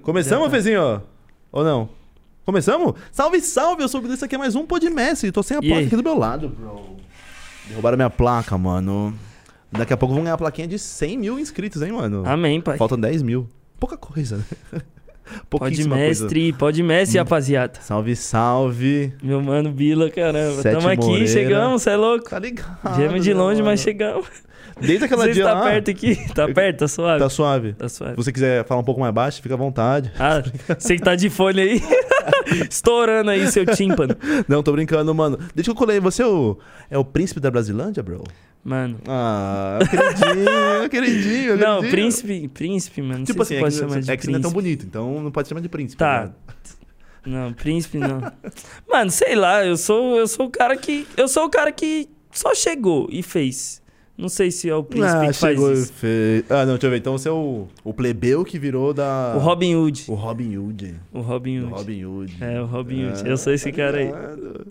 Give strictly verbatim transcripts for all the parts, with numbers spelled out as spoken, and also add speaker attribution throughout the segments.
Speaker 1: Começamos,
Speaker 2: tá.
Speaker 1: Fezinho? Ou não? Começamos? Salve, salve! Eu sou o Guilherme, isso aqui é mais um Podmestre. Tô sem a
Speaker 2: E
Speaker 1: placa
Speaker 2: aí?
Speaker 1: aqui do meu lado, bro. Derrubaram minha placa, mano. Daqui a pouco vão ganhar a plaquinha de cem mil inscritos, hein, mano?
Speaker 2: Amém, pai.
Speaker 1: Faltam dez mil. Pouca coisa, né? Pouquíssima coisa.
Speaker 2: Podmestre, Podmestre,
Speaker 1: Hum.
Speaker 2: rapaziada.
Speaker 1: Salve, salve.
Speaker 2: Meu mano Bila, caramba.
Speaker 1: Sete
Speaker 2: Tamo aqui,
Speaker 1: Moreira.
Speaker 2: chegamos, cê é louco.
Speaker 1: Tá ligado,
Speaker 2: Viemos de
Speaker 1: né,
Speaker 2: longe,
Speaker 1: mano?
Speaker 2: mas chegamos.
Speaker 1: Desde aquela
Speaker 2: Você
Speaker 1: dia
Speaker 2: está
Speaker 1: lá,
Speaker 2: perto aqui? Tá perto? Tá suave?
Speaker 1: Tá suave.
Speaker 2: Tá suave.
Speaker 1: Se você quiser falar um pouco mais baixo, fica à vontade.
Speaker 2: Ah, você que tá de fone aí. Estourando aí seu tímpano.
Speaker 1: Não, tô brincando, mano. Deixa eu colei. Você é o, é o príncipe da Brasilândia, bro?
Speaker 2: Mano.
Speaker 1: Ah, queridinho, queridinho,
Speaker 2: Não,
Speaker 1: queridinho.
Speaker 2: príncipe, príncipe, mano. Não
Speaker 1: Tipo
Speaker 2: sei
Speaker 1: assim,
Speaker 2: se
Speaker 1: é
Speaker 2: pode
Speaker 1: que,
Speaker 2: chamar de
Speaker 1: é que você não é tão
Speaker 2: príncipe.
Speaker 1: bonito, então não pode chamar de príncipe.
Speaker 2: Tá.
Speaker 1: né?
Speaker 2: Não, príncipe não. Mano, sei lá, eu sou, eu sou o cara que. Eu sou o cara que só chegou e fez. Não sei se é o príncipe
Speaker 1: Ah,
Speaker 2: que faz
Speaker 1: chegou
Speaker 2: isso.
Speaker 1: e fez. Ah, não, deixa eu ver. Então você é o, o plebeu que virou da...
Speaker 2: O Robin Hood.
Speaker 1: O Robin Hood.
Speaker 2: O Robin
Speaker 1: O
Speaker 2: Hood.
Speaker 1: Robin Hood.
Speaker 2: É, o Robin Hood.
Speaker 1: Ah,
Speaker 2: Eu sou esse
Speaker 1: tá
Speaker 2: cara aí.
Speaker 1: ligado.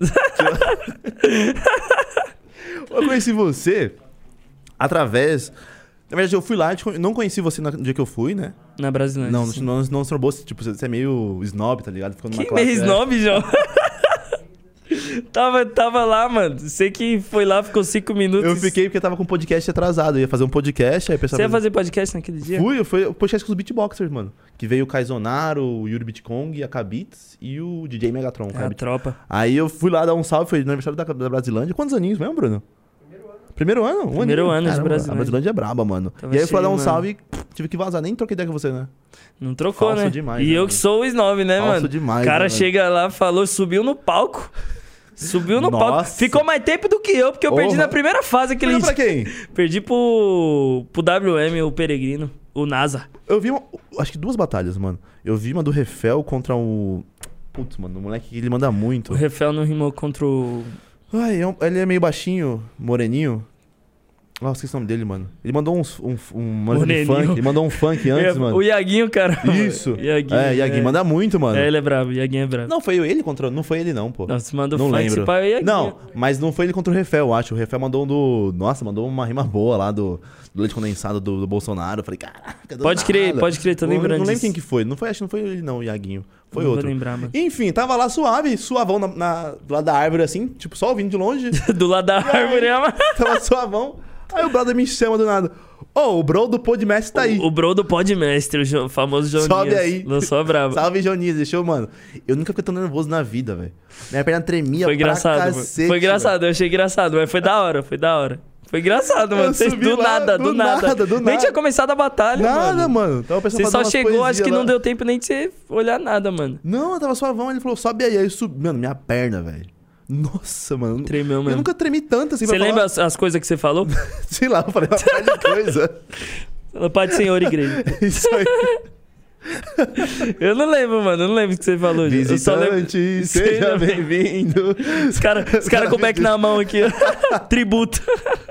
Speaker 1: Eu conheci você através... Na verdade, eu fui lá, eu não conheci você no dia que eu fui, né?
Speaker 2: Na Brasilândia.
Speaker 1: Não,
Speaker 2: sim.
Speaker 1: não, não, não trombou, tipo, você é meio snob, tá ligado? Ficou numa
Speaker 2: Que
Speaker 1: classe,
Speaker 2: meio
Speaker 1: é.
Speaker 2: snob, João. tava, tava lá, mano. Você que foi lá, ficou cinco minutos.
Speaker 1: Eu fiquei porque eu tava com o podcast atrasado. Eu ia fazer um podcast, aí o pessoal...
Speaker 2: Você ia fazer podcast naquele dia?
Speaker 1: Fui, foi o podcast com os beatboxers, mano. Que veio o Kaizonaro, o Yuri Bitcong, a Kabits e o D J Megatron.
Speaker 2: É,
Speaker 1: cara.
Speaker 2: a tropa.
Speaker 1: Aí eu fui lá dar um salve, foi no aniversário da, da Brasilândia. Quantos aninhos mesmo, Bruno? Primeiro ano. Um
Speaker 2: Primeiro
Speaker 1: aninho.
Speaker 2: ano de
Speaker 1: Caramba,
Speaker 2: Brasilândia.
Speaker 1: A Brasilândia é braba, mano.
Speaker 2: Tava
Speaker 1: e aí eu fui lá dar um
Speaker 2: cheio,
Speaker 1: salve e pff, tive que vazar. Nem troquei ideia com você, né?
Speaker 2: Não trocou,
Speaker 1: Falso
Speaker 2: né?
Speaker 1: demais,
Speaker 2: e
Speaker 1: né,
Speaker 2: eu
Speaker 1: mano?
Speaker 2: que sou o snob, né,
Speaker 1: Falso
Speaker 2: mano?
Speaker 1: demais,
Speaker 2: O cara
Speaker 1: né,
Speaker 2: chega lá, falou, subiu no palco. Subiu no palco.
Speaker 1: Nossa.
Speaker 2: Ficou mais tempo do que eu, porque eu perdi
Speaker 1: Porra.
Speaker 2: na primeira fase aquele
Speaker 1: Perdeu pra quem?
Speaker 2: Perdi pro, pro W M, o Peregrino, o NASA.
Speaker 1: Eu vi, uma, acho que duas batalhas, mano. Eu vi uma do Refel contra o... Putz, mano, o moleque ele manda muito.
Speaker 2: O Refel não rimou contra o...
Speaker 1: Ai, é um- ele é meio baixinho, moreninho. Nossa, esqueci o nome dele, mano. Ele mandou uns, um, um mano de
Speaker 2: Moreninho.
Speaker 1: funk. Ele mandou um funk antes,
Speaker 2: É,
Speaker 1: mano.
Speaker 2: O Iaguinho, cara.
Speaker 1: Isso.
Speaker 2: Iaguinho.
Speaker 1: É, Iaguinho manda muito, mano.
Speaker 2: É, ele é brabo, o Iaguinho é brabo.
Speaker 1: Não, foi ele contra... Não foi ele, não, pô.
Speaker 2: Nossa, mandou
Speaker 1: Não
Speaker 2: funk,
Speaker 1: lembro.
Speaker 2: se pá, é o Iaguinho.
Speaker 1: Não, mas não foi ele contra o Refel, eu acho. O Refel mandou um do... Nossa, mandou uma rima boa lá do, do leite condensado do, do Bolsonaro. Eu falei, caraca, do
Speaker 2: Pode crer,
Speaker 1: nada.
Speaker 2: pode crer, tô
Speaker 1: Não-
Speaker 2: lembrando
Speaker 1: Não lembro
Speaker 2: disso.
Speaker 1: quem que foi. Não foi, acho que não foi ele, não, o Iaguinho. Foi
Speaker 2: Não
Speaker 1: outro.
Speaker 2: vou lembrar, mano.
Speaker 1: Enfim, tava lá suave, suavão na, na, do lado da árvore, assim. Tipo, só ouvindo de longe.
Speaker 2: Do lado da árvore, é uma...
Speaker 1: Tava suavão. Aí o brother me chama do nada. Ô, o bro do Podmestre tá aí.
Speaker 2: O, o bro do Podmestre, o Jo- famoso Joninhas.
Speaker 1: Sobe aí.
Speaker 2: Lançou a brava.
Speaker 1: Salve, Joninhas. Deixou, mano. Eu nunca fiquei tão nervoso na vida, velho. Minha perna tremia
Speaker 2: Foi
Speaker 1: pra
Speaker 2: engraçado, mano.
Speaker 1: cacete,
Speaker 2: Foi engraçado, eu achei engraçado, mas foi da hora, foi da hora. Foi engraçado, mano.
Speaker 1: Eu
Speaker 2: Vocês
Speaker 1: subi
Speaker 2: do
Speaker 1: lá,
Speaker 2: nada,
Speaker 1: do
Speaker 2: do, nada.
Speaker 1: nada, do
Speaker 2: Nem
Speaker 1: nada.
Speaker 2: tinha começado a batalha,
Speaker 1: velho. Nada,
Speaker 2: mano.
Speaker 1: mano. Tava o pessoal
Speaker 2: Você
Speaker 1: fazendo
Speaker 2: só
Speaker 1: umas
Speaker 2: chegou, acho
Speaker 1: poesias
Speaker 2: que
Speaker 1: lá.
Speaker 2: não deu tempo nem de você olhar nada, mano.
Speaker 1: Não, eu tava suavão. Ele falou, sobe aí. Aí eu subi. Mano, minha perna, velho. Nossa, mano.
Speaker 2: Tremeu
Speaker 1: Eu
Speaker 2: mesmo.
Speaker 1: nunca tremi tanto assim.
Speaker 2: Você
Speaker 1: pra
Speaker 2: lembra
Speaker 1: falar...
Speaker 2: as, as coisas que você falou?
Speaker 1: Sei lá, eu falei uma parte de coisa.
Speaker 2: Pai do Senhor, igreja.
Speaker 1: Isso aí.
Speaker 2: Eu não lembro, mano. Eu não lembro o que você falou. Eu só lembro...
Speaker 1: Visitante, seja bem-vindo.
Speaker 2: Os caras os cara com o back na mão aqui, ó. Tributo.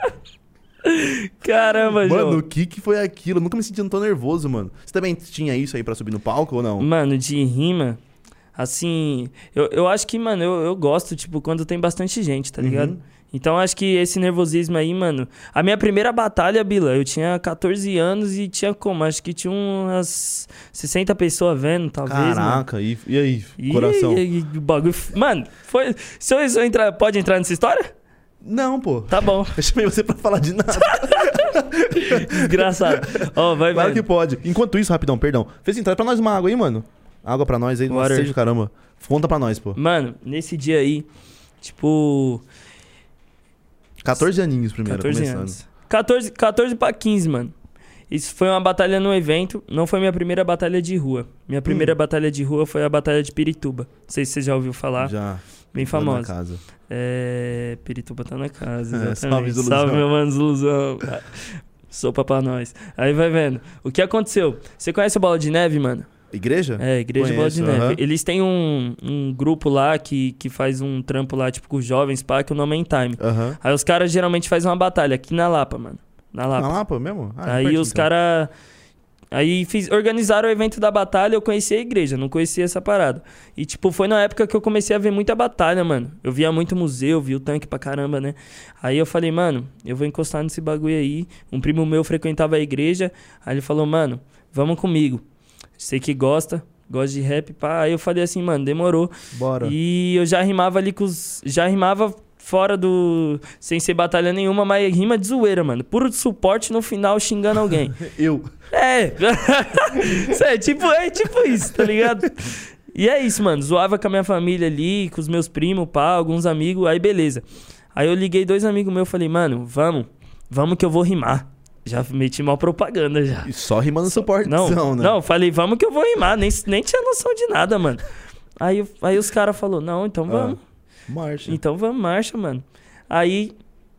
Speaker 2: Caramba,
Speaker 1: Mano,
Speaker 2: João.
Speaker 1: o que que foi aquilo? Eu nunca me senti tão nervoso, mano. Você também tinha isso aí pra subir no palco ou não?
Speaker 2: Mano, de rima, assim, eu, eu acho que, mano, eu, eu gosto, tipo, quando tem bastante gente, tá ligado?
Speaker 1: Uhum.
Speaker 2: Então, acho que esse nervosismo aí, mano... A minha primeira batalha, Bila, eu tinha catorze anos e tinha como? Acho que tinha umas sessenta pessoas vendo, talvez, mano.
Speaker 1: Caraca, e, e aí,
Speaker 2: E,
Speaker 1: coração?
Speaker 2: E, e, o bagulho... Mano, foi... Se eu, se eu entrar... Pode entrar nessa história?
Speaker 1: Não, pô.
Speaker 2: Tá bom.
Speaker 1: Eu chamei você pra falar de nada.
Speaker 2: Desgraçado. Ó, vai,
Speaker 1: Claro
Speaker 2: vai.
Speaker 1: que pode. Enquanto isso, rapidão, perdão. Fez entrar pra nós uma água aí, mano. Água pra nós aí, uma
Speaker 2: Water.
Speaker 1: seja caramba. Conta pra nós, pô.
Speaker 2: Mano, nesse dia aí, tipo...
Speaker 1: catorze aninhos primeiro,
Speaker 2: catorze
Speaker 1: começando.
Speaker 2: anos. catorze, catorze pra quinze, mano. Isso foi uma batalha no evento. Não foi minha primeira batalha de rua. Minha primeira
Speaker 1: Hum.
Speaker 2: batalha de rua foi a batalha de Pirituba. Não sei se você já ouviu falar.
Speaker 1: Já.
Speaker 2: Bem
Speaker 1: Tô na
Speaker 2: famosa.
Speaker 1: casa.
Speaker 2: É... Pirituba tá na casa,
Speaker 1: É,
Speaker 2: exatamente.
Speaker 1: salve, Zuluzão.
Speaker 2: Salve, meu mano, Zuluzão. Sopa pra nós. Aí vai vendo. O que aconteceu? Você conhece a Bola de Neve, mano?
Speaker 1: Igreja?
Speaker 2: É, Igreja Bola de
Speaker 1: Conheço,
Speaker 2: Neve.
Speaker 1: aham.
Speaker 2: Eles têm um, um grupo lá que, que faz um trampo lá, tipo, com os jovens, pá, que o nome é In Time.
Speaker 1: Aham.
Speaker 2: Aí os caras geralmente fazem uma batalha aqui na Lapa, mano. Na Lapa.
Speaker 1: Na Lapa mesmo? Ah,
Speaker 2: Aí
Speaker 1: pertinho,
Speaker 2: os
Speaker 1: então.
Speaker 2: caras... Aí fiz, organizaram o evento da batalha, eu conheci a igreja, não conhecia essa parada. E, tipo, foi na época que eu comecei a ver muita batalha, mano. Eu via muito museu, vi o tanque pra caramba, né? Aí eu falei, mano, eu vou encostar nesse bagulho aí. Um primo meu frequentava a igreja, aí ele falou, mano, vamos comigo. sei que gosta, gosta de rap, pá. Aí eu falei assim, mano, demorou.
Speaker 1: Bora.
Speaker 2: E eu já rimava ali com os... Já rimava fora do... Sem ser batalha nenhuma, mas rima de zoeira, mano. Puro de suporte no final xingando alguém.
Speaker 1: Eu.
Speaker 2: É. é, tipo, é tipo isso, tá ligado? E é isso, mano. Zoava com a minha família ali, com os meus primos, pá, alguns amigos. Aí beleza. Aí eu liguei dois amigos meus, falei, mano, vamos, vamos que eu vou rimar. Já meti mal propaganda já.
Speaker 1: E só rimando suporte,
Speaker 2: Não,
Speaker 1: né?
Speaker 2: não, falei, vamos que eu vou rimar. Nem, nem tinha noção de nada, mano. Aí, aí os caras falaram, não, então vamos.
Speaker 1: Ah, marcha.
Speaker 2: Então vamos, marcha, mano. Aí,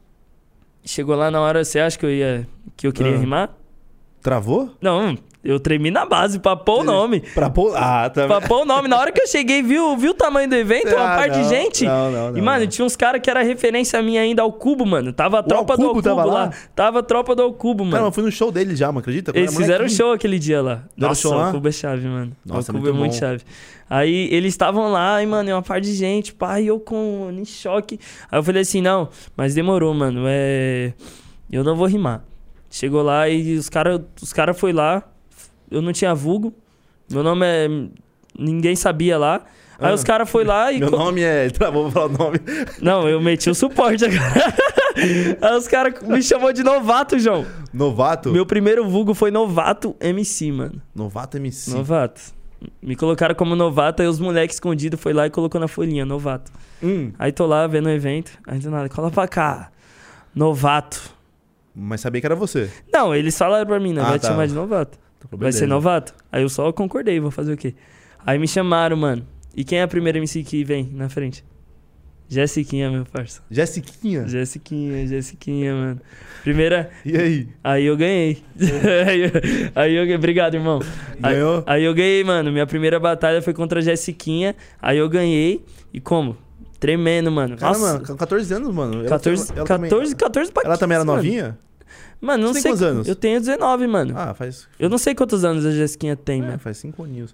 Speaker 2: chegou lá na hora, você acha que eu ia, que eu queria
Speaker 1: Ah.
Speaker 2: rimar?
Speaker 1: Travou?
Speaker 2: Não, eu tremi na base pra pôr o nome.
Speaker 1: Pra pôr... Ah, tá.
Speaker 2: Pra pôr o nome. Na hora que eu cheguei, viu, viu o tamanho do evento? Uma
Speaker 1: Ah,
Speaker 2: parte
Speaker 1: não,
Speaker 2: de gente.
Speaker 1: não, não, não,
Speaker 2: e, mano,
Speaker 1: não.
Speaker 2: tinha uns caras que era referência minha ainda ao Cubo, mano. Tava a tropa do
Speaker 1: Alcubo
Speaker 2: Alcubo
Speaker 1: tava
Speaker 2: lá.
Speaker 1: lá?
Speaker 2: Tava a tropa do Alcubo, mano.
Speaker 1: Cara, eu fui no show dele já, mano, acredita? Quando
Speaker 2: Eles
Speaker 1: era
Speaker 2: fizeram
Speaker 1: molequinho.
Speaker 2: show aquele dia lá.
Speaker 1: Deram
Speaker 2: Nossa,
Speaker 1: show lá?
Speaker 2: o Cubo é chave, mano.
Speaker 1: Nossa,
Speaker 2: o Cubo
Speaker 1: muito
Speaker 2: é muito
Speaker 1: bom.
Speaker 2: chave. Aí eles estavam lá, e, mano, e uma par de gente, pá, e eu com em choque. Aí eu falei assim, não, mas demorou, mano. É. Eu não vou rimar. Chegou lá e os caras os cara foi lá. Eu não tinha vulgo. Meu nome é. Ninguém sabia lá. Aí
Speaker 1: Ah.
Speaker 2: os caras foi lá e.
Speaker 1: Meu
Speaker 2: co-
Speaker 1: nome é... Travou pra falar o nome.
Speaker 2: Não, eu meti o suporte agora. Aí os caras me chamou de novato, João.
Speaker 1: Novato?
Speaker 2: Meu primeiro vulgo foi novato M C, mano.
Speaker 1: Novato M C.
Speaker 2: Novato. Me colocaram como novato, aí os moleques escondidos foi lá e colocou na folhinha, novato.
Speaker 1: Hum,
Speaker 2: Aí tô lá vendo o evento, aí do nada, cola pra cá. Novato.
Speaker 1: mas sabia que era você.
Speaker 2: Não, eles falaram pra mim, né?
Speaker 1: Ah,
Speaker 2: Vai te
Speaker 1: tá.
Speaker 2: chamar de novato.
Speaker 1: Então,
Speaker 2: Vai ser
Speaker 1: beleza.
Speaker 2: novato? Aí eu só concordei, vou fazer o quê? Aí me chamaram, mano. E quem é a primeira M C que vem na frente? Jessiquinha, meu parça.
Speaker 1: Jessiquinha.
Speaker 2: Jessiquinha, Jessiquinha, mano. Primeira.
Speaker 1: E aí?
Speaker 2: Aí eu ganhei. aí, eu, aí eu ganhei. Obrigado, irmão. Aí,
Speaker 1: Ganhou?
Speaker 2: aí eu ganhei, mano. Minha primeira batalha foi contra a Jessiquinha. Aí eu ganhei. E como? Tremendo, mano.
Speaker 1: Cara,
Speaker 2: Nossa.
Speaker 1: mano, com catorze anos, mano. Ela-
Speaker 2: catorze,
Speaker 1: ela
Speaker 2: catorze,
Speaker 1: também,
Speaker 2: catorze pra
Speaker 1: ela também era
Speaker 2: quinze, mano.
Speaker 1: novinha?
Speaker 2: Mano, não
Speaker 1: Você tem
Speaker 2: sei.
Speaker 1: quantos anos?
Speaker 2: Eu tenho dezenove, mano.
Speaker 1: Ah, faz...
Speaker 2: Eu não sei quantos anos a Jessiquinha tem,
Speaker 1: É,
Speaker 2: mano.
Speaker 1: faz cinco aninhos.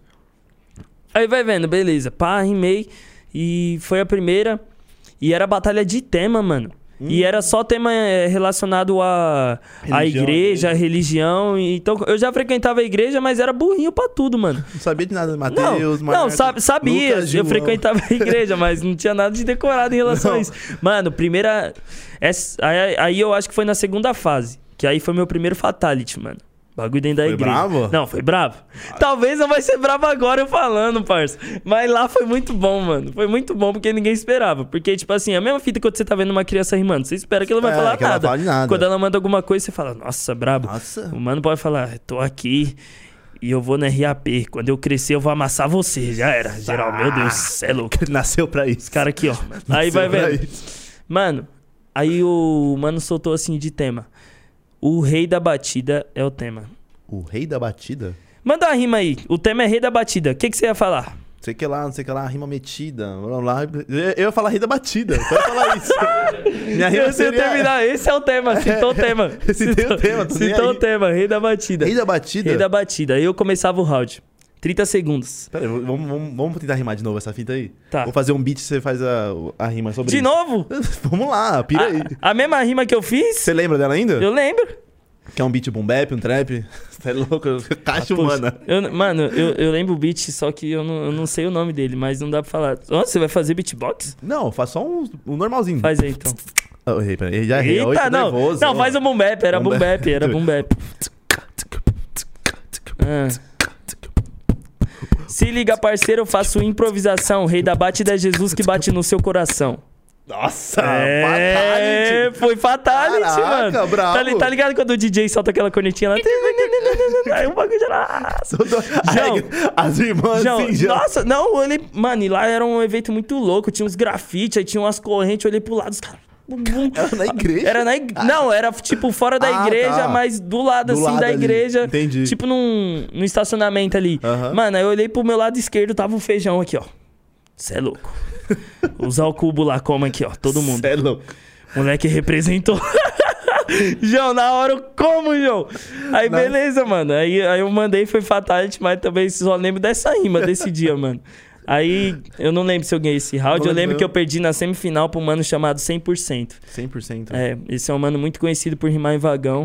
Speaker 2: Aí vai vendo, beleza. Pá, rimei. E foi a primeira. E era batalha de tema, mano.
Speaker 1: Hum.
Speaker 2: E era só tema eh, relacionado à à
Speaker 1: Religião,
Speaker 2: igreja, à religião. E- Então eu já frequentava a igreja, mas era burrinho pra tudo, mano.
Speaker 1: Não sabia de nada.
Speaker 2: Não,
Speaker 1: Mateus,
Speaker 2: não
Speaker 1: Marcos,
Speaker 2: sab- sabia.
Speaker 1: Lucas,
Speaker 2: eu
Speaker 1: João.
Speaker 2: frequentava a igreja, mas não tinha nada de decorado em relação
Speaker 1: Não.
Speaker 2: a isso. Mano, primeira. essa- aí, aí eu acho que foi na segunda fase. Que aí foi meu primeiro fatality, mano. Bagulho dentro da
Speaker 1: Foi
Speaker 2: igreja.
Speaker 1: bravo?
Speaker 2: Não, foi bravo. Talvez não vai ser bravo agora eu falando, parça. Mas lá foi muito bom, mano. Foi muito bom porque ninguém esperava. Porque, tipo assim, a mesma fita quando você tá vendo uma criança rimando. Você espera que ela vai
Speaker 1: É,
Speaker 2: falar
Speaker 1: que ela
Speaker 2: nada.
Speaker 1: fale nada.
Speaker 2: Quando ela manda alguma coisa, você fala, nossa, brabo.
Speaker 1: Nossa.
Speaker 2: O mano pode falar, tô aqui e eu vou no R A P. Quando eu crescer, eu vou amassar você. Já era. Geral, meu Deus, cê é louco.
Speaker 1: Ele nasceu pra isso.
Speaker 2: Esse cara aqui, ó. Aí vai
Speaker 1: Nasceu pra
Speaker 2: vendo.
Speaker 1: isso.
Speaker 2: Mano, aí o mano soltou assim de tema. O rei da batida é o tema.
Speaker 1: O rei da batida?
Speaker 2: Manda uma rima aí. O tema é rei da batida. O que, que você ia falar?
Speaker 1: Não sei o que lá, não sei o que lá, rima metida. Blá, blá. Eu eu ia falar rei da batida. Pode falar isso. Minha rima
Speaker 2: Se eu
Speaker 1: seria...
Speaker 2: terminar, esse é o tema. Citou o tema.
Speaker 1: Citei o tema, tô nem
Speaker 2: Citou o
Speaker 1: aí.
Speaker 2: tema, rei da batida.
Speaker 1: Rei da batida?
Speaker 2: Rei da batida. Aí eu começava o round. trinta segundos.
Speaker 1: Pera aí, vamos, vamos, vamos tentar rimar de novo essa fita aí?
Speaker 2: Tá.
Speaker 1: Vou fazer um beat e você faz a, a rima sobre
Speaker 2: De
Speaker 1: isso.
Speaker 2: novo?
Speaker 1: Vamos lá, pira aí.
Speaker 2: A, a mesma rima que eu fiz?
Speaker 1: Você lembra dela ainda?
Speaker 2: Eu lembro.
Speaker 1: Que é um beat boom bap, um trap? Você é louco? Caixa
Speaker 2: Poxa,
Speaker 1: humana.
Speaker 2: eu- mano, eu, eu lembro o beat, só que eu não, eu não sei o nome dele, mas não dá pra falar. Nossa, você vai fazer beatbox?
Speaker 1: Não, faz só um, um normalzinho.
Speaker 2: Faz aí então.
Speaker 1: Ah, eu errei, peraí. Já errei. Oi,
Speaker 2: Eita,
Speaker 1: tô
Speaker 2: não.
Speaker 1: nervoso.
Speaker 2: Não, faz o boom bap, era
Speaker 1: Boom
Speaker 2: boom
Speaker 1: bap.
Speaker 2: bap, era boom bap. Ah. Se liga, parceiro, eu faço improvisação. Rei da batida é Jesus que bate no seu coração.
Speaker 1: Nossa,
Speaker 2: É,
Speaker 1: fatality.
Speaker 2: foi fatality,
Speaker 1: Caraca,
Speaker 2: mano.
Speaker 1: bravo.
Speaker 2: Tá, li- tá ligado quando o D J solta aquela cornetinha lá? Aí o bagulho já...
Speaker 1: João,
Speaker 2: João,
Speaker 1: as irmãs
Speaker 2: João,
Speaker 1: assim, já.
Speaker 2: nossa, não, eu olhei... Mano, e lá era um evento muito louco. Tinha uns grafites, aí tinha umas correntes. Eu olhei pro lado, os caras... bum, bum.
Speaker 1: Era na igreja?
Speaker 2: Era na igreja. Não, era tipo fora da
Speaker 1: Ah,
Speaker 2: igreja,
Speaker 1: tá.
Speaker 2: mas do lado
Speaker 1: Do
Speaker 2: assim
Speaker 1: lado
Speaker 2: da
Speaker 1: ali.
Speaker 2: igreja.
Speaker 1: Entendi.
Speaker 2: Tipo num, num estacionamento ali.
Speaker 1: Aham.
Speaker 2: Mano, aí eu olhei pro meu lado esquerdo, tava o feijão aqui, ó. Cê é louco. Usar o cubo lá, como aqui, ó. Todo mundo.
Speaker 1: Cê é louco.
Speaker 2: Moleque representou. João, na hora eu como, João. Aí
Speaker 1: Não.
Speaker 2: beleza, mano. Aí, aí eu mandei, foi fatality, mas também só lembro dessa rima desse dia, mano. Aí eu não lembro se eu ganhei esse round.
Speaker 1: Não
Speaker 2: Eu lembro
Speaker 1: lembro.
Speaker 2: que eu perdi na semifinal pra um mano chamado cem por cento.
Speaker 1: cem por cento.
Speaker 2: É, esse é um mano muito conhecido por rimar em vagão.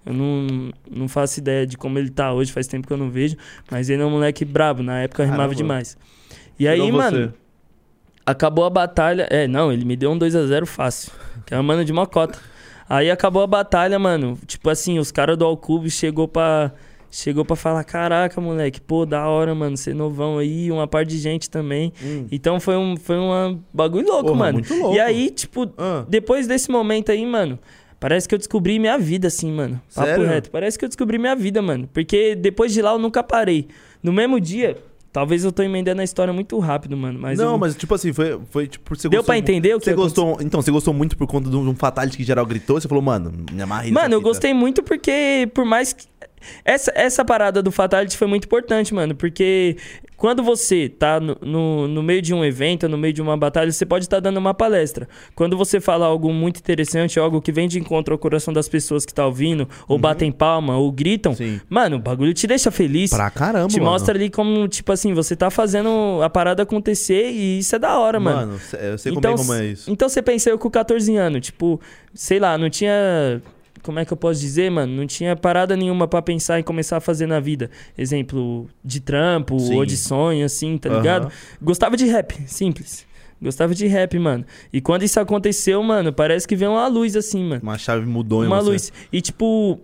Speaker 2: Eu não, não faço ideia de como ele tá hoje, faz tempo que eu não vejo. Mas ele é um moleque brabo, na época eu rimava demais. E aí,
Speaker 1: Tirou
Speaker 2: mano,
Speaker 1: você.
Speaker 2: acabou a batalha. É, não, ele me deu um dois a zero fácil. Que é uma mano de mocota. Aí acabou a batalha, mano. Tipo assim, os caras do Alcube chegou pra. Chegou pra falar, caraca, moleque, pô, da hora, mano, você novão aí, uma par de gente também.
Speaker 1: Hum.
Speaker 2: Então foi um, foi um bagulho louco,
Speaker 1: Porra,
Speaker 2: mano.
Speaker 1: muito louco.
Speaker 2: E aí, tipo,
Speaker 1: Ah.
Speaker 2: depois desse momento aí, mano, parece que eu descobri minha vida, assim, mano. Papo
Speaker 1: Sério?
Speaker 2: reto. Parece que eu descobri minha vida, mano. Porque depois de lá eu nunca parei. No mesmo dia, talvez eu tô emendando a história muito rápido, mano. Mas
Speaker 1: não,
Speaker 2: eu...
Speaker 1: mas tipo assim, foi, foi tipo, você
Speaker 2: Deu
Speaker 1: gostou
Speaker 2: pra entender o que
Speaker 1: você
Speaker 2: aconteceu?
Speaker 1: gostou? Então, você gostou muito por conta de um fatality que geral gritou, você falou, mano, me amarrei nessa
Speaker 2: Mano, eu
Speaker 1: fita.
Speaker 2: gostei muito porque, por mais que... Essa, essa parada do Fatality foi muito importante, mano. Porque quando você tá no, no, no meio de um evento, no meio de uma batalha, você pode estar dando uma palestra. Quando você fala algo muito interessante, algo que vem de encontro ao coração das pessoas que tá ouvindo, ou batem palma, ou gritam,
Speaker 1: Sim.
Speaker 2: mano, o bagulho te deixa feliz.
Speaker 1: Pra caramba,
Speaker 2: Te
Speaker 1: mano.
Speaker 2: mostra ali como, tipo assim, você tá fazendo a parada acontecer e isso é da hora, mano.
Speaker 1: Mano, eu sei
Speaker 2: Então,
Speaker 1: como é, como é isso.
Speaker 2: Então você pensa, eu com catorze anos, tipo, sei lá, não tinha... Como é que eu posso dizer, mano? Não tinha parada nenhuma pra pensar em começar a fazer na vida. Exemplo, de trampo
Speaker 1: Sim.
Speaker 2: ou de sonho, assim, tá
Speaker 1: Aham.
Speaker 2: ligado? Gostava de rap, simples. Gostava de rap, mano. E quando isso aconteceu, mano, parece que veio uma luz, assim, mano.
Speaker 1: Uma chave mudou em
Speaker 2: Uma
Speaker 1: você.
Speaker 2: luz. E, tipo...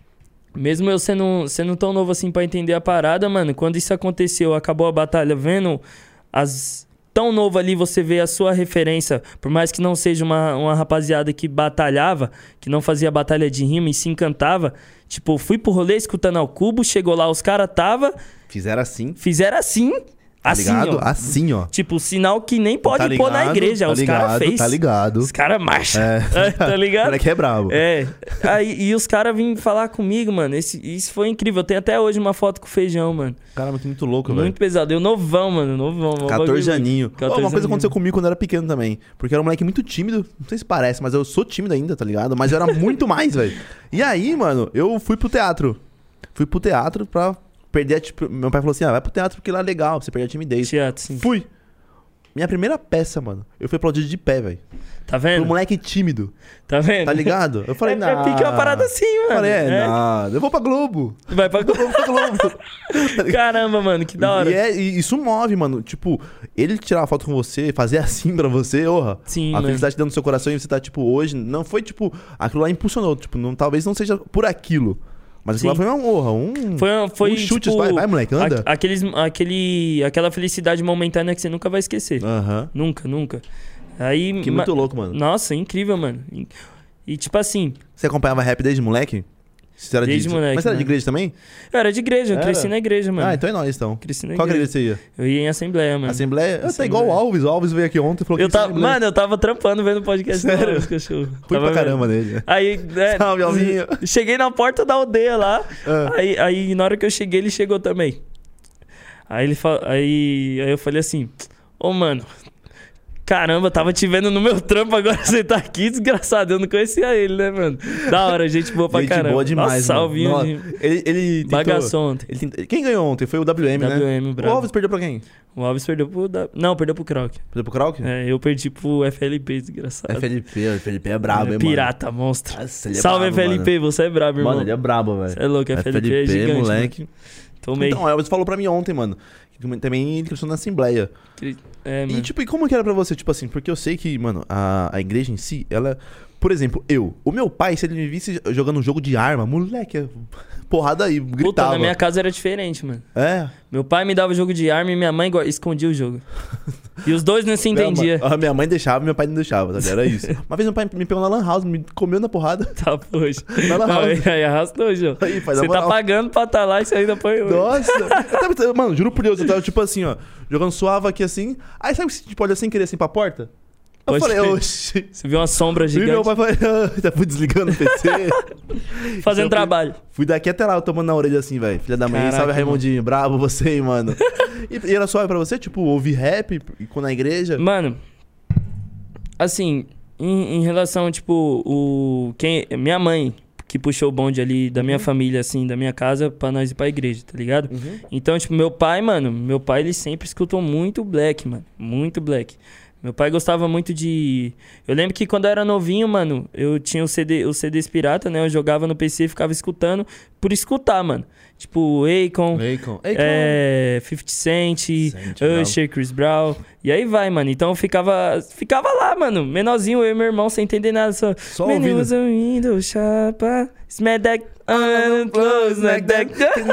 Speaker 2: Mesmo eu sendo, sendo tão novo assim pra entender a parada, mano, quando isso aconteceu, acabou a batalha, vendo as... Tão novo ali, você vê a sua referência, por mais que não seja uma, uma rapaziada que batalhava, que não fazia batalha de rima e se encantava. Tipo, fui pro rolê escutando ao cubo, chegou lá, os caras tava,
Speaker 1: Fizeram assim,
Speaker 2: fizeram assim,
Speaker 1: tá
Speaker 2: assim,
Speaker 1: ligado?
Speaker 2: ó.
Speaker 1: Assim, ó.
Speaker 2: Tipo, sinal que nem pode
Speaker 1: Tá
Speaker 2: pôr na
Speaker 1: ligado,
Speaker 2: igreja,
Speaker 1: tá
Speaker 2: os caras
Speaker 1: ligado,
Speaker 2: fez.
Speaker 1: Tá ligado.
Speaker 2: Os caras marcha,
Speaker 1: É.
Speaker 2: tá ligado?
Speaker 1: Moleque é brabo.
Speaker 2: É, aí, e os caras vêm falar comigo, mano. Esse, isso foi incrível. Eu tenho até hoje uma foto com o Feijão, mano.
Speaker 1: Caramba, que muito louco, velho.
Speaker 2: Muito pesado. Eu novão, mano. Novão. mó
Speaker 1: catorze
Speaker 2: bagulho.
Speaker 1: aninho. Pô, uma coisa
Speaker 2: aninho.
Speaker 1: aconteceu comigo quando eu era pequeno também. Porque eu era um moleque muito tímido. Não sei se parece, mas eu sou tímido ainda, tá ligado? Mas eu era muito mais, velho. E aí, mano, eu fui pro teatro. Fui pro teatro pra perder a... Tipo, meu pai falou assim, ah, vai pro teatro porque lá é legal, pra você perder a timidez.
Speaker 2: Teatro, sim.
Speaker 1: Fui. Minha primeira peça, mano, eu fui aplaudido de pé, velho.
Speaker 2: Tá
Speaker 1: Pro
Speaker 2: vendo?
Speaker 1: moleque tímido,
Speaker 2: Tá vendo?
Speaker 1: tá ligado? Eu falei,
Speaker 2: É,
Speaker 1: não.
Speaker 2: é pique uma parada assim, mano.
Speaker 1: Eu falei, é,
Speaker 2: É.
Speaker 1: nada. Eu vou pra Globo.
Speaker 2: Vai pra...
Speaker 1: Eu vou pra Globo.
Speaker 2: Caramba, mano. Que da hora.
Speaker 1: E, é, e isso move, mano. Tipo, ele tirar uma foto com você, fazer assim pra você, orra.
Speaker 2: Sim,
Speaker 1: a
Speaker 2: mano.
Speaker 1: felicidade dentro do seu coração e você tá, tipo, hoje. Não foi, tipo, aquilo lá impulsionou. Tipo, não, talvez não seja por aquilo. Mas aquilo lá
Speaker 2: Sim.
Speaker 1: foi uma honra, um.
Speaker 2: Foi, uma- foi
Speaker 1: um chute,
Speaker 2: tipo,
Speaker 1: vai, vai, moleque, anda.
Speaker 2: a- aqueles, aquele, aquela felicidade momentânea que você nunca vai esquecer.
Speaker 1: Aham.
Speaker 2: Nunca, nunca. Aí,
Speaker 1: Que
Speaker 2: ma-
Speaker 1: muito louco, mano.
Speaker 2: Nossa, incrível, mano. E, e, tipo assim,
Speaker 1: Você acompanhava rap desde moleque? Você era
Speaker 2: Desde
Speaker 1: de...
Speaker 2: moleque,
Speaker 1: Mas você era de
Speaker 2: mano.
Speaker 1: igreja também?
Speaker 2: eu era de igreja, eu
Speaker 1: Era?
Speaker 2: cresci na igreja, mano.
Speaker 1: Ah, então é nóis, então.
Speaker 2: Cresci na
Speaker 1: Qual que
Speaker 2: igreja.
Speaker 1: igreja você ia?
Speaker 2: Eu ia em assembleia, mano.
Speaker 1: Assembleia? Eu tá
Speaker 2: Assembleia.
Speaker 1: igual o Alves. O Alves veio aqui ontem e falou
Speaker 2: Eu
Speaker 1: que ia
Speaker 2: tava,
Speaker 1: assembleia.
Speaker 2: mano, eu tava trampando vendo o podcast
Speaker 1: Sério?
Speaker 2: do cachorro.
Speaker 1: Fui
Speaker 2: Tava
Speaker 1: pra
Speaker 2: vendo.
Speaker 1: caramba nele.
Speaker 2: Aí, né,
Speaker 1: Salve, Alvinho.
Speaker 2: cheguei na porta da aldeia lá.
Speaker 1: Ah.
Speaker 2: Aí, aí, na hora que eu cheguei, ele chegou também. Aí ele fa... aí, aí eu falei assim: Ô, mano, caramba, tava te vendo no meu trampo, agora você tá aqui, desgraçado. Eu não conhecia ele, né, mano? Da hora, gente boa pra
Speaker 1: Gente
Speaker 2: caramba.
Speaker 1: boa demais,
Speaker 2: Nossa,
Speaker 1: mano.
Speaker 2: Alvinho
Speaker 1: Nossa,
Speaker 2: de...
Speaker 1: Ele, ele tentou-
Speaker 2: bagaçou ontem.
Speaker 1: ele tentou- Quem ganhou ontem? Foi o W M, né?
Speaker 2: W M, brabo.
Speaker 1: O Alves perdeu pra quem?
Speaker 2: O Alves perdeu pro... da- Não, perdeu pro Krauk.
Speaker 1: Perdeu pro Krauk?
Speaker 2: É, eu perdi pro F L P, desgraçado.
Speaker 1: F L P, o F L P é brabo, hein, mano?
Speaker 2: Pirata, monstro.
Speaker 1: Nossa, ele é
Speaker 2: Salve,
Speaker 1: brabo,
Speaker 2: F L P, você é brabo, irmão.
Speaker 1: Mano, ele é brabo, velho.
Speaker 2: Você é louco, F L P, é gigante,
Speaker 1: moleque.
Speaker 2: Tomei.
Speaker 1: Então, o Elvis falou pra mim ontem, mano. Que também ele cresceu na Assembleia.
Speaker 2: É, mano.
Speaker 1: E, tipo, e como que era pra você? Tipo assim, porque eu sei que, mano, a, a igreja em si, ela... Por exemplo, eu. O meu pai, se ele me visse jogando um jogo de arma, moleque, porrada aí, gritava.
Speaker 2: Puta, na minha casa era diferente, mano.
Speaker 1: É.
Speaker 2: Meu pai me dava jogo de arma e minha mãe gua- escondia o jogo. E os dois não se entendiam.
Speaker 1: Minha mãe, a minha mãe deixava e meu pai não deixava, tá ligado? Era isso. Uma vez meu pai me pegou na lan house, me comeu na porrada.
Speaker 2: Tá, poxa.
Speaker 1: Vai lá,
Speaker 2: Aí,
Speaker 1: Raul.
Speaker 2: aí arrastou, João.
Speaker 1: Aí, faz a
Speaker 2: Você tá
Speaker 1: moral.
Speaker 2: pagando pra estar lá e você ainda põe.
Speaker 1: Nossa. Eu tava- mano, juro por Deus, eu tava tipo assim, ó, jogando suave aqui assim. Aí sabe que você tipo, olha sem querer assim pra porta? Eu
Speaker 2: Pode
Speaker 1: falei,
Speaker 2: crer.
Speaker 1: oxi.
Speaker 2: Você viu uma sombra
Speaker 1: E
Speaker 2: gigante
Speaker 1: meu pai falou, já fui desligando o P C.
Speaker 2: fazendo
Speaker 1: Eu fui-
Speaker 2: trabalho.
Speaker 1: Fui daqui até lá, eu tomando na orelha assim, velho. Filha da mãe,
Speaker 2: Caraca,
Speaker 1: salve Raimundinho, bravo você, hein, mano. E, e era suave pra você, tipo, ouvir rap e quando na igreja?
Speaker 2: Mano, assim, em, em relação, tipo, o. Quem, minha mãe, que puxou o bonde ali da minha família, assim, da minha casa, pra nós ir pra igreja, tá ligado?
Speaker 1: Uhum.
Speaker 2: Então, tipo, meu pai, mano, meu pai, ele sempre escutou muito black, mano. Muito black. Meu pai gostava muito de... Eu lembro que quando eu era novinho, mano, eu tinha o C D, os C Ds pirata, né? Eu jogava no P C e ficava escutando por escutar, mano. Tipo, Akon,
Speaker 1: Akon. Akon.
Speaker 2: é, fifty Cent,
Speaker 1: Cent,
Speaker 2: Usher, Chris Brown. E aí vai, mano. Então eu ficava, ficava lá, mano. Menorzinho, eu e meu irmão, sem entender nada. Só,
Speaker 1: Só ouvindo.
Speaker 2: ouvindo, chapa, smack that, close, like that.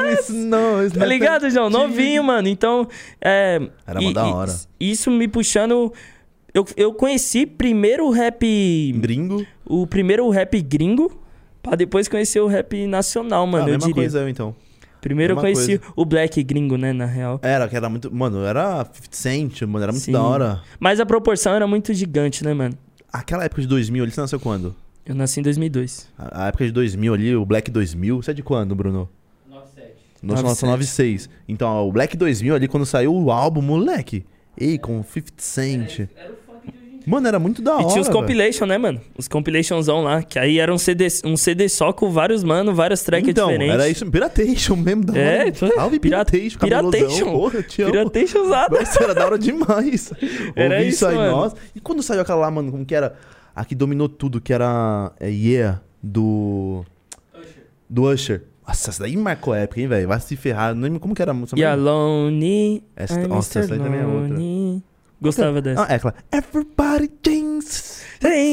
Speaker 2: Tá ligado, João? Novinho, mano. Então, é...
Speaker 1: Era mó
Speaker 2: e-
Speaker 1: da
Speaker 2: e-
Speaker 1: hora.
Speaker 2: Isso me puxando... Eu, eu conheci primeiro o rap...
Speaker 1: Gringo.
Speaker 2: O primeiro o rap gringo, pra depois conhecer o rap nacional, mano,
Speaker 1: ah,
Speaker 2: eu
Speaker 1: mesma
Speaker 2: diria.
Speaker 1: coisa eu, então.
Speaker 2: Primeiro eu
Speaker 1: mesma
Speaker 2: conheci
Speaker 1: coisa.
Speaker 2: o black gringo, né, na real.
Speaker 1: Era, que era muito... Mano, era fifty Cent, mano, era muito
Speaker 2: Sim.
Speaker 1: da hora.
Speaker 2: Mas a proporção era muito gigante, né, mano?
Speaker 1: Aquela época de dois mil ali, você nasceu quando?
Speaker 2: Eu nasci em dois mil e dois.
Speaker 1: A, a época de dois mil ali, o Black dois mil, você é de quando, Bruno?
Speaker 3: nove sete.
Speaker 1: Nossa, nossa, nove seis. Então, ó, o Black dois mil ali, quando saiu o álbum, moleque. Akon, fifty Cent.
Speaker 3: Era o funk de hoje em dia.
Speaker 1: Mano, era muito da hora,
Speaker 2: E tinha os
Speaker 1: velho.
Speaker 2: compilation, né, mano? Os compilationzão lá, que aí era um C D, um C D só com vários, mano, várias tracks
Speaker 1: Então,
Speaker 2: diferentes.
Speaker 1: era isso, Piratation mesmo, da
Speaker 2: É,
Speaker 1: hora.
Speaker 2: foi-
Speaker 1: Salve
Speaker 2: Pirata-
Speaker 1: Piratation,
Speaker 2: Piratation.
Speaker 1: cabelosão, porra, eu te amo.
Speaker 2: Piratation usado.
Speaker 1: Nossa, era da hora demais.
Speaker 2: Era
Speaker 1: Ouvi
Speaker 2: isso,
Speaker 1: aí,
Speaker 2: mano.
Speaker 1: nossa. E quando saiu aquela lá, mano, como que era? A que dominou tudo, que era é, Yeah, do...
Speaker 3: Usher.
Speaker 1: Do Usher. Nossa, essa daí marcou a época, hein, velho? Vai se ferrar. Não lembro como que era a música.
Speaker 2: E a
Speaker 1: mesmo?
Speaker 2: Lonely.
Speaker 1: Essa-
Speaker 2: I'm
Speaker 1: nossa, essa aí também é outra.
Speaker 2: Lonely. Gostava dessa.
Speaker 1: Ah, é aquela... Everybody dance.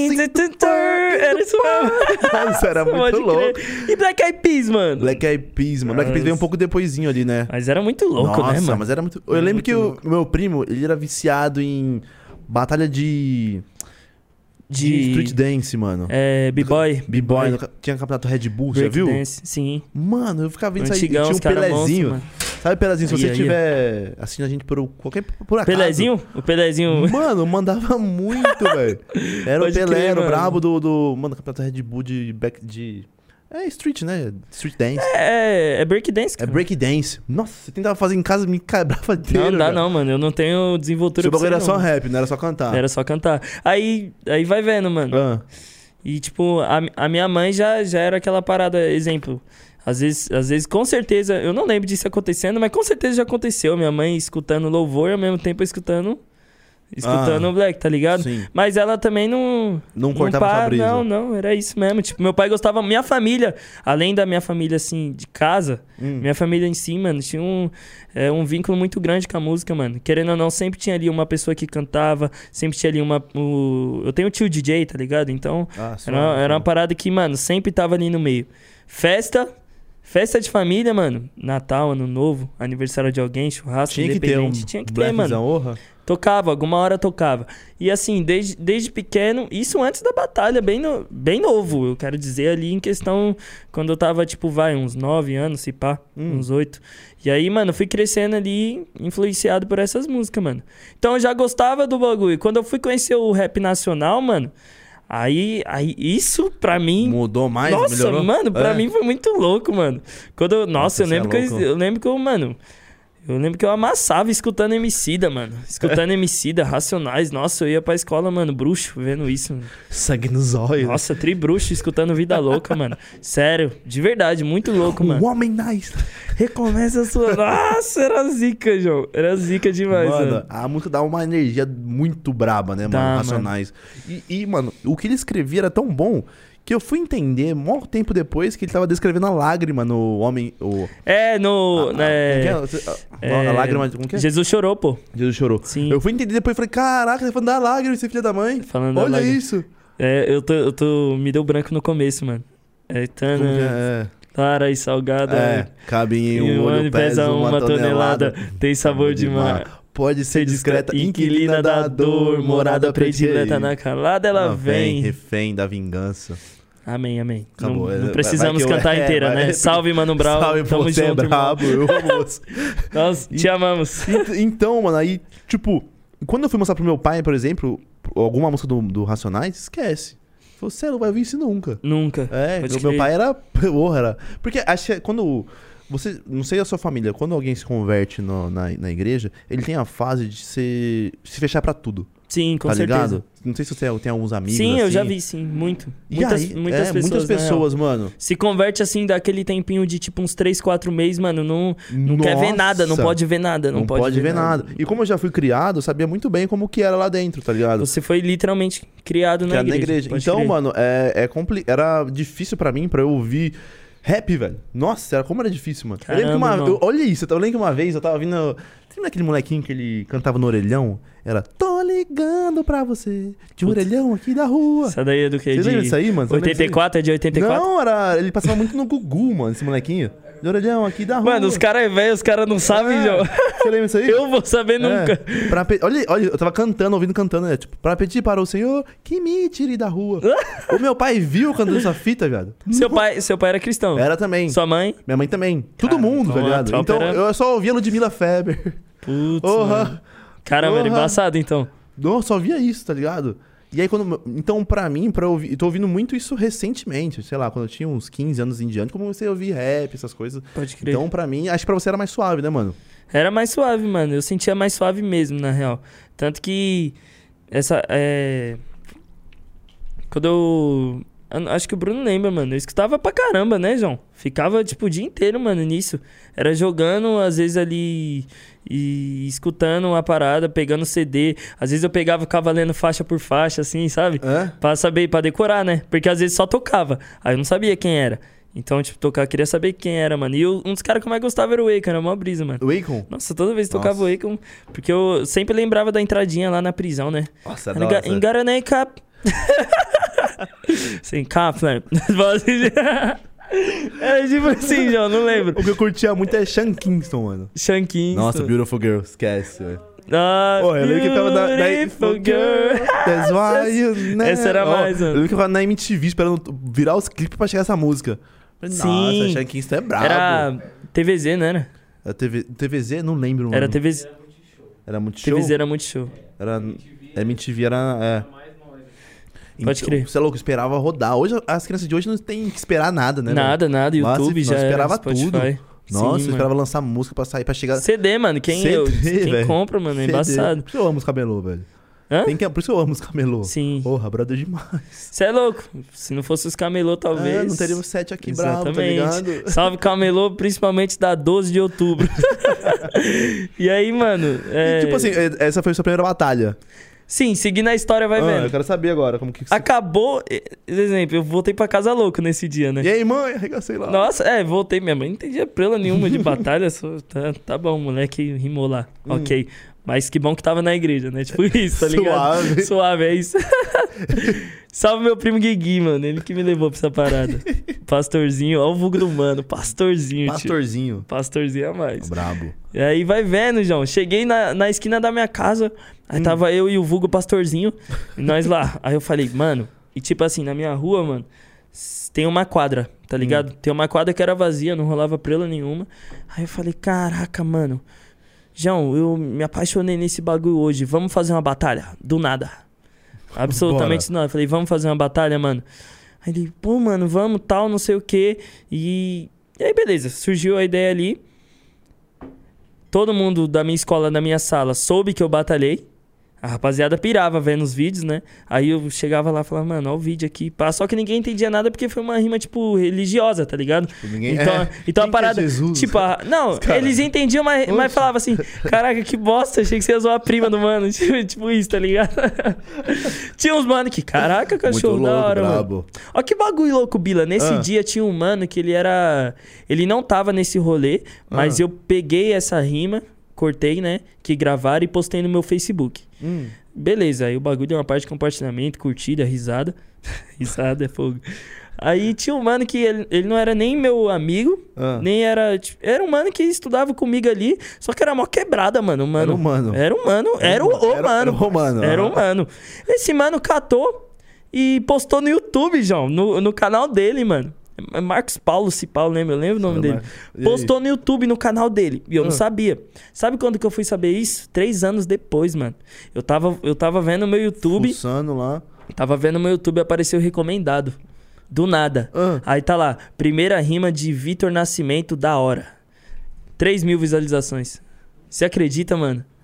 Speaker 2: Era isso mesmo.
Speaker 1: Nossa, era muito
Speaker 2: Pode
Speaker 1: louco.
Speaker 2: crer. E Black Eyed Peas, mano.
Speaker 1: Black Eyed Peas, mano. Black Eyed Peas veio um
Speaker 2: Nossa.
Speaker 1: pouco depoisinho ali, né?
Speaker 2: Mas era muito louco,
Speaker 1: Nossa,
Speaker 2: né, mano?
Speaker 1: mas era muito... Eu
Speaker 2: Era
Speaker 1: lembro
Speaker 2: muito
Speaker 1: que o
Speaker 2: louco.
Speaker 1: meu primo, ele era viciado em batalha de... De,
Speaker 2: De-
Speaker 1: street dance, mano.
Speaker 2: É, B-Boy.
Speaker 1: B-Boy. no ca- Tinha campeonato Red Bull, você viu?
Speaker 2: Breakdance, sim.
Speaker 1: Mano, eu ficava vendo isso aí.
Speaker 2: Antigão,
Speaker 1: Tinha
Speaker 2: os
Speaker 1: um
Speaker 2: caras
Speaker 1: Pelezinho.
Speaker 2: monstros, mano.
Speaker 1: Sabe, Pelezinho, se
Speaker 2: Aí,
Speaker 1: você
Speaker 2: aí,
Speaker 1: tiver assistindo a gente por qualquer por acaso.
Speaker 2: Pelezinho? O Pelezinho.
Speaker 1: Mano, mandava muito, velho. Era
Speaker 2: Pode
Speaker 1: o Pelé,
Speaker 2: crer,
Speaker 1: era o
Speaker 2: mano.
Speaker 1: brabo do, do... Mano, campeonato Red Bull de... Back, de... É street, né? Street dance.
Speaker 2: É, é breakdance,
Speaker 1: É
Speaker 2: cara.
Speaker 1: break dance. Nossa, você tentava fazer em casa, me quebrava inteiro.
Speaker 2: Não dá
Speaker 1: cara.
Speaker 2: não, mano. Eu não tenho desenvoltura
Speaker 1: Seu
Speaker 2: pra
Speaker 1: bagulho
Speaker 2: isso
Speaker 1: era
Speaker 2: aí,
Speaker 1: só
Speaker 2: não.
Speaker 1: rap, não era só cantar.
Speaker 2: Era só cantar. Aí, aí vai vendo, mano.
Speaker 1: Ah,
Speaker 2: E, tipo, a, a minha mãe já, já era aquela parada, exemplo. Às vezes, às vezes, com certeza, eu não lembro disso acontecendo, mas com certeza já aconteceu. Minha mãe escutando louvor e ao mesmo tempo escutando. Escutando
Speaker 1: Ah,
Speaker 2: o Black, tá ligado?
Speaker 1: sim.
Speaker 2: Mas ela também não.
Speaker 1: Não cortava
Speaker 2: para,
Speaker 1: essa brisa.
Speaker 2: Não, não, era isso mesmo. Tipo, meu pai gostava. Minha família, além da minha família, assim, de casa,
Speaker 1: Hum.
Speaker 2: minha família em si, mano, tinha um, é, um vínculo muito grande com a música, mano. Querendo ou não, sempre tinha ali uma pessoa que cantava, sempre tinha ali uma. O... Eu tenho tio D J, tá ligado? Então,
Speaker 1: Ah, só-
Speaker 2: era, uma- era uma parada que, mano, sempre tava ali no meio. Festa. Festa de família, mano. Natal, Ano Novo, aniversário de alguém, churrasco,
Speaker 1: Tinha que ter um
Speaker 2: independente. Tinha que ter, mano.
Speaker 1: blackzão, orra.
Speaker 2: Tocava, alguma hora tocava. E assim, desde, desde pequeno, isso antes da batalha, bem, no, bem novo, eu quero dizer ali em questão, quando eu tava, tipo, vai, uns nove anos, se pá,
Speaker 1: Hum.
Speaker 2: uns oito. E aí, mano, eu fui crescendo ali, influenciado por essas músicas, mano. Então eu já gostava do bagulho. Quando eu fui conhecer o rap nacional, mano, aí, aí isso pra mim...
Speaker 1: Mudou mais,
Speaker 2: Nossa,
Speaker 1: melhorou?
Speaker 2: mano, pra
Speaker 1: É.
Speaker 2: mim foi muito louco, mano. Quando eu, nossa,
Speaker 1: Nossa,
Speaker 2: eu
Speaker 1: cê é
Speaker 2: lembro que eu,
Speaker 1: louco.
Speaker 2: eu lembro que eu, mano, eu lembro que eu amassava escutando Emicida, mano. Escutando Emicida, Racionais. Nossa, eu ia pra escola, mano, bruxo, vendo isso. Mano.
Speaker 1: Sangue nos olhos.
Speaker 2: Nossa, tribruxo escutando Vida Louca, mano. Sério, de verdade, muito louco,
Speaker 1: O
Speaker 2: mano.
Speaker 1: homem nice.
Speaker 2: Recomeça a sua... Nossa, era zica, João. Era zica demais,
Speaker 1: Mano,
Speaker 2: mano.
Speaker 1: a música dá uma energia muito braba, né,
Speaker 2: Dá,
Speaker 1: mano?
Speaker 2: mano.
Speaker 1: Racionais. E, e, mano, o que ele escrevia era tão bom que eu fui entender, mó tempo depois, que ele tava descrevendo a lágrima no homem. O,
Speaker 2: É, no...
Speaker 1: a, a,
Speaker 2: né,
Speaker 1: como que é? A-
Speaker 2: é,
Speaker 1: a lágrima. Como que é?
Speaker 2: Jesus chorou, pô.
Speaker 1: Jesus chorou.
Speaker 2: Sim.
Speaker 1: Eu fui entender depois e falei: caraca, ele tá falando da lágrima, esse filho da mãe.
Speaker 2: Falando da
Speaker 1: Olha
Speaker 2: lágrima.
Speaker 1: isso.
Speaker 2: É, eu tô, eu tô... Me deu branco no começo, mano. É,
Speaker 1: Como que
Speaker 2: tana,
Speaker 1: é?
Speaker 2: clara e salgada.
Speaker 1: É, cabe em
Speaker 2: E
Speaker 1: um
Speaker 2: o
Speaker 1: olho,
Speaker 2: olho
Speaker 1: pesa uma tonelada.
Speaker 2: tem sabor de mar.
Speaker 1: Pode ser discreta,
Speaker 2: inquilina da dor, morada predileta na calada, ela
Speaker 1: Ela
Speaker 2: vem.
Speaker 1: refém da vingança.
Speaker 2: Amém, amém.
Speaker 1: Acabou.
Speaker 2: Não,
Speaker 1: É,
Speaker 2: não
Speaker 1: vai-
Speaker 2: precisamos
Speaker 1: vai que eu-
Speaker 2: cantar
Speaker 1: é,
Speaker 2: inteira,
Speaker 1: vai-
Speaker 2: né? Salve, Mano Brown.
Speaker 1: Salve,
Speaker 2: Tamo
Speaker 1: você
Speaker 2: junto,
Speaker 1: é
Speaker 2: irmão.
Speaker 1: brabo, eu amo você.
Speaker 2: Nós te amamos.
Speaker 1: Ent- Então, mano, aí, tipo, quando eu fui mostrar pro meu pai, por exemplo, alguma música do, do Racionais, esquece. Você não vai ouvir isso nunca.
Speaker 2: Nunca.
Speaker 1: É,
Speaker 2: Pode
Speaker 1: o meu
Speaker 2: crer.
Speaker 1: pai era. Porra, era. Porque acho que quando. Você, não sei a sua família, quando alguém se converte no- na, na igreja, ele tem a fase de se, se fechar pra tudo.
Speaker 2: Sim, com
Speaker 1: tá
Speaker 2: certeza.
Speaker 1: ligado? Não sei se você tem alguns amigos
Speaker 2: Sim,
Speaker 1: assim.
Speaker 2: eu já vi, sim. Muito.
Speaker 1: E
Speaker 2: Muitas,
Speaker 1: aí,
Speaker 2: muitas
Speaker 1: é,
Speaker 2: pessoas,
Speaker 1: muitas
Speaker 2: na real.
Speaker 1: pessoas, mano.
Speaker 2: Se converte assim, daquele tempinho de tipo uns três, quatro meses, mano, não, não quer ver nada, não
Speaker 1: Nossa.
Speaker 2: pode ver nada. Não,
Speaker 1: Não pode, ver nada. E como eu já fui criado, eu sabia muito bem como que era lá dentro, tá ligado?
Speaker 2: Você foi literalmente criado na
Speaker 1: Criado
Speaker 2: igreja.
Speaker 1: na igreja.
Speaker 2: pode
Speaker 1: Então,
Speaker 2: crer.
Speaker 1: mano, é, é compli... era difícil pra mim, pra eu ouvir rap, velho. Nossa, era, como era difícil, mano. eu lembro que uma...
Speaker 2: Caramba,
Speaker 1: eu- olha isso, eu lembro que uma vez eu tava vindo... Você lembra aquele molequinho que ele cantava no orelhão? Era, tô ligando pra você, de um
Speaker 2: Putz.
Speaker 1: orelhão aqui da rua.
Speaker 2: Essa daí é do que?
Speaker 1: Você
Speaker 2: De
Speaker 1: lembra disso aí, mano? Você lembra disso aí?
Speaker 2: oitenta e quatro? É de oitenta e quatro?
Speaker 1: Não, era... ele passava muito no Gugu, mano, esse molequinho. De orelhão aqui da rua.
Speaker 2: Mano, os caras é velho, os caras não sabem,
Speaker 1: É.
Speaker 2: João.
Speaker 1: Você lembra disso aí?
Speaker 2: Eu vou saber nunca.
Speaker 1: É, pra pe- olha, olha, eu tava cantando, ouvindo cantando, né? Tipo, pra pedir para o Senhor que me tire da rua. O meu pai viu cantando essa fita, viado.
Speaker 2: Seu pai, seu pai era cristão?
Speaker 1: Era também.
Speaker 2: Sua mãe?
Speaker 1: Minha mãe também. Todo
Speaker 2: Cara,
Speaker 1: mundo, tá
Speaker 2: então a
Speaker 1: ligado?
Speaker 2: tropa
Speaker 1: Então
Speaker 2: era-
Speaker 1: eu só ouvia Ludmilla Feber.
Speaker 2: Putz,
Speaker 1: Porra.
Speaker 2: mano. Caramba, era
Speaker 1: Porra.
Speaker 2: embaçado então.
Speaker 1: Não, só via isso, tá ligado? E aí, quando. Então, pra mim, pra eu ouvir. Eu tô ouvindo muito isso recentemente. Sei lá, quando eu tinha uns quinze anos em diante, como você ouvir rap, essas coisas.
Speaker 2: Pode crer.
Speaker 1: Então, pra mim, acho que pra você era mais suave, né, mano?
Speaker 2: Era mais suave, mano. Eu sentia mais suave mesmo, na real. Tanto que essa é quando eu eu acho que o Bruno lembra, mano. Eu escutava pra caramba, né, João? Ficava tipo o dia inteiro, mano, nisso. Era jogando, às vezes ali e escutando uma parada, pegando C D. Às vezes eu pegava e ficava lendo faixa por faixa, assim, sabe?
Speaker 1: É?
Speaker 2: Pra saber, pra decorar, né? Porque às vezes só tocava. Aí eu não sabia quem era. Então, tipo, tocar, eu queria saber quem era, mano. E eu- um dos caras que eu mais gostava era o Akon, era uma brisa, mano.
Speaker 1: O Akon?
Speaker 2: Nossa, toda vez que tocava
Speaker 1: Nossa.
Speaker 2: o Akon, porque eu sempre lembrava da entradinha lá na prisão, né?
Speaker 1: Nossa,
Speaker 2: Em Ga- Em Garanay Cap. Sem cap, né? Era tipo assim, João, não lembro.
Speaker 1: O que eu curtia muito é Sean Kingston, mano.
Speaker 2: Shankin.
Speaker 1: Nossa, Beautiful Girl, esquece, velho.
Speaker 2: Ah,
Speaker 1: Pô, eu lembro que eu ficava na, na
Speaker 2: beautiful girl.
Speaker 1: That's why you never-
Speaker 2: Essa era
Speaker 1: Ó,
Speaker 2: mais, mano.
Speaker 1: Eu lembro que eu ficava na M T V esperando virar os clipes pra chegar essa música. Falei,
Speaker 2: Sim.
Speaker 1: Nossa, Sean Kingston é brabo.
Speaker 2: Era T V Z, não era?
Speaker 1: Era T V, T V Z? Não lembro, mano.
Speaker 2: Era T V Z.
Speaker 1: Era muito show.
Speaker 2: T V Z era muito show.
Speaker 1: Era... M T V era... É.
Speaker 2: Pode crer.
Speaker 1: Você é louco, esperava rodar. Hoje, as crianças de hoje não tem que esperar nada, né?
Speaker 2: Nada, nada.
Speaker 1: Nossa,
Speaker 2: YouTube
Speaker 1: nós
Speaker 2: já era,
Speaker 1: esperava
Speaker 2: Spotify.
Speaker 1: tudo.
Speaker 2: Sim,
Speaker 1: Nossa, eu
Speaker 2: mano.
Speaker 1: esperava lançar música pra sair, pra chegar...
Speaker 2: C D, mano. Quem,
Speaker 1: C D,
Speaker 2: eu, quem
Speaker 1: velho.
Speaker 2: compra, mano, é
Speaker 1: C D.
Speaker 2: embaçado.
Speaker 1: Por isso eu amo os camelô, velho.
Speaker 2: Hã?
Speaker 1: Tem que... Por isso eu amo os camelô.
Speaker 2: Sim.
Speaker 1: Porra, brother demais.
Speaker 2: Você é louco. Se não fosse os camelô, talvez...
Speaker 1: É, não teríamos sete aqui bravo, tá
Speaker 2: Exatamente.
Speaker 1: ligado?
Speaker 2: Salve camelô, principalmente da doze de outubro. E aí, mano... é-
Speaker 1: E, tipo assim, é- essa foi a sua primeira batalha.
Speaker 2: Sim, seguindo a história, vai
Speaker 1: Ah,
Speaker 2: vendo.
Speaker 1: eu quero saber agora como que... você-
Speaker 2: Acabou... eh, Exemplo, eu voltei pra casa louco nesse dia, né?
Speaker 1: E aí, mãe? Arregacei lá.
Speaker 2: Nossa, é, voltei. Minha mãe não entendia prela nenhuma de batalha. Só, tá, tá bom, moleque rimou lá.
Speaker 1: Hum.
Speaker 2: Ok. Mas que bom que tava na igreja, né? Tipo isso, tá ligado?
Speaker 1: Suave.
Speaker 2: Suave, é isso. Salve meu primo Guigui, mano. Ele que me levou pra essa parada. Pastorzinho, ó o vulgo do mano. Pastorzinho, tio.
Speaker 1: Pastorzinho.
Speaker 2: Pastorzinho a mais.
Speaker 1: Brabo.
Speaker 2: E aí vai vendo, João. Cheguei na, na esquina da minha casa. Aí
Speaker 1: Hum.
Speaker 2: tava eu e o vulgo Pastorzinho. E nós lá. Aí eu falei, mano. E tipo assim, na minha rua, mano, s- tem uma quadra, tá ligado? Tem uma quadra que era vazia, não rolava prela nenhuma. Aí eu falei, caraca, mano. João, eu me apaixonei nesse bagulho hoje. Vamos fazer uma batalha? Do nada. Absolutamente não. Eu falei, vamos fazer uma batalha, mano. Aí ele, pô, mano, vamos, tal, não sei o quê. E, e aí, beleza. Surgiu a ideia ali. Todo mundo da minha escola, da minha sala, soube que eu batalhei. A rapaziada pirava vendo os vídeos, né? Aí eu chegava lá e falava, mano, ó o vídeo aqui. Pá. Só que ninguém entendia nada porque foi uma rima, tipo, religiosa, tá ligado?
Speaker 1: Ninguém...
Speaker 2: Então,
Speaker 1: é.
Speaker 2: então a
Speaker 1: Quem que é
Speaker 2: parada.
Speaker 1: Jesus?
Speaker 2: Tipo, a- não,
Speaker 1: Cara.
Speaker 2: eles entendiam, mas, mas
Speaker 1: Oxe.
Speaker 2: falavam assim: caraca, que bosta, achei que você ia zoar a prima do mano. Tipo, tipo isso, tá ligado? Tinha uns mano que, caraca,
Speaker 1: Muito
Speaker 2: cachorro
Speaker 1: louco,
Speaker 2: da hora, mano.
Speaker 1: brabo.
Speaker 2: Ó, que bagulho louco, Bila. Nesse
Speaker 1: Ah.
Speaker 2: dia tinha um mano que ele era. Ele não tava nesse rolê, mas
Speaker 1: Ah.
Speaker 2: eu peguei essa rima, cortei, né? Que gravaram e postei no meu Facebook.
Speaker 1: Hum.
Speaker 2: Beleza, aí o bagulho deu uma parte de compartilhamento, curtida, risada. Risada é fogo. Aí tinha um mano que ele, ele não era nem meu amigo,
Speaker 1: Ah.
Speaker 2: nem era. Tipo, era um mano que estudava comigo ali, só que era mó quebrada, mano. mano
Speaker 1: Era um mano.
Speaker 2: Era um mano. Era o, o
Speaker 1: Era-
Speaker 2: mano.
Speaker 1: era o mano,
Speaker 2: Era
Speaker 1: ah.
Speaker 2: um mano. Esse mano catou e postou no YouTube, João, no, no canal dele, mano. É Marcos Paulo, se Paulo, lembra? Eu lembro o nome
Speaker 1: Era
Speaker 2: dele.
Speaker 1: Mar- E aí?
Speaker 2: Postou no YouTube, no canal dele. E eu não
Speaker 1: Ah.
Speaker 2: sabia. Sabe quando que eu fui saber isso? Três anos depois, mano. Eu tava, eu tava vendo meu YouTube.
Speaker 1: Fuçando lá.
Speaker 2: Tava vendo meu YouTube e apareceu recomendado. Do nada.
Speaker 1: Ah.
Speaker 2: Aí tá lá. Primeira rima de Vitor Nascimento da hora. três mil visualizações. Você acredita, mano?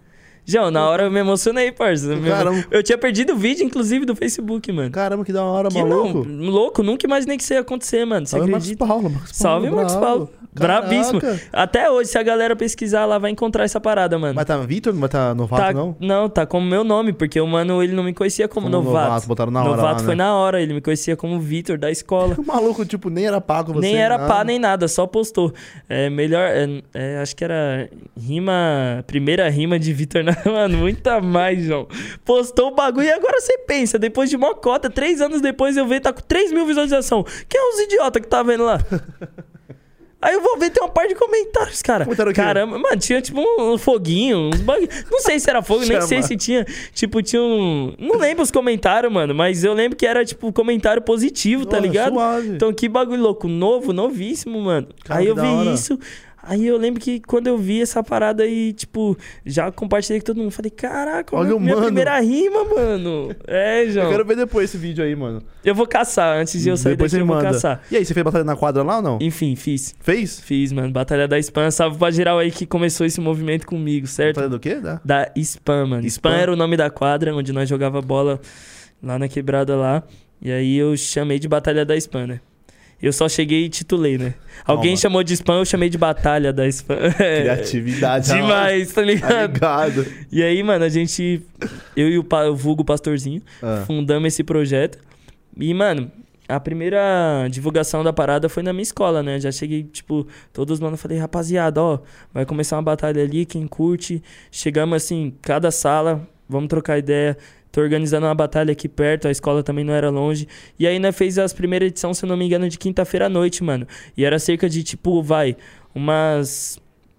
Speaker 2: João, na hora eu me emocionei, parça.
Speaker 1: Caramba.
Speaker 2: Eu tinha perdido o vídeo, inclusive, do Facebook, mano.
Speaker 1: Caramba, que da hora,
Speaker 2: Que
Speaker 1: maluco.
Speaker 2: não, louco, nunca imaginei que isso ia acontecer, mano. Você
Speaker 1: Salve Marcos
Speaker 2: acredita?
Speaker 1: Paulo, Marcos Paulo.
Speaker 2: Salve, Marcos
Speaker 1: bravo.
Speaker 2: Paulo. Brabíssimo.
Speaker 1: Caraca.
Speaker 2: Até hoje, se a galera pesquisar lá, vai encontrar essa parada, mano.
Speaker 1: Vai tá Vitor, não vai tá novato,
Speaker 2: Tá,
Speaker 1: não?
Speaker 2: não, tá como meu nome, porque o mano, ele não me conhecia como,
Speaker 1: Como
Speaker 2: novato.
Speaker 1: novato, botaram na hora
Speaker 2: Novato
Speaker 1: lá,
Speaker 2: foi
Speaker 1: né?
Speaker 2: na hora, ele me conhecia como Vitor da escola.
Speaker 1: O maluco, tipo, nem era pago você.
Speaker 2: Nem era
Speaker 1: nada.
Speaker 2: pá, nem nada, só postou. É melhor, é, é, acho que era rima, primeira rima de Vitor, na- mano, muita mais, João. Postou o bagulho e agora você pensa, depois de mocota, três anos depois eu vejo, tá com três mil visualizações. Quem é os idiota que tá vendo lá? Aí eu vou ver, tem uma parte de comentários, cara.
Speaker 1: Comentário o quê?
Speaker 2: Caramba, mano, tinha tipo um foguinho, uns bagulho. Não sei se era fogo, nem
Speaker 1: Chama.
Speaker 2: sei se tinha. Tipo, tinha um. Não lembro os comentários, mano, mas eu lembro que era tipo comentário positivo, tá
Speaker 1: Olha,
Speaker 2: ligado?
Speaker 1: suave.
Speaker 2: Então que bagulho louco, novo, novíssimo, mano.
Speaker 1: Cara,
Speaker 2: aí
Speaker 1: que
Speaker 2: eu
Speaker 1: da
Speaker 2: vi
Speaker 1: hora.
Speaker 2: isso. Aí eu lembro que quando eu vi essa parada aí, tipo, já compartilhei com todo mundo. Falei, caraca,
Speaker 1: Olha
Speaker 2: olha
Speaker 1: o
Speaker 2: minha
Speaker 1: mano.
Speaker 2: primeira rima, mano. É, João.
Speaker 1: Eu
Speaker 2: Eu,
Speaker 1: quero ver depois esse vídeo aí, mano.
Speaker 2: vou caçar. Antes de eu sair
Speaker 1: Depois
Speaker 2: daqui,
Speaker 1: você
Speaker 2: eu vou
Speaker 1: manda.
Speaker 2: caçar.
Speaker 1: E aí, você fez batalha na quadra lá ou não?
Speaker 2: Enfim, fiz.
Speaker 1: Fez?
Speaker 2: Fiz, mano. Batalha da Spam. Salve pra geral aí que começou esse movimento comigo, certo?
Speaker 1: Batalha do quê? Da?
Speaker 2: Da Spam, mano. Spam.
Speaker 1: Spam.
Speaker 2: era o nome da quadra, onde nós jogava bola lá na quebrada lá. E aí eu chamei de Batalha da Spam, né? Eu só cheguei e titulei, né? Alguém
Speaker 1: Toma.
Speaker 2: chamou de Spam, eu chamei de Batalha da Spam.
Speaker 1: Criatividade.
Speaker 2: Demais, tá
Speaker 1: Tá
Speaker 2: ligado?
Speaker 1: ligado.
Speaker 2: E aí, mano, a gente... Eu e o, pa- o vulgo Pastorzinho
Speaker 1: Ah.
Speaker 2: fundamos esse projeto. E, mano, a primeira divulgação da parada foi na minha escola, né? Já cheguei, tipo, todos os manos, falei, rapaziada, ó, vai começar uma batalha ali, quem curte. Chegamos assim, cada sala, vamos trocar ideia. Tô organizando uma batalha aqui perto, a escola também não era longe. E aí, nós fez as primeiras edições, se eu não me engano, de quinta-feira à noite, mano. E era cerca de, tipo, vai, umas...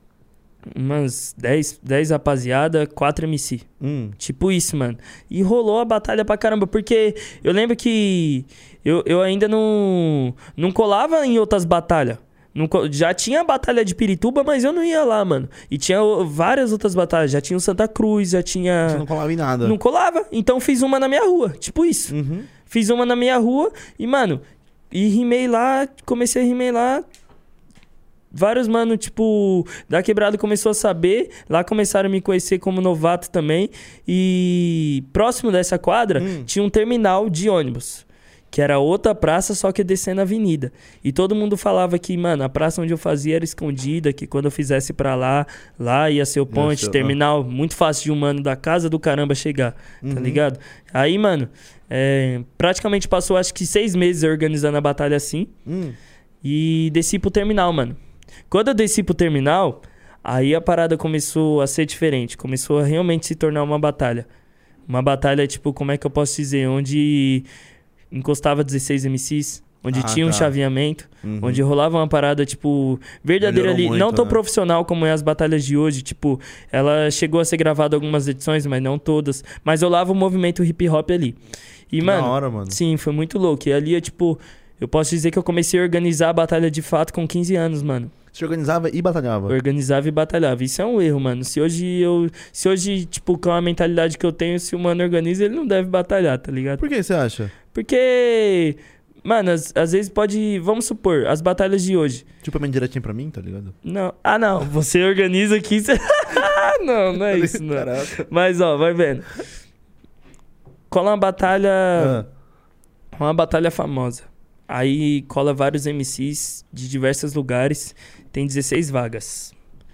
Speaker 2: Umas dez, dez rapaziada, quatro M C.
Speaker 1: Hum.
Speaker 2: Tipo isso, mano. E rolou a batalha pra caramba, porque eu lembro que eu, eu ainda não, não colava em outras batalhas. Não co- já tinha a batalha de Pirituba, mas eu não ia lá, mano. E tinha o- várias outras batalhas. Já tinha o Santa Cruz, já tinha...
Speaker 1: Você não colava em nada.
Speaker 2: Não colava. Então fiz uma na minha rua. Tipo isso.
Speaker 1: Uhum.
Speaker 2: Fiz uma na minha rua e, mano, e rimei lá, comecei a rimei lá. Vários, mano, tipo, da quebrada começou a saber. Lá começaram a me conhecer como novato também. E próximo dessa quadra
Speaker 1: Hum.
Speaker 2: tinha um terminal de ônibus. Que era outra praça, só que descendo a avenida. E todo mundo falava que, mano, a praça onde eu fazia era escondida, que quando eu fizesse pra lá, lá ia ser o ponte,
Speaker 1: ser,
Speaker 2: terminal, muito fácil de um mano da casa do caramba chegar, tá
Speaker 1: Uhum.
Speaker 2: ligado? Aí, mano, é, praticamente passou acho que seis meses organizando a batalha assim.
Speaker 1: Hum.
Speaker 2: E desci pro terminal, mano. Quando eu desci pro terminal, aí a parada começou a ser diferente. Começou a realmente se tornar uma batalha. Uma batalha, tipo, como é que eu posso dizer? Onde encostava dezesseis M Cs, onde
Speaker 1: Ah,
Speaker 2: tinha um
Speaker 1: tá.
Speaker 2: chaveamento,
Speaker 1: Uhum.
Speaker 2: onde rolava uma parada, tipo, verdadeira
Speaker 1: Melhorou
Speaker 2: ali.
Speaker 1: muito,
Speaker 2: Não tão
Speaker 1: né?
Speaker 2: profissional como é as batalhas de hoje. Tipo, ela chegou a ser gravada algumas edições, mas não todas. Mas rolava o movimento hip hop ali. E,
Speaker 1: Que
Speaker 2: mano,
Speaker 1: da hora, mano.
Speaker 2: sim, foi muito louco. E ali, eu, tipo, eu posso dizer que eu comecei a organizar a batalha de fato com quinze anos, mano.
Speaker 1: Você organizava e batalhava.
Speaker 2: Organizava e batalhava. Isso é um erro, mano. Se hoje eu. Se hoje, tipo, com a mentalidade que eu tenho, se o mano organiza, ele não deve batalhar, tá ligado?
Speaker 1: Por que você acha?
Speaker 2: Porque. Mano, às, às vezes pode. Vamos supor, as batalhas de hoje.
Speaker 1: Tipo, é direitinho pra mim, tá ligado?
Speaker 2: Não. Ah, não. Você organiza aqui. Você... não, não é isso, não.
Speaker 1: Caraca.
Speaker 2: Mas, ó, vai vendo. Cola uma batalha.
Speaker 1: Ah.
Speaker 2: Uma batalha famosa. Aí cola vários M Cs de diversos lugares. Tem dezesseis vagas.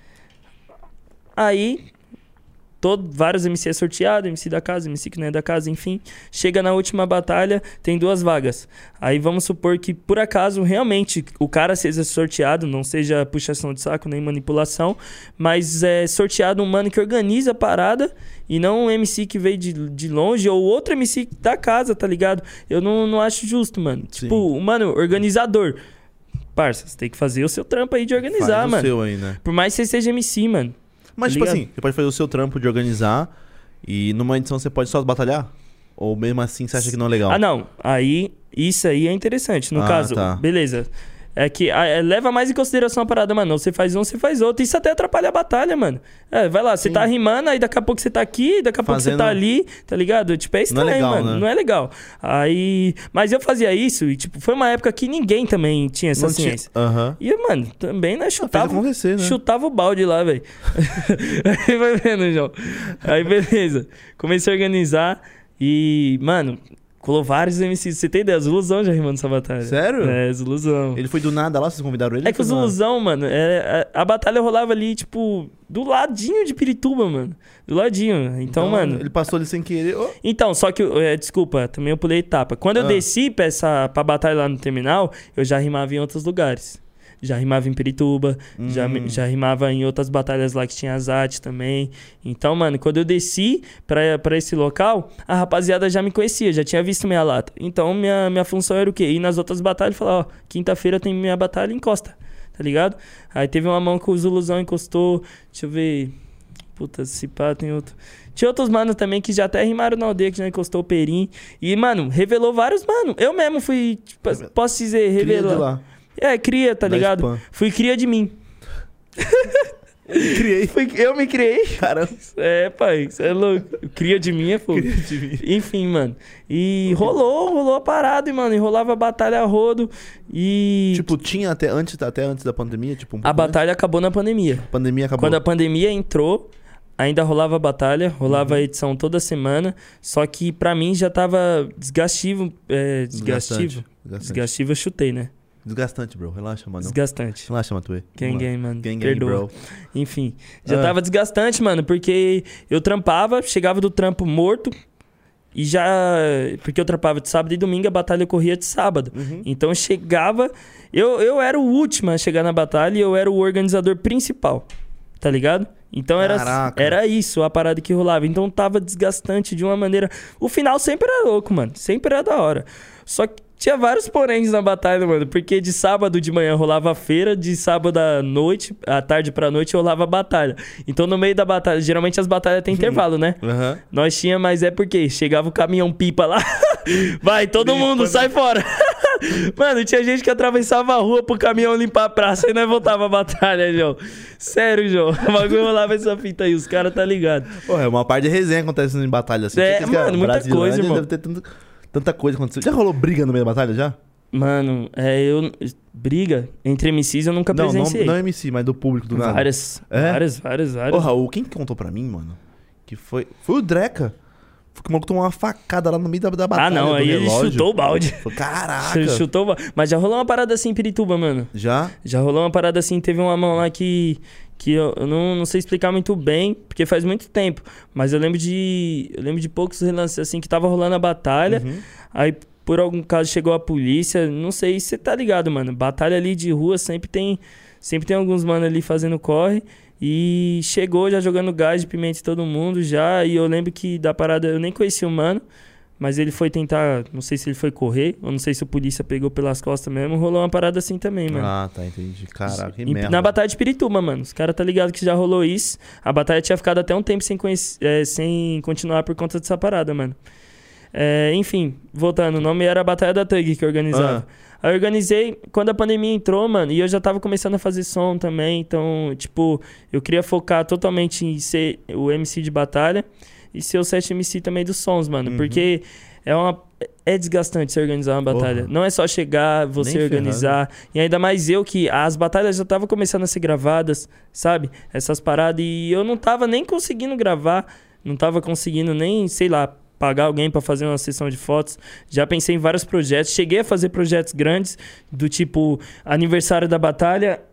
Speaker 2: Aí, todo, vários M Cs sorteados, M C da casa, M C que não é da casa, enfim. Chega na última batalha, tem duas vagas. Aí vamos supor que, por acaso, realmente, o cara seja sorteado, não seja puxação de saco nem manipulação, mas é sorteado um mano que organiza a parada e não um M C que veio de, de longe ou outro M C da casa, tá ligado? Eu não, não acho justo, mano.
Speaker 1: Sim.
Speaker 2: Tipo, o mano, organizador. Parça, você tem que fazer o seu trampo aí de organizar,
Speaker 1: Faz o
Speaker 2: mano.
Speaker 1: seu aí, né?
Speaker 2: Por mais que você seja M C, mano.
Speaker 1: Mas,
Speaker 2: Tá
Speaker 1: tipo
Speaker 2: ligado?
Speaker 1: assim, você pode fazer o seu trampo de organizar e numa edição você pode só batalhar? Ou mesmo assim você acha que não é legal?
Speaker 2: Ah, não. Aí, isso aí é interessante. No
Speaker 1: Ah,
Speaker 2: caso,
Speaker 1: tá.
Speaker 2: beleza. É que ah, é, leva mais em consideração a parada, mano. Você faz um, você faz outro. Isso até atrapalha a batalha, mano. É, vai lá, você
Speaker 1: Sim.
Speaker 2: tá rimando, aí daqui a pouco você tá aqui, daqui a pouco
Speaker 1: Fazendo-
Speaker 2: você tá ali, tá ligado? Tipo, é estranho,
Speaker 1: legal,
Speaker 2: mano.
Speaker 1: né?
Speaker 2: Não é legal. Aí. Mas eu fazia isso e, tipo, foi uma época que ninguém também tinha essa
Speaker 1: Não tinha-
Speaker 2: ciência.
Speaker 1: Aham.
Speaker 2: E, mano, também, né,
Speaker 1: Fez
Speaker 2: chutava,
Speaker 1: acontecer, né?
Speaker 2: chutava o balde lá, velho. Aí vai vendo, João. Aí, beleza. Comecei a organizar e, mano, colou vários M Cs. Você tem ideia? Zuluzão já rimando essa batalha.
Speaker 1: Sério?
Speaker 2: É, Zuluzão.
Speaker 1: Ele foi do nada lá, vocês convidaram ele?
Speaker 2: É que o
Speaker 1: Foi do nada?
Speaker 2: Zuluzão, mano, é, a, a batalha rolava ali, tipo, do ladinho de Pirituba, mano. Do ladinho. Então, mano.
Speaker 1: Ele passou ali sem querer. Oh.
Speaker 2: Então, só que, é, desculpa, também eu pulei etapa. Quando eu
Speaker 1: Ah.
Speaker 2: desci pra, essa, pra batalha lá no terminal, eu já rimava em outros lugares. Já rimava em Pirituba, já,
Speaker 1: Hum.
Speaker 2: já rimava em outras batalhas lá que tinha Azat também. Então, mano, quando eu desci pra, pra esse local, a rapaziada já me conhecia, já tinha visto minha lata. Então, minha, minha função era o quê? Ir nas outras batalhas e falar, ó, quinta-feira tem minha batalha, encosta, tá ligado? Aí teve uma mão que o Zuluzão encostou, deixa eu ver... Puta, se pá, tem outro... Tinha outros manos também que já até rimaram na aldeia, que já encostou o Perim. E, mano, revelou vários, mano. Eu mesmo fui, tipo, posso dizer,
Speaker 1: Cria de
Speaker 2: revelar.
Speaker 1: lá.
Speaker 2: É, cria, tá
Speaker 1: Da
Speaker 2: ligado?
Speaker 1: spam.
Speaker 2: Fui cria de mim.
Speaker 1: Criei.
Speaker 2: Fui, eu me criei.
Speaker 1: Caramba.
Speaker 2: É, pai, você é louco. Cria de mim é fogo.
Speaker 1: Cria de mim.
Speaker 2: Enfim, mano. E rolou, rolou a parada, e, mano. E rolava a batalha a rodo. E.
Speaker 1: Tipo, tinha até antes, até antes da pandemia, tipo, um
Speaker 2: a
Speaker 1: pouco
Speaker 2: batalha acabou na pandemia.
Speaker 1: antes. A pandemia acabou.
Speaker 2: Quando a pandemia entrou, ainda rolava a batalha, rolava
Speaker 1: Uhum.
Speaker 2: a edição toda semana. Só que pra mim já tava desgastivo. É, desgastivo.
Speaker 1: Desgastante. Desgastante.
Speaker 2: Desgastivo eu chutei, né?
Speaker 1: Desgastante, bro. Relaxa, mano.
Speaker 2: Desgastante.
Speaker 1: Relaxa, Matuê.
Speaker 2: Gang, gang, mano.
Speaker 1: Gang, gang,
Speaker 2: Perdoa.
Speaker 1: bro.
Speaker 2: Enfim, já
Speaker 1: Ah.
Speaker 2: tava desgastante, mano, porque eu trampava, chegava do trampo morto e já. Porque eu trampava de sábado e domingo, a batalha corria de sábado.
Speaker 1: Uhum.
Speaker 2: Então eu chegava. Eu, eu era o último a chegar na batalha e eu era o organizador principal, tá ligado? Então era,
Speaker 1: Caraca.
Speaker 2: era isso, a parada que rolava. Então tava desgastante de uma maneira. O final sempre era louco, mano. Sempre era da hora. Só que tinha vários poréns na batalha, mano. Porque de sábado de manhã rolava a feira, de sábado à noite, à tarde pra noite, rolava a batalha. Então no meio da batalha, geralmente as batalhas têm intervalo, né?
Speaker 1: Aham.
Speaker 2: Nós tinha, mas é porque chegava o caminhão pipa lá. Vai, todo
Speaker 1: Limpa,
Speaker 2: mundo,
Speaker 1: né?
Speaker 2: sai fora. Mano, tinha gente que atravessava a rua pro caminhão limpar a praça e nós voltava a batalha, João. Sério, João. O bagulho rolava essa fita aí, os caras tá ligado.
Speaker 1: Porra, é uma parte de resenha acontecendo em batalha assim.
Speaker 2: É,
Speaker 1: Tinha que-
Speaker 2: mano, muita
Speaker 1: Brasilândia
Speaker 2: coisa, irmão.
Speaker 1: Deve ter tanto- tanta coisa acontecendo. Já rolou briga no meio da batalha, já?
Speaker 2: Mano, é, eu. Briga entre M Cs eu nunca
Speaker 1: Não, não,
Speaker 2: presenciei.
Speaker 1: não M C, mas do público, do nada.
Speaker 2: Várias,
Speaker 1: É?
Speaker 2: várias, várias, várias.
Speaker 1: Porra, o quem que contou pra mim, mano? Que foi... Foi o Dreca. Foi que o maluco tomou uma facada lá no meio da, da batalha
Speaker 2: ah, não,
Speaker 1: do
Speaker 2: aí ele
Speaker 1: relógio.
Speaker 2: chutou o balde.
Speaker 1: Falei, Caraca.
Speaker 2: Ele chutou o balde. Mas já rolou uma parada assim em Pirituba, mano.
Speaker 1: Já?
Speaker 2: Já rolou uma parada assim, teve uma mão lá que, que eu, eu não, não sei explicar muito bem, porque faz muito tempo. Mas eu lembro de. Eu lembro de poucos relances assim que tava rolando a batalha.
Speaker 1: Uhum.
Speaker 2: Aí, por algum caso, chegou a polícia. Não sei se você tá ligado, mano. Batalha ali de rua sempre tem. Sempre tem alguns mano ali fazendo corre. E chegou já jogando gás de pimenta em todo mundo já. E eu lembro que da parada eu nem conhecia o mano. Mas ele foi tentar. Não sei se ele foi correr. Ou não sei se o polícia pegou pelas costas mesmo. Rolou uma parada assim também, mano.
Speaker 1: Ah, tá, entendi. Caraca, que
Speaker 2: Em-
Speaker 1: merda.
Speaker 2: Na batalha de Pirituba, mano. Os caras tá ligado que já rolou isso. A batalha tinha ficado até um tempo sem, conhece- é, sem continuar por conta dessa parada, mano. É, enfim, voltando. O nome era a Batalha da Thug que eu organizava. Aí eu organizei quando a pandemia entrou, mano. E eu já tava começando a fazer som também. Então, tipo, eu queria focar totalmente em ser o M C de batalha. E ser o set M C também dos sons, mano.
Speaker 1: Uhum.
Speaker 2: Porque é uma... É desgastante você organizar uma batalha.
Speaker 1: Porra.
Speaker 2: Não é só chegar, você
Speaker 1: Nem
Speaker 2: organizar. E ainda mais eu que as batalhas já estavam começando a ser gravadas, sabe? Essas paradas. E eu não tava nem conseguindo gravar. Não tava conseguindo nem, sei lá, pagar alguém pra fazer uma sessão de fotos. Já pensei em vários projetos. Cheguei a fazer projetos grandes, do tipo aniversário da batalha...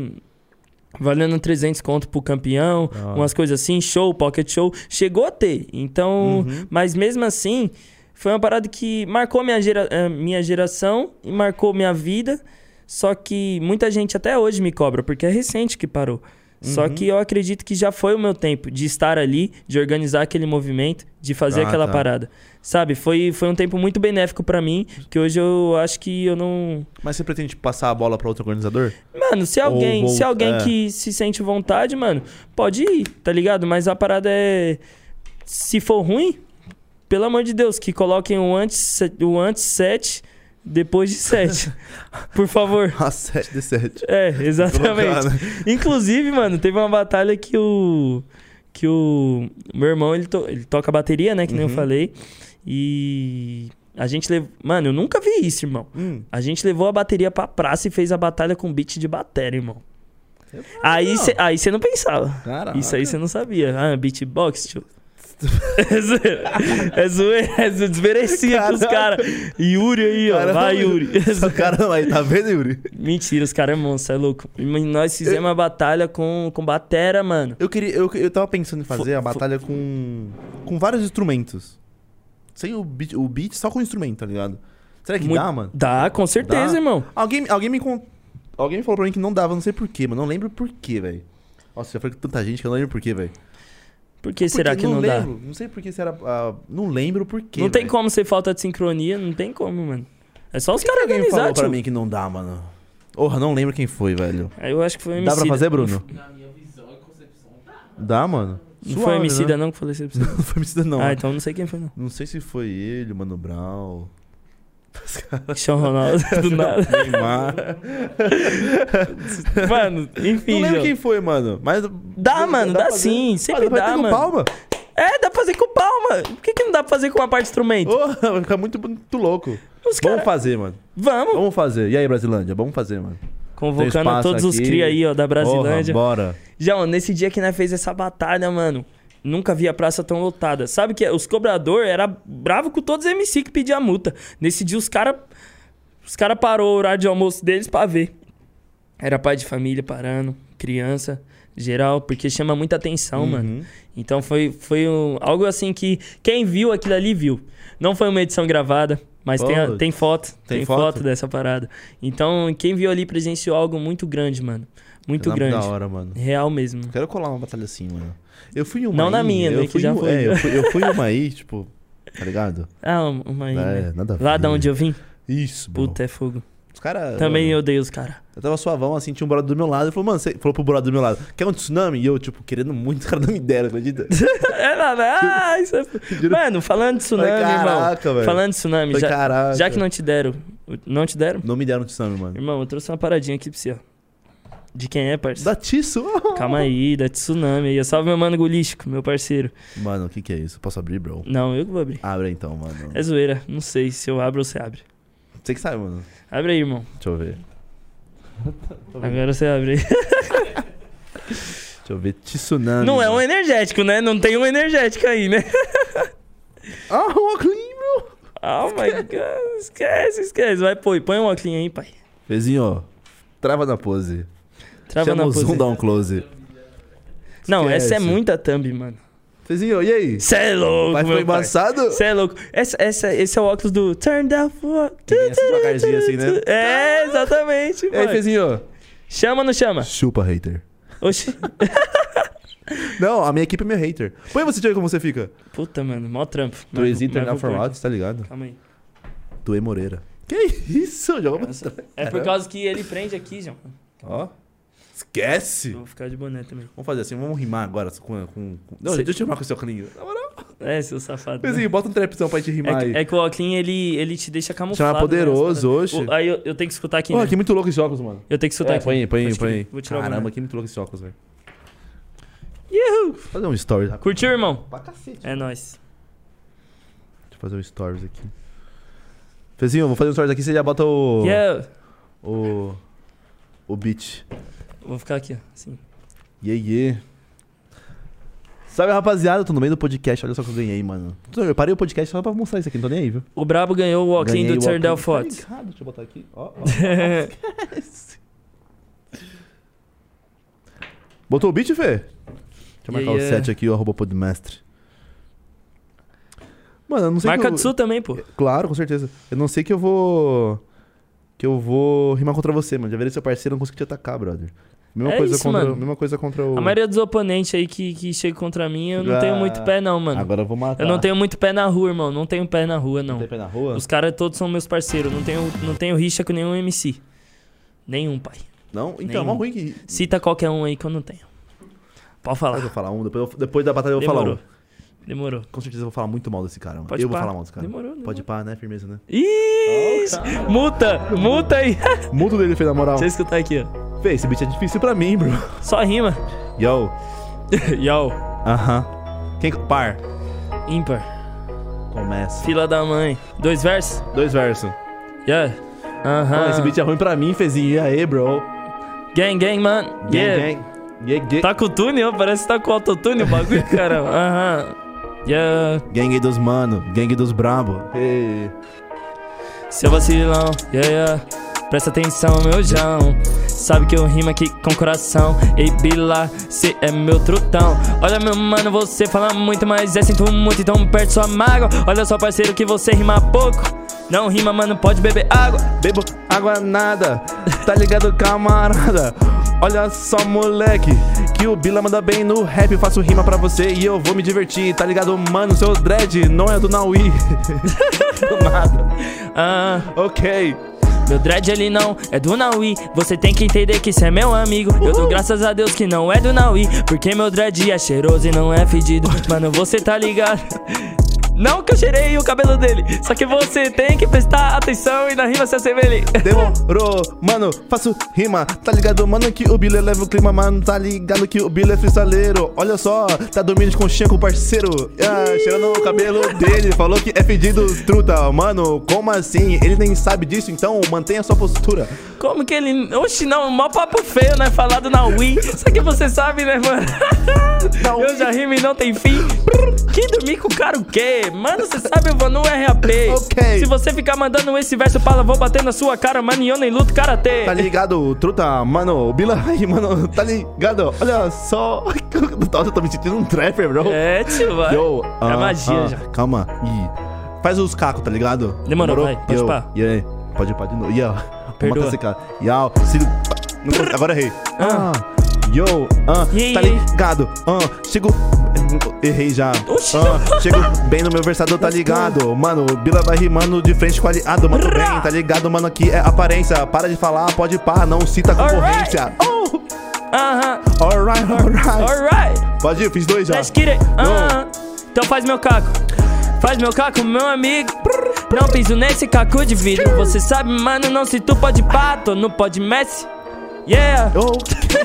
Speaker 2: valendo trezentos conto pro campeão,
Speaker 1: Ah.
Speaker 2: umas coisas assim, show, pocket show. Chegou a ter. Então,
Speaker 1: Uhum.
Speaker 2: mas mesmo assim, foi uma parada que marcou minha, gera, eh, minha geração e marcou minha vida. Só que muita gente até hoje me cobra, porque é recente que parou. Só
Speaker 1: Uhum.
Speaker 2: que eu acredito que já foi o meu tempo de estar ali, de organizar aquele movimento, de fazer
Speaker 1: Ah,
Speaker 2: aquela
Speaker 1: tá.
Speaker 2: parada. Sabe? Foi, foi um tempo muito benéfico pra mim, que hoje eu acho que eu não...
Speaker 1: Mas você pretende passar a bola pra outro organizador?
Speaker 2: Mano, se alguém,
Speaker 1: Ou
Speaker 2: se
Speaker 1: vol-
Speaker 2: alguém
Speaker 1: é.
Speaker 2: que se sente vontade, mano, pode ir, tá ligado? Mas a parada é... Se for ruim, pelo amor de Deus, que coloquem o antes, o antes set depois de sete. Por favor.
Speaker 1: A sete de sete.
Speaker 2: É, exatamente.
Speaker 1: Colocar, né?
Speaker 2: Inclusive, mano, teve uma batalha que o. Que o. Meu irmão, ele, to, ele toca bateria, né? Que nem eu
Speaker 1: Uhum.
Speaker 2: falei. E. A gente levou. Mano, eu nunca vi isso, irmão.
Speaker 1: Hum.
Speaker 2: A gente levou a bateria pra praça e fez a batalha com beat de bateria, irmão. Aí você aí cê não pensava.
Speaker 1: Caraca.
Speaker 2: Isso aí você não sabia. Ah, beatbox, tio. É zoeira. É zoeira. É zoeira. Desmerecia com os caras. Yuri aí, ó.
Speaker 1: Caramba,
Speaker 2: Vai, Yuri.
Speaker 1: Essa cara aí, tá vendo, Yuri?
Speaker 2: Mentira, os caras é monstro, é louco. E nós fizemos uma batalha com, com batera, mano.
Speaker 1: Eu queria. Eu, eu tava pensando em fazer
Speaker 2: Fo-
Speaker 1: a batalha com. com vários instrumentos. Sem o beat, o beat só com o instrumento, tá ligado? Será que
Speaker 2: Muito-
Speaker 1: dá, mano?
Speaker 2: Dá, com certeza,
Speaker 1: Dá?
Speaker 2: irmão.
Speaker 1: Alguém, alguém me con- Alguém me falou pra mim que não dava, não sei porquê, mas não lembro porquê, velho. Nossa, já falei com tanta gente que eu não lembro porquê, velho.
Speaker 2: Por que será
Speaker 1: Porque
Speaker 2: que não, dá?
Speaker 1: lembro, Não sei porquê se era. ah, não lembro porquê.
Speaker 2: Não tem
Speaker 1: velho.
Speaker 2: como ser falta de sincronia, não tem como, mano. É só os
Speaker 1: Por que
Speaker 2: caras
Speaker 1: alguém
Speaker 2: organizar,
Speaker 1: falou pra
Speaker 2: tio.
Speaker 1: mim que não dá, mano? Porra, não lembro quem foi, velho.
Speaker 2: Aí eu acho que foi o
Speaker 1: Dá
Speaker 2: Emicida.
Speaker 1: pra fazer, Bruno?
Speaker 3: Na minha visão e concepção, tá.
Speaker 1: Dá, mano?
Speaker 2: Não foi o
Speaker 1: Suave,
Speaker 2: Emicida,
Speaker 1: né?
Speaker 2: não, que eu falei isso pra você.
Speaker 1: Não foi Emicida, não.
Speaker 2: Ah, então não sei quem foi, não.
Speaker 1: Não sei se foi ele, o Mano Brown.
Speaker 2: Cristiano Ronaldo, do nada.
Speaker 1: Neymar.
Speaker 2: Mano, enfim,
Speaker 1: Não lembro
Speaker 2: João.
Speaker 1: quem foi, mano. Mas.
Speaker 2: Dá, mano, dá
Speaker 1: pra fazer?
Speaker 2: sim, sempre
Speaker 1: Ah, vai
Speaker 2: dá,
Speaker 1: ter com
Speaker 2: mano.
Speaker 1: palma?
Speaker 2: É, dá pra fazer com palma. Por que, que não dá pra fazer com uma parte do instrumento?
Speaker 1: Porra, vai ficar muito, muito louco.
Speaker 2: Os
Speaker 1: Vamos
Speaker 2: caras...
Speaker 1: fazer, mano.
Speaker 2: Vamos.
Speaker 1: Vamos fazer. E aí, Brasilândia? Vamos fazer, mano. Tem
Speaker 2: Convocando
Speaker 1: espaço
Speaker 2: todos os
Speaker 1: aqui.
Speaker 2: cria aí, ó, da Brasilândia.
Speaker 1: Porra, bora.
Speaker 2: João, nesse dia que nós fez essa batalha, mano, nunca vi a praça tão lotada. Sabe que os cobradores eram bravos com todos os M C que pediam a multa. Nesse dia os caras os cara parou o horário de almoço deles pra ver. Era pai de família parando, criança, geral, porque chama muita atenção,
Speaker 1: Uhum.
Speaker 2: mano. Então foi, foi um- algo assim que quem viu aquilo ali viu. Não foi uma edição gravada, mas tem, a-
Speaker 1: Pô,
Speaker 2: tem foto.
Speaker 1: tem
Speaker 2: Tem,
Speaker 1: foto?
Speaker 2: foto? dessa parada. Então quem viu ali presenciou algo muito grande, mano. Muito
Speaker 1: Da-
Speaker 2: grande.
Speaker 1: Da hora, mano.
Speaker 2: Real mesmo.
Speaker 1: Quero colar uma batalha assim, mano. Eu fui em uma
Speaker 2: Não
Speaker 1: aí,
Speaker 2: na minha,
Speaker 1: eu
Speaker 2: né, que
Speaker 1: fui
Speaker 2: já
Speaker 1: em-
Speaker 2: foi.
Speaker 1: É, eu fui, eu fui em uma aí, tipo, tá ligado?
Speaker 2: Ah, uma aí,
Speaker 1: É,
Speaker 2: né?
Speaker 1: nada a
Speaker 2: Lá
Speaker 1: ver.
Speaker 2: da onde eu vim?
Speaker 1: Isso, bro.
Speaker 2: Puta, é fogo.
Speaker 1: Os caras...
Speaker 2: Também
Speaker 1: mano,
Speaker 2: eu odeio os caras.
Speaker 1: Eu tava suavão, assim, tinha um brother do meu lado. Ele falou, mano, você falou pro brother do meu lado, quer um tsunami? E eu, tipo, querendo muito, os caras não me deram, acredita?
Speaker 2: É nada. Ah, isso é... Mano, falando de tsunami,
Speaker 1: Falei, caraca,
Speaker 2: irmão.
Speaker 1: velho.
Speaker 2: Falando de tsunami,
Speaker 1: Falei,
Speaker 2: já,
Speaker 1: caraca.
Speaker 2: já que não te deram. Não te deram?
Speaker 1: Não me deram tsunami, mano.
Speaker 2: Irmão, eu trouxe uma paradinha aqui pra você, ó. De quem é, parceiro?
Speaker 1: Da Tisso?
Speaker 2: Calma aí, da tsunami aí. Salve meu mano Gulístico, meu parceiro.
Speaker 1: Mano, o que que é isso? Posso abrir, bro?
Speaker 2: Não, eu que vou abrir.
Speaker 1: Abre aí, então, mano.
Speaker 2: É zoeira. Não sei se eu abro ou você abre.
Speaker 1: Você que sabe, mano.
Speaker 2: Abre aí, irmão.
Speaker 1: Deixa eu ver.
Speaker 2: Agora você abre aí.
Speaker 1: Deixa eu ver. Tsunami.
Speaker 2: Não é um energético, né? Não tem um energético aí, né?
Speaker 1: Ah, um óculos, bro.
Speaker 2: Oh my god. Esquece, esquece. Vai, põe. Põe um óculos aí, pai.
Speaker 1: Fezinho, ó. Trava na pose.
Speaker 2: Trava
Speaker 1: Chama
Speaker 2: na
Speaker 1: o
Speaker 2: pose.
Speaker 1: zoom, dá um close.
Speaker 2: Não, essa é
Speaker 1: Esquece.
Speaker 2: muita thumb, mano.
Speaker 1: Fezinho, e aí?
Speaker 2: Cê é louco,
Speaker 1: Vai ficar
Speaker 2: meu pai.
Speaker 1: embaçado?
Speaker 2: Cê é louco. Essa, essa, esse é o óculos do Turn Down for...
Speaker 1: Que vem assim devagarzinho, assim, né?
Speaker 2: É, exatamente,
Speaker 1: E aí,
Speaker 2: mano.
Speaker 1: Fezinho?
Speaker 2: Chama ou não chama?
Speaker 1: Chupa, hater.
Speaker 2: Oxi.
Speaker 1: Não, a minha equipe é meu hater. Põe você, deixa eu ver como você fica.
Speaker 2: Puta, mano. Mó trampo.
Speaker 1: Tu
Speaker 2: Mas-
Speaker 1: exita
Speaker 2: mas
Speaker 1: na
Speaker 2: vou pôr.
Speaker 1: formato, tá ligado?
Speaker 2: Calma aí.
Speaker 1: Tu é Moreira. Que isso? Joga pra trás.
Speaker 2: É por causa que ele prende aqui, João.
Speaker 1: Ó. Esquece.
Speaker 2: Eu vou ficar de boné também.
Speaker 1: Vamos fazer assim, vamos rimar agora com... com... com- Não,
Speaker 2: Cê-
Speaker 1: deixa eu rimar com o seu caninho. Na moral.
Speaker 2: É, seu safado. né?
Speaker 1: Fezinho, bota um trapzão pra gente rimar
Speaker 2: É,
Speaker 1: aí.
Speaker 2: que- é que o óculos, ele, ele te deixa camuflado.
Speaker 1: Chama poderoso,
Speaker 2: né,
Speaker 1: oxe.
Speaker 2: O- Aí eu, eu tenho que escutar aqui,
Speaker 1: Pô,
Speaker 2: né?
Speaker 1: aqui é muito louco esse óculos, mano.
Speaker 2: Eu tenho que escutar
Speaker 1: É,
Speaker 2: aqui.
Speaker 1: põe aí, põe aí,
Speaker 2: Pode
Speaker 1: põe
Speaker 2: crer.
Speaker 1: aí.
Speaker 2: Vou tirar o
Speaker 1: Caramba,
Speaker 2: boné.
Speaker 1: aqui é muito louco esse óculos, velho.
Speaker 2: Yuhu!
Speaker 1: Vou fazer um stories rapidinho.
Speaker 2: Curtiu, irmão?
Speaker 1: Pra cacete.
Speaker 2: É nóis.
Speaker 1: Deixa eu fazer um stories aqui. Fezinho, eu vou fazer um stories aqui, você já bota o...
Speaker 2: Yeah.
Speaker 1: O... O beat.
Speaker 2: Vou ficar aqui, ó. Assim.
Speaker 1: Yeah, yeah. Salve, rapaziada, eu tô no meio do podcast, olha só que eu ganhei, mano. Eu parei o podcast só pra mostrar isso aqui, não tô nem aí, viu?
Speaker 2: O Brabo ganhou o óculos
Speaker 1: Ganhei
Speaker 2: do
Speaker 1: o
Speaker 2: Turn Down
Speaker 1: óculos.
Speaker 2: Fotos.
Speaker 1: Tá ligado? Deixa eu botar aqui. Ó, ó, ó, esquece. Botou o beat, Fê? Deixa eu marcar
Speaker 2: Yeah,
Speaker 1: o
Speaker 2: yeah.
Speaker 1: set aqui, o arroba podmestre. Mano, eu não sei
Speaker 2: Marca
Speaker 1: que eu...
Speaker 2: do Sul também, pô.
Speaker 1: Claro, com certeza. Eu não sei que eu vou... Que eu vou rimar contra você, mano. Já virei seu parceiro, não consegui te atacar, brother. Mesma,
Speaker 2: É
Speaker 1: coisa,
Speaker 2: isso,
Speaker 1: contra,
Speaker 2: mano.
Speaker 1: mesma coisa contra o...
Speaker 2: A maioria dos oponentes aí que, que chega contra mim, eu não
Speaker 1: Ah,
Speaker 2: tenho muito pé, não, mano.
Speaker 1: Agora eu vou matar.
Speaker 2: Eu não tenho muito pé na rua, irmão. Não tenho pé na rua, não.
Speaker 1: Não tem pé na rua?
Speaker 2: Os caras todos são meus parceiros. Não tenho, não tenho rixa com nenhum M C. Nenhum, pai.
Speaker 1: Não? Então,
Speaker 2: Nenhum.
Speaker 1: é mó ruim que...
Speaker 2: Cita qualquer um aí que eu não tenho. Pode
Speaker 1: Pode eu
Speaker 2: falar.
Speaker 1: falar um, depois, eu- depois da batalha eu vou
Speaker 2: Demorou.
Speaker 1: falar um.
Speaker 2: Demorou.
Speaker 1: Com certeza eu vou falar muito mal desse cara, mano.
Speaker 2: Pode
Speaker 1: eu
Speaker 2: pá.
Speaker 1: vou falar mal desse cara.
Speaker 2: Demorou, demorou.
Speaker 1: Pode pá, né? Firmeza, né?
Speaker 2: Ih! Ixi, multa, multa aí.
Speaker 1: Muito dele fez, na moral.
Speaker 2: Deixa eu escutar aqui, ó.
Speaker 1: Fê, esse beat é difícil pra mim, bro.
Speaker 2: Só rima.
Speaker 1: Yo.
Speaker 2: Yo.
Speaker 1: Aham. Quem... Par.
Speaker 2: Ímpar.
Speaker 1: Começa.
Speaker 2: Fila da mãe. Dois versos?
Speaker 1: Dois versos.
Speaker 2: Yeah. Aham.
Speaker 1: Oh, esse beat é ruim pra mim, Fezinho. E aí, bro?
Speaker 2: Gang, gang, mano.
Speaker 1: Gang,
Speaker 2: Yeah.
Speaker 1: gang. Yeah, gang.
Speaker 2: Tá com tune, ó. Parece que tá com autotune o bagulho, caramba. Aham. Yeah.
Speaker 1: Gangue dos mano. Gangue dos brabo. Hey.
Speaker 2: Seu vacilão. Yeah, yeah. Presta atenção, meu João. Sabe que eu rimo aqui com coração. Ei, Bila, cê é meu trutão. Olha, meu mano, você fala muito, mas é sinto muito, então perde sua mágoa. Olha só, parceiro, que você rima pouco. Não rima, mano, pode beber água.
Speaker 1: Bebo água nada. Tá ligado, camarada? Olha só, moleque, que o Bila manda bem no rap. Eu faço rima pra você e eu vou me divertir. Tá ligado, mano? Seu dread não é do Naui. Do nada.
Speaker 2: Ah,
Speaker 1: Ok.
Speaker 2: meu dread ele não é do Naui. Você tem que entender que cê é meu amigo. Eu dou graças a Deus que não é do Naui, porque meu dread é cheiroso e não é fedido. Mano, você tá ligado? Não que eu cheirei o cabelo dele, só que você tem que prestar atenção e na rima se assemelhe.
Speaker 1: Demorou, mano, faço rima. Tá ligado, mano, que o Bila leva o clima, mano. Tá ligado que o Bila é freestaleiro. Olha só, tá dormindo de conchinha com o parceiro. Ah, cheirando o cabelo dele. Falou que é fedido, truta. Mano, como assim? Ele nem sabe disso, então mantenha sua postura.
Speaker 2: Como que ele... Oxi, não, mó papo feio, né? Falado na Wii. Só que você sabe, né, mano? Eu já rimo e não tem fim. Que dormir com o cara o quê? Mano, você sabe, eu vou no R A P.
Speaker 1: Ok.
Speaker 2: Se você ficar mandando esse verso para, vou bater na sua cara, mano, e eu nem luto karatê.
Speaker 1: Tá ligado, truta, mano, o Bila aí, mano, tá ligado? Olha só. Nossa, eu tô me sentindo um trapper, bro.
Speaker 2: É, tio, vai.
Speaker 1: Yo,
Speaker 2: É
Speaker 1: ah,
Speaker 2: magia
Speaker 1: ah,
Speaker 2: já.
Speaker 1: Calma. E faz os cacos, tá ligado?
Speaker 2: Demorou, vai, pode
Speaker 1: Yo,
Speaker 2: pá.
Speaker 1: E aí? Pode ir pá de novo. Yo.
Speaker 2: Perdoa.
Speaker 1: Esse cara. Yo, se... Não consigo- Agora errei.
Speaker 2: Ah.
Speaker 1: Ah. Yo, ah,
Speaker 2: E
Speaker 1: tá
Speaker 2: aí?
Speaker 1: ligado? Ah, chego. Errei já.
Speaker 2: Oxi.
Speaker 1: Ah, chego bem no meu versador, tá ligado? Mano, o Bila vai rimando de frente com aliado. Mano, bem, tá ligado? Mano, aqui é aparência. Para de falar, pode pá, não cita a concorrência. Oh!
Speaker 2: Aham,
Speaker 1: Alright, alright.
Speaker 2: alright.
Speaker 1: Pode ir, fiz dois já.
Speaker 2: Let's get it. Aham. Então faz meu caco. Faz meu caco, meu amigo. Não piso nesse caco de vidro. Você sabe, mano, não se tu pode pá, tô no pode Messi. Yeah.
Speaker 1: Oh.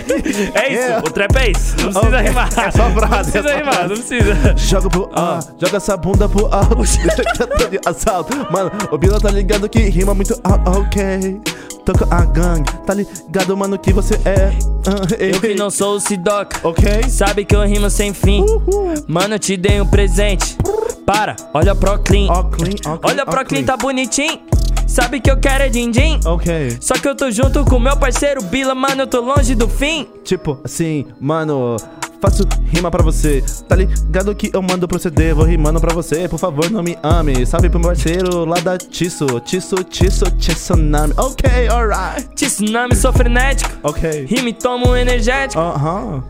Speaker 2: É isso,
Speaker 1: Yeah.
Speaker 2: o trap é isso. Não precisa
Speaker 1: Ok.
Speaker 2: rimar.
Speaker 1: É só frase,
Speaker 2: Não
Speaker 1: é
Speaker 2: precisa
Speaker 1: só
Speaker 2: rimar,
Speaker 1: frase.
Speaker 2: não precisa.
Speaker 1: Joga pro ah, joga essa bunda pro alto. Tô de assalto. Mano, o Bila tá ligado que rima muito ah, ok. Toca a gangue, tá ligado, mano, que você é. Ah,
Speaker 2: Eu que não sou o Sidoca.
Speaker 1: Ok.
Speaker 2: Sabe que eu rimo sem fim.
Speaker 1: Uhul.
Speaker 2: Mano, eu te dei um presente. Para, olha pro clean.
Speaker 1: Ó, clean, ó, clean,
Speaker 2: Olha
Speaker 1: ó,
Speaker 2: pro clean,
Speaker 1: clean.
Speaker 2: tá bonitinho. Sabe que eu quero é din-din.
Speaker 1: Ok.
Speaker 2: Só que eu tô junto com meu parceiro Bila, mano, eu tô longe do fim.
Speaker 1: Tipo assim, mano, faço rima pra você. Tá ligado que eu mando proceder, vou rimando pra você. Por favor, não me ame. Salve pro meu parceiro lá da Tisso. Tisso, Tisso, Tsunami. Ok, alright.
Speaker 2: Tsunami, sou frenético.
Speaker 1: Ok.
Speaker 2: Rima e tomo um energético.
Speaker 1: Aham.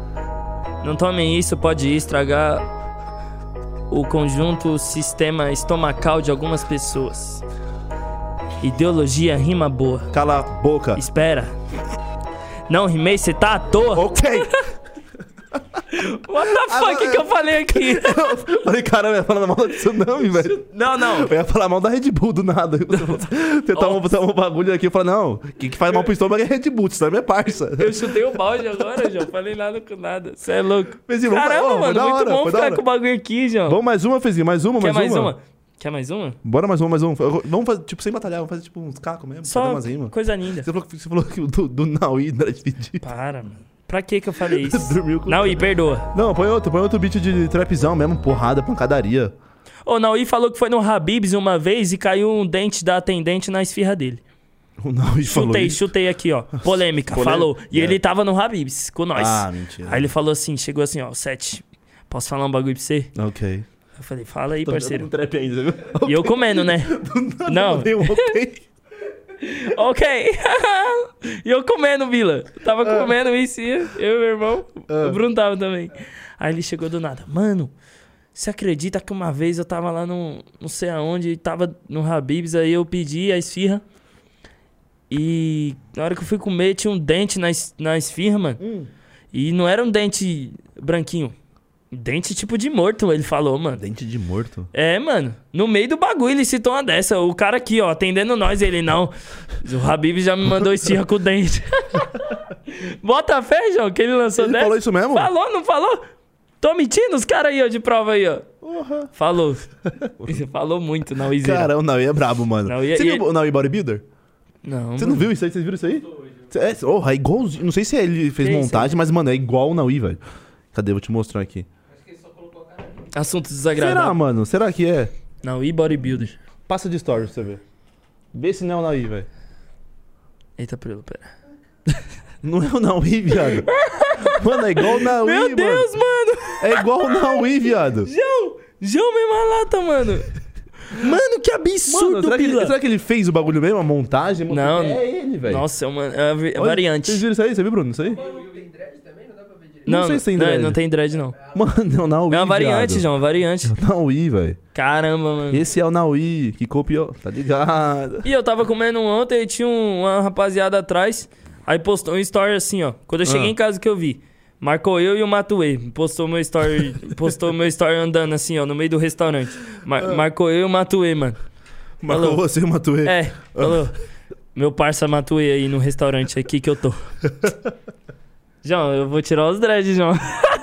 Speaker 2: Não tomem isso, pode estragar o conjunto sistema estomacal de algumas pessoas. Ideologia rima boa.
Speaker 1: Cala a boca.
Speaker 2: Espera. Não rimei, cê tá à toa.
Speaker 1: Ok.
Speaker 2: What the fuck que eu falei aqui?
Speaker 1: Falei, caramba, eu ia falar mal da Tsunami, velho.
Speaker 2: Não, não.
Speaker 1: Eu ia falar mal da Red Bull do nada. Você toma botar um bagulho aqui e fala, não, o que, que faz mal pro estômago é Red Bull, Tsunami é parça.
Speaker 2: Eu chutei o balde agora, João. Falei nada com nada. Cê é louco.
Speaker 1: Fezinho, vamos-
Speaker 2: Caramba,
Speaker 1: ó, foi
Speaker 2: mano.
Speaker 1: da
Speaker 2: Muito
Speaker 1: hora,
Speaker 2: bom
Speaker 1: foi da
Speaker 2: ficar
Speaker 1: hora.
Speaker 2: com o bagulho aqui, João.
Speaker 1: Vamos mais uma, Fezinho, mais uma,
Speaker 2: Quer
Speaker 1: mais,
Speaker 2: mais uma? Quer mais uma?
Speaker 1: Bora mais uma, mais uma. Vamos fazer, tipo, sem batalhar, vamos fazer tipo uns cacos mesmo. fazer
Speaker 2: Só
Speaker 1: umas rimas.
Speaker 2: coisa linda.
Speaker 1: Você falou, que- você falou que o do, do Naui não era dividido.
Speaker 2: Para, mano. Pra que que eu falei isso?
Speaker 1: Dormiu com o
Speaker 2: Naui,
Speaker 1: cara.
Speaker 2: perdoa.
Speaker 1: Não, põe outro, põe outro beat de trapzão mesmo, porrada, pancadaria.
Speaker 2: Ô, Naui falou que foi no Habib's uma vez e caiu um dente da atendente na esfirra dele.
Speaker 1: O Naui falou
Speaker 2: Chutei,
Speaker 1: isso.
Speaker 2: chutei aqui, ó. Polêmica,
Speaker 1: Polêmica.
Speaker 2: falou. E
Speaker 1: É.
Speaker 2: ele tava no Habib's com nós.
Speaker 1: Ah, mentira.
Speaker 2: Aí ele falou assim, chegou assim, ó, Sete, posso falar um bagulho pra você?
Speaker 1: Ok.
Speaker 2: Eu falei, fala aí,
Speaker 1: Tô
Speaker 2: parceiro.
Speaker 1: dando um trap ainda, viu?
Speaker 2: E eu comendo, né? Não.
Speaker 1: Dei um ok.
Speaker 2: Ok. E eu comendo, Vila. Eu tava comendo isso, e eu e meu irmão.
Speaker 1: Ah.
Speaker 2: O Bruno tava também. Aí ele chegou do nada. Mano, você acredita que uma vez eu tava lá no... Não sei aonde, tava no Habib's, aí eu pedi a esfirra. E na hora que eu fui comer, tinha um dente na, es- na esfirra, mano.
Speaker 1: Hum.
Speaker 2: E não era um dente branquinho. Dente tipo de morto, ele falou, mano.
Speaker 1: Dente de morto.
Speaker 2: É, mano. No meio do bagulho ele citou uma dessa. O cara aqui, ó, atendendo nós, ele não. O Habib já me mandou estirra com o dente. Bota fé, João, que ele lançou
Speaker 1: Ele
Speaker 2: dessa.
Speaker 1: falou isso mesmo?
Speaker 2: Falou, não falou? Tô mentindo? Os caras aí, ó, de prova aí, ó.
Speaker 1: Porra.
Speaker 2: Falou. Falou muito na Wizeira.
Speaker 1: Cara, o Naui é brabo, mano.
Speaker 2: Naui é-
Speaker 1: Você
Speaker 2: e
Speaker 1: viu
Speaker 2: ele-
Speaker 1: o Naui Bodybuilder?
Speaker 2: Não,
Speaker 1: Você não viu isso aí? Vocês viram isso aí? É, oh, é igualzinho. Não sei se ele fez
Speaker 2: Que isso,
Speaker 1: montagem, mas, mano, é igual o Naui, velho. Cadê? Vou te mostrar aqui.
Speaker 3: Acho que ele só colocou a cara dele.
Speaker 2: Assunto
Speaker 1: Será,
Speaker 2: desagradável.
Speaker 1: mano? Será que é?
Speaker 2: Não, e bodybuilder.
Speaker 1: Passa de story pra você ver. Vê se não é o Naui, velho.
Speaker 2: Eita, Prelo, pera.
Speaker 1: Não é o Naui, viado. Mano, é igual o Naui,
Speaker 2: Meu
Speaker 1: mano.
Speaker 2: Deus, mano.
Speaker 1: É igual o Naui, viado.
Speaker 2: João. João mesma lata, mano. Mano, que absurdo,
Speaker 1: Mano, será que, ele,
Speaker 2: Bila.
Speaker 1: será que ele fez o bagulho mesmo? A montagem?
Speaker 2: Não.
Speaker 1: É ele, velho.
Speaker 2: Nossa, é uma, é uma
Speaker 1: Olha,
Speaker 2: variante.
Speaker 1: Vocês viram isso aí? Você viu, Bruno? Isso aí?
Speaker 3: Tem dread também? Não dá pra ver direito.
Speaker 2: Não,
Speaker 1: Não sei se tem
Speaker 2: não,
Speaker 1: dread.
Speaker 2: não tem dread, não.
Speaker 1: Mano, é o Naui,
Speaker 2: É uma variante,
Speaker 1: viado.
Speaker 2: João, uma variante.
Speaker 1: Naui, velho.
Speaker 2: Caramba, mano.
Speaker 1: Esse é o Naui que copiou. Tá ligado?
Speaker 2: E eu tava comendo ontem e tinha um- uma rapaziada atrás. Aí postou um story assim, ó. Quando eu cheguei
Speaker 1: Ah.
Speaker 2: em casa que eu vi. Marcou eu e o Matuê. Postou meu story. Postou meu story andando assim, ó, no meio do restaurante. Mar- Marcou eu e o Matuê, mano.
Speaker 1: Marcou
Speaker 2: Falou.
Speaker 1: você, Matuê.
Speaker 2: É, falou. Meu parça Matuê aí no restaurante aqui que eu tô. João, eu vou tirar os dreads, João.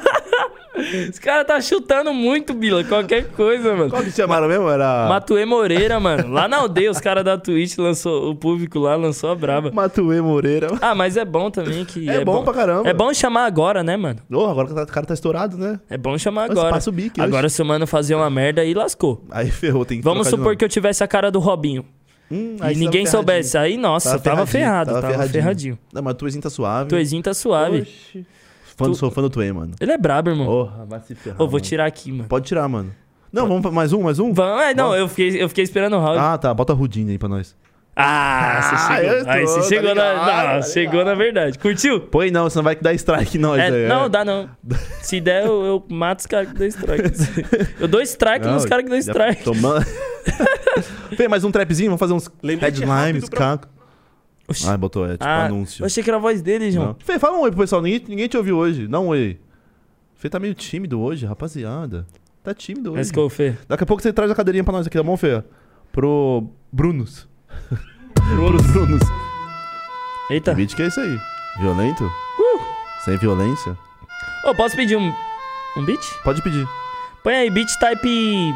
Speaker 2: Os caras tá chutando muito, Bila. Qualquer coisa, mano.
Speaker 1: Qual que chamaram mesmo? Era...
Speaker 2: Matuê Moreira, mano. Lá na aldeia, os caras da Twitch lançou, o público lá lançou a braba.
Speaker 1: Matuê Moreira.
Speaker 2: Ah, mas é bom também que.
Speaker 1: É, bom, pra caramba.
Speaker 2: É bom chamar agora, né, mano?
Speaker 1: Oh, agora que o cara tá estourado, né?
Speaker 2: É bom chamar
Speaker 1: Mas
Speaker 2: agora.
Speaker 1: passa o bico,
Speaker 2: Agora,
Speaker 1: hoje.
Speaker 2: se o mano fazer uma merda aí, lascou.
Speaker 1: Aí ferrou, tem que
Speaker 2: Vamos
Speaker 1: trocar de
Speaker 2: supor
Speaker 1: nome.
Speaker 2: que eu tivesse a cara do Robinho.
Speaker 1: Hum,
Speaker 2: E
Speaker 1: aí você
Speaker 2: ninguém
Speaker 1: tava
Speaker 2: soubesse. Aí, nossa,
Speaker 1: Tava
Speaker 2: eu tava
Speaker 1: ferradinho,
Speaker 2: ferrado.
Speaker 1: tava
Speaker 2: Tava,
Speaker 1: ferradinho.
Speaker 2: ferradinho.
Speaker 1: Não, mas o Tuezinho tá suave.
Speaker 2: Tuezinho tá suave.
Speaker 1: Oxi. Fã,
Speaker 2: Tu-
Speaker 1: Sou fã do Tuê, mano.
Speaker 2: Ele é brabo, irmão.
Speaker 1: Porra, vai se ferrar.
Speaker 2: Ô, vou
Speaker 1: mano.
Speaker 2: tirar aqui, mano.
Speaker 1: Pode tirar, mano. Não, vamos pra mais um, mais um?
Speaker 2: Vamos, é, não, eu fiquei, eu fiquei esperando o round. Ah,
Speaker 1: Ah, tá. Bota a Rudinha aí pra nós.
Speaker 2: você chegou.
Speaker 1: eu tô,
Speaker 2: Aí você
Speaker 1: tá
Speaker 2: chegou
Speaker 1: ligado,
Speaker 2: na.
Speaker 1: tá
Speaker 2: Não, chegou na verdade. Curtiu?
Speaker 1: Põe não, senão vai dar strike em nós.
Speaker 2: É,
Speaker 1: aí,
Speaker 2: não,
Speaker 1: é.
Speaker 2: dá não. Se der, eu, eu mato os caras que dão strike. Eu dou strike
Speaker 1: Não,
Speaker 2: nos caras que dão
Speaker 1: já
Speaker 2: strike.
Speaker 1: Tomando. Fê, mais um trapzinho? Vamos fazer uns headlines, caco.
Speaker 2: Oxi.
Speaker 1: Ah, botou, é tipo
Speaker 2: Ah,
Speaker 1: anúncio.
Speaker 2: eu achei que era a voz dele, João.
Speaker 1: Não. Fê, fala um oi pro pessoal. Ninguém, ninguém te ouviu hoje. Dá um oi. Fê tá meio tímido hoje, rapaziada. Tá tímido hoje.
Speaker 2: Mas que eu Fê.
Speaker 1: Daqui a pouco você traz a cadeirinha pra nós aqui, tá bom, Fê? Pro Brunos. Pros Brunos.
Speaker 2: Eita.
Speaker 1: Que beat que é isso aí? Violento?
Speaker 2: Uh!
Speaker 1: Sem violência?
Speaker 2: Ô, posso pedir um, um beat?
Speaker 1: Pode pedir.
Speaker 2: Põe aí, beat type...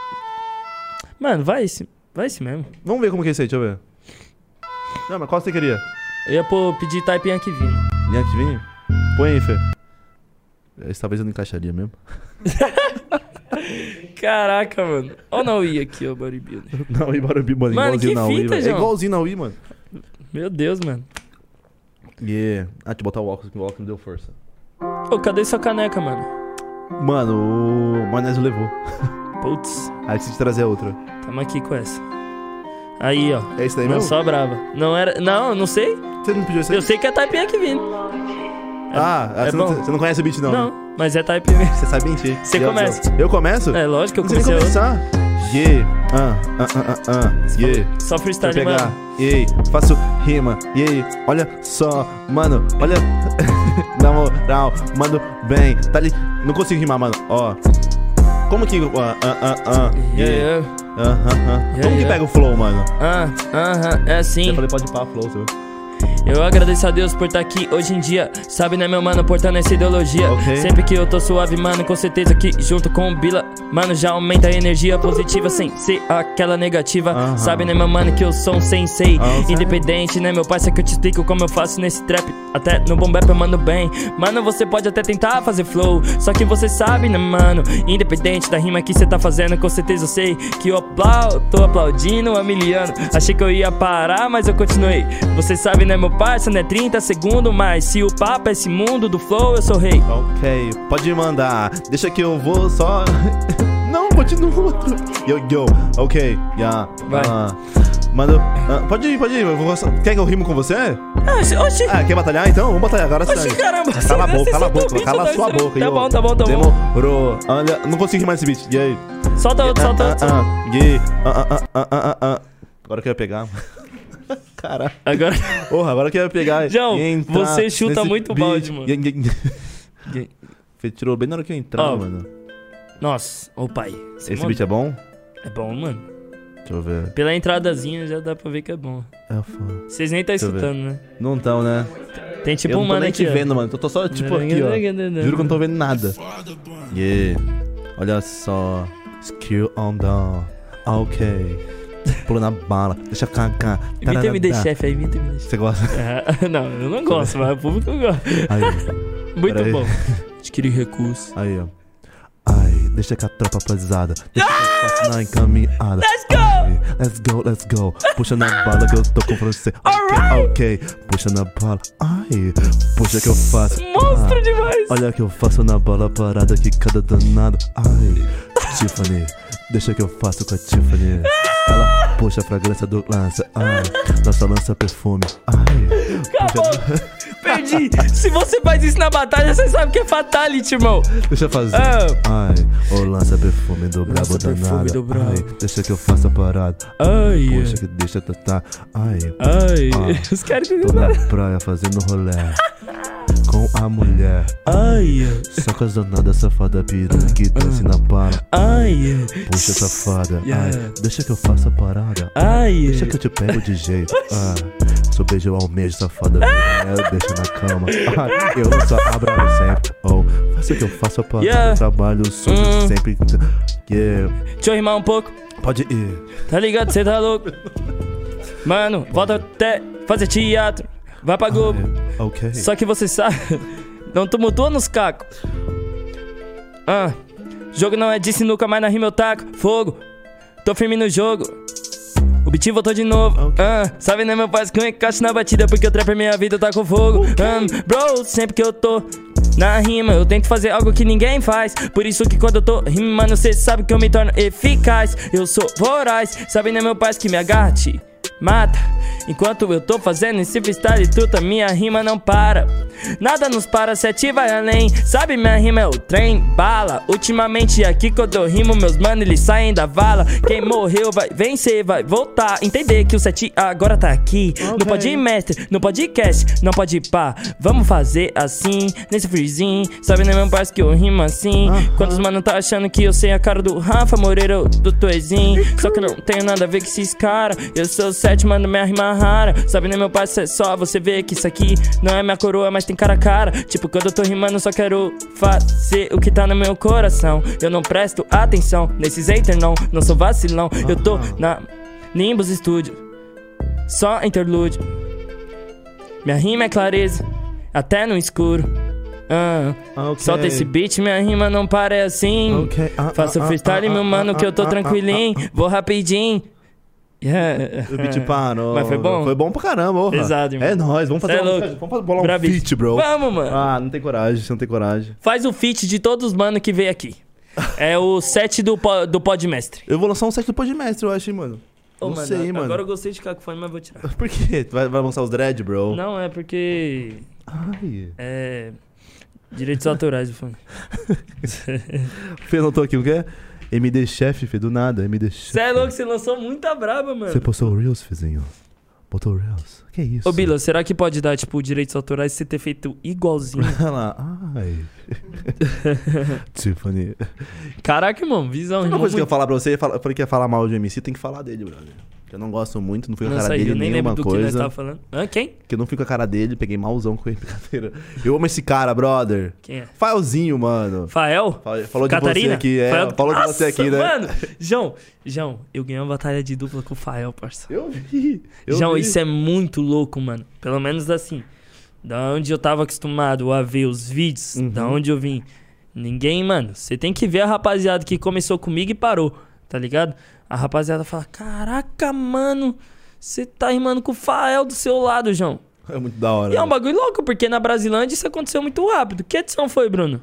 Speaker 2: Mano, vai esse, vai esse mesmo.
Speaker 1: Vamos ver como que é isso aí, deixa eu ver. Não, mas qual você queria?
Speaker 2: Eu ia pôr, pedir type Yankee Vino.
Speaker 1: Yankee Vinho? Põe aí, Fê. Esse talvez eu não encaixaria mesmo.
Speaker 2: Caraca, mano. Ó o Naui aqui, ó, bodybuilder.
Speaker 1: Não, e Barubi, mano.
Speaker 2: Mano,
Speaker 1: Igualzinho
Speaker 2: que
Speaker 1: na Wii,
Speaker 2: fita,
Speaker 1: velho. É
Speaker 2: João.
Speaker 1: igualzinho na Wii, mano.
Speaker 2: Meu Deus, mano.
Speaker 1: Yeah. Ah, deixa eu botar o óculos, que o óculos me deu força.
Speaker 2: Ô, cadê sua caneca, mano?
Speaker 1: Mano, o Maionese levou.
Speaker 2: Putz,
Speaker 1: Aí preciso trazer a outra.
Speaker 2: tamo aqui com essa. Aí, ó.
Speaker 1: É esse daí
Speaker 2: Não
Speaker 1: mesmo?
Speaker 2: só brava. Não era... Não, não sei.
Speaker 1: Você não pediu esse aí?
Speaker 2: Eu sei que é type Yankee Vino.
Speaker 1: Ah, ah,
Speaker 2: é
Speaker 1: você, não,
Speaker 2: bom.
Speaker 1: você não conhece o beat, não?
Speaker 2: Não,
Speaker 1: né?
Speaker 2: mas é type Vino.
Speaker 1: Você sabe mentir.
Speaker 2: Você
Speaker 1: Eu-
Speaker 2: começa.
Speaker 1: Eu, eu começo?
Speaker 2: É, lógico, eu
Speaker 1: Não sei nem
Speaker 2: comecei hoje.
Speaker 1: começar. Yeah, ah, ah, ah, ah, ah, yeah.
Speaker 2: Só
Speaker 1: Vou
Speaker 2: freestyle,
Speaker 1: pegar,
Speaker 2: mano.
Speaker 1: ei, faço rima, ei, olha só, mano, olha, na moral, mando bem, tá ali, não consigo rimar, mano, ó, como que, ah, ah, ah, ah, yeah,
Speaker 2: Yeah,
Speaker 1: ah, ah, ah.
Speaker 2: Yeah,
Speaker 1: como que
Speaker 2: yeah.
Speaker 1: pega o flow, mano?
Speaker 2: ah, aham, é assim.
Speaker 1: Eu falei, pode ir pra flow, você viu?
Speaker 2: Eu agradeço a Deus por estar aqui hoje em dia. Sabe, né, meu mano, portando essa ideologia.
Speaker 1: Ok.
Speaker 2: Sempre que eu tô suave, mano, com certeza que junto com o Bila, mano, já aumenta a energia positiva sem ser aquela negativa.
Speaker 1: Aham.
Speaker 2: Sabe, né, meu mano, que eu sou um sensei.
Speaker 1: Ok.
Speaker 2: Independente, né, meu parceiro, que eu te explico como eu faço nesse trap. Até no bom bap eu mando bem. Mano, você pode até tentar fazer flow, só que você sabe, né, mano, independente da rima que você tá fazendo, com certeza eu sei que eu aplaudo, tô aplaudindo a miliano. Achei que eu ia parar, mas eu continuei. Você sabe, né, meu parça, né, trinta segundos, mas se o papo é esse mundo do flow, eu sou rei.
Speaker 1: Ok, pode mandar, deixa que eu vou só... Não, continua outro. Yo, yo, ok, yeah.
Speaker 2: Vai.
Speaker 1: ah. Mano, ah, pode ir, pode ir. Eu vou... Quer que eu rimo com você?
Speaker 2: Oxi, oxi,
Speaker 1: Ah, quer batalhar então? Vamos batalhar agora.
Speaker 2: oxi,
Speaker 1: sim.
Speaker 2: caramba.
Speaker 1: Cala a
Speaker 2: Você-
Speaker 1: boca,
Speaker 2: você
Speaker 1: cala a
Speaker 2: soltou
Speaker 1: boca,
Speaker 2: o beat,
Speaker 1: cala
Speaker 2: tá
Speaker 1: a sua
Speaker 2: estranho.
Speaker 1: boca.
Speaker 2: Tá
Speaker 1: yo.
Speaker 2: bom, tá bom, tá bom.
Speaker 1: Demorou. Olha, não consigo rimar esse beat. E aí?
Speaker 2: Solta outro, solta
Speaker 1: Ah,
Speaker 2: outro.
Speaker 1: ah, ah, yeah. Ah, ah, ah, ah, ah, ah. Agora que eu ia pegar. Caralho.
Speaker 2: Agora...
Speaker 1: Porra, agora que eu ia pegar.
Speaker 2: João,
Speaker 1: e entrar
Speaker 2: você chuta
Speaker 1: nesse
Speaker 2: muito
Speaker 1: beat.
Speaker 2: balde, mano.
Speaker 1: Yeah, yeah, yeah. Fê tirou bem na hora que eu entrar,
Speaker 2: Ó,
Speaker 1: mano.
Speaker 2: Nossa, ô pai. você
Speaker 1: Esse
Speaker 2: manda-
Speaker 1: beat é bom?
Speaker 2: É bom, mano.
Speaker 1: Deixa eu ver.
Speaker 2: Pela entradazinha já dá pra ver que é bom.
Speaker 1: É foda.
Speaker 2: Vocês nem tá
Speaker 1: Deixa eu ver.
Speaker 2: escutando, né?
Speaker 1: Não tão, né?
Speaker 2: Tem tipo
Speaker 1: eu
Speaker 2: um
Speaker 1: não tô
Speaker 2: mano
Speaker 1: nem
Speaker 2: aqui,
Speaker 1: te
Speaker 2: ó.
Speaker 1: vendo, mano. Eu tô só, tipo, aqui, ó. Juro que eu não tô vendo nada. Yeah. Olha só. Skill on down. Ok. Pula na bala. Deixa eu cagar.
Speaker 2: Imita M D Chef aí, imita M D Chef.
Speaker 1: Você gosta?
Speaker 2: Ah, não, eu não gosto, mas o público gosta.
Speaker 1: Aí.
Speaker 2: Muito
Speaker 1: Pera aí.
Speaker 2: bom. Adquirir recurso.
Speaker 1: Aí, ó. Ai, deixa que a tropa pesada. Deixa que eu faço na encaminhada.
Speaker 2: Let's go!
Speaker 1: Ai, let's go, let's go. Puxa na bala que eu tô com você. Ok, ok. Puxa na bala. Ai, puxa que eu faço.
Speaker 2: Monstro
Speaker 1: Ah,
Speaker 2: demais!
Speaker 1: olha que eu faço na bola parada que cada danado. Ai, Tiffany, deixa que eu faço com a Tiffany. Ela puxa a fragrância do lança. Ai, nossa lança perfume. Ai,
Speaker 2: Acabou!
Speaker 1: puxa...
Speaker 2: Perdi! Se você faz isso na batalha, você sabe que é fatality, irmão!
Speaker 1: Deixa eu fazer.
Speaker 2: Ah.
Speaker 1: Ai, ô lança perfume do brabo
Speaker 2: Lança perfume
Speaker 1: danado.
Speaker 2: do brabo.
Speaker 1: Ai, deixa que eu faça a parada.
Speaker 2: Ai,
Speaker 1: Puxa que deixa tratar. Ai,
Speaker 2: ai.
Speaker 1: Ah.
Speaker 2: Os caras que
Speaker 1: tô na praia fazendo rolê com a mulher.
Speaker 2: Ai,
Speaker 1: Só com as danadas safada piranha que desce na pala.
Speaker 2: ai.
Speaker 1: Puxa safada.
Speaker 2: Yeah.
Speaker 1: Ai, deixa que eu faça a parada.
Speaker 2: Ai.
Speaker 1: Deixa que eu te pego de jeito. Ah, seu beijo eu almejo, safada piranha. Eu deixo na cama. Ai, eu não só abro sempre. Oh, faça que eu faça a parada.
Speaker 2: Yeah.
Speaker 1: Eu trabalho sujo
Speaker 2: Hum.
Speaker 1: sempre. Yeah.
Speaker 2: Deixa eu rimar um pouco.
Speaker 1: Pode ir.
Speaker 2: Tá ligado? Cê tá louco? Mano, volta até fazer teatro. Vai pra Globo.
Speaker 1: Ai, ok.
Speaker 2: Só que você sabe, não tumultua nos cacos. Ah, jogo não é de sinuca, mas na rima eu taco fogo. Tô firme no jogo. O beat voltou de novo.
Speaker 1: Ok.
Speaker 2: Ah, sabe, né, meu pai, que eu encaixo na batida porque o trap é minha vida, tá com fogo. Ah, bro, sempre que eu tô na rima, eu tento fazer algo que ninguém faz. Por isso que quando eu tô rimando, cê sabe que eu me torno eficaz. Eu sou voraz, sabe, né, meu pai, que me agarra, te mata. Enquanto eu tô fazendo esse freestyle tudo, minha rima não para. Nada nos para, se ativa além. Sabe, minha rima é o trem bala. Ultimamente aqui quando eu rimo, meus mano, eles saem da vala. Quem morreu vai vencer, vai voltar. Entender que o sete agora tá aqui. Não pode ir mestre, não pode ir cast, não pode ir pá. Vamos fazer assim, nesse freezinho. Sabe, né, meu parceiro, que eu rimo assim. Quando os mano tá achando que eu sei a cara do Rafa Moreira ou do Toezinho. Só que eu não tenho nada a ver com esses caras. Eu sou o sete, mano, minha rima rara. Sabe, né, meu parceiro, é só você ver que isso aqui não é minha coroa, mas tem cara a cara. Tipo, quando eu tô rimando, só quero fazer o que tá no meu coração. Eu não presto atenção nesses haters, não. Não sou vacilão. Eu tô na Nimbus Studio, só interlúdio. Minha rima é clareza, até no escuro. Ah,
Speaker 1: Ok.
Speaker 2: solta esse beat, minha rima não para é assim.
Speaker 1: Ok. Ah,
Speaker 2: Faço
Speaker 1: ah,
Speaker 2: freestyle,
Speaker 1: ah,
Speaker 2: meu
Speaker 1: ah,
Speaker 2: mano,
Speaker 1: ah,
Speaker 2: que eu tô
Speaker 1: ah, ah,
Speaker 2: tranquilinho.
Speaker 1: ah, ah.
Speaker 2: Vou rapidinho. Yeah.
Speaker 1: O beat parou.
Speaker 2: Mas foi bom?
Speaker 1: Foi bom pra caramba, porra.
Speaker 2: Pesado, irmão.
Speaker 1: É nóis, vamos fazer
Speaker 2: Cê é
Speaker 1: um,
Speaker 2: louco.
Speaker 1: vamos bolar um
Speaker 2: Bravíssimo.
Speaker 1: feat, bro.
Speaker 2: Vamos, mano.
Speaker 1: Ah, não tem coragem, você não tem coragem.
Speaker 2: Faz o feat de todos os mano que veio aqui. É o set do, po- do Podmestre.
Speaker 1: Eu vou lançar um set do Podmestre, eu acho, hein, mano.
Speaker 2: Ô,
Speaker 1: não
Speaker 2: mano,
Speaker 1: sei, mano.
Speaker 2: Agora eu gostei de cacofone, mas vou tirar.
Speaker 1: Por quê? Tu vai, vai lançar os dread, bro?
Speaker 2: Não, é porque...
Speaker 1: Ai.
Speaker 2: É... Direitos autorais do fone.
Speaker 1: Fê, anotou aqui o quê? M D Chef, Fê, do nada, M D Chef.
Speaker 2: Você é louco, você lançou muita braba, mano.
Speaker 1: Você postou o Reels, Fezinho? Botou o Reels? Que isso?
Speaker 2: Ô, Bila, será que pode dar, tipo, direitos autorais se você ter feito igualzinho?
Speaker 1: Olha lá, ai. Tiffany.
Speaker 2: Caraca, irmão, visão.
Speaker 1: Uma
Speaker 2: irmão,
Speaker 1: coisa que eu ia
Speaker 2: muito...
Speaker 1: falar pra você, eu falei que ia falar mal de M C, tem que falar dele, brother. Que eu não gosto muito, não fui com a
Speaker 2: Não
Speaker 1: cara
Speaker 2: sei,
Speaker 1: dele
Speaker 2: eu nem
Speaker 1: nenhuma
Speaker 2: lembro do que nós
Speaker 1: coisa.
Speaker 2: tava falando. Hã, quem?
Speaker 1: Que eu não fui com a cara dele, peguei malzão com ele, brincadeira. Eu amo esse cara, brother.
Speaker 2: Quem é?
Speaker 1: Faelzinho, mano.
Speaker 2: Fael?
Speaker 1: Fal- Falou
Speaker 2: Catarina?
Speaker 1: de você aqui, é.
Speaker 2: Fael...
Speaker 1: Falou de
Speaker 2: Nossa,
Speaker 1: você aqui, né?
Speaker 2: Mano, João, João, eu ganhei uma batalha de dupla com o Fael, parça.
Speaker 1: Eu vi. Eu
Speaker 2: João,
Speaker 1: vi.
Speaker 2: isso é muito louco, mano. Pelo menos assim. Da onde eu tava acostumado a ver os vídeos,
Speaker 1: Uhum.
Speaker 2: da onde eu vim. Ninguém, mano. Você tem que ver a rapaziada que começou comigo e parou, tá ligado? A rapaziada fala: caraca, mano, você tá rimando com o Fael do seu lado, João.
Speaker 1: É muito da hora.
Speaker 2: E é um
Speaker 1: né?
Speaker 2: bagulho louco, porque na Brasilândia isso aconteceu muito rápido. Que edição foi, Bruno?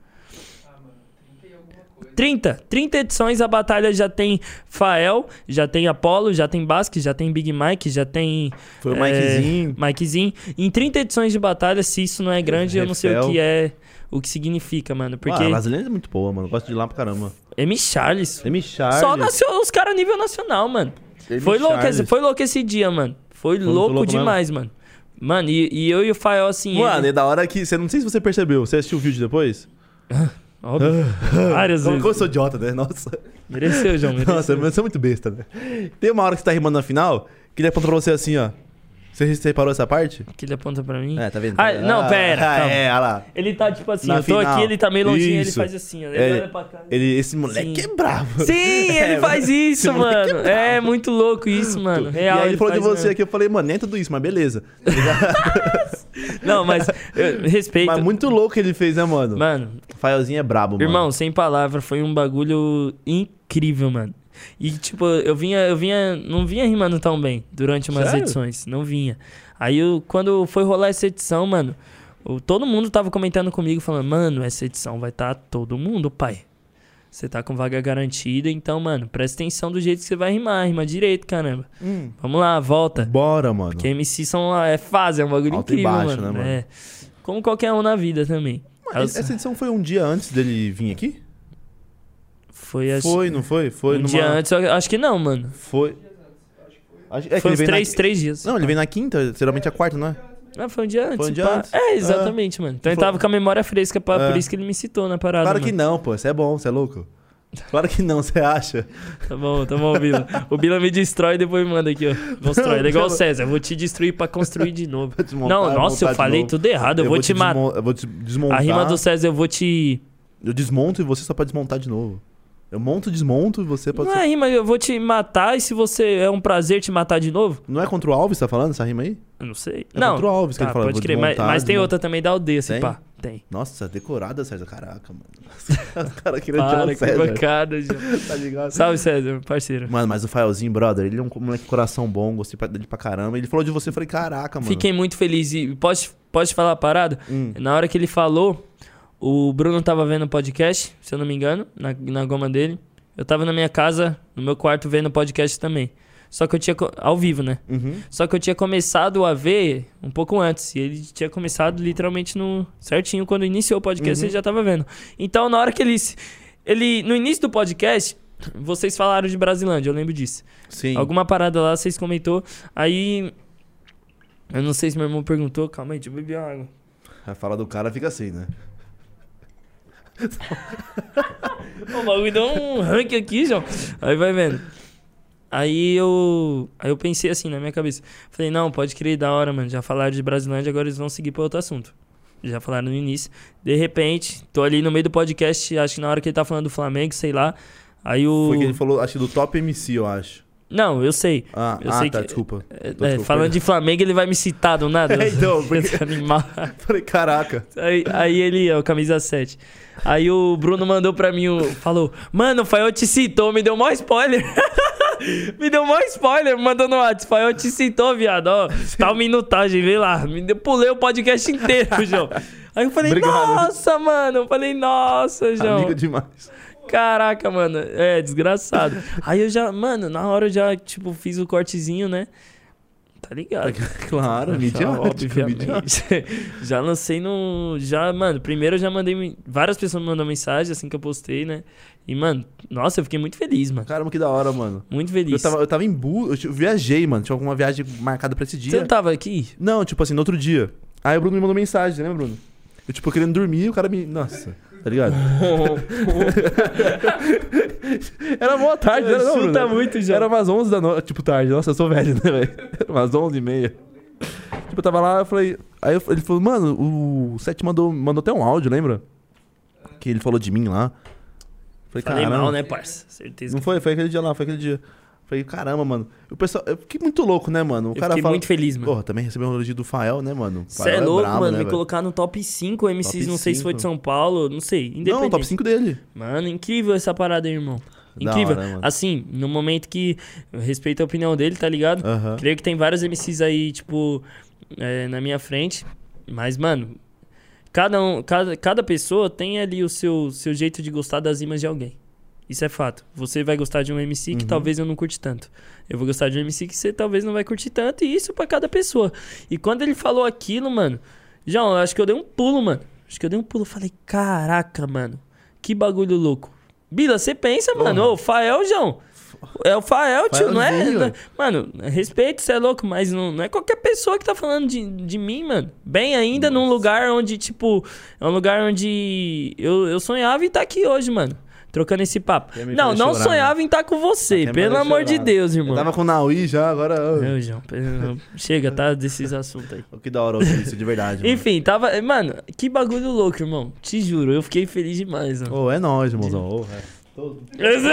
Speaker 2: trinta. trinta edições a batalha já tem Fael, já tem Apollo, já tem Basque, já tem Big Mike, já tem...
Speaker 1: Foi o
Speaker 2: é,
Speaker 1: Mikezinho.
Speaker 2: Mikezinho. Em trinta edições de batalha, se isso não é grande, eu não sei o
Speaker 1: Refel.
Speaker 2: que é... O que significa, mano. Porque...
Speaker 1: Ah, a brasileira é muito boa, mano. Gosto de ir lá pra caramba.
Speaker 2: M. Charles.
Speaker 1: M. Charles.
Speaker 2: Só nasceu os caras nível nacional, mano.
Speaker 1: M.
Speaker 2: Foi louco,
Speaker 1: Charles.
Speaker 2: esse, foi louco esse dia, mano. Foi,
Speaker 1: muito
Speaker 2: louco,
Speaker 1: louco
Speaker 2: demais, mano. Mano, e, e eu e o Fael, assim...
Speaker 1: Mano,
Speaker 2: ele-
Speaker 1: é da hora que... Você, não sei se você percebeu. Você assistiu o vídeo depois?
Speaker 2: Óbvio. Várias
Speaker 1: Como,
Speaker 2: vezes.
Speaker 1: como eu sou idiota, né? Nossa.
Speaker 2: Mereceu, João. Mereceu.
Speaker 1: Nossa, mas você é muito besta, né? Tem uma hora que você tá rimando na final, que ele aponta pra você assim, ó. Você reparou essa parte?
Speaker 2: Que ele aponta pra mim.
Speaker 1: É, tá vendo?
Speaker 2: Ah, não, pera.
Speaker 1: Ah,
Speaker 2: calma.
Speaker 1: é, olha lá.
Speaker 2: Ele tá tipo assim,
Speaker 1: Na
Speaker 2: eu tô
Speaker 1: final.
Speaker 2: aqui, ele tá meio longinho,
Speaker 1: Isso.
Speaker 2: ele faz assim, ó. Ele
Speaker 1: É,
Speaker 2: olha pra cá.
Speaker 1: Ele, esse moleque
Speaker 2: Sim.
Speaker 1: é bravo.
Speaker 2: Sim, ele
Speaker 1: É,
Speaker 2: faz isso,
Speaker 1: esse moleque
Speaker 2: mano.
Speaker 1: é
Speaker 2: É,
Speaker 1: bravo.
Speaker 2: muito louco isso, mano. Real.
Speaker 1: E aí ele falou de
Speaker 2: faz
Speaker 1: você
Speaker 2: mesmo.
Speaker 1: aqui, eu falei, mano, nem é tudo isso, mas beleza. Tá ligado?
Speaker 2: Não, mas eu respeito.
Speaker 1: Mas muito louco que ele fez, né, mano?
Speaker 2: Mano,
Speaker 1: O Faelzinho é brabo, mano.
Speaker 2: irmão, sem palavra, foi um bagulho incrível, mano. E, tipo, eu vinha, eu vinha, não vinha rimando tão bem durante umas
Speaker 1: Sério?
Speaker 2: edições, não vinha. Aí, eu, quando foi rolar essa edição, mano, o- todo mundo tava comentando comigo, falando, mano, essa edição vai estar todo mundo, pai. Você tá com vaga garantida, então, mano, presta atenção do jeito que você vai rimar, rima direito, caramba.
Speaker 1: Hum.
Speaker 2: Vamos lá, volta.
Speaker 1: Bora, mano.
Speaker 2: Porque M C são, é fase, é um bagulho
Speaker 1: Alto e
Speaker 2: incrível,
Speaker 1: baixo,
Speaker 2: mano.
Speaker 1: né, mano?
Speaker 2: É. Como qualquer um na vida também.
Speaker 1: Mas essa edição foi um dia antes dele vir aqui?
Speaker 2: Foi assim.
Speaker 1: Foi, não foi? Foi
Speaker 2: um
Speaker 1: numa...
Speaker 2: dia antes, eu acho que não, mano.
Speaker 1: Foi. Acho- É que
Speaker 2: Foi
Speaker 1: ele
Speaker 2: uns
Speaker 1: veio
Speaker 2: três,
Speaker 1: na...
Speaker 2: três dias.
Speaker 1: Não, ele vem na quinta, geralmente a quarta, não é?
Speaker 2: Ah, foi um dia antes.
Speaker 1: Foi um dia
Speaker 2: pá.
Speaker 1: antes.
Speaker 2: É, exatamente, mano. Então ele
Speaker 1: Foi-
Speaker 2: tava com a memória fresca, pra,
Speaker 1: É.
Speaker 2: por isso que ele me citou na parada.
Speaker 1: Claro
Speaker 2: mano.
Speaker 1: que não, pô. Você é bom, você é louco. Claro que não, você acha?
Speaker 2: Tá bom, tá bom, Bila. O Bila me destrói e depois me manda aqui, ó. Constrói. Ele é igual o César. Eu vou te destruir pra construir de novo.
Speaker 1: Vou desmontar,
Speaker 2: Não, nossa,
Speaker 1: montar
Speaker 2: eu
Speaker 1: de
Speaker 2: falei
Speaker 1: novo.
Speaker 2: tudo errado. Eu, vou te matar.
Speaker 1: desmo- Eu vou te desmontar.
Speaker 2: A rima do César, eu vou te.
Speaker 1: Eu desmonto e você só pode desmontar de novo. Eu monto, desmonto e você pode...
Speaker 2: Não é rima, eu vou te matar e se você é um prazer te matar de novo?
Speaker 1: Não é contra o Alves, tá falando essa rima aí?
Speaker 2: Eu não sei.
Speaker 1: É
Speaker 2: não.
Speaker 1: contra o Alves que
Speaker 2: Tá,
Speaker 1: ele fala.
Speaker 2: pode
Speaker 1: vou
Speaker 2: crer. Mas,
Speaker 1: desmontar,
Speaker 2: mas tem
Speaker 1: desmontar.
Speaker 2: outra também da aldeia, assim,
Speaker 1: Tem?
Speaker 2: pá. Tem.
Speaker 1: Nossa, decorada, César. Caraca, mano. Os caras querendo tirar
Speaker 2: Para,
Speaker 1: o
Speaker 2: que
Speaker 1: César.
Speaker 2: bancada, João.
Speaker 1: Tá ligado?
Speaker 2: Salve, César, parceiro.
Speaker 1: Mano, mas o Faelzinho, brother, ele é um moleque de coração bom, gostei pra- dele pra caramba. Ele falou de você, eu falei, caraca, mano.
Speaker 2: Fiquei muito feliz. E pode, pode falar a parada?
Speaker 1: Hum.
Speaker 2: Na hora que ele falou, o Bruno tava vendo o podcast, se eu não me engano, na, na goma dele. Eu tava na minha casa, no meu quarto, vendo o podcast também. Só que eu tinha... co- Ao vivo, né?
Speaker 1: Uhum.
Speaker 2: Só que eu tinha começado a ver um pouco antes. E ele tinha começado literalmente no... Certinho, quando iniciou o podcast,
Speaker 1: Uhum.
Speaker 2: ele já tava vendo. Então, na hora que ele... ele no início do podcast, vocês falaram de Brasilândia, eu lembro disso.
Speaker 1: Sim.
Speaker 2: Alguma parada lá, vocês comentou. Aí... Eu não sei se meu irmão perguntou. Calma aí, deixa eu beber água.
Speaker 1: A fala do cara fica assim, né?
Speaker 2: O bagulho deu um rank aqui, João. Aí vai vendo. Aí eu. Aí eu pensei assim na minha cabeça. Falei, não, pode crer, da hora, mano. Já falaram de Brasilândia, agora eles vão seguir pra outro assunto. Já falaram no início. De repente, tô ali no meio do podcast, acho que na hora que ele tá falando do Flamengo, sei lá. Aí o.
Speaker 1: Foi que ele falou, acho que do Top M C, eu acho.
Speaker 2: Não, eu sei.
Speaker 1: Ah,
Speaker 2: Eu
Speaker 1: ah
Speaker 2: sei
Speaker 1: tá,
Speaker 2: que-
Speaker 1: desculpa.
Speaker 2: É,
Speaker 1: Tô-
Speaker 2: é,
Speaker 1: tô-
Speaker 2: falando de Flamengo, ele vai me citar do nada.
Speaker 1: É, então, porque-
Speaker 2: Esse animal.
Speaker 1: Falei, caraca.
Speaker 2: Aí, aí ele, é o camisa sete. Aí o Bruno mandou pra mim, o, falou, mano, o Fael te citou, me deu maior spoiler. Me deu maior spoiler, mandou no WhatsApp. Fael te citou, viado, ó. Tal minutagem, vê lá. Me deu, pulei o podcast inteiro, João. Aí eu falei,
Speaker 1: Obrigado.
Speaker 2: nossa, mano. Eu falei, nossa, João.
Speaker 1: Amigo demais.
Speaker 2: Caraca, mano. É, desgraçado. Aí eu já, mano, na hora eu já, tipo, fiz o cortezinho, né? Tá ligado?
Speaker 1: Claro, midiático, midiático.
Speaker 2: Obviamente. Já lancei no... Já, mano, primeiro eu já mandei... men- Várias pessoas me mandaram mensagem assim que eu postei, né? E, mano, nossa, eu fiquei muito feliz, mano.
Speaker 1: Caramba, que da hora, mano.
Speaker 2: Muito feliz.
Speaker 1: Eu tava, eu tava em Bu, eu t- eu viajei, mano. Tinha alguma viagem marcada pra esse
Speaker 2: Você
Speaker 1: dia.
Speaker 2: não tava aqui?
Speaker 1: Não, tipo assim, no outro dia. Aí o Bruno me mandou mensagem, você lembra, Bruno? Eu, tipo, querendo dormir, o cara me... Nossa, tá ligado? Era boa tarde, não era não,
Speaker 2: Chuta
Speaker 1: Bruno?
Speaker 2: muito já.
Speaker 1: Era umas onze da noite, tipo, tarde. Nossa, eu sou velho, né, velho? Era umas onze e meia. Tipo, eu tava lá, eu falei... Aí eu- ele falou, mano, o Sete mandou, mandou até um áudio, lembra? Que ele falou de mim lá. Falei,
Speaker 2: Falei
Speaker 1: caramba.
Speaker 2: mal, né, parça? Certeza.
Speaker 1: Não
Speaker 2: que-
Speaker 1: foi? Foi aquele dia lá, foi aquele dia. Falei, caramba, mano. O pessoal... Eu fiquei muito louco, né, mano? O
Speaker 2: Eu
Speaker 1: cara
Speaker 2: fiquei
Speaker 1: fala...
Speaker 2: muito feliz, mano.
Speaker 1: Porra, também recebeu um elogio do Fael, né, mano?
Speaker 2: Você
Speaker 1: Fael
Speaker 2: é louco,
Speaker 1: brabo,
Speaker 2: mano.
Speaker 1: né,
Speaker 2: Me
Speaker 1: velho?
Speaker 2: colocar no top cinco M Cs,
Speaker 1: Top
Speaker 2: não sei se foi de
Speaker 1: cinco.
Speaker 2: São Paulo, não sei. Independente.
Speaker 1: Não, top cinco dele.
Speaker 2: Mano, incrível essa parada aí, irmão.
Speaker 1: Da
Speaker 2: Incrível.
Speaker 1: hora, mano.
Speaker 2: Assim, no momento que eu respeito a opinião dele, tá ligado?
Speaker 1: Aham.
Speaker 2: Creio que tem vários M Cs aí, tipo, é, na minha frente. Mas, mano, cada, um, cada, cada pessoa tem ali o seu, seu jeito de gostar das rimas de alguém. Isso é fato. Você vai gostar de um M C que
Speaker 1: Uhum.
Speaker 2: talvez eu não curte tanto. Eu vou gostar de um M C que você talvez não vai curtir tanto. E isso pra cada pessoa. E quando ele falou aquilo, mano... João, eu acho que eu dei um pulo, mano. Acho que eu dei um pulo. Falei, caraca, mano. Que bagulho louco. Bila, você pensa, mano.
Speaker 1: Porra.
Speaker 2: Ô, Fael, João. É o Fael, tio, não é,
Speaker 1: Faelzinho,
Speaker 2: não é-
Speaker 1: velho.
Speaker 2: Mano, respeito, você é louco, mas não, não é qualquer pessoa que tá falando de, de mim, mano. Bem ainda num lugar onde, tipo, é um lugar onde eu, eu sonhava em estar aqui hoje, mano. Trocando esse papo.
Speaker 1: Quer me
Speaker 2: Não,
Speaker 1: fazer
Speaker 2: não
Speaker 1: chorar,
Speaker 2: sonhava
Speaker 1: né?
Speaker 2: em estar com você,
Speaker 1: Quer me
Speaker 2: pelo
Speaker 1: fazer
Speaker 2: amor de
Speaker 1: chorar.
Speaker 2: Deus,
Speaker 1: Eu
Speaker 2: irmão.
Speaker 1: tava com o Naui já, agora... ô.
Speaker 2: Meu, João, pelo- chega, tá? Desses assuntos aí.
Speaker 1: Que da hora ouvir isso, de verdade, mano.
Speaker 2: Enfim, tava. Mano, que bagulho louco, irmão. Te juro, eu fiquei feliz demais, mano.
Speaker 1: Ô, é nóis, irmãozão. Ô, é. Todo...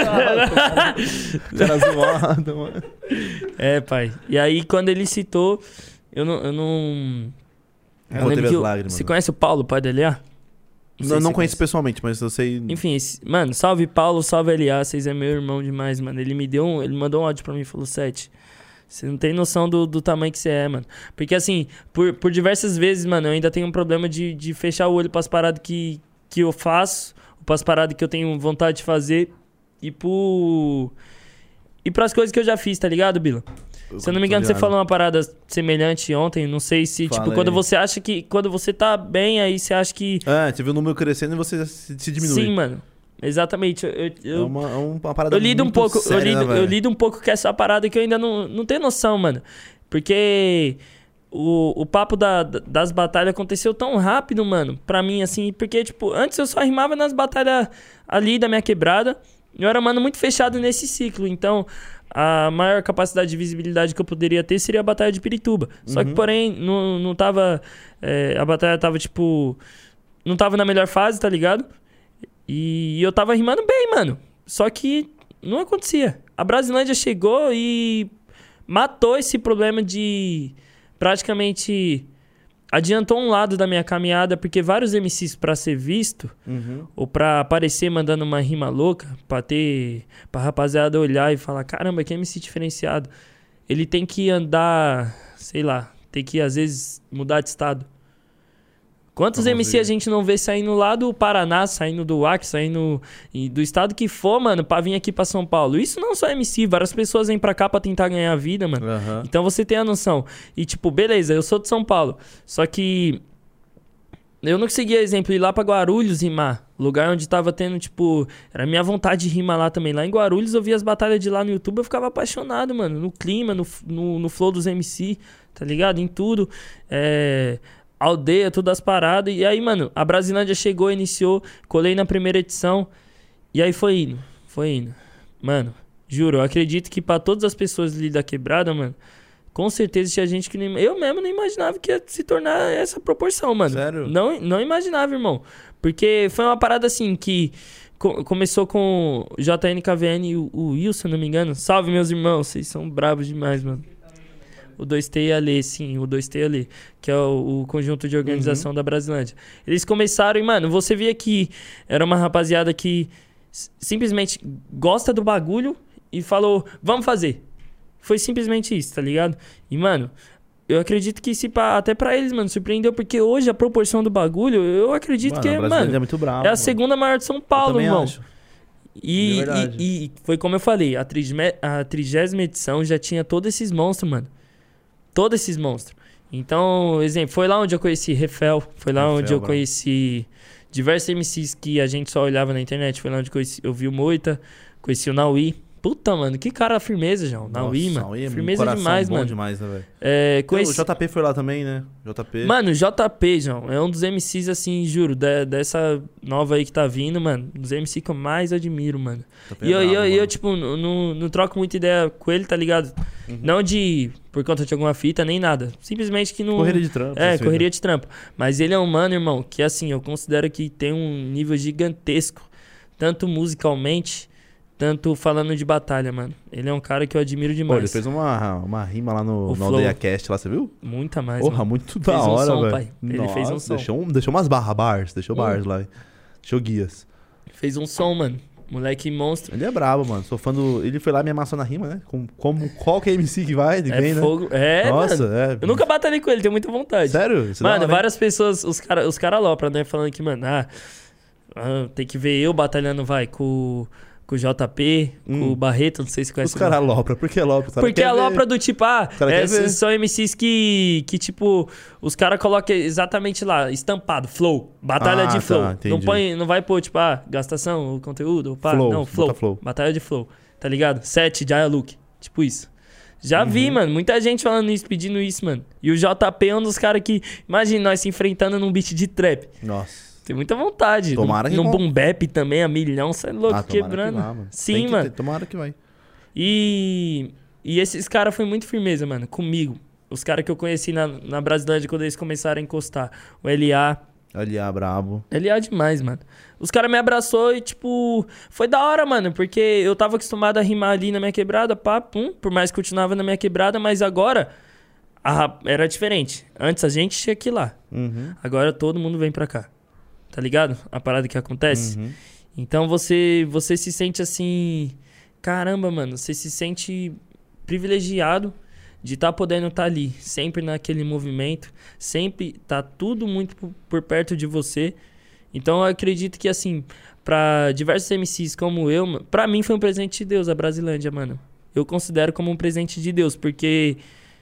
Speaker 1: Cara zoado, mano.
Speaker 2: É, pai. E aí, quando ele citou, eu não. Eu não. Eu
Speaker 1: Não
Speaker 2: lembro
Speaker 1: teve
Speaker 2: que
Speaker 1: as
Speaker 2: o-
Speaker 1: lágrimas.
Speaker 2: Você
Speaker 1: né?
Speaker 2: conhece o Paulo, pai da L A? sei
Speaker 1: Não,
Speaker 2: se
Speaker 1: não
Speaker 2: você
Speaker 1: conheço pessoalmente, mas eu sei...
Speaker 2: Enfim, esse- mano, salve Paulo, salve L A, vocês é meu irmão demais, mano. Ele me deu um, ele mandou um áudio pra mim e falou, Sete, você não tem noção do, do tamanho que você é, mano. Porque assim, por, por diversas vezes, mano, eu ainda tenho um problema de, de fechar o olho pras paradas que, que eu faço, pras paradas que eu tenho vontade de fazer e por... E pras coisas que eu já fiz, tá ligado, Bila? Se eu não me engano, você falou uma parada semelhante ontem. Não sei se,
Speaker 1: Fala
Speaker 2: tipo, quando
Speaker 1: aí.
Speaker 2: você acha que... Quando você tá bem, aí você acha que...
Speaker 1: É, você viu o número crescendo e você se, se diminui.
Speaker 2: Sim, mano. Exatamente. Eu, eu,
Speaker 1: É
Speaker 2: eu-
Speaker 1: uma, é uma parada
Speaker 2: eu lido um
Speaker 1: muito
Speaker 2: pouco,
Speaker 1: séria,
Speaker 2: eu, lido,
Speaker 1: né,
Speaker 2: eu
Speaker 1: velho?
Speaker 2: lido um pouco com essa parada que eu ainda não, não tenho noção, mano. Porque o, o papo da- das batalhas aconteceu tão rápido, mano, pra mim, assim. Porque, tipo, antes eu só rimava nas batalhas ali da minha quebrada. Eu era, mano, muito fechado nesse ciclo. Então, a maior capacidade de visibilidade que eu poderia ter seria a Batalha de Pirituba. Só que,
Speaker 1: Uhum.
Speaker 2: porém, não, não tava... é, a batalha tava, tipo... Não tava na melhor fase, tá ligado? E eu tava rimando bem, mano. Só que não acontecia. A Brasilândia chegou e matou esse problema de... Praticamente adiantou um lado da minha caminhada, porque vários M Cs pra ser visto,
Speaker 1: Uhum.
Speaker 2: ou pra aparecer mandando uma rima louca, pra ter... Pra rapaziada olhar e falar, caramba, que M C diferenciado. Ele tem que andar, sei lá, tem que às vezes mudar de estado. Quantos
Speaker 1: Vamos
Speaker 2: M C
Speaker 1: ver.
Speaker 2: a gente não vê saindo lá do Paraná, saindo do Acre, saindo e do estado que for, mano, pra vir aqui pra São Paulo? Isso não só M C, várias pessoas vêm pra cá pra tentar ganhar a vida, mano.
Speaker 1: Aham.
Speaker 2: Então você tem a noção. E tipo, beleza, eu sou de São Paulo. Só que eu não conseguia, exemplo, ir lá pra Guarulhos rimar. Lugar onde tava tendo, tipo... Era minha vontade de rimar lá também. Lá em Guarulhos eu via as batalhas de lá no YouTube, eu ficava apaixonado, mano. No clima, no, no, no flow dos M C, tá ligado? Em tudo. É... Aldeia, todas as paradas. E aí, mano, a Brasilândia chegou, iniciou. Colei na primeira edição. E aí foi indo. Foi indo. Mano, juro, eu acredito que pra todas as pessoas ali da quebrada, mano... Com certeza tinha gente que nem... Eu mesmo não imaginava que ia se tornar essa proporção, mano.
Speaker 1: Sério?
Speaker 2: Não, não imaginava, irmão. Porque foi uma parada assim que... co- começou com o J N K V N e o, o Will, se eu não me engano. Salve, meus irmãos. Vocês são bravos demais, mano. O dois T e a Lê, sim. O dois T e a Lê. Que é o, o conjunto de organização da Brasilândia. Eles começaram e, mano, você via que era uma rapaziada que s- simplesmente gosta do bagulho e falou, vamos fazer. Foi simplesmente isso, tá ligado? E, mano, eu acredito que se pá, até pra eles, mano, surpreendeu, porque hoje a proporção do bagulho, eu acredito
Speaker 1: Mano,
Speaker 2: que,
Speaker 1: a
Speaker 2: é,
Speaker 1: Brasilândia
Speaker 2: mano,
Speaker 1: é muito bravo.
Speaker 2: é a
Speaker 1: mano.
Speaker 2: segunda maior de São
Speaker 1: Eu
Speaker 2: Paulo,
Speaker 1: também
Speaker 2: irmão.
Speaker 1: acho.
Speaker 2: E,
Speaker 1: De verdade.
Speaker 2: e, e foi como eu falei, a, trigme, a trigésima edição já tinha todos esses monstros, mano. Todos esses monstros. Então, exemplo, foi lá onde eu conheci Refel, foi lá
Speaker 1: Refel,
Speaker 2: onde eu
Speaker 1: bravo.
Speaker 2: conheci diversos M Cs que a gente só olhava na internet, foi lá onde eu, conheci, eu vi o Moita, conheci o Naui. Puta, mano, que cara firmeza, João. Naui,
Speaker 1: Nossa,
Speaker 2: mano.
Speaker 1: Naui é um
Speaker 2: Firmeza
Speaker 1: coração
Speaker 2: demais,
Speaker 1: bom
Speaker 2: mano.
Speaker 1: demais, né, velho?
Speaker 2: É,
Speaker 1: Então,
Speaker 2: conheci...
Speaker 1: O J P foi lá também, né? J P.
Speaker 2: Mano, J P, João, é um dos M Cs, assim, juro, de- dessa nova aí que tá vindo, mano. Dos M C que eu mais admiro, mano.
Speaker 1: J P é
Speaker 2: E eu,
Speaker 1: bravo,
Speaker 2: eu, eu,
Speaker 1: mano.
Speaker 2: tipo, não, não, não troco muita ideia com ele, tá ligado?
Speaker 1: Uhum.
Speaker 2: Não de por conta de alguma fita, nem nada. Simplesmente que não...
Speaker 1: Correria de trampo.
Speaker 2: É,
Speaker 1: essas
Speaker 2: correria de trampo. Mas ele é um mano, irmão, que assim, eu considero que tem um nível gigantesco. Tanto musicalmente, tanto falando de batalha, mano. Ele é um cara que eu admiro
Speaker 1: Pô,
Speaker 2: demais.
Speaker 1: ele fez uma, uma rima lá no,
Speaker 2: O
Speaker 1: no
Speaker 2: flow.
Speaker 1: Aldeia Cast, lá, você viu?
Speaker 2: Muita mais,
Speaker 1: Porra,
Speaker 2: mano.
Speaker 1: muito da
Speaker 2: Fez um
Speaker 1: hora,
Speaker 2: som,
Speaker 1: velho.
Speaker 2: pai. Ele
Speaker 1: Nossa,
Speaker 2: fez um som.
Speaker 1: Deixou, um- deixou umas barra bars, deixou
Speaker 2: Hum.
Speaker 1: bars lá. Deixou guias.
Speaker 2: Fez um som, mano. Moleque monstro.
Speaker 1: Ele é brabo, mano. Sou fã do... Ele foi lá e me amassou na rima, né? Com, como qualquer M C que vai, ele
Speaker 2: É
Speaker 1: vem, né?
Speaker 2: fogo. É,
Speaker 1: Nossa,
Speaker 2: mano.
Speaker 1: é.
Speaker 2: Eu nunca batalhei com ele, tenho muita vontade.
Speaker 1: Sério? Isso é da
Speaker 2: Mano,
Speaker 1: hora, hein?
Speaker 2: várias pessoas, os caras os cara alopram, né? Falando que, mano, ah, ah, tem que ver eu batalhando, vai, com, com o J P,
Speaker 1: Hum.
Speaker 2: com o Barreto, não sei se
Speaker 1: Os
Speaker 2: conhece.
Speaker 1: caras alopram. Por que alopra? Os cara
Speaker 2: Porque
Speaker 1: quer
Speaker 2: a
Speaker 1: ver.
Speaker 2: alopra do tipo, ah,
Speaker 1: cara
Speaker 2: é,
Speaker 1: quer ver.
Speaker 2: são M Cs que, que tipo, os caras colocam exatamente lá, estampado, flow, batalha
Speaker 1: Ah,
Speaker 2: de
Speaker 1: tá,
Speaker 2: flow. Não,
Speaker 1: entendi.
Speaker 2: põe, não vai pôr, tipo, ah, gastação, o conteúdo, pá,
Speaker 1: Flow,
Speaker 2: não, flow,
Speaker 1: bota flow.
Speaker 2: batalha de flow. tá ligado? Sete, Jaya Luke. Tipo isso. Já
Speaker 1: Uhum.
Speaker 2: vi, mano. Muita gente falando isso, pedindo isso, mano. E o J P é um dos caras que... Imagina nós se enfrentando num beat de trap.
Speaker 1: Nossa.
Speaker 2: Tem muita vontade.
Speaker 1: Tomara
Speaker 2: num,
Speaker 1: que
Speaker 2: num
Speaker 1: com-
Speaker 2: boom bap também, a milhão. Você é louco,
Speaker 1: Ah, tomara
Speaker 2: quebrando.
Speaker 1: que vá, mano.
Speaker 2: Sim,
Speaker 1: Tem que
Speaker 2: mano.
Speaker 1: ter, tomara que vai.
Speaker 2: E... E esses caras foi muito firmeza, mano. Comigo. Os caras que eu conheci na, na Brasilândia quando eles começaram a encostar. O L A...
Speaker 1: Ali, ah, brabo.
Speaker 2: Ele é demais, mano. Os caras me abraçou e, tipo... Foi da hora, mano. Porque eu tava acostumado a rimar ali na minha quebrada, pá, pum. Por mais que continuava na minha quebrada. Mas agora... a- era diferente. Antes a gente tinha que ir lá.
Speaker 1: Uhum.
Speaker 2: Agora todo mundo vem pra cá. Tá ligado? A parada que acontece.
Speaker 1: Uhum.
Speaker 2: Então você, você se sente assim... Caramba, mano. Você se sente privilegiado de estar podendo estar ali, sempre naquele movimento, sempre tá tudo muito por, por perto de você. Então eu acredito que, assim, pra diversos M Cs como eu, ma- pra mim foi um presente de Deus a Brasilândia, mano. Eu considero como um presente de Deus, porque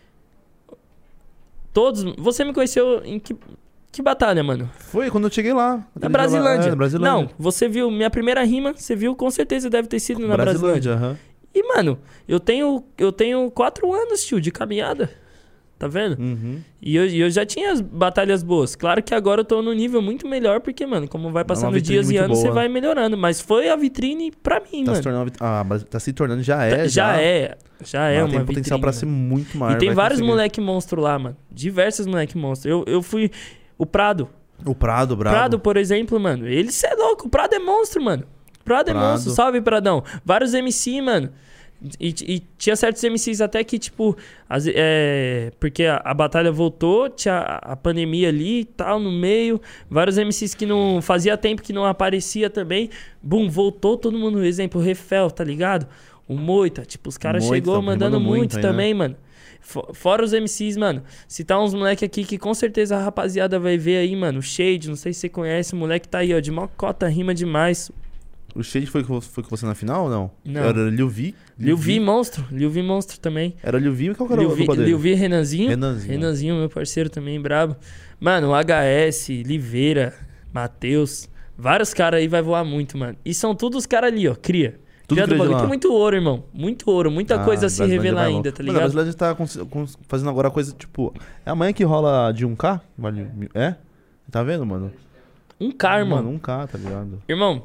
Speaker 2: todos... Você me conheceu em que, que batalha, mano?
Speaker 1: Foi quando eu cheguei lá.
Speaker 2: Na
Speaker 1: Aquele dia lá-
Speaker 2: Brasilândia.
Speaker 1: É, na Brasilândia.
Speaker 2: Não, você viu minha primeira rima, você viu, com certeza deve ter sido na Brasilândia.
Speaker 1: aham.
Speaker 2: E, mano, eu tenho, eu tenho quatro anos, tio, de caminhada. Tá vendo?
Speaker 1: Uhum.
Speaker 2: E eu, e eu já tinha as batalhas boas. Claro que agora eu tô num nível muito melhor, porque, mano, como vai passando
Speaker 1: vitrine
Speaker 2: dias e
Speaker 1: muito
Speaker 2: anos, você
Speaker 1: boa.
Speaker 2: vai melhorando. Mas foi a vitrine pra mim,
Speaker 1: Tá,
Speaker 2: mano.
Speaker 1: se tornando, ah, mas tá se tornando, já é.
Speaker 2: Tá- já, é. Já é
Speaker 1: Mas
Speaker 2: uma
Speaker 1: tem potencial
Speaker 2: vitrine,
Speaker 1: pra
Speaker 2: mano.
Speaker 1: ser muito maior.
Speaker 2: E tem
Speaker 1: vai
Speaker 2: vários
Speaker 1: conseguir.
Speaker 2: moleque monstro lá, mano. Diversos moleque monstro. Eu, eu fui... O Prado.
Speaker 1: O Prado, brabo.
Speaker 2: Prado, por exemplo, mano. Ele, cê é louco. O Prado é monstro, mano. Prado é
Speaker 1: Prado.
Speaker 2: monstro. Salve, Pradão. Vários M C, mano. E, e tinha certos M Cs até que, tipo... As, é, porque a, a batalha voltou, tinha a, a pandemia ali e tal, no meio. Vários M Cs que não... Fazia tempo que não aparecia também. Bum, voltou todo mundo. Exemplo, o Refel, tá ligado? O Moita. Tipo, os caras
Speaker 1: Moita,
Speaker 2: chegou
Speaker 1: tá
Speaker 2: mandando
Speaker 1: rimando muito
Speaker 2: muito
Speaker 1: aí, né?
Speaker 2: também, mano. Fo- Fora os M Cs, mano. Citar uns moleque aqui que com certeza a rapaziada vai ver aí, mano. O Shade, não sei se você conhece. O moleque tá aí, ó. De mocota, rima demais.
Speaker 1: O Shade foi, com- foi com você na final ou não?
Speaker 2: Não.
Speaker 1: Era Lil V?
Speaker 2: Lil V, monstro. Lil V, monstro também.
Speaker 1: Era Lil V e qual que era
Speaker 2: Lil
Speaker 1: o
Speaker 2: V,
Speaker 1: dupla dele?
Speaker 2: Lil V, Renanzinho.
Speaker 1: Renanzinho.
Speaker 2: Renanzinho, meu parceiro também, brabo. Mano, o H S, Liveira, Matheus. Vários caras aí vai voar muito, mano. E são todos os caras ali, ó. Cria.
Speaker 1: Tudo
Speaker 2: Cria do
Speaker 1: cria de
Speaker 2: bagulho.
Speaker 1: lá.
Speaker 2: Tem muito ouro, irmão. Muito ouro. Muita
Speaker 1: Ah,
Speaker 2: coisa a se
Speaker 1: Brasilândia
Speaker 2: revelar
Speaker 1: vai
Speaker 2: ainda,
Speaker 1: longe.
Speaker 2: tá
Speaker 1: Mano, a
Speaker 2: ligado?
Speaker 1: Brasilândia tá cons- cons- fazendo agora coisa, tipo... É amanhã que rola de um K? Vale, mil- é? Tá vendo, mano?
Speaker 2: Um K, irmão.
Speaker 1: Mano, um K, tá ligado?
Speaker 2: Irmão,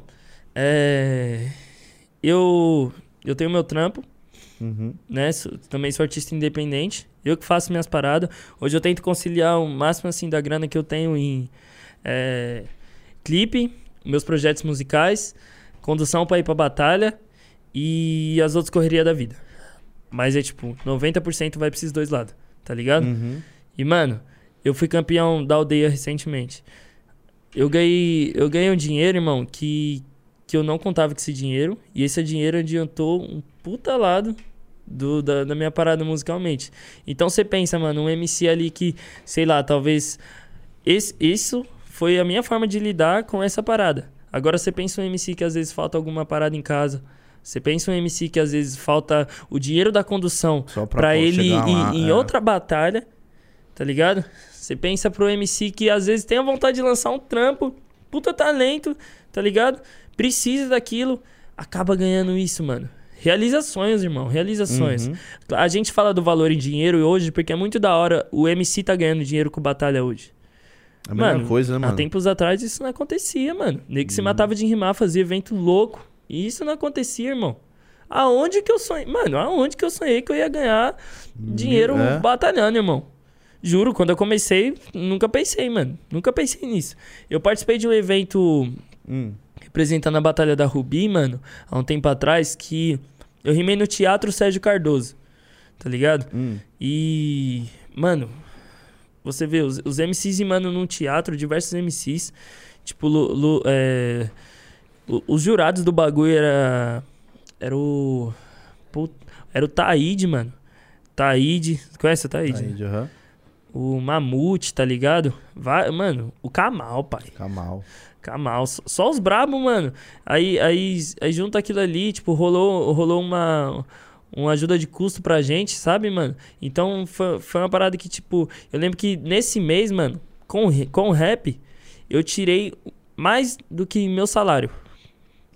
Speaker 2: é... Eu... Eu tenho meu trampo,
Speaker 1: Uhum.
Speaker 2: né? Sou- também sou artista independente. Eu que faço minhas paradas. Hoje eu tento conciliar o máximo, assim, da grana que eu tenho em... é, clipe, meus projetos musicais, condução pra ir pra batalha e as outras correrias da vida. Mas é tipo, noventa por cento vai pra esses dois lados, tá ligado?
Speaker 1: Uhum.
Speaker 2: E, mano, eu fui campeão da aldeia recentemente. Eu ganhei, eu ganhei um dinheiro, irmão, que, que eu não contava com esse dinheiro. E esse dinheiro adiantou um puta lado do, da, da minha parada musicalmente. Então você pensa, mano, um M C ali que, sei lá, talvez... Esse, isso foi a minha forma de lidar com essa parada. Agora você pensa um M C que às vezes falta alguma parada em casa. Você pensa um M C que às vezes falta o dinheiro da condução
Speaker 1: Só pra,
Speaker 2: pra
Speaker 1: pô,
Speaker 2: ele ir
Speaker 1: chegar lá,
Speaker 2: em
Speaker 1: é.
Speaker 2: outra batalha, tá ligado? Você pensa pro M C que às vezes tem a vontade de lançar um trampo, puta talento, tá ligado? Precisa daquilo, acaba ganhando isso, mano. Realiza sonhos, irmão, realiza sonhos.
Speaker 1: Uhum.
Speaker 2: A gente fala do valor em dinheiro hoje porque é muito da hora o M C tá ganhando dinheiro com batalha hoje.
Speaker 1: A mesma
Speaker 2: Mano,
Speaker 1: coisa, né, mano?
Speaker 2: Há tempos atrás isso não acontecia, mano. Nego que se
Speaker 1: Uhum.
Speaker 2: matava de rimar, fazia evento louco. E isso não acontecia, irmão. Aonde que eu sonhei? Mano, aonde que eu sonhei que eu ia ganhar dinheiro
Speaker 1: É.
Speaker 2: batalhando, irmão? Juro, quando eu comecei, nunca pensei, mano. Nunca pensei nisso. Eu participei de um evento
Speaker 1: Hum.
Speaker 2: representando a Batalha da Rubi, mano, há um tempo atrás, que eu rimei no Teatro Sérgio Cardoso, tá ligado?
Speaker 1: Hum.
Speaker 2: E, mano, você vê, os, os M Cs rimando num teatro, diversos M Cs, tipo, Lu- Lu- é, o- os jurados do bagulho era, era o, put- era o Taíde, mano, Taíde, conhece o Taíde?
Speaker 1: Aí, aham.
Speaker 2: O Mamute, tá ligado? Vai, mano, o Kamal, pai.
Speaker 1: Fica mal.
Speaker 2: Kamal, só, só os brabos, mano. Aí, aí, aí junto aquilo ali, tipo, rolou, rolou uma, uma ajuda de custo pra gente, sabe, mano? Então foi, foi uma parada que, tipo, eu lembro que nesse mês, mano, com, o re- com o rap, eu tirei mais do que meu salário.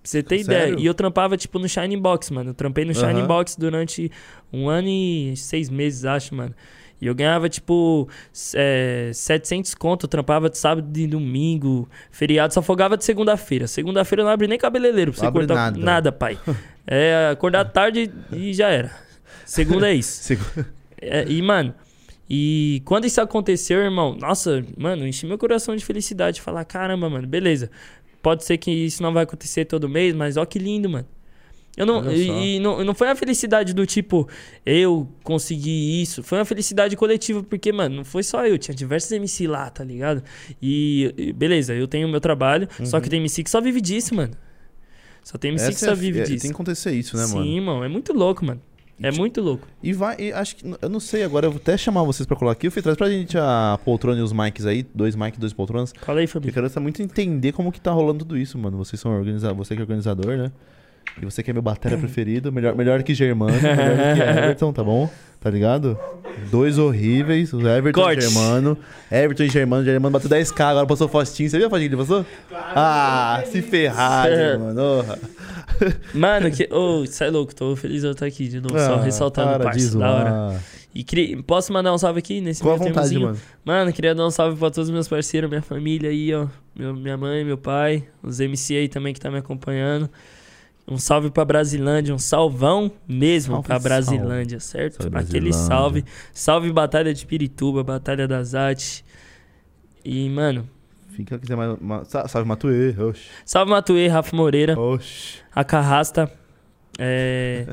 Speaker 2: você ter
Speaker 1: Sério?
Speaker 2: ideia. E eu trampava, tipo, no Shining Box, mano. Eu trampei no Shining
Speaker 1: Aham.
Speaker 2: Box durante um ano e seis meses, acho, mano. E eu ganhava, tipo, é, setecentos conto. Eu trampava de sábado e domingo. Feriado, só folgava de segunda-feira. Segunda-feira eu não abri nem cabeleireiro pra você
Speaker 1: Abre
Speaker 2: cortar
Speaker 1: nada.
Speaker 2: nada, pai. É, acordar tarde e já era. Segunda é isso.
Speaker 1: Segu-
Speaker 2: É, e, mano, e quando isso aconteceu, irmão, nossa, mano, enchi meu coração de felicidade. Falar, caramba, mano, beleza. Pode ser que isso não vai acontecer todo mês, mas ó que lindo, mano. Eu não,
Speaker 1: Olha só.
Speaker 2: e, e não, não foi a felicidade do tipo, eu consegui isso. Foi uma felicidade coletiva, porque, mano, não foi só eu. Tinha diversos M C lá, tá ligado? E, e beleza, eu tenho o meu trabalho, só que tem M C que só vive disso, mano. Só tem M C que
Speaker 1: Essa
Speaker 2: só
Speaker 1: é a-
Speaker 2: vive
Speaker 1: é,
Speaker 2: disso.
Speaker 1: Tem que acontecer isso, né, mano?
Speaker 2: Sim, mano, é muito louco, mano. É muito louco.
Speaker 1: E vai, e acho que, eu não sei, agora eu vou até chamar vocês pra colar aqui. Eu fui traz pra gente a poltrona e os mics aí, dois mics, dois poltronas.
Speaker 2: Fala aí,
Speaker 1: Eu
Speaker 2: Fabinho.
Speaker 1: quero muito entender como que tá rolando tudo isso, mano. Vocês são organizadores, você que é organizador, né? E você que é meu batera preferido, melhor, melhor que Germano, melhor que Everton, tá bom? Tá ligado? Dois horríveis, o Everton
Speaker 2: Corte.
Speaker 1: e Germano. Everton e Germano, Germano bateu dez k, agora passou Faustinho. Você viu a fotinha que ele passou? Ah, se ferrar, Germano. Orra.
Speaker 2: Mano, que. Ô, oh, sai louco, tô feliz de eu estar aqui de novo, só
Speaker 1: Ah,
Speaker 2: ressaltando o
Speaker 1: para de
Speaker 2: parça, da hora.
Speaker 1: zoar.
Speaker 2: E queria, posso mandar um salve aqui nesse
Speaker 1: Com a
Speaker 2: meio
Speaker 1: vontade,
Speaker 2: termozinho?
Speaker 1: mano.
Speaker 2: Mano, queria dar um salve pra todos os meus parceiros, minha família aí, ó. Meu, minha mãe, meu pai, os M C aí também que tá me acompanhando. Um salve pra Brasilândia, um salvão mesmo
Speaker 1: Salve,
Speaker 2: pra Brasilândia, certo?
Speaker 1: Salve,
Speaker 2: Aquele
Speaker 1: Brasilândia.
Speaker 2: salve. Salve Batalha de Pirituba, Batalha das Artes. E, mano,
Speaker 1: Fica quiser mais. ma- sa- Salve Matuê. Oxi.
Speaker 2: salve Matuê, Rafa Moreira,
Speaker 1: Oxi.
Speaker 2: a Carrasta. É.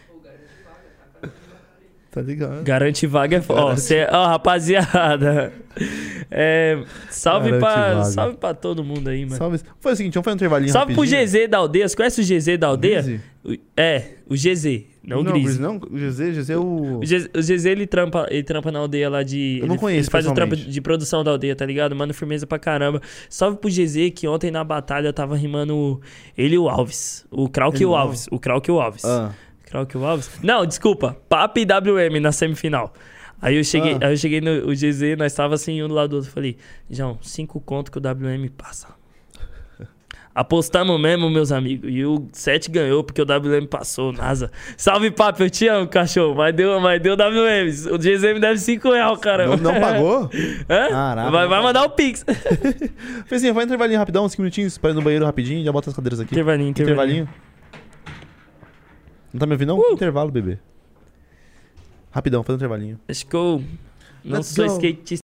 Speaker 1: Tá ligado?
Speaker 2: Garante vaga é foda. Ó, cê- ó, rapaziada. É, salve,
Speaker 1: Garante
Speaker 2: pra,
Speaker 1: vaga.
Speaker 2: salve pra todo mundo aí, mano.
Speaker 1: Salve. Foi o seguinte, vamos fazer um intervalinho
Speaker 2: Salve pro
Speaker 1: rapidinho.
Speaker 2: G Z da aldeia. Você conhece o G Z da aldeia?
Speaker 1: Grizzy?
Speaker 2: O- É, o G Z, não o
Speaker 1: Não,
Speaker 2: Gris.
Speaker 1: Grizzy não. O G Z, G Z é o...
Speaker 2: O G- o G Z, ele trampa, ele trampa na aldeia lá de...
Speaker 1: Eu não
Speaker 2: ele,
Speaker 1: conheço
Speaker 2: ele faz o trampo
Speaker 1: pessoalmente.
Speaker 2: de produção da aldeia, tá ligado? Mano, firmeza pra caramba. Salve pro G Z, que ontem na batalha tava rimando ele e o Alves. O Krauk
Speaker 1: Ele
Speaker 2: e
Speaker 1: e
Speaker 2: o
Speaker 1: o
Speaker 2: Alves. O Krauk e o Alves.
Speaker 1: Ah.
Speaker 2: Krauk e o Alves? Não, desculpa. Papo e W M na semifinal. Aí eu cheguei,
Speaker 1: Ah.
Speaker 2: aí eu cheguei no o G Z, nós tava assim, um do lado do outro. Falei, João, cinco conto que o W M passa. Apostamos mesmo, meus amigos. E o sete ganhou porque o W M passou, NASA. Salve, papo, eu te amo, cachorro. Mas deu, mas deu W M. O G Z me deve cinco reais, cara.
Speaker 1: Não, não pagou?
Speaker 2: Hã?
Speaker 1: Caraca.
Speaker 2: vai, vai mandar o Pix.
Speaker 1: Fezinho, vai um intervalinho rapidão, cinco minutinhos, para ir no banheiro rapidinho, já bota as cadeiras aqui.
Speaker 2: Intervalinho, intervalinho.
Speaker 1: Intervalinho. Não tá me ouvindo, não?
Speaker 2: Uh!
Speaker 1: Intervalo, bebê. Rapidão, faz um intervalinho.
Speaker 2: Acho que eu não
Speaker 1: Let's
Speaker 2: sou
Speaker 1: go.
Speaker 2: skatista.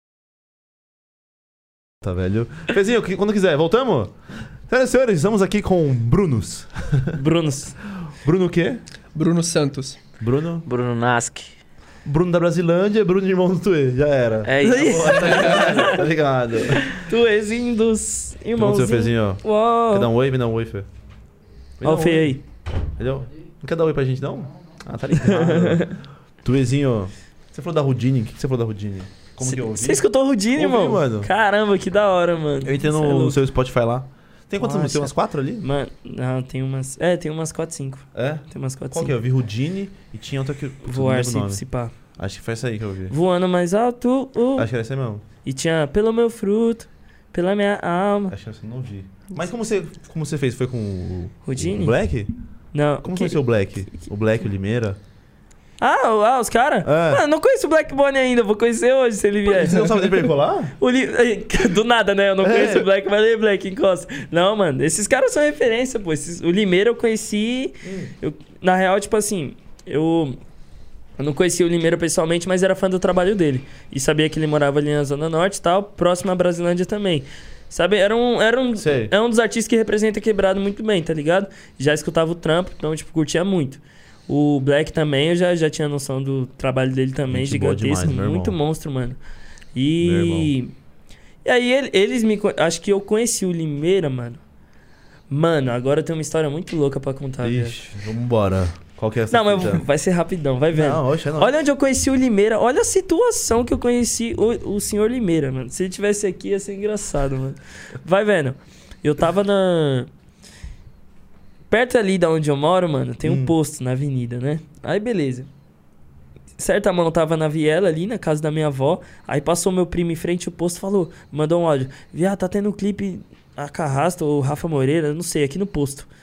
Speaker 1: Tá, velho. Fezinho, que- quando quiser, voltamos? Senhoras e senhores, estamos aqui com Brunos.
Speaker 2: Brunos.
Speaker 1: Bruno o quê?
Speaker 4: Bruno Santos.
Speaker 1: Bruno?
Speaker 5: Bruno Nask.
Speaker 1: Bruno da Brasilândia, Bruno de Irmão do Tuê. Já era.
Speaker 5: É isso.
Speaker 1: Tá ligado? Tá ligado.
Speaker 2: Tu ezinho dos
Speaker 1: Vamos,
Speaker 2: irmãos.
Speaker 1: seu Fezinho, ó.
Speaker 2: Uau.
Speaker 1: Quer dar um oi? Me dá um oi, Fê. Me dá
Speaker 2: Ó
Speaker 1: um
Speaker 2: o Fê
Speaker 1: oi.
Speaker 2: aí.
Speaker 1: Entendeu? Não quer dar oi pra gente, não? Ah, tá ligado. Tuezinho, você falou da Rudine. O que que você falou da Rudine? Como que eu ouvi?
Speaker 2: Você escutou o Rudine,
Speaker 1: Ouvi,
Speaker 2: irmão?
Speaker 1: mano.
Speaker 2: Caramba, que da hora, mano.
Speaker 1: Eu entrei
Speaker 2: Cê é
Speaker 1: no
Speaker 2: louco.
Speaker 1: seu Spotify lá. Tem quantas
Speaker 2: Nossa.
Speaker 1: músicas? Tem umas quatro ali?
Speaker 2: Mano, não, tem umas... É, tem umas quatro, cinco.
Speaker 1: É?
Speaker 2: Tem umas quatro,
Speaker 1: Qual que é?
Speaker 2: cinco.
Speaker 1: Eu vi Rudine e tinha outra que... Putz, eu não
Speaker 2: Voar,
Speaker 1: lembro o
Speaker 2: se,
Speaker 1: nome.
Speaker 2: se pá.
Speaker 1: Acho que foi essa aí que eu vi.
Speaker 2: Voando mais alto. uh.
Speaker 1: Acho que era essa aí mesmo.
Speaker 2: E tinha pelo meu fruto, pela minha alma.
Speaker 1: Acho que essa eu não vi. Mas como você, como você fez? Foi com o...
Speaker 2: Rudine?
Speaker 1: O Black?
Speaker 2: Não.
Speaker 1: Como
Speaker 2: que-
Speaker 1: conheceu o Black? O Black, o Limeira?
Speaker 2: Ah, o- ah, os caras?
Speaker 1: É.
Speaker 2: Mano, não conheço o Black Bunny ainda. Vou conhecer hoje, se ele vier.
Speaker 1: Você não sabe nem pra ele colar?
Speaker 2: O li... Do nada, né? Eu não
Speaker 1: É.
Speaker 2: conheço o Black, mas aí Black encosta. Não, mano, esses caras são referência, pô. Esses... O Limeira eu conheci.
Speaker 1: Hum.
Speaker 2: Eu... Na real, tipo assim, eu. Eu não conhecia o Limeira pessoalmente, mas era fã do trabalho dele. E sabia que ele morava ali na Zona Norte e tal, próximo à Brasilândia também. Sabe, era um, era um,
Speaker 1: Sei.
Speaker 2: é um dos artistas que representa Quebrado muito bem, tá ligado? Já escutava o trampo, então, tipo, curtia muito. O Black também, eu já, já tinha noção do trabalho dele também,
Speaker 1: Gente boa
Speaker 2: gigantesco,
Speaker 1: demais, meu
Speaker 2: muito
Speaker 1: irmão.
Speaker 2: monstro, mano.
Speaker 1: Meu
Speaker 2: E...
Speaker 1: irmão.
Speaker 2: E aí, ele- eles me... con- Acho que eu conheci o Limeira, mano. Mano, agora tem uma história muito louca pra contar, velho.
Speaker 1: Ixi, vambora. Qual que é essa
Speaker 2: Não, mas
Speaker 1: fita?
Speaker 2: vai ser rapidão, vai vendo.
Speaker 1: Não, oxe, é não.
Speaker 2: Olha onde eu conheci o Limeira. Olha a situação que eu conheci o, o senhor Limeira, mano. Se ele tivesse aqui, ia ser engraçado, mano. Vai vendo. Eu tava na... Perto ali da onde eu moro, mano, tem um
Speaker 1: Hum.
Speaker 2: posto na avenida, né? Aí, beleza. Certa mão tava na viela ali, na casa da minha avó. Aí passou meu primo em frente ao posto e falou... Mandou um áudio. Viado, tá tendo um clipe... A Carrasta ou Rafa Moreira, não sei, aqui no posto.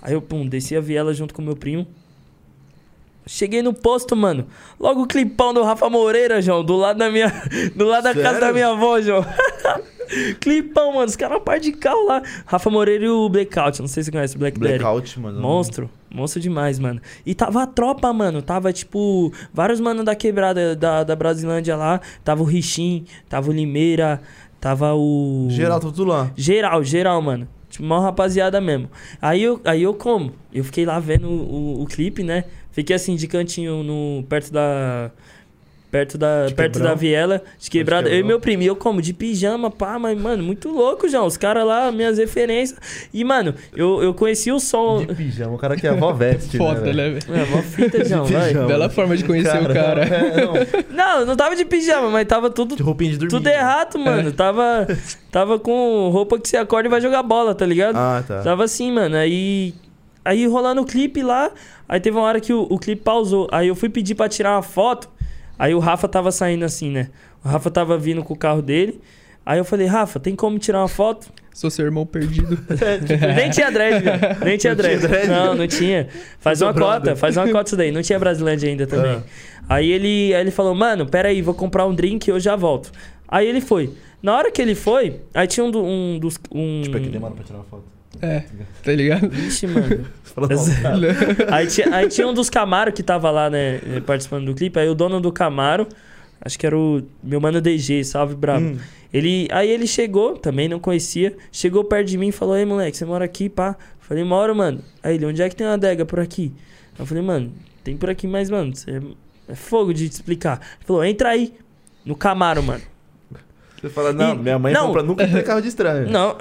Speaker 2: Aí eu, pum, desci a viela junto com meu primo. Cheguei no posto, mano. Logo o clipão do Rafa Moreira, João. Do lado da minha... Do lado da
Speaker 1: Sério?
Speaker 2: casa da minha avó, João. Clipão, mano. Os caras par de carro lá. Rafa Moreira e o Blackout. Não sei se você conhece o Blackberry.
Speaker 1: Blackout, mano.
Speaker 2: Monstro. Monstro demais, mano. E tava a tropa, mano. Tava, tipo... Vários manos da quebrada da, da Brasilândia lá. Tava o Richim. Tava o Limeira. Tava o...
Speaker 1: Geral, tá tudo lá.
Speaker 2: Geral, geral, mano. Tipo, uma rapaziada mesmo. Aí eu, aí eu como? Eu fiquei lá vendo o, o, o clipe, né? Fiquei assim, de cantinho, no, perto da... Perto da,
Speaker 1: De
Speaker 2: perto
Speaker 1: quebrão.
Speaker 2: da viela, de quebrada. Eu e
Speaker 1: quebrão.
Speaker 2: meu primo, e eu como? De pijama, pá, mas, mano, muito louco, João. Os caras lá, minhas referências. E, mano, eu, eu conheci o som...
Speaker 1: De pijama, o cara que é a avó veste,
Speaker 4: Foda,
Speaker 1: né?
Speaker 4: né,
Speaker 1: velho?
Speaker 4: velho?
Speaker 2: É, mó fita, João, vai.
Speaker 1: pijama.
Speaker 4: Bela forma de conhecer o cara.
Speaker 1: É, não,
Speaker 2: Não, eu não tava de pijama, mas tava tudo...
Speaker 1: de roupinha de dormir.
Speaker 2: Tudo errado, mano. Tava, tava com roupa que você acorda e vai jogar bola, tá ligado?
Speaker 1: Ah, tá.
Speaker 2: Tava assim, mano. Aí, aí rolando o clipe lá. Aí teve uma hora que o, o clipe pausou. Aí eu fui pedir pra tirar uma foto. Aí o Rafa tava saindo assim, né? O Rafa tava vindo com o carro dele. Aí eu falei, Rafa, tem como tirar uma foto?
Speaker 4: Sou seu irmão perdido.
Speaker 2: Tipo, nem tinha dread, velho. Nem tinha
Speaker 1: Não tinha
Speaker 2: dread.
Speaker 1: dread?
Speaker 2: Não, não tinha. Faz
Speaker 1: Sou
Speaker 2: uma
Speaker 1: brother.
Speaker 2: cota, faz uma cota isso daí. Não tinha Brasilândia ainda também.
Speaker 1: Ah.
Speaker 2: Aí, ele, aí ele falou, mano, pera aí, vou comprar um drink e eu já volto. Aí ele foi. Na hora que ele foi, aí tinha um, do- um dos... Um...
Speaker 1: Tipo, é que demora pra tirar uma foto.
Speaker 4: É, tá ligado?
Speaker 2: Ixi, mano.
Speaker 1: Fala, não, cara.
Speaker 2: Aí tinha, aí tinha um dos Camaro que tava lá, né, participando do clipe. Aí o dono do Camaro, acho que era o meu mano D G, salve brabo.
Speaker 1: Hum.
Speaker 2: Ele, aí ele chegou, também não conhecia, chegou perto de mim e falou: ei, moleque, você mora aqui, pá? Falei, moro, mano. Aí ele, onde é que tem uma adega por aqui? Eu falei, mano, tem por aqui, mas, mano, você é, é fogo de te explicar. Ele falou, entra aí, no Camaro, mano.
Speaker 1: Você fala, não,
Speaker 2: E-
Speaker 1: minha mãe
Speaker 2: não.
Speaker 1: falou pra nunca ter carro de estranho.
Speaker 2: Não,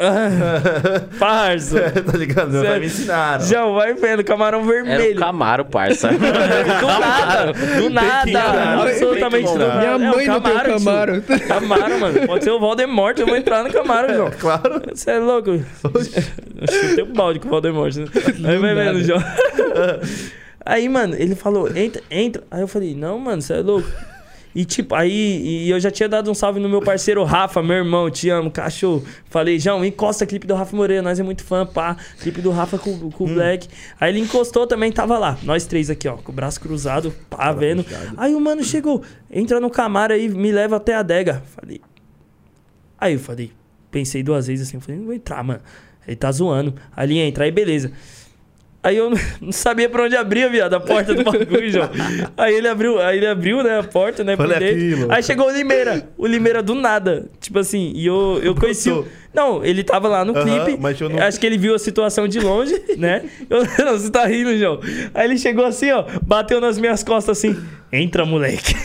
Speaker 2: parça.
Speaker 1: Tá ligado? Meu pai
Speaker 2: Sério.
Speaker 1: me ensinaram.
Speaker 2: Já vai vendo, Camarão
Speaker 5: Era
Speaker 2: vermelho.
Speaker 5: o Camaro, parça.
Speaker 2: Do nada, do nada,
Speaker 1: entrar,
Speaker 2: absolutamente
Speaker 1: tem que
Speaker 2: do
Speaker 1: entrar.
Speaker 2: nada.
Speaker 4: Minha
Speaker 2: É, o
Speaker 4: mãe não tem o
Speaker 2: tio.
Speaker 4: Camaro.
Speaker 2: Camaro, mano. Pode ser o Voldemort, eu vou entrar no Camaro, João.
Speaker 1: Claro.
Speaker 2: Você é louco? Eu chutei um balde com o Voldemort. Né? Aí vai
Speaker 4: nada.
Speaker 2: vendo, João. Aí, mano, ele falou, entra, entra. Aí eu falei, não, mano, você é louco. E tipo, aí e eu já tinha dado um salve no meu parceiro Rafa, meu irmão, te amo, cachorro. Falei, João, encosta clipe do Rafa Moreira, nós é muito fã, pá. Clipe do Rafa com, com o Black. Aí ele encostou também, tava lá. Nós três aqui, ó, com o braço cruzado, pá, vendo.
Speaker 1: fechado.
Speaker 2: Aí o mano chegou, entra no Camaro aí, me leva até a adega. Falei. Aí eu falei, pensei duas vezes assim, falei, não vou entrar, mano. Ele tá zoando. Aí ele entra, aí beleza. Aí eu não sabia pra onde abrir, viado, a porta do bagulho, João. Aí ele abriu, aí ele abriu, né, a porta, né, por
Speaker 1: Olha
Speaker 2: dentro.
Speaker 1: aquilo.
Speaker 2: Aí chegou o Limeira, o Limeira do nada. Tipo assim, e eu, eu conheci o...
Speaker 1: Brotou.
Speaker 2: Não, ele tava lá no
Speaker 1: Aham,
Speaker 2: clipe,
Speaker 1: mas eu não-
Speaker 2: acho que ele viu a situação de longe, né? Eu, não, você tá rindo, João. Aí ele chegou assim, ó, bateu nas minhas costas assim, entra, moleque.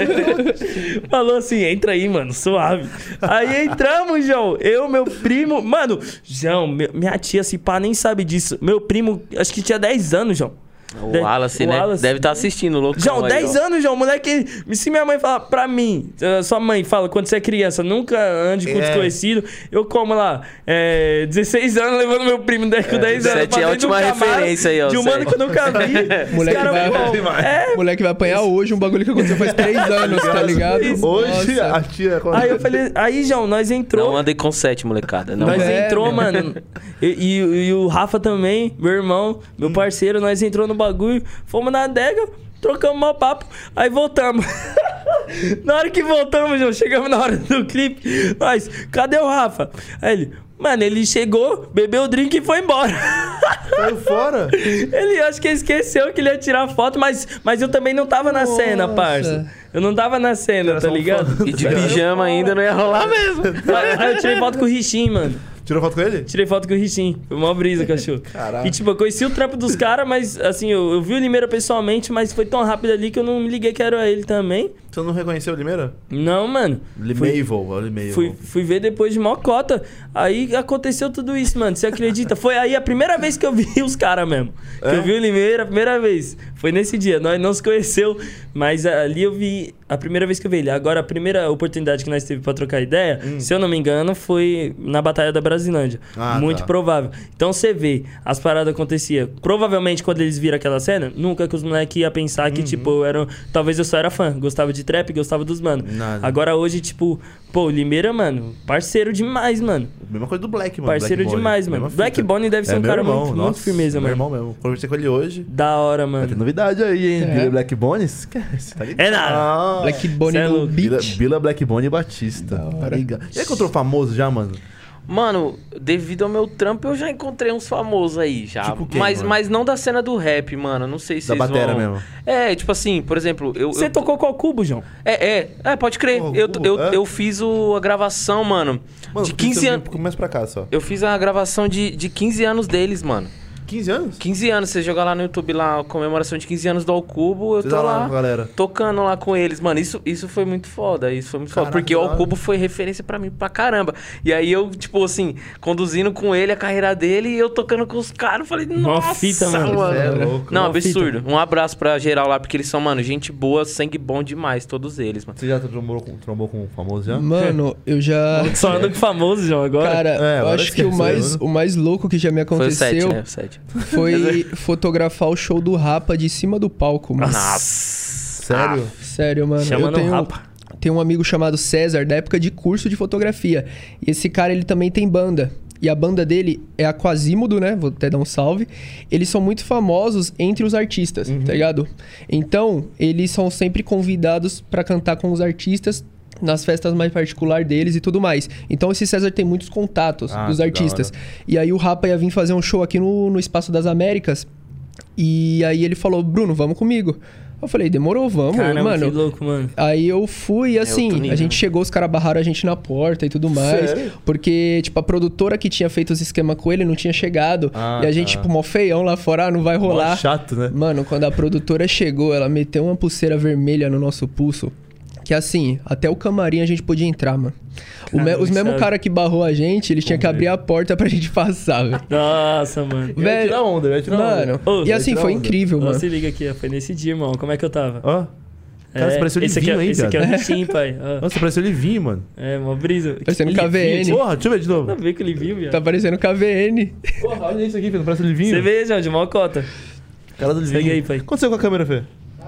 Speaker 2: Falou assim, entra aí, mano, suave. Aí entramos, João, eu, meu primo, mano, João, meu- minha tia, se pá, nem sabe disso. Meu primo, acho que tinha dez anos, João.
Speaker 5: O
Speaker 2: De-
Speaker 5: Wallace,
Speaker 2: o
Speaker 5: né?
Speaker 2: Wallace.
Speaker 5: Deve estar assistindo, louco.
Speaker 2: João, dez anos, João, moleque. Se minha mãe fala pra mim, eh, sua mãe fala, quando você é criança, nunca ande com
Speaker 1: É.
Speaker 2: desconhecido. Eu como lá, é, dezesseis anos, levando meu primo dez com dez anos.
Speaker 5: Sete
Speaker 2: pra
Speaker 5: é a
Speaker 2: dentro do
Speaker 5: última
Speaker 2: Camaro,
Speaker 5: referência aí, ó,
Speaker 2: de um mano
Speaker 5: Sete.
Speaker 2: que eu nunca vi. Os
Speaker 4: Moleque
Speaker 2: caras
Speaker 4: vai-
Speaker 2: falam, é.
Speaker 4: Moleque vai apanhar hoje um bagulho que aconteceu faz três anos, tá ligado?
Speaker 1: Hoje
Speaker 4: Nossa.
Speaker 1: a tia...
Speaker 2: Aí eu falei, aí, João, nós entrou.
Speaker 5: Não andei com sete, molecada. Não
Speaker 2: Nós
Speaker 4: É,
Speaker 2: entrou,
Speaker 4: meu.
Speaker 2: mano. E, e- e o Rafa também, meu irmão, meu parceiro, nós entrou no bagulho, fomos na adega, trocamos mau papo, aí voltamos. Na hora que voltamos, João, chegamos na hora do clipe, nós, cadê o Rafa? Aí ele, mano, ele chegou, bebeu o drink e foi embora.
Speaker 1: Saiu fora.
Speaker 2: Ele, acho que esqueceu que ele ia tirar foto, mas, mas eu também não tava na cena,
Speaker 4: Nossa.
Speaker 2: parça. Eu não tava na cena,
Speaker 1: Era
Speaker 2: tá
Speaker 1: só um
Speaker 2: ligado?
Speaker 1: fã.
Speaker 5: E de pijama ainda não ia rolar mesmo.
Speaker 2: Aí eu tirei foto com o Richim, mano.
Speaker 1: Tirou foto com ele?
Speaker 2: Tirei foto com o Richim. Foi uma brisa, cachorro.
Speaker 1: Caraca.
Speaker 2: E tipo, eu conheci o trampo dos caras, mas assim, eu, eu vi o Limeira pessoalmente, mas foi tão rápido ali que eu não me liguei que era ele também.
Speaker 1: Você não reconheceu o Limeira?
Speaker 2: Não, mano.
Speaker 1: Limeivel, o Limeivel.
Speaker 2: Fui, fui ver depois de mó cota. Aí aconteceu tudo isso, mano. Você acredita? Foi aí a primeira vez que eu vi os caras mesmo. Que
Speaker 1: É?
Speaker 2: eu vi o Limeira a primeira vez. Foi nesse dia. Nós não se conheceu, mas ali eu vi a primeira vez que eu vi ele. Agora, a primeira oportunidade que nós teve pra trocar ideia, se eu não me engano, foi na Batalha da Brasilândia.
Speaker 1: Ah,
Speaker 2: Muito
Speaker 1: tá.
Speaker 2: provável. Então você vê, as paradas aconteciam. Provavelmente, quando eles viram aquela cena, nunca que os moleques iam pensar que, tipo, eu era. Talvez eu só era fã, gostava de de trap, gostava dos mano.
Speaker 1: Nada.
Speaker 2: Agora hoje, tipo, pô, o Limeira, mano, parceiro demais, mano.
Speaker 1: Mesma coisa do Black, mano.
Speaker 2: Parceiro
Speaker 1: Black
Speaker 2: demais,
Speaker 1: Bonnie.
Speaker 2: mano.
Speaker 1: Mesma
Speaker 2: Black
Speaker 1: fita.
Speaker 2: Bonnie deve ser
Speaker 1: É
Speaker 2: um
Speaker 1: meu
Speaker 2: cara
Speaker 1: irmão,
Speaker 2: muito, muito
Speaker 1: nossa,
Speaker 2: firmeza,
Speaker 1: meu
Speaker 2: mano.
Speaker 1: irmão mesmo. Conversei com ele hoje.
Speaker 2: Da hora,
Speaker 1: Vai ter
Speaker 2: mano.
Speaker 1: novidade aí, hein?
Speaker 4: É.
Speaker 1: Vila Black Bonnie, esquece. Tá ligado?
Speaker 2: É nada.
Speaker 1: Ah,
Speaker 4: Black Bonnie
Speaker 2: Cê é
Speaker 4: no
Speaker 2: louco.
Speaker 1: Vila,
Speaker 4: beat.
Speaker 1: Vila Black Bonnie e Batista.
Speaker 4: Da
Speaker 1: Tá
Speaker 4: hora.
Speaker 1: ligado? Já encontrou famoso já, mano?
Speaker 5: Mano, devido ao meu trampo, eu já encontrei uns famosos aí já.
Speaker 1: Tipo quem,
Speaker 5: mas,
Speaker 1: mano?
Speaker 5: mas não da cena do rap, mano. Não sei se
Speaker 1: Da
Speaker 5: vocês
Speaker 1: batera
Speaker 5: vão...
Speaker 1: mesmo.
Speaker 5: É, tipo assim, por exemplo, eu.
Speaker 2: Você
Speaker 5: eu...
Speaker 2: tocou qual cubo, João?
Speaker 5: É, é, é, pode crer.
Speaker 1: Porra,
Speaker 5: eu,
Speaker 1: Cubo,
Speaker 5: eu,
Speaker 1: é?
Speaker 5: eu fiz o, a gravação, mano,
Speaker 1: Mano,
Speaker 5: de quinze anos.
Speaker 1: Começa pra cá só.
Speaker 5: Eu fiz a gravação de, de quinze anos deles, mano.
Speaker 1: quinze anos?
Speaker 5: quinze anos, você jogar lá no YouTube lá, a comemoração de quinze anos do Ao Cubo, eu
Speaker 1: Você
Speaker 5: tô
Speaker 1: tá lá,
Speaker 5: lá
Speaker 1: galera.
Speaker 5: tocando lá com eles. Mano, isso, isso foi muito foda, isso foi muito
Speaker 1: Caraca,
Speaker 5: foda. Porque o
Speaker 1: da
Speaker 5: Ao
Speaker 1: hora.
Speaker 5: Cubo foi referência pra mim pra caramba. E aí eu, tipo assim, conduzindo com ele a carreira dele e eu tocando com os caras, eu falei,
Speaker 2: Mó
Speaker 5: nossa,
Speaker 2: fita, mano.
Speaker 1: Cê é louco.
Speaker 5: Não,
Speaker 2: Mó
Speaker 5: absurdo. Um abraço pra geral lá, porque eles são, mano, gente boa, sangue bom demais, todos eles, mano.
Speaker 1: Você já trombou com, trombou com um famoso já?
Speaker 4: Mano, eu já...
Speaker 2: Só anda com famoso, João, agora.
Speaker 4: Cara,
Speaker 1: É,
Speaker 4: eu
Speaker 1: agora
Speaker 4: acho que o
Speaker 1: esquece,
Speaker 4: mais,
Speaker 1: né?
Speaker 4: o mais louco que já me
Speaker 5: Foi o sete,
Speaker 4: aconteceu
Speaker 5: né? O sete.
Speaker 4: foi fotografar o show do Rapa de cima do palco, mano.
Speaker 5: Nossa.
Speaker 1: Sério?
Speaker 4: Sério, mano.
Speaker 2: Chamando
Speaker 4: eu tenho,
Speaker 2: Rapa.
Speaker 4: tenho um amigo chamado César, da época de curso de fotografia. E esse cara, ele também tem banda. E a banda dele é a Quasimodo, né? Vou até dar um salve. Eles são muito famosos entre os artistas, tá ligado? Então, eles são sempre convidados pra cantar com os artistas nas festas mais particulares deles e tudo mais. Então, esse César tem muitos contatos
Speaker 1: Ah,
Speaker 4: dos
Speaker 1: que da
Speaker 4: artistas.
Speaker 1: hora.
Speaker 4: E aí, o Rapa ia vir fazer um show aqui no, no Espaço das Américas. E aí, ele falou, Bruno, vamos comigo. Eu falei, demorou, vamos,
Speaker 2: Caramba,
Speaker 4: mano.
Speaker 2: que louco, mano.
Speaker 4: Aí eu fui e assim,
Speaker 5: outro nível.
Speaker 4: a gente chegou, os caras barraram a gente na porta e tudo mais.
Speaker 1: Sério?
Speaker 4: Porque, tipo, a produtora que tinha feito os esquema com ele não tinha chegado.
Speaker 1: Ah,
Speaker 4: e a gente,
Speaker 1: tá.
Speaker 4: tipo, mó feião lá fora, ah, não vai
Speaker 1: Mó
Speaker 4: rolar.
Speaker 1: chato, né?
Speaker 4: Mano, quando a produtora chegou, ela meteu uma pulseira vermelha no nosso pulso. Que assim, até o camarim a gente podia entrar, mano. O me-
Speaker 2: Caramba,
Speaker 4: os mesmos
Speaker 2: sabe?
Speaker 4: cara que barrou a gente, eles tinham que abrir a porta pra gente passar, velho.
Speaker 2: Nossa, mano.
Speaker 1: Eu ia tirar onda, eu ia tirar onda.
Speaker 4: Mano,
Speaker 2: Ô,
Speaker 4: e
Speaker 2: vai
Speaker 4: assim,
Speaker 1: tirar
Speaker 4: foi
Speaker 1: onda.
Speaker 4: incrível,
Speaker 2: Ó,
Speaker 4: mano.
Speaker 2: se liga aqui, ó, foi nesse dia, irmão. Como é que eu tava?
Speaker 1: Ó. Cara, você pareceu
Speaker 2: esse aqui,
Speaker 1: Livinho,
Speaker 2: é-
Speaker 1: hein,
Speaker 2: esse aqui é o
Speaker 1: viado?
Speaker 2: Livinho, pai. Ó.
Speaker 1: Nossa, pareceu Livinho, mano.
Speaker 2: É, mó brisa.
Speaker 4: Parecendo
Speaker 2: Livinho,
Speaker 4: K V N.
Speaker 2: tio.
Speaker 1: Porra, deixa eu ver de novo.
Speaker 2: Nada a ver com o Livinho, viado.
Speaker 4: Tá parecendo K V N.
Speaker 1: Porra, olha isso aqui, filho. Não parece Livinho?
Speaker 2: Você vê, João, de mó cota.
Speaker 1: Cara do Livinho.
Speaker 2: Segue aí, pai.
Speaker 1: O que aconteceu com a câmera, Fê?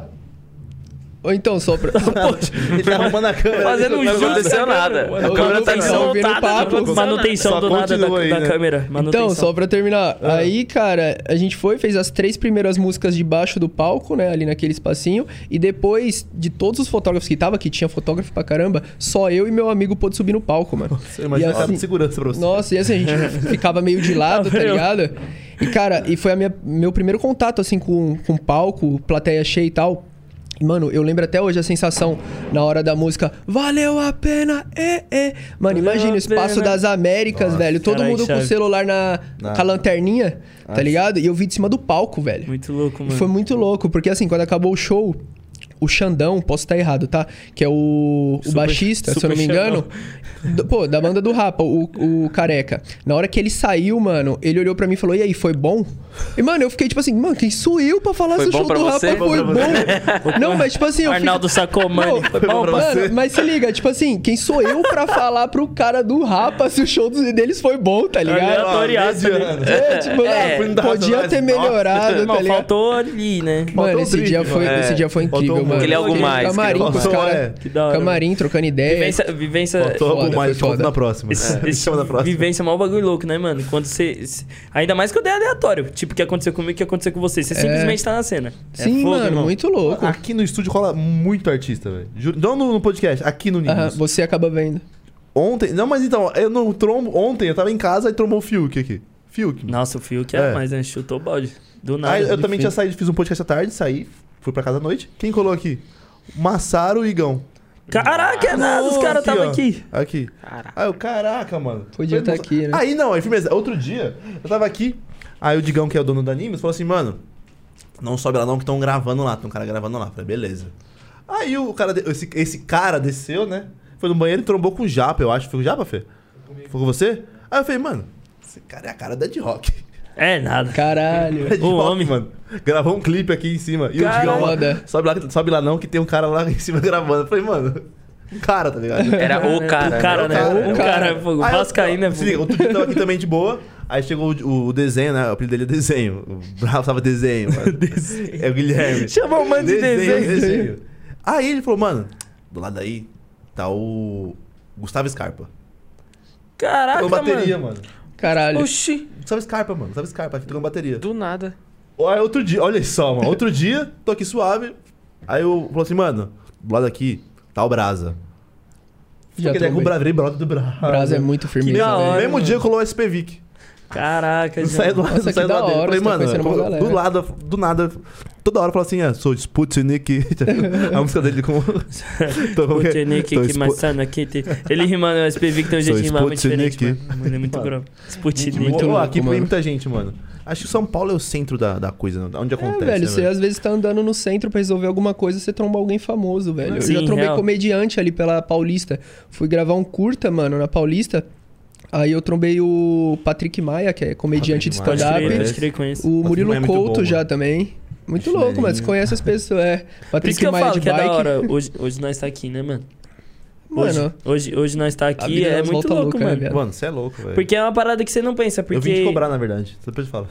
Speaker 4: Ou então, só pra...
Speaker 1: Ele tá arrumando a câmera.
Speaker 2: Fazendo um
Speaker 5: Não
Speaker 2: jogo.
Speaker 5: aconteceu nada.
Speaker 4: Ô,
Speaker 5: A câmera tá
Speaker 4: Manutenção, ouvindo
Speaker 5: desmontada.
Speaker 4: papo.
Speaker 5: não aconteceu
Speaker 2: Manutenção
Speaker 1: Só
Speaker 2: do nada da,
Speaker 1: continua aí,
Speaker 2: da
Speaker 1: né?
Speaker 2: câmera. Manutenção.
Speaker 4: Então, só pra terminar.
Speaker 1: Ah.
Speaker 4: Aí, cara, a gente foi, fez as três primeiras músicas debaixo do palco, né? Ali naquele espacinho. E depois, de todos os fotógrafos que tava, que tinha fotógrafo pra caramba, só eu e meu amigo pôde subir no palco, mano.
Speaker 1: Você imagina
Speaker 4: E
Speaker 1: a cara
Speaker 4: assim-
Speaker 1: de segurança pra você.
Speaker 4: Nossa, e assim, a gente ficava meio de lado, tá
Speaker 2: Tá vendo?
Speaker 4: ligado? E, cara, e foi a minha, meu primeiro contato, assim, com, com palco, plateia cheia e tal. E, mano, eu lembro até hoje a sensação na hora da música Valeu a pena, é, é. Mano,
Speaker 2: Valeu
Speaker 4: imagina
Speaker 2: a
Speaker 4: o Espaço
Speaker 2: pena.
Speaker 4: das Américas,
Speaker 1: Nossa,
Speaker 4: velho. Todo
Speaker 2: caralho,
Speaker 4: mundo com o
Speaker 2: chave.
Speaker 4: celular na,
Speaker 1: Na-
Speaker 4: com a lanterninha, tá
Speaker 1: Nossa.
Speaker 4: ligado? E eu vi de cima do palco, velho.
Speaker 2: Muito louco,
Speaker 4: E
Speaker 2: mano.
Speaker 4: foi muito louco, porque assim, quando acabou o show, o Xandão, posso estar errado, tá? Que é o, o
Speaker 2: Super-
Speaker 4: baixista, se eu não me
Speaker 2: Super
Speaker 4: engano. do- pô, da banda do Rapa, o, o Careca. Na hora que ele saiu, mano, ele olhou pra mim e falou: E aí, foi bom? E, mano, eu fiquei tipo assim, mano, quem sou eu pra falar
Speaker 5: Foi
Speaker 4: se o
Speaker 5: bom
Speaker 4: show
Speaker 5: pra
Speaker 4: do
Speaker 5: você?
Speaker 4: Rapa foi
Speaker 1: Foi bom
Speaker 4: bom? Não, mas tipo assim, eu
Speaker 2: Arnaldo
Speaker 4: fico...
Speaker 2: Sacomani.
Speaker 4: Não,
Speaker 2: Foi bom,
Speaker 1: pra
Speaker 2: mano.
Speaker 1: você.
Speaker 4: Mano, mas se liga, tipo assim, quem sou eu pra falar pro cara do Rapa se o show dos- deles foi bom, tá ligado?
Speaker 2: Aleatoriaço, né?
Speaker 1: mediano.
Speaker 4: É, tipo,
Speaker 5: É,
Speaker 4: não, podia ter
Speaker 1: nossa.
Speaker 4: melhorado,
Speaker 2: Irmão,
Speaker 4: tá ligado?
Speaker 2: faltou ali, né?
Speaker 4: Mano,
Speaker 1: Faltou
Speaker 4: esse
Speaker 1: um drink,
Speaker 4: dia, foi,
Speaker 1: mano.
Speaker 4: esse dia foi
Speaker 1: Faltou
Speaker 4: incrível,
Speaker 1: um-
Speaker 4: mano.
Speaker 5: Aquele algo
Speaker 4: Aquele
Speaker 5: mais,
Speaker 4: Camarim
Speaker 5: aquele
Speaker 4: com os
Speaker 1: algo
Speaker 4: caras.
Speaker 1: mais.
Speaker 2: Que da hora.
Speaker 4: Camarim, trocando ideia.
Speaker 2: Vivência, vivência,
Speaker 1: Faltou
Speaker 4: foda,
Speaker 1: algo mais,
Speaker 4: foi
Speaker 1: te conto
Speaker 4: foda.
Speaker 1: na próxima.
Speaker 2: Esse,
Speaker 1: É,
Speaker 2: esse
Speaker 1: chama na próxima.
Speaker 2: vivência é mó bagulho louco, né, mano? Quando você. se- Ainda mais que eu dei aleatório. Tipo, o que aconteceu comigo e o que aconteceu com você. Você simplesmente tá na cena. É
Speaker 4: Sim,
Speaker 2: fogo,
Speaker 4: mano,
Speaker 2: irmão.
Speaker 4: muito louco.
Speaker 1: Aqui no estúdio rola muito artista, velho. Juro- Não no, no podcast, aqui no
Speaker 4: Aham,
Speaker 1: Nimbus.
Speaker 4: você acaba vendo.
Speaker 1: Ontem. Não, mas então, eu não trombo. Ontem eu tava em casa e trombou o Fiuk aqui. Fiuk.
Speaker 2: Nossa, o Fio que
Speaker 1: É.
Speaker 2: é mais, né? Chutou o balde. Do nada.
Speaker 1: Aí eu
Speaker 2: de
Speaker 1: também
Speaker 2: fio.
Speaker 1: tinha saído, fiz um podcast à tarde, saí, fui pra casa à noite. Quem colou aqui? Massaro e Igão.
Speaker 2: Caraca, é nada, os caras estavam
Speaker 1: ó.
Speaker 2: aqui.
Speaker 1: Aqui.
Speaker 5: Caraca.
Speaker 1: Aí eu, caraca, mano.
Speaker 4: Podia
Speaker 1: Falei,
Speaker 4: tá aqui, né?
Speaker 1: Aí não, aí firmeza. Outro dia, eu tava aqui, aí o Digão, que é o dono da Nimbus, falou assim, mano, não sobe lá não, que estão gravando lá. Tem um cara gravando lá. Eu falei, beleza. Aí o cara, de- esse, esse cara desceu, né? Foi no banheiro e trombou com o Japa, eu acho. Foi com o Japa, Fê? Foi com você? Aí eu falei, mano, esse cara é a cara da Dead Rock.
Speaker 2: É nada.
Speaker 4: Caralho.
Speaker 1: Dead
Speaker 2: O
Speaker 1: Rock,
Speaker 2: homem.
Speaker 1: mano. Gravou um clipe aqui em cima. E o
Speaker 2: Caralho.
Speaker 1: Digão,
Speaker 4: Foda.
Speaker 1: mano, sobe lá, sobe lá não, que tem um cara lá em cima gravando. Eu falei, mano, um cara, tá ligado?
Speaker 5: Era o cara.
Speaker 2: O cara,
Speaker 5: né?
Speaker 2: né?
Speaker 1: O cara,
Speaker 2: O
Speaker 1: o
Speaker 2: cara,
Speaker 4: cara.
Speaker 2: fogo.
Speaker 1: Aí eu-
Speaker 2: Vascaíno é
Speaker 1: se liga,
Speaker 2: fogo.
Speaker 1: outro dia eu tava aqui também de boa. Aí chegou o, o desenho, né? O apelido dele é desenho. O Bravo tava desenho, mano. É o Guilherme.
Speaker 2: Chamou o mano de desenho.
Speaker 1: desenho. Aí ele falou, mano, do lado aí, tá o Gustavo Scarpa.
Speaker 2: Caraca,
Speaker 1: Tocando bateria,
Speaker 2: mano.
Speaker 1: mano.
Speaker 4: Caralho.
Speaker 5: Oxi,
Speaker 1: Gustavo Scarpa, mano. Gustavo Scarpa, tocando bateria.
Speaker 5: do nada.
Speaker 1: Aí outro dia, olha só, mano. Outro dia, tô aqui suave. Aí eu falou assim, mano, do lado aqui tá o Brasa.
Speaker 4: Já
Speaker 1: Porque ele é com o
Speaker 4: trombei.
Speaker 1: Bra- virei brother do Brasa.
Speaker 4: Brasa é muito firmeza.
Speaker 2: da
Speaker 4: velho.
Speaker 2: hora.
Speaker 1: No mesmo
Speaker 2: mano.
Speaker 1: dia colou o S P Vic.
Speaker 2: Caraca,
Speaker 1: Não
Speaker 2: já.
Speaker 1: saí do lado,
Speaker 4: Nossa,
Speaker 1: não
Speaker 4: que
Speaker 1: saí do
Speaker 4: da
Speaker 1: lado dele.
Speaker 4: hora,
Speaker 1: Falei,
Speaker 4: você tá
Speaker 1: mano,
Speaker 4: conhecendo uma
Speaker 1: do
Speaker 4: galera.
Speaker 1: lado, do nada, toda hora fala assim, ah, sou Sputnik. A música dele com... Tô com-
Speaker 2: Sputnik,
Speaker 1: tô
Speaker 2: que
Speaker 1: Spu-
Speaker 2: maçã aqui. tem- Ele rimando, o S P V que tem um
Speaker 1: Sou
Speaker 2: jeito de rimar muito
Speaker 1: Sputnik.
Speaker 2: diferente, mano. Mano, é muito
Speaker 1: Mano.
Speaker 2: grosso. Sputnik.
Speaker 4: Muito
Speaker 1: Ô,
Speaker 4: louco,
Speaker 1: aqui
Speaker 4: mano.
Speaker 1: tem muita gente, mano. Acho que São Paulo é o centro da, da coisa, né? Onde
Speaker 4: É,
Speaker 1: acontece,
Speaker 4: velho,
Speaker 1: né,
Speaker 4: você às vezes tá andando no centro pra resolver alguma coisa, você tromba alguém famoso, velho. Eu
Speaker 2: Sim,
Speaker 4: já trombei
Speaker 2: real.
Speaker 4: comediante ali pela Paulista. Fui gravar um curta, mano, na Paulista. Aí eu trombei o Patrick Maia, que é comediante de
Speaker 1: Patrick Maia,
Speaker 2: Pode
Speaker 4: stand-up.
Speaker 2: crer,
Speaker 1: Conhece.
Speaker 2: pode crer, conheço.
Speaker 4: O
Speaker 1: Patrick
Speaker 4: Murilo
Speaker 1: Maia é muito
Speaker 4: Couto
Speaker 1: bom,
Speaker 4: já
Speaker 1: mano.
Speaker 4: também. Muito
Speaker 1: Chinelinho.
Speaker 4: louco, mano. Você conhece as pessoas, é.
Speaker 2: Por isso
Speaker 4: Patrick
Speaker 2: que eu
Speaker 4: Maia
Speaker 2: falo
Speaker 4: de
Speaker 2: que é
Speaker 4: bike.
Speaker 2: da hora. Hoje, hoje nós tá aqui, né, mano? Hoje,
Speaker 4: Mano,
Speaker 2: hoje, hoje nós tá
Speaker 4: a
Speaker 2: aqui,
Speaker 4: vida
Speaker 2: é
Speaker 4: das
Speaker 2: muito
Speaker 4: volta
Speaker 2: louco,
Speaker 4: louca, né,
Speaker 2: mano.
Speaker 4: viado?
Speaker 1: Mano, você é louco, velho.
Speaker 2: Porque é uma parada que você não pensa, porque...
Speaker 1: Eu vim te cobrar, na verdade. Depois eu falo.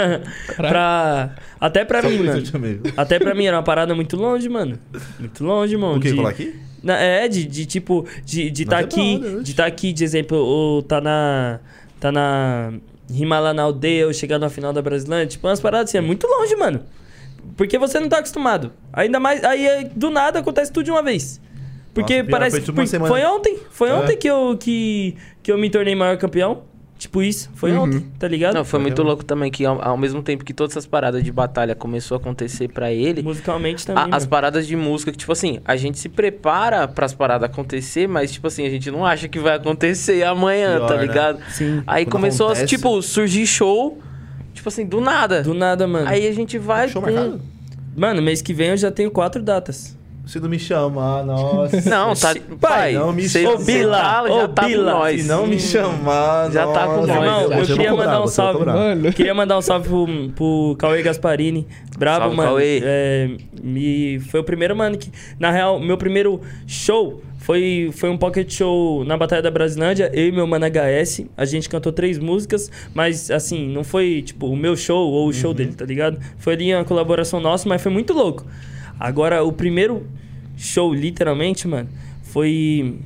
Speaker 2: pra... Até pra
Speaker 1: Só
Speaker 2: mim,
Speaker 1: por isso
Speaker 2: mano.
Speaker 1: eu te chamei.
Speaker 2: Até pra mim era uma parada muito longe, mano. Muito longe, mano.
Speaker 1: O que?
Speaker 2: de...
Speaker 1: Falar aqui?
Speaker 2: Na- É, de, de tipo, de de tá
Speaker 1: Mas é
Speaker 2: aqui,
Speaker 1: da hora,
Speaker 2: de tá aqui, de exemplo, ou tá na. Tá na. Rima lá na aldeia, ou chegar na final da Brasilândia, tipo, umas paradas assim, é muito longe, mano. Porque você não tá acostumado. Ainda mais. Aí é, do nada acontece tudo de uma vez. Porque
Speaker 1: Nossa, pior,
Speaker 2: parece
Speaker 1: foi
Speaker 2: que.
Speaker 1: tipo uma
Speaker 2: Foi,
Speaker 1: semana.
Speaker 2: foi ontem. Foi
Speaker 1: É.
Speaker 2: ontem que eu, que, que eu me tornei maior campeão. Tipo isso. Foi
Speaker 4: Uhum.
Speaker 2: ontem, tá ligado?
Speaker 5: Não, foi muito
Speaker 1: Caramba.
Speaker 5: louco também que ao, ao mesmo tempo que todas essas paradas de batalha começou a acontecer pra ele,
Speaker 2: Musicalmente também.
Speaker 5: a- as
Speaker 2: mano.
Speaker 5: paradas de música, que tipo assim, a gente se prepara pras paradas acontecer, mas tipo assim, a gente não acha que vai acontecer amanhã,
Speaker 1: Pior,
Speaker 5: tá
Speaker 1: né?
Speaker 5: ligado?
Speaker 2: Sim.
Speaker 5: Aí
Speaker 1: Quando
Speaker 5: começou a,
Speaker 1: acontece-
Speaker 5: tipo, surgir show, tipo assim, do nada.
Speaker 2: Do nada, mano.
Speaker 5: Aí a gente vai
Speaker 1: Show
Speaker 5: com...
Speaker 1: marcado?
Speaker 2: Mano, mês que vem eu já tenho quatro datas.
Speaker 1: Se não me chamar, nossa.
Speaker 5: Não, tá...
Speaker 2: Pai,
Speaker 5: Pai,
Speaker 1: não me
Speaker 5: cê-
Speaker 1: chama.
Speaker 5: cê
Speaker 2: Bila,
Speaker 5: tá-
Speaker 2: ô,
Speaker 5: já tá com
Speaker 2: Bila,
Speaker 5: nós.
Speaker 1: Se não me chamar,
Speaker 5: Já tá com
Speaker 1: nossa.
Speaker 5: nós.
Speaker 2: Irmão,
Speaker 5: eu
Speaker 2: eu
Speaker 1: vou
Speaker 2: queria
Speaker 1: cobrar,
Speaker 2: mandar um
Speaker 1: você vai
Speaker 2: salve.
Speaker 1: cobrar.
Speaker 4: Mano.
Speaker 2: Queria mandar um salve pro, pro Cauê Gasparini. Brabo,
Speaker 5: Salve,
Speaker 2: mano.
Speaker 5: Cauê.
Speaker 2: É, me, foi o primeiro, mano, que... Na real, meu primeiro show foi, foi um pocket show na Batalha da Brasilândia. Eu e meu mano H S. A gente cantou três músicas, mas, assim, não foi, tipo, o meu show ou o show
Speaker 1: Uhum.
Speaker 2: dele, tá ligado? Foi ali uma colaboração nossa, mas foi muito louco. Agora, o primeiro show, literalmente, mano, foi...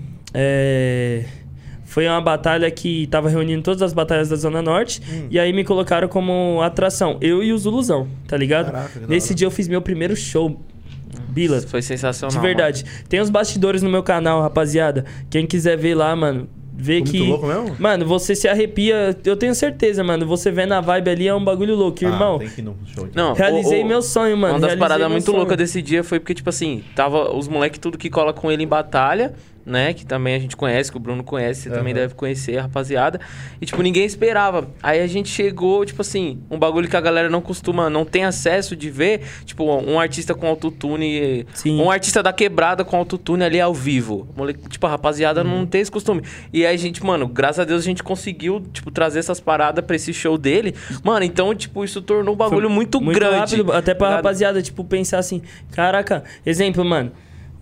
Speaker 2: É... Foi uma batalha que tava reunindo todas as batalhas da Zona Norte.
Speaker 1: Hum.
Speaker 2: E aí me colocaram como atração. Eu e o Zuluzão, tá ligado?
Speaker 1: Caraca, que da
Speaker 2: Nesse
Speaker 1: hora.
Speaker 2: dia eu fiz meu primeiro show. Bila.
Speaker 5: Foi sensacional.
Speaker 2: De verdade. Tem os bastidores no meu canal, rapaziada. Quem quiser ver lá, mano, vê
Speaker 1: Ficou
Speaker 2: que...
Speaker 1: muito louco mesmo?
Speaker 2: Mano, você se arrepia. Eu tenho certeza, mano. Você vê na vibe ali, é um bagulho louco. Irmão,
Speaker 1: Ah, tem que ir no show. então.
Speaker 5: Não,
Speaker 2: realizei
Speaker 5: o- o-
Speaker 2: meu sonho, mano.
Speaker 5: Uma das
Speaker 2: realizei
Speaker 5: paradas
Speaker 2: meu
Speaker 5: muito
Speaker 2: sonho.
Speaker 5: loucas desse dia foi porque, tipo assim, tava os moleques tudo que cola com ele em batalha, né? Que também a gente conhece, que o Bruno conhece, você também
Speaker 1: Aham.
Speaker 5: deve conhecer, a rapaziada. E, tipo, ninguém esperava. Aí a gente chegou, tipo assim, um bagulho que a galera não costuma, não tem acesso de ver. Tipo, um artista com autotune,
Speaker 2: Sim.
Speaker 5: um artista da quebrada com autotune ali ao vivo. Moleque, tipo, a rapaziada
Speaker 2: Uhum.
Speaker 5: não tem esse costume. E aí a gente, mano, graças a Deus a gente conseguiu, tipo, trazer essas paradas pra esse show dele. Mano, então, tipo, isso tornou um bagulho
Speaker 2: Foi
Speaker 5: muito, grande.
Speaker 2: rápido, até pra
Speaker 5: ligado?
Speaker 2: rapaziada, tipo, pensar assim, caraca, exemplo, mano.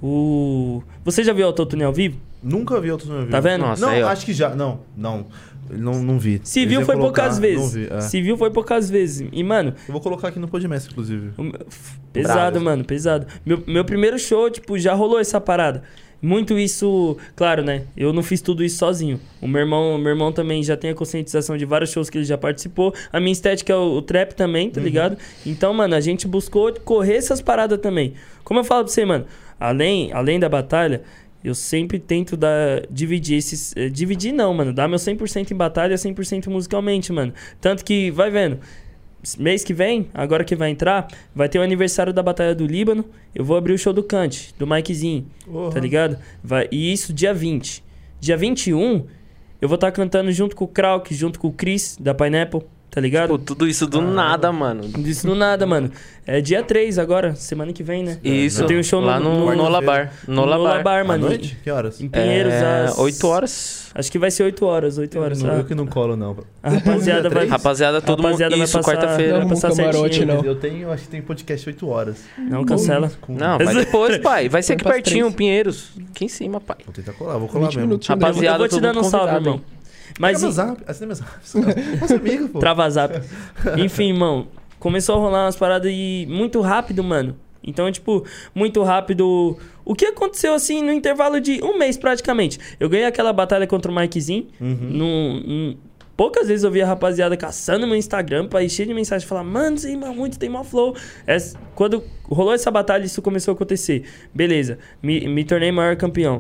Speaker 2: O. Você já viu o Autotune ao vivo?
Speaker 1: Nunca vi outros no vivo.
Speaker 2: Tá vendo?
Speaker 5: Nossa,
Speaker 1: Não,
Speaker 5: aí, ó.
Speaker 1: acho que já. Não, não. Não, não vi.
Speaker 2: Se
Speaker 1: Eles
Speaker 2: viu
Speaker 1: iam
Speaker 2: foi
Speaker 1: colocar,
Speaker 2: poucas
Speaker 1: Não
Speaker 2: vezes.
Speaker 1: vi, é.
Speaker 2: Se viu foi poucas vezes. E, mano,
Speaker 1: Eu vou colocar aqui no Podmestre, inclusive.
Speaker 2: o meu- pesado,
Speaker 5: Bravo.
Speaker 2: mano, pesado. Meu, meu primeiro show, tipo, já rolou essa parada. Muito isso, claro, né? Eu não fiz tudo isso sozinho. O meu irmão, meu irmão também já tem a conscientização de vários shows que ele já participou. A minha estética é o, o trap também, tá ligado? Então, mano, a gente buscou correr essas paradas também. Como eu falo pra você, mano, além, além da batalha, eu sempre tento dar, dividir esses... eh, dividir não, mano. Dar meu cem por cento em batalha, cem por cento musicalmente, mano. Tanto que, vai vendo... Mês que vem, agora que vai entrar, vai ter o aniversário da Batalha do Líbano. Eu vou abrir o show do Kant, do Mikezinho,
Speaker 1: Porra.
Speaker 2: tá ligado? Vai, e isso dia vinte. Dia vinte e um, eu vou estar cantando junto com o Krauk, junto com o Chris, da Pineapple, tá ligado?
Speaker 5: Pô, tudo isso do nada, mano.
Speaker 2: Isso no nada, mano. É dia três agora, semana que vem, né?
Speaker 5: Isso,
Speaker 2: Eu tenho um show
Speaker 5: lá
Speaker 2: no-
Speaker 5: no,
Speaker 2: no-
Speaker 5: no Olabar. No
Speaker 2: No
Speaker 5: Olabar.
Speaker 2: Olabar,
Speaker 1: À
Speaker 2: mano.
Speaker 1: noite? Que horas?
Speaker 2: Em Pinheiros,
Speaker 5: É,
Speaker 2: às...
Speaker 5: oito horas.
Speaker 2: Acho que vai ser oito horas, oito horas.
Speaker 1: Não,
Speaker 2: tá?
Speaker 1: eu que não colo, não.
Speaker 2: A rapaziada vai...
Speaker 5: Rapaziada, todo
Speaker 2: Rapaziada
Speaker 5: mundo...
Speaker 2: vai
Speaker 5: Isso,
Speaker 2: passar-
Speaker 5: quarta-feira.
Speaker 2: vai
Speaker 4: Não,
Speaker 2: passar
Speaker 4: um camarote,
Speaker 2: certinho.
Speaker 4: não.
Speaker 1: Eu tenho, acho que tem podcast oito horas.
Speaker 2: Não cancela.
Speaker 1: Com-
Speaker 5: Não, vai depois, pai. Vai ser aqui
Speaker 4: Põe pras
Speaker 5: pertinho,
Speaker 4: três.
Speaker 5: Pinheiros. Aqui em cima, pai.
Speaker 1: Vou tentar colar, vou colar
Speaker 4: vinte
Speaker 1: mesmo.
Speaker 4: minutos.
Speaker 5: Rapaziada,
Speaker 2: eu vou te
Speaker 5: todo
Speaker 2: dando um
Speaker 5: mundo
Speaker 2: salve,
Speaker 5: convidado,
Speaker 2: irmão.
Speaker 1: Mas
Speaker 2: Mas
Speaker 1: meu
Speaker 2: em-
Speaker 1: zap, assina meu zap. Nossa amigo, pô.
Speaker 2: Trava zap. Enfim, irmão, começou a rolar umas paradas e muito rápido, mano. Então, tipo, muito rápido. O que aconteceu, assim, no intervalo de um mês, praticamente? Eu ganhei aquela batalha contra o Mikezinho.
Speaker 1: Uhum.
Speaker 2: Num, num- poucas vezes eu vi a rapaziada caçando no meu Instagram pra encher de mensagem. Falar, mano, você rima muito, tem mó flow. Essa- quando rolou essa batalha, isso começou a acontecer. Beleza, me, me tornei maior campeão.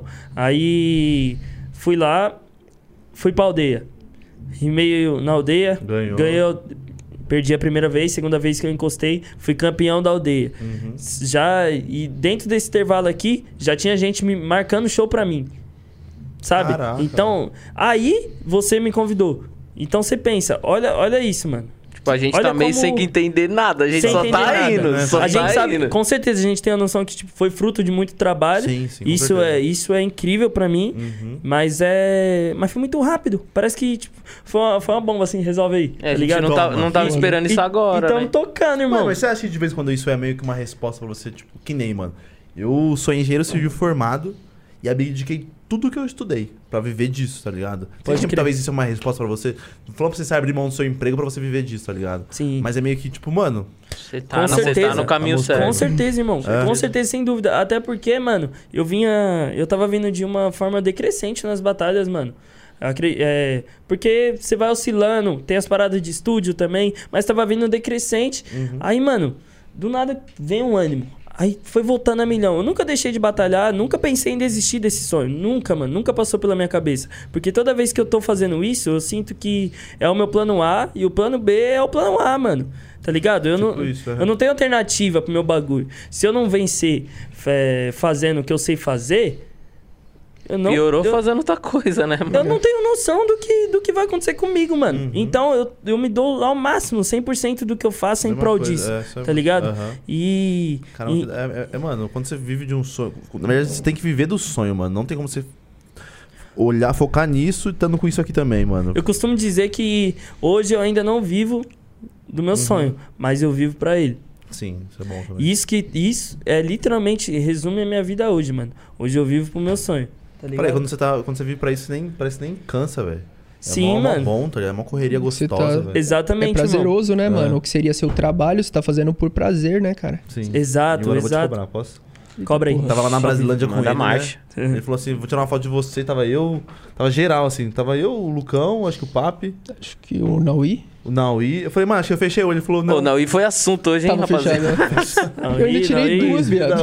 Speaker 2: Aí, fui lá, fui pra aldeia. Rimei na aldeia.
Speaker 1: Ganhou.
Speaker 2: Ganhei, perdi a primeira vez, segunda vez que eu encostei, fui campeão da aldeia.
Speaker 1: Uhum.
Speaker 2: Já, e dentro desse intervalo aqui, já tinha gente me marcando show pra mim. Sabe?
Speaker 1: Caraca.
Speaker 2: Então, aí você me convidou. Então você pensa, olha, olha isso, mano.
Speaker 5: Tipo, a gente
Speaker 2: Olha
Speaker 5: tá meio
Speaker 2: como-
Speaker 5: sem entender nada. A gente
Speaker 2: Sem
Speaker 5: só
Speaker 2: entender
Speaker 5: tá
Speaker 2: nada,
Speaker 5: indo.
Speaker 1: né?
Speaker 5: Só
Speaker 2: a
Speaker 5: tá
Speaker 2: gente sabe,
Speaker 5: indo.
Speaker 2: com certeza a gente tem a noção que tipo, foi fruto de muito trabalho.
Speaker 1: Sim, sim, com
Speaker 2: isso
Speaker 1: certeza.
Speaker 2: é, isso é incrível pra mim,
Speaker 1: Uhum.
Speaker 2: mas é, mas foi muito rápido. Parece que tipo, foi uma, foi uma bomba assim, resolve aí,
Speaker 5: É,
Speaker 2: tá
Speaker 5: a gente
Speaker 2: ligado?
Speaker 5: não, tá,
Speaker 1: Toma.
Speaker 5: não tava
Speaker 1: E-
Speaker 5: esperando isso
Speaker 2: E-
Speaker 5: agora,
Speaker 2: E tamo
Speaker 5: né?
Speaker 2: tocando, irmão.
Speaker 1: Mano, mas você acha que de vez em quando isso é meio que uma resposta pra você, tipo, que nem, mano. Eu sou engenheiro civil formado e abdiquei tudo que eu estudei pra viver disso, tá ligado? Você
Speaker 2: Pode
Speaker 1: acha que
Speaker 2: crer.
Speaker 1: talvez isso é uma resposta pra você? Não falando pra você abrir mão do seu emprego pra você viver disso, tá ligado?
Speaker 2: Sim.
Speaker 1: Mas é meio que, tipo, mano,
Speaker 5: Você
Speaker 2: Com
Speaker 5: tá, no- você
Speaker 2: certeza.
Speaker 5: tá no caminho
Speaker 1: A música-
Speaker 5: certo.
Speaker 2: Com certeza, irmão.
Speaker 1: É.
Speaker 2: Com certeza, sem dúvida. Até porque, mano, eu vinha. Eu tava vindo de uma forma decrescente nas batalhas, mano. Eu acre- é, porque você vai oscilando, tem as paradas de estúdio também, mas tava vindo decrescente. Aí, mano, do nada vem um ânimo. Aí foi voltando a milhão. Eu nunca deixei de batalhar, nunca pensei em desistir desse sonho. Nunca, mano. Nunca passou pela minha cabeça. Porque toda vez que eu tô fazendo isso, eu sinto que é o meu plano A e o plano B é o plano A, mano. Tá ligado? Eu,
Speaker 1: Tipo
Speaker 2: não,
Speaker 1: isso, é.
Speaker 2: eu não tenho alternativa pro meu bagulho. Se eu não vencer é, fazendo o que eu sei fazer, eu não.
Speaker 5: Piorou
Speaker 2: eu,
Speaker 5: fazendo outra coisa, né, mano?
Speaker 2: eu não tenho noção do que, do que vai acontecer comigo, mano.
Speaker 1: Uhum.
Speaker 2: Então eu, eu me dou ao máximo, cem por cento do que eu faço em
Speaker 1: mesma
Speaker 2: prol
Speaker 1: coisa,
Speaker 2: disso.
Speaker 1: é, isso é-
Speaker 2: Tá ligado?
Speaker 1: Aham.
Speaker 2: E.
Speaker 1: Caramba,
Speaker 2: e-
Speaker 1: é, é- é, mano, quando você vive de um sonho. Na verdade, você tem que viver do sonho, mano. Não tem como você olhar, focar nisso e estando com isso aqui também, mano.
Speaker 2: Eu costumo dizer que hoje eu ainda não vivo do
Speaker 1: Uhum.
Speaker 2: meu sonho, mas eu vivo pra ele.
Speaker 1: Sim, isso é bom também.
Speaker 2: E isso que isso é literalmente resume a minha vida hoje, mano. Hoje eu vivo pro meu sonho. Tá ligado?
Speaker 1: Peraí, quando você, tá, quando você vive pra isso, nem, parece que nem cansa, velho. É
Speaker 2: Sim,
Speaker 1: mó,
Speaker 2: mano.
Speaker 1: Mó bom, tá ligado? É uma correria
Speaker 4: Você
Speaker 1: gostosa,
Speaker 4: tá-
Speaker 1: velho.
Speaker 2: Exatamente,
Speaker 4: É prazeroso, né,
Speaker 1: É.
Speaker 4: mano? O que seria seu trabalho, você tá fazendo por prazer, né, cara?
Speaker 1: Sim.
Speaker 2: Exato,
Speaker 1: E agora eu vou te
Speaker 2: exato.
Speaker 1: cobrar, posso?
Speaker 2: Cobra aí.
Speaker 1: Tava lá na Brasilândia com
Speaker 5: Manda
Speaker 1: ele,
Speaker 5: marcha.
Speaker 1: né? Ele falou assim, vou tirar uma foto de você. Tava eu... Tava geral, assim. Tava eu, o Lucão, acho que o Papi,
Speaker 4: Acho que o Naui
Speaker 1: o Naui. Eu falei, mano, acho que eu fechei o olho. Ele falou, não.
Speaker 5: Pô, não, e foi assunto hoje, hein,
Speaker 4: tava
Speaker 5: rapaziada?
Speaker 4: fechado. né?
Speaker 2: Não,
Speaker 4: Eu ainda
Speaker 2: aí,
Speaker 4: tirei
Speaker 2: não, aí.
Speaker 4: duas, viado.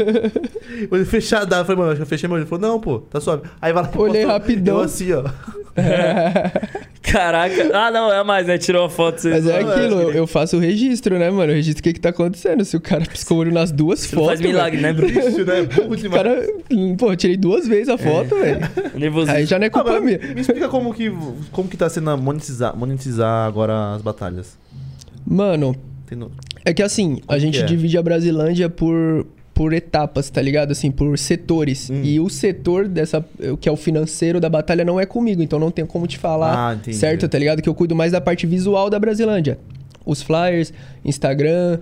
Speaker 1: O olho fechado. Eu falei, mano, acho que eu fechei meu olho. Ele falou, não, pô, tá suave. Aí vai lá e
Speaker 4: Olhei
Speaker 1: postou,
Speaker 4: rapidão.
Speaker 1: Eu assim, ó.
Speaker 2: Caraca. Ah, não, é mais, né? Tirou a foto. Você...
Speaker 4: Mas é
Speaker 1: Não,
Speaker 4: aquilo,
Speaker 1: é,
Speaker 4: eu, eu faço o registro, né, mano? O registro do que que tá acontecendo. Se o cara piscou o olho nas duas
Speaker 2: Você não
Speaker 4: fotos.
Speaker 2: faz milagre, né, Bruno?
Speaker 1: Triste, né? Burro
Speaker 4: O
Speaker 1: demais.
Speaker 4: cara, pô, eu tirei duas vezes a foto, velho.
Speaker 2: Nervosismo.
Speaker 4: Aí já não é
Speaker 1: Ah,
Speaker 4: culpa
Speaker 1: mas
Speaker 4: minha.
Speaker 1: me explica como que, como que tá sendo a monetizar, monetizar agora as batalhas.
Speaker 4: Mano,
Speaker 1: Tem no-
Speaker 4: é que assim, a
Speaker 1: Como
Speaker 4: gente
Speaker 1: que é?
Speaker 4: divide a Brasilândia por, por etapas, tá ligado? Assim, por setores.
Speaker 1: Hum.
Speaker 4: E o setor dessa, que é o financeiro da batalha, não é comigo. Então não tenho como te falar,
Speaker 1: Ah, entendi.
Speaker 4: certo? Tá ligado? Que eu cuido mais da parte visual da Brasilândia. Os flyers, Instagram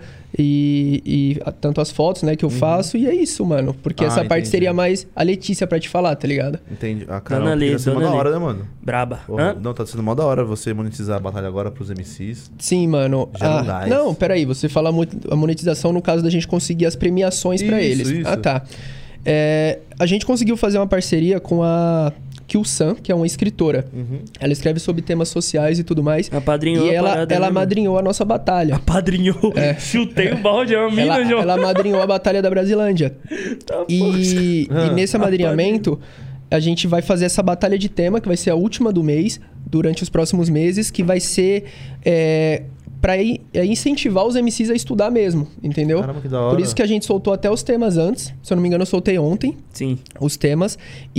Speaker 4: e, e a- tanto as fotos, né, que eu faço. E é isso, mano. Porque
Speaker 1: Uhum. Ah,
Speaker 4: essa parte
Speaker 1: entendi.
Speaker 4: seria mais a Letícia pra te falar, tá ligado?
Speaker 1: Entendi. Ah, cara,
Speaker 2: Dona Lê,
Speaker 1: tá sendo mó
Speaker 2: Dona
Speaker 1: da
Speaker 2: Lê.
Speaker 1: hora, né, mano?
Speaker 2: Braba.
Speaker 1: Porra,
Speaker 2: Hã?
Speaker 1: não, tá sendo mó da hora você monetizar a batalha agora pros M Cs.
Speaker 4: Sim, mano.
Speaker 1: Gera um
Speaker 4: Ah,
Speaker 1: gás.
Speaker 4: não, peraí. Você fala a mo- a monetização no caso da gente conseguir as premiações pra
Speaker 1: Isso,
Speaker 4: eles.
Speaker 1: isso.
Speaker 4: Ah, tá. É, a gente conseguiu fazer uma parceria com a Kyu-san, que é uma escritora.
Speaker 1: Uhum.
Speaker 4: Ela escreve sobre temas sociais e tudo mais.
Speaker 2: Apadrinhou
Speaker 4: E
Speaker 2: a
Speaker 4: ela,
Speaker 2: parada,
Speaker 4: ela
Speaker 2: né, mano?
Speaker 4: madrinhou a nossa batalha.
Speaker 2: Apadrinhou. Chutei o balde, é uma mina,
Speaker 4: Ela,
Speaker 2: João.
Speaker 4: ela madrinhou a batalha da Brasilândia.
Speaker 2: Tá,
Speaker 4: E,
Speaker 1: Ah,
Speaker 4: e nesse amadrinhamento, a gente vai fazer essa batalha de tema, que vai ser a última do mês, durante os próximos meses, que vai ser é, para incentivar os M Cs a estudar mesmo, entendeu?
Speaker 1: Caramba, que da hora.
Speaker 4: Por isso que a gente soltou até os temas antes. Se eu não me engano, eu soltei ontem
Speaker 2: Sim.
Speaker 4: os temas.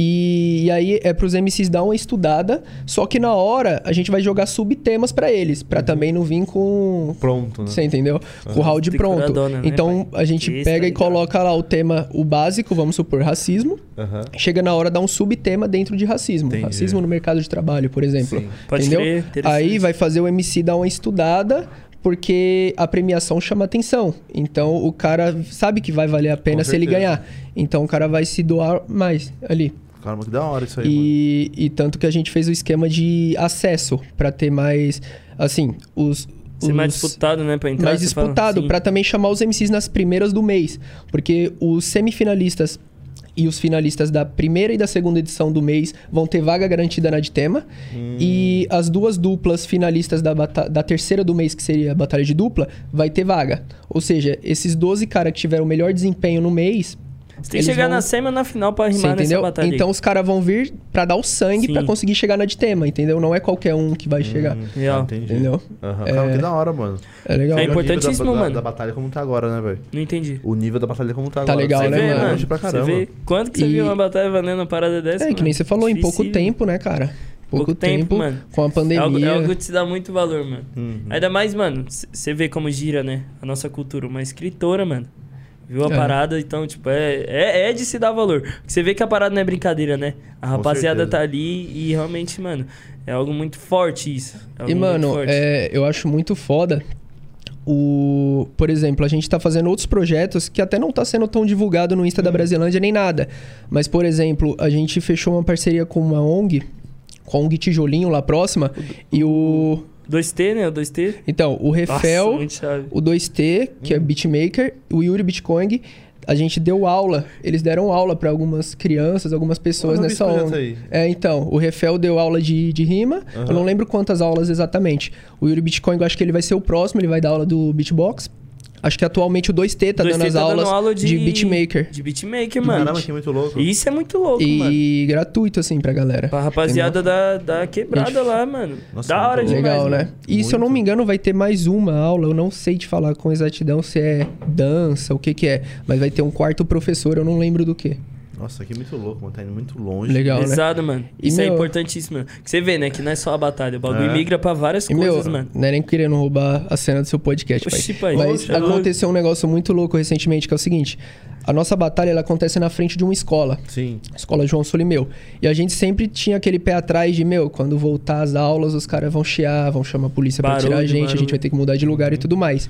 Speaker 4: E, e aí é pros M Cs dar uma estudada. Só que na hora a gente vai jogar subtemas pra eles. Pra
Speaker 1: Uhum.
Speaker 4: também não vir com.
Speaker 1: Pronto, né?
Speaker 4: Você entendeu? Com o round pronto.
Speaker 2: Decoradona, né,
Speaker 4: Então
Speaker 2: pai?
Speaker 4: a gente
Speaker 2: Esse
Speaker 4: pega
Speaker 2: tá
Speaker 4: e
Speaker 2: ligado.
Speaker 4: coloca lá o tema, o básico, vamos supor, racismo.
Speaker 1: Aham.
Speaker 4: Chega na hora, dá um subtema dentro de racismo.
Speaker 1: Entendi.
Speaker 4: Racismo no mercado de trabalho, por exemplo.
Speaker 1: Sim.
Speaker 2: Pode
Speaker 4: entendeu?
Speaker 2: crer, interessante.
Speaker 4: Aí vai fazer o M C dar uma estudada, porque a premiação chama atenção. Então o cara sabe que vai valer a pena
Speaker 1: Com
Speaker 4: se ele
Speaker 1: certeza.
Speaker 4: ganhar. Então o cara vai se doar mais ali.
Speaker 1: Caramba, que da hora isso aí, mano.
Speaker 4: E, e tanto que a gente fez o esquema de acesso pra ter mais. Assim, os,
Speaker 2: Ser mais
Speaker 4: os-
Speaker 2: disputado, né? Pra entrar.
Speaker 4: mais
Speaker 2: você fala,
Speaker 4: disputado,
Speaker 2: sim.
Speaker 4: pra também chamar os M Cs nas primeiras do mês. Porque os semifinalistas e os finalistas da primeira e da segunda edição do mês vão ter vaga garantida na de tema. E as duas duplas finalistas da, bata- da terceira do mês, que seria a batalha de dupla, vai ter vaga. Ou seja, esses doze caras que tiveram o melhor desempenho no mês...
Speaker 2: Você tem que
Speaker 4: eles
Speaker 2: chegar
Speaker 4: vão-
Speaker 2: na semi ou na final pra
Speaker 4: Você
Speaker 2: rimar nessa
Speaker 4: entendeu?
Speaker 2: batalha. aí.
Speaker 4: Então os caras vão vir pra dar o sangue
Speaker 2: Sim.
Speaker 4: pra conseguir chegar na de tema, entendeu? Não é qualquer um que vai chegar.
Speaker 2: Real.
Speaker 1: Ah, entendi.
Speaker 4: Entendeu?
Speaker 1: Aham.
Speaker 4: É.
Speaker 1: Cara, que da hora, mano.
Speaker 4: É legal,
Speaker 2: É
Speaker 4: né?
Speaker 2: importante. Importantíssimo,
Speaker 1: O nível da,
Speaker 2: mano.
Speaker 1: Da, da batalha como tá agora, né, velho?
Speaker 2: Não entendi.
Speaker 1: O nível da batalha como tá,
Speaker 4: Tá
Speaker 1: agora.
Speaker 4: legal,
Speaker 2: Você
Speaker 4: né,
Speaker 2: vê,
Speaker 4: mano?
Speaker 2: mano?
Speaker 1: Longe pra
Speaker 2: Você
Speaker 1: caramba.
Speaker 2: vê quanto que você
Speaker 4: E-
Speaker 2: viu uma batalha valendo uma parada dessa?
Speaker 4: É, que nem
Speaker 2: mano?
Speaker 4: você falou, em pouco
Speaker 2: Dificílimo.
Speaker 4: tempo, né, cara? Pouco,
Speaker 2: Pouco tempo,
Speaker 4: tempo,
Speaker 2: mano.
Speaker 4: com a
Speaker 2: É
Speaker 4: pandemia.
Speaker 2: algo, é algo que te dá muito valor, mano.
Speaker 1: Uhum.
Speaker 2: Ainda mais, mano, você vê como gira, né? A nossa cultura. Uma escritora, mano. Viu a
Speaker 4: É.
Speaker 2: parada, então, tipo, é, é, é de se dar valor. Você vê que a parada não é brincadeira, né? A rapaziada
Speaker 1: certeza.
Speaker 2: tá ali e realmente, mano, é algo muito forte isso. É algo
Speaker 4: E,
Speaker 2: muito
Speaker 4: mano,
Speaker 2: forte.
Speaker 4: é, eu acho muito foda o... Por exemplo, a gente tá fazendo outros projetos que até não tá sendo tão divulgado no Insta da Brasilândia nem nada. Mas, por exemplo, a gente fechou uma parceria com uma O N G, com a O N G Tijolinho lá próxima, e o...
Speaker 2: dois T, né? O dois T.
Speaker 4: Então, o Refel...
Speaker 2: Nossa, muito chave.
Speaker 4: O dois T, que é beatmaker, o Yuri Bitcoin, a gente deu aula. Eles deram aula pra algumas crianças, algumas pessoas
Speaker 1: Eu não vi
Speaker 4: nessa
Speaker 1: esse projeto
Speaker 4: onda.
Speaker 1: aí.
Speaker 4: É, então, o Refel deu aula de, de rima.
Speaker 1: Aham.
Speaker 4: Eu não lembro quantas aulas exatamente. O Yuri Bitcoin, eu acho que ele vai ser o próximo, ele vai dar aula do beatbox. Acho que atualmente o dois T tá
Speaker 2: dois T
Speaker 4: dando as
Speaker 2: tá
Speaker 4: aulas
Speaker 2: dando aula
Speaker 4: de, beatmaker.
Speaker 2: De beatmaker, mano.
Speaker 1: Caramba, que muito louco.
Speaker 2: E isso é muito louco, mano.
Speaker 4: E gratuito, assim, pra galera.
Speaker 2: Pra rapaziada da, da quebrada
Speaker 4: Gente,
Speaker 2: lá, mano.
Speaker 1: Nossa,
Speaker 2: da hora
Speaker 1: muito
Speaker 2: demais.
Speaker 4: Legal,
Speaker 2: mano.
Speaker 4: né? E se eu não
Speaker 1: Muito.
Speaker 4: me engano, vai ter mais uma aula. Eu não sei te falar com exatidão se é dança, o que que é. Mas vai ter um quarto professor, eu não lembro do que.
Speaker 1: Nossa, que muito louco, mano. Tá indo muito longe.
Speaker 4: Legal, né?
Speaker 2: Pesado, mano.
Speaker 4: E,
Speaker 2: Isso é
Speaker 4: meu-
Speaker 2: importantíssimo, mano. Que você vê, né? Que não é só a batalha. O bagulho
Speaker 1: É.
Speaker 2: migra pra várias
Speaker 4: E,
Speaker 2: coisas,
Speaker 4: meu,
Speaker 2: mano.
Speaker 4: não é nem querendo roubar a cena do seu podcast, pai.
Speaker 2: Oxi, pai.
Speaker 4: Mas
Speaker 2: Oxe, é
Speaker 4: aconteceu um negócio muito louco recentemente, que é o seguinte. A nossa batalha, ela acontece na frente de uma escola.
Speaker 1: Sim.
Speaker 4: Escola João Solimeu. E a gente sempre tinha aquele pé atrás de, meu, quando voltar as aulas, os caras vão chiar, vão chamar a polícia pra
Speaker 2: Barulho,
Speaker 4: tirar a gente, a
Speaker 2: barulho.
Speaker 4: gente vai ter que mudar de lugar e tudo mais.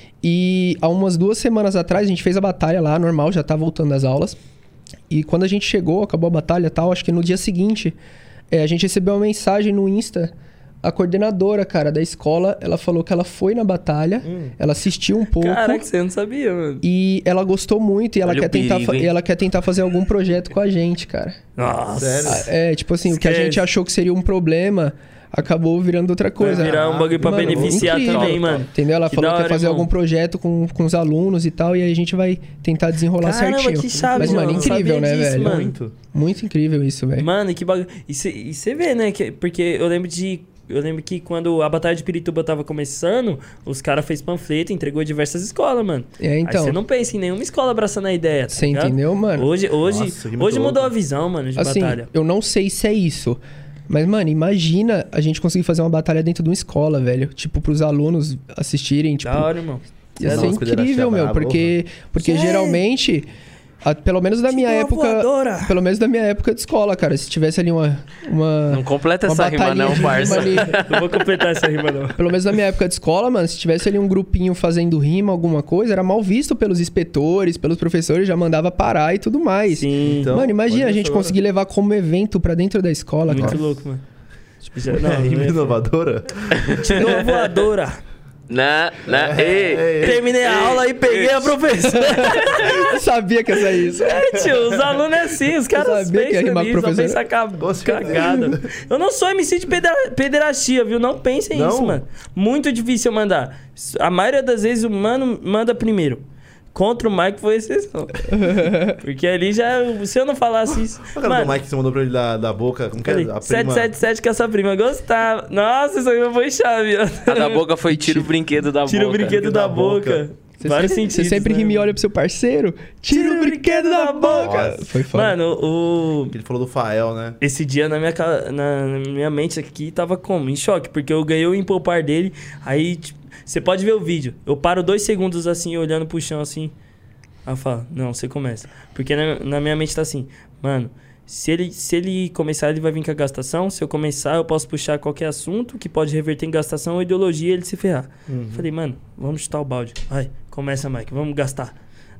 Speaker 4: E há umas duas semanas atrás, a gente fez a batalha lá, normal, já tá voltando as aulas. E quando a gente chegou, acabou a batalha e tal, acho que no dia seguinte, é, a gente recebeu uma mensagem no Insta. A coordenadora, cara, da escola, ela falou que ela foi na batalha, ela assistiu um pouco.
Speaker 2: Caraca, você não sabia, mano.
Speaker 4: E ela gostou muito e ela,
Speaker 5: Olha
Speaker 4: quer
Speaker 5: o
Speaker 4: tentar,
Speaker 5: perigo,
Speaker 4: fa-
Speaker 5: hein?
Speaker 4: e ela quer tentar fazer algum projeto com a gente, cara.
Speaker 2: Nossa.
Speaker 1: Sério?
Speaker 4: Ah, É, tipo assim, o que a
Speaker 2: Esquece.
Speaker 4: gente achou que seria um problema, acabou virando outra coisa.
Speaker 2: Vai virar um bagulho pra
Speaker 4: Mano,
Speaker 2: beneficiar
Speaker 4: incrível.
Speaker 2: também, mano.
Speaker 4: Entendeu? Ela
Speaker 2: Que
Speaker 4: falou
Speaker 2: da
Speaker 4: que ia
Speaker 2: hora,
Speaker 4: fazer
Speaker 2: irmão.
Speaker 4: algum projeto com, com os alunos e tal, e aí a gente vai tentar desenrolar
Speaker 2: Caramba,
Speaker 4: certinho.
Speaker 2: que chave,
Speaker 4: Mas, mano,
Speaker 2: mano.
Speaker 4: incrível,
Speaker 2: Não
Speaker 4: né,
Speaker 2: sabia disso,
Speaker 4: velho?
Speaker 2: mano.
Speaker 1: Muito.
Speaker 4: Muito incrível isso, velho.
Speaker 2: Mano, que bagulho. E você vê, né? Que, porque eu lembro de. Eu lembro que quando a Batalha de Pirituba tava começando, os caras fez panfleto, entregou em diversas escolas, mano.
Speaker 4: É, então.
Speaker 2: Aí você não pensa em nenhuma escola abraçando a ideia. Tá
Speaker 4: Você
Speaker 2: ligado?
Speaker 4: entendeu, mano?
Speaker 2: Hoje, hoje,
Speaker 1: Nossa, que muito
Speaker 2: hoje mudou
Speaker 1: louco.
Speaker 2: a visão, mano, de
Speaker 4: Assim,
Speaker 2: batalha.
Speaker 4: eu não sei se é isso. Mas, mano, imagina a gente conseguir fazer uma batalha dentro de uma escola, velho. Tipo, pros alunos assistirem, tipo...
Speaker 2: Da hora, irmão.
Speaker 4: Ia ser
Speaker 1: Nossa,
Speaker 4: incrível,
Speaker 1: pederastia
Speaker 4: meu,
Speaker 1: brava,
Speaker 4: porque, porque
Speaker 2: Que?
Speaker 4: geralmente, a- pelo menos da
Speaker 2: Te
Speaker 4: minha
Speaker 2: dou uma
Speaker 4: época,
Speaker 2: voadora.
Speaker 4: pelo menos da minha época de escola, cara, se tivesse ali uma uma
Speaker 5: Não completa
Speaker 4: uma
Speaker 5: essa rima
Speaker 4: batalhinha
Speaker 5: não,
Speaker 4: de
Speaker 5: parça.
Speaker 4: rima ali,
Speaker 2: Não vou completar essa rima, não.
Speaker 4: pelo menos na minha época de escola, mano, se tivesse ali um grupinho fazendo rima, alguma coisa, era mal visto pelos inspetores, pelos professores, já mandava parar e tudo mais.
Speaker 2: Sim.
Speaker 1: Então,
Speaker 4: Mano, imagina
Speaker 1: olha
Speaker 4: a gente
Speaker 1: só.
Speaker 4: conseguir levar como evento pra dentro da escola,
Speaker 2: Muito
Speaker 4: cara.
Speaker 2: louco, mano. Tipo, já,
Speaker 1: É,
Speaker 2: não,
Speaker 1: rima
Speaker 2: não ia-
Speaker 1: inovadora?
Speaker 2: Te dou uma voadora.
Speaker 5: Né, né, ei.
Speaker 2: Terminei a aula e peguei a professora.
Speaker 4: Eu sabia que ia sair isso.
Speaker 2: É, tio, os alunos é assim, os caras
Speaker 4: sabia que ia
Speaker 2: pensam
Speaker 4: rimar
Speaker 2: nisso, só
Speaker 4: professora?
Speaker 2: pensam ca-
Speaker 1: Com certeza.
Speaker 2: cagada. Eu não sou M C de pedera- pederastia, viu? Não pensem
Speaker 1: Não?
Speaker 2: nisso, mano. Muito difícil eu mandar. A maioria das vezes o mano manda primeiro. Contra o Mike foi exceção. Porque ali já... Se eu não falasse isso...
Speaker 1: O cara
Speaker 2: Mano,
Speaker 1: do Mike que você mandou pra ele da, da boca, como que é?
Speaker 2: falei,
Speaker 1: A
Speaker 2: sete
Speaker 1: prima...
Speaker 2: sete sete que essa prima gostava. Nossa, isso aí foi chave, ó.
Speaker 5: A da boca foi tira o brinquedo da
Speaker 2: Tira o
Speaker 5: boca.
Speaker 2: brinquedo da
Speaker 1: da
Speaker 2: boca.
Speaker 1: boca.
Speaker 4: Você
Speaker 2: Vários
Speaker 4: sempre,
Speaker 2: sentidos,
Speaker 4: Você sempre
Speaker 2: né,
Speaker 4: rima e
Speaker 2: mano?
Speaker 4: olha pro seu parceiro. Tira, o brinquedo da boca.
Speaker 1: Nossa.
Speaker 4: Foi foda.
Speaker 2: Mano, o...
Speaker 1: Ele falou do Fael, né?
Speaker 2: Esse dia na minha, ca- na, na minha mente aqui tava como? Em choque, porque eu ganhei o empolpar dele. Aí, tipo, você pode ver o vídeo. Eu paro dois segundos assim, olhando pro chão assim. Aí eu falo, não, você começa. Porque na, na minha mente tá assim, mano, se ele, se ele começar, ele vai vir com a gastação. Se eu começar, eu posso puxar qualquer assunto que pode reverter em gastação ou ideologia e ele se ferrar. Falei, mano, vamos chutar o balde. Vai, começa, Mike, vamos gastar.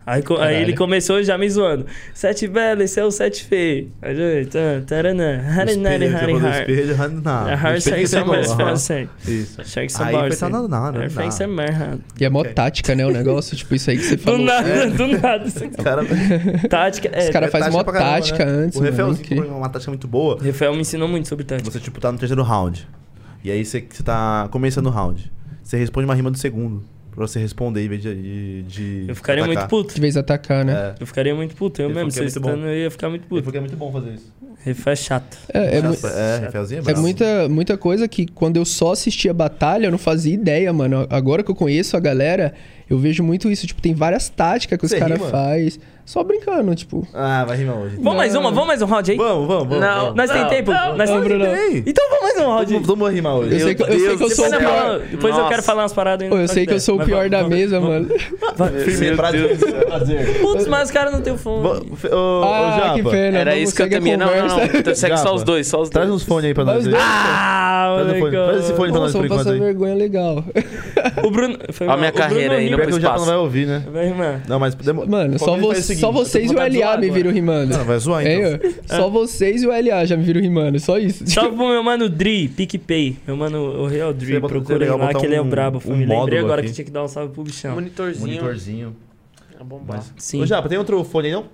Speaker 2: Aí, co- aí
Speaker 4: Caralho.
Speaker 2: ele começou já me zoando. Sete belo, esse é o sete feio. Aí eu, tá, taranã, harinari, hari, har.
Speaker 1: Espelho, não.
Speaker 2: É hard
Speaker 1: Espelho
Speaker 2: sex
Speaker 1: que você
Speaker 2: mais
Speaker 1: gosta.
Speaker 2: fácil.
Speaker 1: Isso.
Speaker 2: Sharks
Speaker 1: Aí
Speaker 2: are
Speaker 1: foi tá nada, nada.
Speaker 2: Air Franks é merda.
Speaker 4: E é mó
Speaker 1: Ok.
Speaker 4: tática, né, o negócio? Tipo, isso aí que você
Speaker 2: Do
Speaker 4: falou.
Speaker 2: nada, do nada.
Speaker 1: Cara,
Speaker 2: Tática, é.
Speaker 4: Os caras
Speaker 1: é
Speaker 4: fazem mó
Speaker 1: tática pra caramba,
Speaker 4: tática
Speaker 1: né?
Speaker 4: antes,
Speaker 1: O
Speaker 4: mano,
Speaker 1: Refelzinho
Speaker 4: que-
Speaker 1: foi uma tática muito boa.
Speaker 2: Rafael me ensinou muito sobre tática.
Speaker 1: Você, tipo, tá no terceiro round. E aí você, você tá começando o round. Você responde uma rima do segundo. Pra você responder em vez de. de, de
Speaker 2: Eu ficaria
Speaker 1: atacar.
Speaker 2: muito puto.
Speaker 4: De vez atacar, né?
Speaker 1: É.
Speaker 2: Eu ficaria muito puto. Eu
Speaker 1: Ele
Speaker 2: mesmo,
Speaker 1: falou
Speaker 2: se
Speaker 1: que
Speaker 2: eu
Speaker 1: é muito
Speaker 2: estando, eu ia ficar muito
Speaker 1: Ele
Speaker 2: puto.
Speaker 1: falou que é muito bom fazer isso.
Speaker 2: Rafael é chato.
Speaker 4: É, é, mu-
Speaker 1: Chato, é, Refelzinho é
Speaker 4: é
Speaker 1: bravo.
Speaker 4: muita, muita coisa que quando eu só assistia a batalha, eu não fazia ideia, mano. Agora que eu conheço a galera, eu vejo muito isso. Tipo, tem várias táticas que os
Speaker 1: Você
Speaker 4: caras
Speaker 1: rima?
Speaker 4: fazem. Só brincando, tipo.
Speaker 1: Ah, vai rimar hoje.
Speaker 2: Vamos mais uma, vamos mais um round aí?
Speaker 1: Vamos, vamos, vamos.
Speaker 5: Não.
Speaker 1: vamos.
Speaker 2: Nós tem
Speaker 5: Não,
Speaker 2: tempo?
Speaker 5: não,
Speaker 2: Nós
Speaker 4: não,
Speaker 2: tem
Speaker 4: Bruno.
Speaker 1: Ei,
Speaker 2: Então vamos mais um round aí.
Speaker 1: Vamos, vamos rimar hoje.
Speaker 4: Eu sei que, eu sei
Speaker 5: Deus
Speaker 4: que eu
Speaker 5: do
Speaker 4: sou o
Speaker 2: Depois,
Speaker 5: céu.
Speaker 2: eu
Speaker 4: pior.
Speaker 2: falo- depois eu
Speaker 5: Nossa.
Speaker 2: quero falar umas paradas ainda.
Speaker 4: Pô, eu sei que eu sou o
Speaker 2: Mas
Speaker 4: pior
Speaker 2: vamos,
Speaker 4: da
Speaker 2: vamos.
Speaker 4: mesa, mano.
Speaker 1: Firme,
Speaker 5: Meu
Speaker 1: prazer.
Speaker 5: Deus.
Speaker 1: prazer.
Speaker 2: Putz, mas os caras não tem fone.
Speaker 1: Ô, ô,
Speaker 4: Ah,
Speaker 1: Japa,
Speaker 4: que pena.
Speaker 5: Era
Speaker 4: vamos
Speaker 5: isso que eu
Speaker 4: seguir a
Speaker 5: também. Não, não, não.
Speaker 4: conversa.
Speaker 5: Então segue só
Speaker 1: Japa,
Speaker 5: os dois, só os
Speaker 1: Traz
Speaker 5: dois.
Speaker 1: uns fones aí pra
Speaker 4: Mas
Speaker 1: nós aí.
Speaker 4: dois.
Speaker 2: Ah,
Speaker 1: Traz, o fone.
Speaker 2: legal.
Speaker 1: Traz esse fone pra nós
Speaker 4: Nossa,
Speaker 1: por
Speaker 4: eu vou
Speaker 1: enquanto
Speaker 4: passar
Speaker 1: aí.
Speaker 4: vergonha legal.
Speaker 2: O Bruno. Foi
Speaker 5: Ó a minha
Speaker 2: mal. O Bruno
Speaker 5: carreira aí,
Speaker 2: rima.
Speaker 5: não
Speaker 1: Pior que o Japa não
Speaker 5: espaço.
Speaker 1: vai ouvir, né?
Speaker 2: Vai rimar.
Speaker 1: Não, mas... demo-
Speaker 4: Mano, só,
Speaker 1: Qualquer
Speaker 4: vo-
Speaker 1: faz o seguinte,
Speaker 4: só
Speaker 1: eu tô com
Speaker 4: vocês e o
Speaker 1: vontade de
Speaker 4: L A
Speaker 1: zoar
Speaker 4: me
Speaker 1: agora.
Speaker 4: viram rimando.
Speaker 1: Não, vai zoar
Speaker 4: Hein,
Speaker 1: então.
Speaker 4: ó? Só vocês e o L A já me viram rimando. Só isso.
Speaker 2: Salve pro meu mano Dri, PicPay. Meu mano, o Real Dri.
Speaker 1: Você bota-
Speaker 2: Procura
Speaker 1: seria
Speaker 2: lá
Speaker 1: legal
Speaker 2: que
Speaker 1: botar
Speaker 2: ele é o
Speaker 1: um-
Speaker 2: brabo.
Speaker 1: um
Speaker 2: Foi. Me lembrei
Speaker 1: módulo
Speaker 2: agora
Speaker 1: aqui.
Speaker 2: que tinha que dar um salve pro bichão.
Speaker 5: Monitorzinho.
Speaker 1: Monitorzinho.
Speaker 5: É bombar.
Speaker 1: Mas...
Speaker 2: Sim.
Speaker 1: Ô, Japa, tem outro fone aí, não?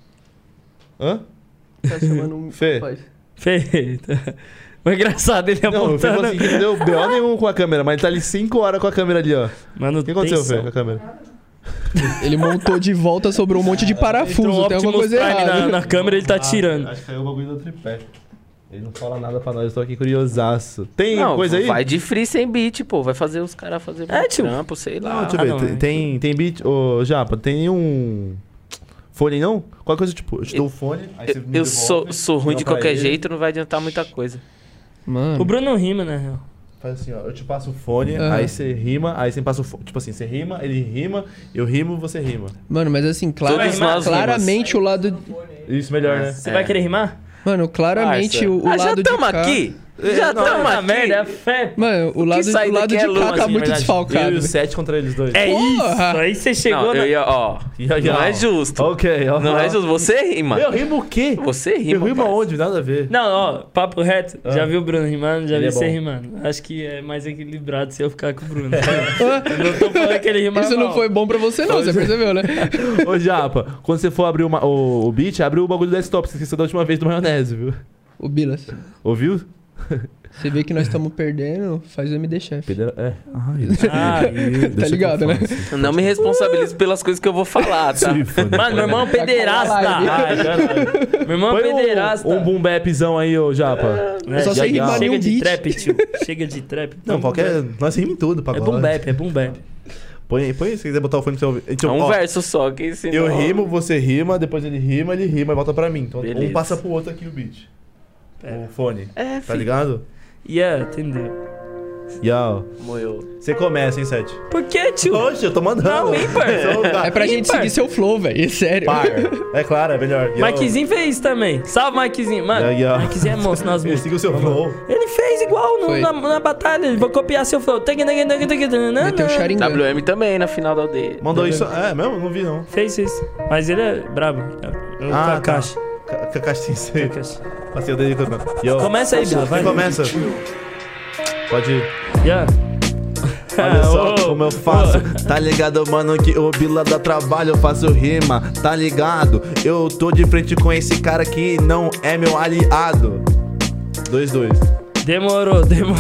Speaker 1: Hã?
Speaker 4: Tá chamando um...
Speaker 1: Fê.
Speaker 2: Feita. Foi engraçado ele
Speaker 1: Não, o Fê
Speaker 2: apontando.
Speaker 1: falou assim que não deu B O nenhum com a câmera, mas ele tá ali cinco horas com a câmera ali, ó.
Speaker 2: Mano,
Speaker 1: O que aconteceu,
Speaker 2: tensão.
Speaker 1: Fê, com a câmera?
Speaker 4: Ele montou de volta, sobrou um monte de
Speaker 2: Entrou
Speaker 4: parafuso.
Speaker 2: um
Speaker 4: Tem alguma
Speaker 2: Optimus
Speaker 4: coisa
Speaker 2: Prime
Speaker 4: errada.
Speaker 2: na, na câmera, ele tá tirando.
Speaker 1: Acho que caiu o bagulho do tripé. Ele não fala nada pra nós, eu tô aqui curiosaço. Tem
Speaker 5: Não,
Speaker 1: coisa aí?
Speaker 5: vai de free sem beat, pô. Vai fazer os caras fazer
Speaker 2: É, tio.
Speaker 5: trampo, sei lá.
Speaker 1: Não, deixa eu
Speaker 2: Ah,
Speaker 1: ver.
Speaker 2: não,
Speaker 1: tem,
Speaker 2: é.
Speaker 1: tem, tem beat. Ô, Japa, tem nenhum fone aí, não? Qualquer coisa, tipo, eu te dou o fone, aí você
Speaker 5: Eu,
Speaker 1: me
Speaker 5: eu
Speaker 1: devolve,
Speaker 5: sou, sou ruim
Speaker 1: dá
Speaker 5: de
Speaker 1: pra
Speaker 5: qualquer
Speaker 1: ele.
Speaker 5: jeito, não vai adiantar muita coisa.
Speaker 4: Mano.
Speaker 2: O Bruno não rima, na real.
Speaker 1: Faz assim, ó. Eu te passo o fone,
Speaker 4: Aham.
Speaker 1: aí você rima, aí você me passa o fone. Tipo assim, você rima, ele rima, eu rimo, você rima.
Speaker 4: Mano, mas assim, clara-
Speaker 5: Todos nós
Speaker 4: claramente o lado...
Speaker 1: Isso, melhor, né?
Speaker 2: Você
Speaker 5: É.
Speaker 2: vai querer rimar?
Speaker 4: Mano, claramente
Speaker 5: Parça.
Speaker 4: o, o
Speaker 5: ah, já
Speaker 4: lado de
Speaker 5: tamo
Speaker 4: cá...
Speaker 5: aqui? Já
Speaker 1: não,
Speaker 5: tamo
Speaker 2: Ah,
Speaker 5: aqui?
Speaker 2: merda, é fé.
Speaker 4: Mano, o lado,
Speaker 5: sai
Speaker 4: o lado
Speaker 5: daqui
Speaker 4: de
Speaker 5: é
Speaker 4: cá
Speaker 5: louco,
Speaker 4: tá
Speaker 5: assim,
Speaker 4: muito
Speaker 1: Verdade,
Speaker 4: desfalcado.
Speaker 1: Eu e o sete contra eles dois.
Speaker 2: É
Speaker 4: Porra!
Speaker 2: isso. Aí você chegou
Speaker 5: Não,
Speaker 2: na...
Speaker 5: eu ia, ó.
Speaker 1: Ya, ya.
Speaker 5: Não é justo.
Speaker 1: Ok, ó.
Speaker 5: Não é justo. Você rima.
Speaker 1: Eu rimo o quê?
Speaker 5: Você
Speaker 1: Eu
Speaker 5: rima.
Speaker 1: rimo
Speaker 5: parça.
Speaker 1: aonde? Nada a ver.
Speaker 2: Não, ó, papo reto.
Speaker 1: Ah.
Speaker 2: Já viu o Bruno rimando, já
Speaker 1: Ele
Speaker 2: vi
Speaker 1: é
Speaker 2: você
Speaker 1: bom.
Speaker 2: rimando. Acho que é mais equilibrado se eu ficar com o Bruno. Eu não tô falando que ele rima
Speaker 4: Isso não
Speaker 2: mal.
Speaker 4: foi bom pra você não, você percebeu, né?
Speaker 1: Ô, Japa, quando você for abrir uma- o, o beat, abre o bagulho do desktop. Você esqueceu da última vez do maionese, viu?
Speaker 4: O Bilas,
Speaker 1: Ouviu?
Speaker 4: você vê que nós estamos perdendo, faz o M D chefe.
Speaker 1: Pedro- É. Ai,
Speaker 2: Ah,
Speaker 4: Tá ligado, né?
Speaker 5: Não me responsabilizo pelas coisas que eu vou falar, tá?
Speaker 2: mano, meu irmão é um pederasta.
Speaker 4: live.
Speaker 2: Ai, caralho. Meu irmão é um
Speaker 1: Põe
Speaker 2: pederasta.
Speaker 1: um, um boom bapzão aí, ô Japa.
Speaker 2: É,
Speaker 4: só sei
Speaker 1: rimar
Speaker 2: Chega
Speaker 4: nenhum
Speaker 2: de
Speaker 4: beat.
Speaker 2: trap, tio. Chega de trap.
Speaker 1: Não,
Speaker 2: Põe
Speaker 1: qualquer.
Speaker 2: boom bap.
Speaker 1: Nós rimos em tudo,
Speaker 2: É
Speaker 1: pagode.
Speaker 2: boom bap, é boom bap.
Speaker 1: Põe aí, põe aí, se você quiser botar o fone pra você ouvir.
Speaker 5: É
Speaker 1: Então,
Speaker 5: um
Speaker 1: ó,
Speaker 5: verso só, que senão...
Speaker 1: eu rimo, você rima, depois ele rima, ele rima e volta pra mim. Então
Speaker 5: Beleza.
Speaker 1: um passa pro outro aqui o beat. O fone.
Speaker 5: É,
Speaker 1: Tá
Speaker 5: filho.
Speaker 1: ligado?
Speaker 2: Yeah, entendeu?
Speaker 1: E ó,
Speaker 5: Moeu.
Speaker 1: você começa, hein, Sete?
Speaker 2: Por que, tio?
Speaker 1: Oxe, eu tô mandando.
Speaker 2: Não, ímpar.
Speaker 4: É pra gente
Speaker 2: Ímpar.
Speaker 4: seguir seu flow, velho, é sério.
Speaker 1: Par. É claro, é melhor. E ó,
Speaker 2: Mikezinho fez também. Salve, Mikezinho. Mano,
Speaker 1: E aí, ó.
Speaker 2: Mikezinho é monstro nas
Speaker 1: Ele
Speaker 2: músicas.
Speaker 1: siga o seu flow.
Speaker 2: Ele fez igual no-
Speaker 4: Foi.
Speaker 2: na, na batalha. Ele vou copiar seu flow.
Speaker 4: Meteu o Sharingan.
Speaker 5: W M também, na final da aldeia.
Speaker 1: Mandou isso. É, mesmo? Não vi, não.
Speaker 2: Fez isso. Mas ele é brabo. É o
Speaker 1: Ah,
Speaker 2: Kakashi.
Speaker 1: Ca- Kakashi Sensei.
Speaker 2: Kakashi.
Speaker 1: Passei o dedo cantando. E ó,
Speaker 2: Começa aí, Bila,
Speaker 1: quem
Speaker 2: vai.
Speaker 1: começa? Pode ir.
Speaker 2: Yeah.
Speaker 1: Olha só
Speaker 2: Ô,
Speaker 1: como eu faço. Tá ligado, mano, que o Bila dá trabalho, eu faço rima. Tá ligado? Eu tô de frente com esse cara que não é meu aliado. Dois, dois.
Speaker 2: Demorou, demorou.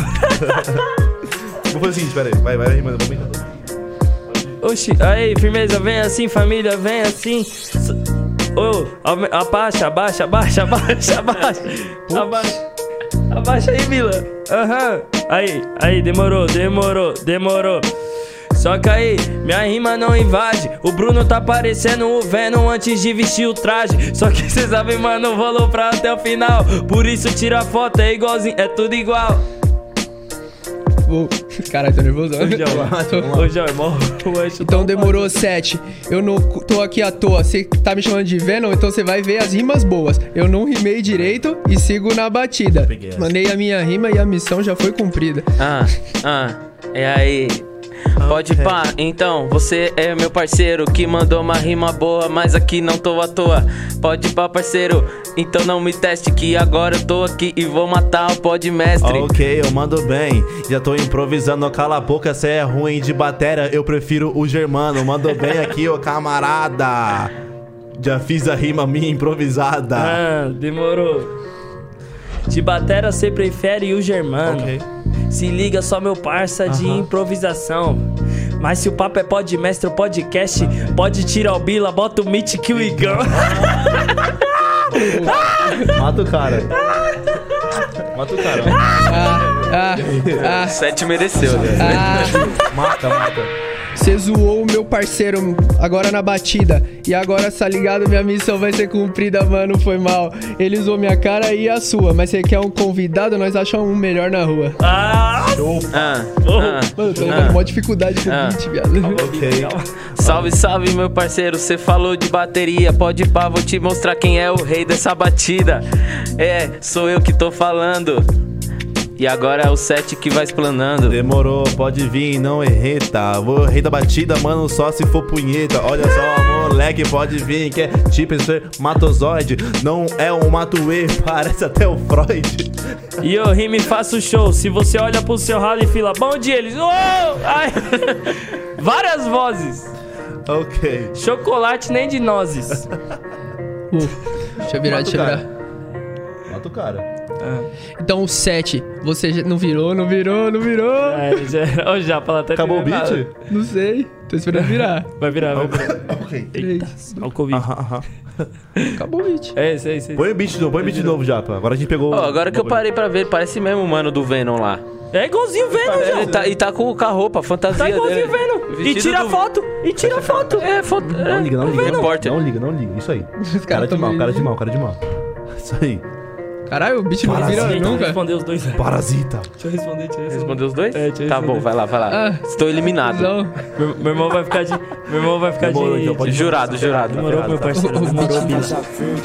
Speaker 1: Vou fazer o seguinte, pera aí. Vai, vai, rimando. Vamos então.
Speaker 2: Oxi, aí, firmeza, vem assim, família, vem assim. S- Ô, aume- abaixa, abaixa, abaixa, abaixa, abaixa. Abaixa. Abaixa aí, Bila. Aham. Aí, aí, demorou, demorou, demorou. Só que aí, minha rima não invade. O Bruno tá parecendo o Venom antes de vestir o traje. Só que cês sabem, mano, vou aloprar até o final. Por isso tira a foto, é igualzinho, é tudo igual.
Speaker 4: Vou- Caralho, tô nervoso.
Speaker 2: Ô, João, é mó.
Speaker 4: Então demorou sete. Eu não tô aqui à toa. Você tá me chamando de Venom, então você vai ver as rimas boas. Eu não rimei direito e sigo na batida.
Speaker 1: Peguei essa.
Speaker 4: Mandei a minha rima e a missão já foi cumprida.
Speaker 5: Ah, ah. É aí. Pode pá, então, você é meu parceiro que mandou uma rima boa, mas aqui não tô à toa. Pode pá, parceiro, então não me teste que agora eu tô aqui e vou matar o podmestre.
Speaker 1: Ok, eu mando bem, já tô improvisando, cala a boca, cê é ruim de bateria, eu prefiro o Germano. Mando bem aqui, ô camarada. Já fiz a rima minha improvisada.
Speaker 2: Ah, demorou. De batera cê prefere o Germano.
Speaker 1: Ok.
Speaker 2: Se liga só, meu parça, de
Speaker 1: Aham.
Speaker 2: improvisação. Mas se o papo é podmestre ou podcast, pode tirar o Bila, bota o Mitch que o Igão.
Speaker 1: Mata o cara. Mata o cara.
Speaker 4: Ah, ah,
Speaker 5: Sete mereceu, né?
Speaker 4: ah.
Speaker 1: Mata, mata.
Speaker 4: Cê zoou o meu parceiro agora na batida. E agora, tá ligado? Minha missão vai ser cumprida, mano. Foi mal. Ele usou minha cara e a sua. Mas cê quer um convidado? Nós achamos um melhor na rua.
Speaker 2: Ah!
Speaker 5: Ah,
Speaker 2: Oh.
Speaker 5: ah,
Speaker 4: Mano, tô
Speaker 5: ah.
Speaker 4: levando mó dificuldade com
Speaker 5: Ah.
Speaker 4: o beat, viado.
Speaker 1: Ok.
Speaker 5: Salve, salve, meu parceiro, cê falou de bateria. Pode pá, vou te mostrar quem é o rei dessa batida. É, sou eu que tô falando. E agora é o set que vai explanando.
Speaker 1: Demorou, pode vir, não erreta. Vou rei da batida, mano, só se for punheta. Olha só, moleque, pode vir, que é tipo espermatozoide. Não é um matuê, parece até o Freud.
Speaker 2: E eu rimo e faço show. Se você olha pro seu ralo e fila, bom dia, eles. Oh! Ai. Várias vozes.
Speaker 1: Ok.
Speaker 2: Chocolate nem de nozes.
Speaker 4: Uh, deixa eu virar,
Speaker 1: Mata o
Speaker 4: deixa eu
Speaker 1: cara.
Speaker 4: virar.
Speaker 1: Mata o cara.
Speaker 4: Então o sete, você já não virou, não virou, não virou.
Speaker 2: É, já, oh, já fala até
Speaker 1: Acabou o
Speaker 2: terminar.
Speaker 1: beat?
Speaker 4: Não sei, tô esperando virar.
Speaker 2: Vai virar, vai virar.
Speaker 1: Ok.
Speaker 2: Eita, olha o Covid.
Speaker 1: Aham, aham.
Speaker 4: Acabou o beat.
Speaker 2: É, sei, sei.
Speaker 1: Põe o beat de novo, põe o beat de novo, Japa. Agora a gente pegou.
Speaker 5: Ó, agora que eu parei pra ver, parece mesmo o mano do Venom lá.
Speaker 2: É igualzinho o Venom,
Speaker 5: Ele
Speaker 2: já.
Speaker 5: tá, e tá com, com a roupa, a fantasia
Speaker 2: Tá igualzinho o
Speaker 5: dele.
Speaker 2: Venom. E
Speaker 5: Vestido
Speaker 2: tira
Speaker 5: do-
Speaker 2: foto. E tira foto.
Speaker 5: É, foto.
Speaker 1: Não liga, não liga.
Speaker 5: Repórter.
Speaker 1: Não liga, não liga. Isso aí.
Speaker 4: Os
Speaker 1: Cara
Speaker 4: caras
Speaker 1: de mal,
Speaker 4: tão
Speaker 1: cara de
Speaker 4: meio-
Speaker 1: mal, cara de mal. Isso aí.
Speaker 4: Caralho, o beat não
Speaker 1: Parasita.
Speaker 4: vira
Speaker 2: Deixa eu
Speaker 4: nunca.
Speaker 2: responder os dois. Deixa
Speaker 1: Parasita.
Speaker 2: eu responder, deixa eu responder.
Speaker 5: Respondeu os dois?
Speaker 2: É, deixa eu
Speaker 5: Tá
Speaker 2: responder.
Speaker 5: bom, vai lá, vai lá.
Speaker 4: Ah.
Speaker 5: Estou eliminado.
Speaker 4: Não.
Speaker 2: Meu, meu irmão vai ficar de. Meu irmão vai ficar
Speaker 1: Demorou,
Speaker 2: de.
Speaker 1: então pode-
Speaker 5: Jurado, jurado.
Speaker 2: Demorou, meu parceiro. Demorou, bicho.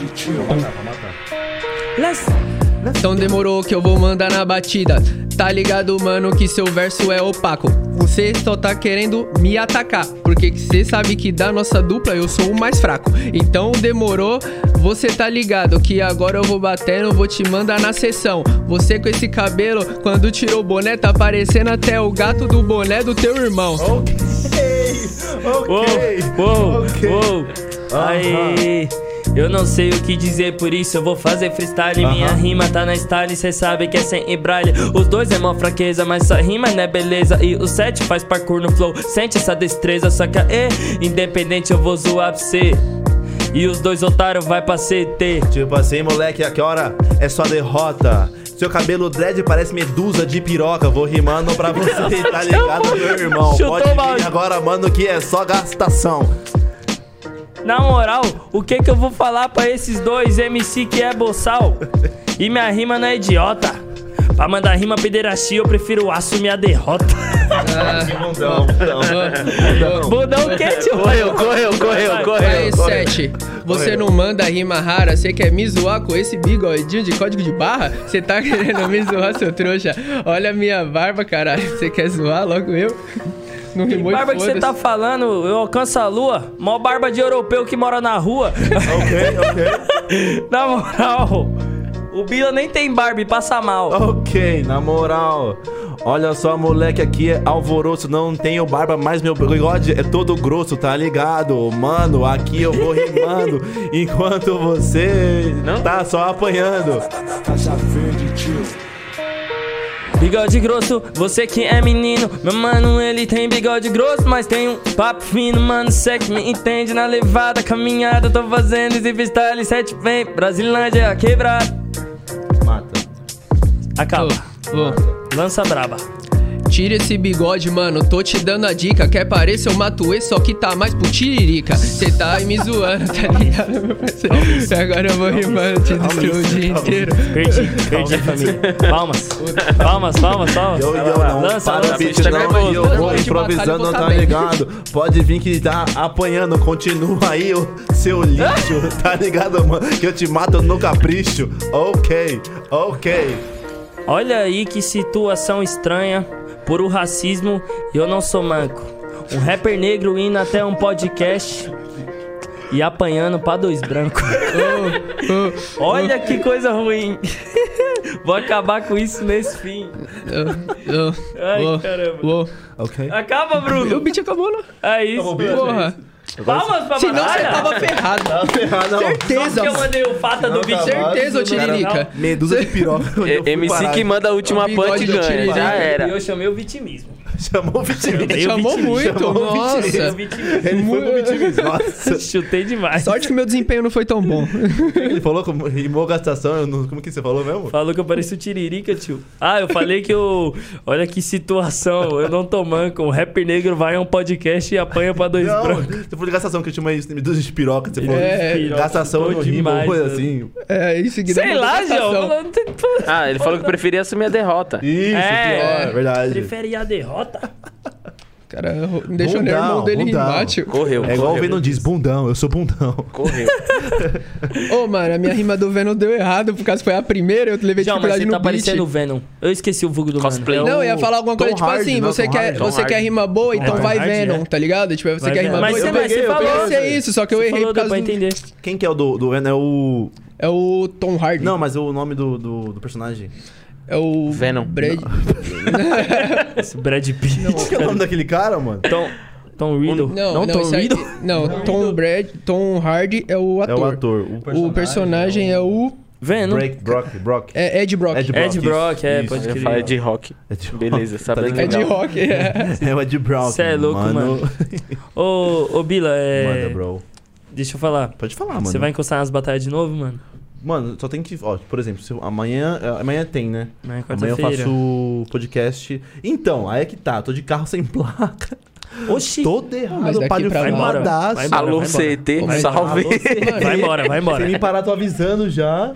Speaker 2: Let's.
Speaker 4: Então demorou que eu vou mandar na batida. Tá ligado, mano, que seu verso é opaco. Você só tá querendo me atacar, porque cê sabe que da nossa dupla eu sou o mais fraco. Então demorou, você tá ligado que agora eu vou batendo, vou te mandar na sessão. Você com esse cabelo, quando tirou o boné, tá parecendo até o gato do boné do teu irmão.
Speaker 1: Ok.
Speaker 2: Uou,
Speaker 1: Ok.
Speaker 2: uou,
Speaker 1: Ok.
Speaker 2: uou. Aí. Eu não sei o que dizer, por isso eu vou fazer freestyle. Minha
Speaker 1: Aham.
Speaker 2: rima tá na style, cê sabe que é sem embraille. Os dois é mó fraqueza, mas só rima né beleza. E o sete faz parkour no flow, sente essa destreza. Só que é independente eu vou zoar pra cê. E os dois otários vai pra C T.
Speaker 1: Tipo assim, moleque, a que hora é só derrota? Seu cabelo dread parece medusa de piroca. Vou rimando pra você, tá ligado, meu irmão?
Speaker 2: Chutou
Speaker 1: Pode
Speaker 2: o balde.
Speaker 1: vir agora, mano, que é só gastação.
Speaker 2: Na moral, o que que eu vou falar pra esses dois M C que é boçal? E minha rima não é idiota. Pra mandar rima pederastia, eu prefiro assumir a derrota.
Speaker 1: Não, não.
Speaker 2: Budão o quê, tio?
Speaker 5: Correu, correu, correu,
Speaker 2: Vai.
Speaker 5: correu.
Speaker 4: Aí, sete, você não manda rima rara, você quer me zoar com esse bigodinho de código de barra? Você tá querendo me zoar, seu trouxa? Olha a minha barba, caralho. Você quer zoar logo eu? Não
Speaker 2: Que
Speaker 4: rimou e
Speaker 2: barba que você
Speaker 4: foda-se.
Speaker 2: tá falando? Eu alcanço a lua? Mó barba de europeu que mora na rua.
Speaker 1: Ok, ok.
Speaker 2: Na moral, o Bila nem tem barba e passa mal.
Speaker 1: Ok, na moral. Olha só, moleque, aqui é alvoroço. Não tenho barba, mas meu bigode é todo grosso, tá ligado? Mano, aqui eu vou rimando enquanto você
Speaker 5: Não?
Speaker 1: tá só apanhando.
Speaker 2: Bigode grosso, você que é menino. Meu mano, ele tem bigode grosso, mas tem um papo fino, mano. Cê que me entende na levada, caminhada. Tô fazendo esse freestyle, sete vem, Brasilândia quebrada.
Speaker 1: Mata.
Speaker 2: Acaba.
Speaker 4: Ô, ô.
Speaker 2: Lança braba.
Speaker 4: Tira esse bigode, mano, tô te dando a dica. Quer parecer o Matuê, só que tá mais pro tiririca. Cê tá aí me zoando, tá ligado, meu parceiro? E agora eu vou rimando, te destruo o dia inteiro.
Speaker 2: Perdi, perdi, família. Palmas. Palmas, palmas, palmas.
Speaker 1: Eu, eu não,
Speaker 2: Lança,
Speaker 1: para
Speaker 2: lança.
Speaker 1: bicho,
Speaker 5: tá
Speaker 1: não,
Speaker 5: nervoso.
Speaker 1: eu
Speaker 4: Lança,
Speaker 1: vou
Speaker 4: lança de
Speaker 1: improvisando,
Speaker 4: batalha, eu vou
Speaker 1: tá
Speaker 4: tá bem.
Speaker 1: ligado? Pode vir que tá apanhando, continua aí o seu lixo, tá ligado, mano? Que eu te mato no capricho. Ok, ok.
Speaker 2: Olha aí que situação estranha. por o racismo e eu não sou manco. Um rapper negro indo até um podcast e apanhando pra dois brancos.
Speaker 4: Ô, ô,
Speaker 2: Olha que coisa ruim. Vou acabar com isso nesse fim.
Speaker 4: ô, ô,
Speaker 2: Ai,
Speaker 4: ô,
Speaker 2: caramba.
Speaker 4: ô.
Speaker 1: Ok.
Speaker 2: Acaba,
Speaker 4: O
Speaker 2: Bruno.
Speaker 4: beat acabou, não?
Speaker 2: É isso.
Speaker 1: Acabou o beat?
Speaker 4: Porra.
Speaker 2: Palmas pra
Speaker 4: Senão você
Speaker 2: batalha.
Speaker 4: tava ferrado.
Speaker 1: Tá ferrado, não.
Speaker 2: Só
Speaker 4: Certeza.
Speaker 2: porque eu mandei o fata do vídeo.
Speaker 4: Certeza, ô Tiririca.
Speaker 1: Medusa de piroca. onde eu fui
Speaker 5: M C
Speaker 1: parar.
Speaker 5: que manda a última
Speaker 4: O bigode
Speaker 5: punch
Speaker 4: do
Speaker 5: ganha.
Speaker 4: Tiririca.
Speaker 5: Já
Speaker 2: E
Speaker 5: era.
Speaker 2: eu chamei o vitimismo.
Speaker 1: Chamou o vitimismo.
Speaker 2: Chamei o
Speaker 4: Chamou
Speaker 2: vitimismo.
Speaker 4: muito,
Speaker 1: Chamou o
Speaker 4: nossa.
Speaker 2: Chamei o vitimismo.
Speaker 1: Ele foi pro vitimismo. Nossa.
Speaker 2: Chutei demais.
Speaker 4: Sorte que meu desempenho não foi tão bom.
Speaker 1: Ele falou como rimou gastação. Eu não- Como que você falou mesmo?
Speaker 2: Falou que eu pareço o Tiririca, tio. Ah, eu falei que eu... Olha que situação. Eu não tô manco. Um rapper negro vai a um podcast e apanha pra dois
Speaker 1: Não,
Speaker 2: brancos.
Speaker 1: você falou de gastação, que eu chamei isso, Medusa de piroca. Você falou
Speaker 4: É,
Speaker 2: piroca,
Speaker 1: gastação
Speaker 2: tô
Speaker 1: no rimo,
Speaker 2: demais,
Speaker 1: coisa
Speaker 2: mano.
Speaker 1: assim.
Speaker 4: É, em seguida...
Speaker 2: Sei
Speaker 4: mandou
Speaker 2: lá,
Speaker 4: gastação.
Speaker 2: João. Não tem-
Speaker 5: Ah, ele falou que preferia assumir a derrota.
Speaker 1: Isso,
Speaker 2: É,
Speaker 1: pior, verdade.
Speaker 2: Prefere a derrota?
Speaker 4: Cara, não deixou nem o irmão
Speaker 1: Bundão,
Speaker 4: dele
Speaker 1: bundão.
Speaker 4: rimar, tio.
Speaker 5: Correu,
Speaker 1: É igual o
Speaker 5: correu.
Speaker 1: Venom diz, bundão, eu sou bundão.
Speaker 5: Correu.
Speaker 4: Ô, mano, a minha rima do Venom deu errado, por causa que foi a primeira, eu levei
Speaker 2: João, mas
Speaker 4: dificuldade
Speaker 2: você
Speaker 4: no
Speaker 2: tá
Speaker 4: beat.
Speaker 2: parecendo o Venom. Eu esqueci o vulgo do
Speaker 5: Cosplay.
Speaker 2: mano. É o-
Speaker 4: Não, eu ia falar alguma
Speaker 1: Tom
Speaker 4: coisa tipo
Speaker 1: Hardy,
Speaker 4: assim,
Speaker 1: não,
Speaker 4: você,
Speaker 1: Tom
Speaker 4: quer,
Speaker 1: Hardy.
Speaker 4: você
Speaker 2: Tom
Speaker 4: quer
Speaker 2: Hardy.
Speaker 4: rima boa, então
Speaker 2: Tom
Speaker 4: vai
Speaker 2: Hardy,
Speaker 4: Venom,
Speaker 2: é.
Speaker 4: tá ligado? Tipo, você
Speaker 2: Vai
Speaker 4: quer
Speaker 2: Venom.
Speaker 4: rima
Speaker 2: Mas
Speaker 4: boa,
Speaker 2: você-
Speaker 4: eu
Speaker 2: mas você
Speaker 4: peguei, eu
Speaker 2: falou.
Speaker 4: peguei. Deve ser isso, só que eu
Speaker 2: Você
Speaker 4: errei
Speaker 2: falou,
Speaker 4: por
Speaker 2: deu
Speaker 4: causa
Speaker 2: pra
Speaker 4: do...
Speaker 2: entender.
Speaker 1: Quem que é o do, do Venom? É o...
Speaker 4: É o Tom Hardy.
Speaker 1: Não, mas o nome do, do, do personagem.
Speaker 4: É o...
Speaker 5: Venom.
Speaker 4: Brad...
Speaker 2: Esse Brad Pitt.
Speaker 1: Qual que é o nome daquele cara, mano?
Speaker 2: Tom, Tom Riddle.
Speaker 4: Não, não,
Speaker 2: Tom
Speaker 4: esse aí-
Speaker 2: Riddle?
Speaker 4: não, Tom Brad... Tom Hardy é o ator.
Speaker 1: É o ator.
Speaker 4: O personagem é o...
Speaker 2: Venom.
Speaker 1: Break, Brock, Brock.
Speaker 4: É Ed Brock.
Speaker 1: Ed
Speaker 2: Ed Brock, é,
Speaker 1: isso.
Speaker 2: pode
Speaker 5: Eu
Speaker 2: crer.
Speaker 5: falei de rock.
Speaker 1: É de
Speaker 5: Beleza,
Speaker 1: rock,
Speaker 5: sabe
Speaker 1: tá
Speaker 5: legal.
Speaker 4: É de rock, é.
Speaker 1: É o Ed Brock.
Speaker 2: Cê é louco, mano. Ô, ô Bila, é...
Speaker 1: Manda, bro.
Speaker 2: Deixa eu falar.
Speaker 1: Pode falar, mano.
Speaker 2: Você vai encostar nas batalhas de novo, mano?
Speaker 1: Mano, só tem que... Ó, por exemplo, se eu- amanhã... Amanhã tem, né?
Speaker 2: Amanhã é
Speaker 1: Amanhã eu
Speaker 2: quarta-feira.
Speaker 1: faço podcast. Então, aí é que tá. Tô de carro sem placa.
Speaker 2: Oxi.
Speaker 1: Todo
Speaker 4: mas
Speaker 1: errado.
Speaker 4: daqui
Speaker 1: Eu palho
Speaker 4: pra lá-
Speaker 2: Vai embora,
Speaker 1: filmadaço.
Speaker 2: vai embora.
Speaker 5: Alô, C T,
Speaker 2: Vai
Speaker 5: salve.
Speaker 2: embora. Vai embora, vai embora.
Speaker 1: Sem me parar, tô avisando já.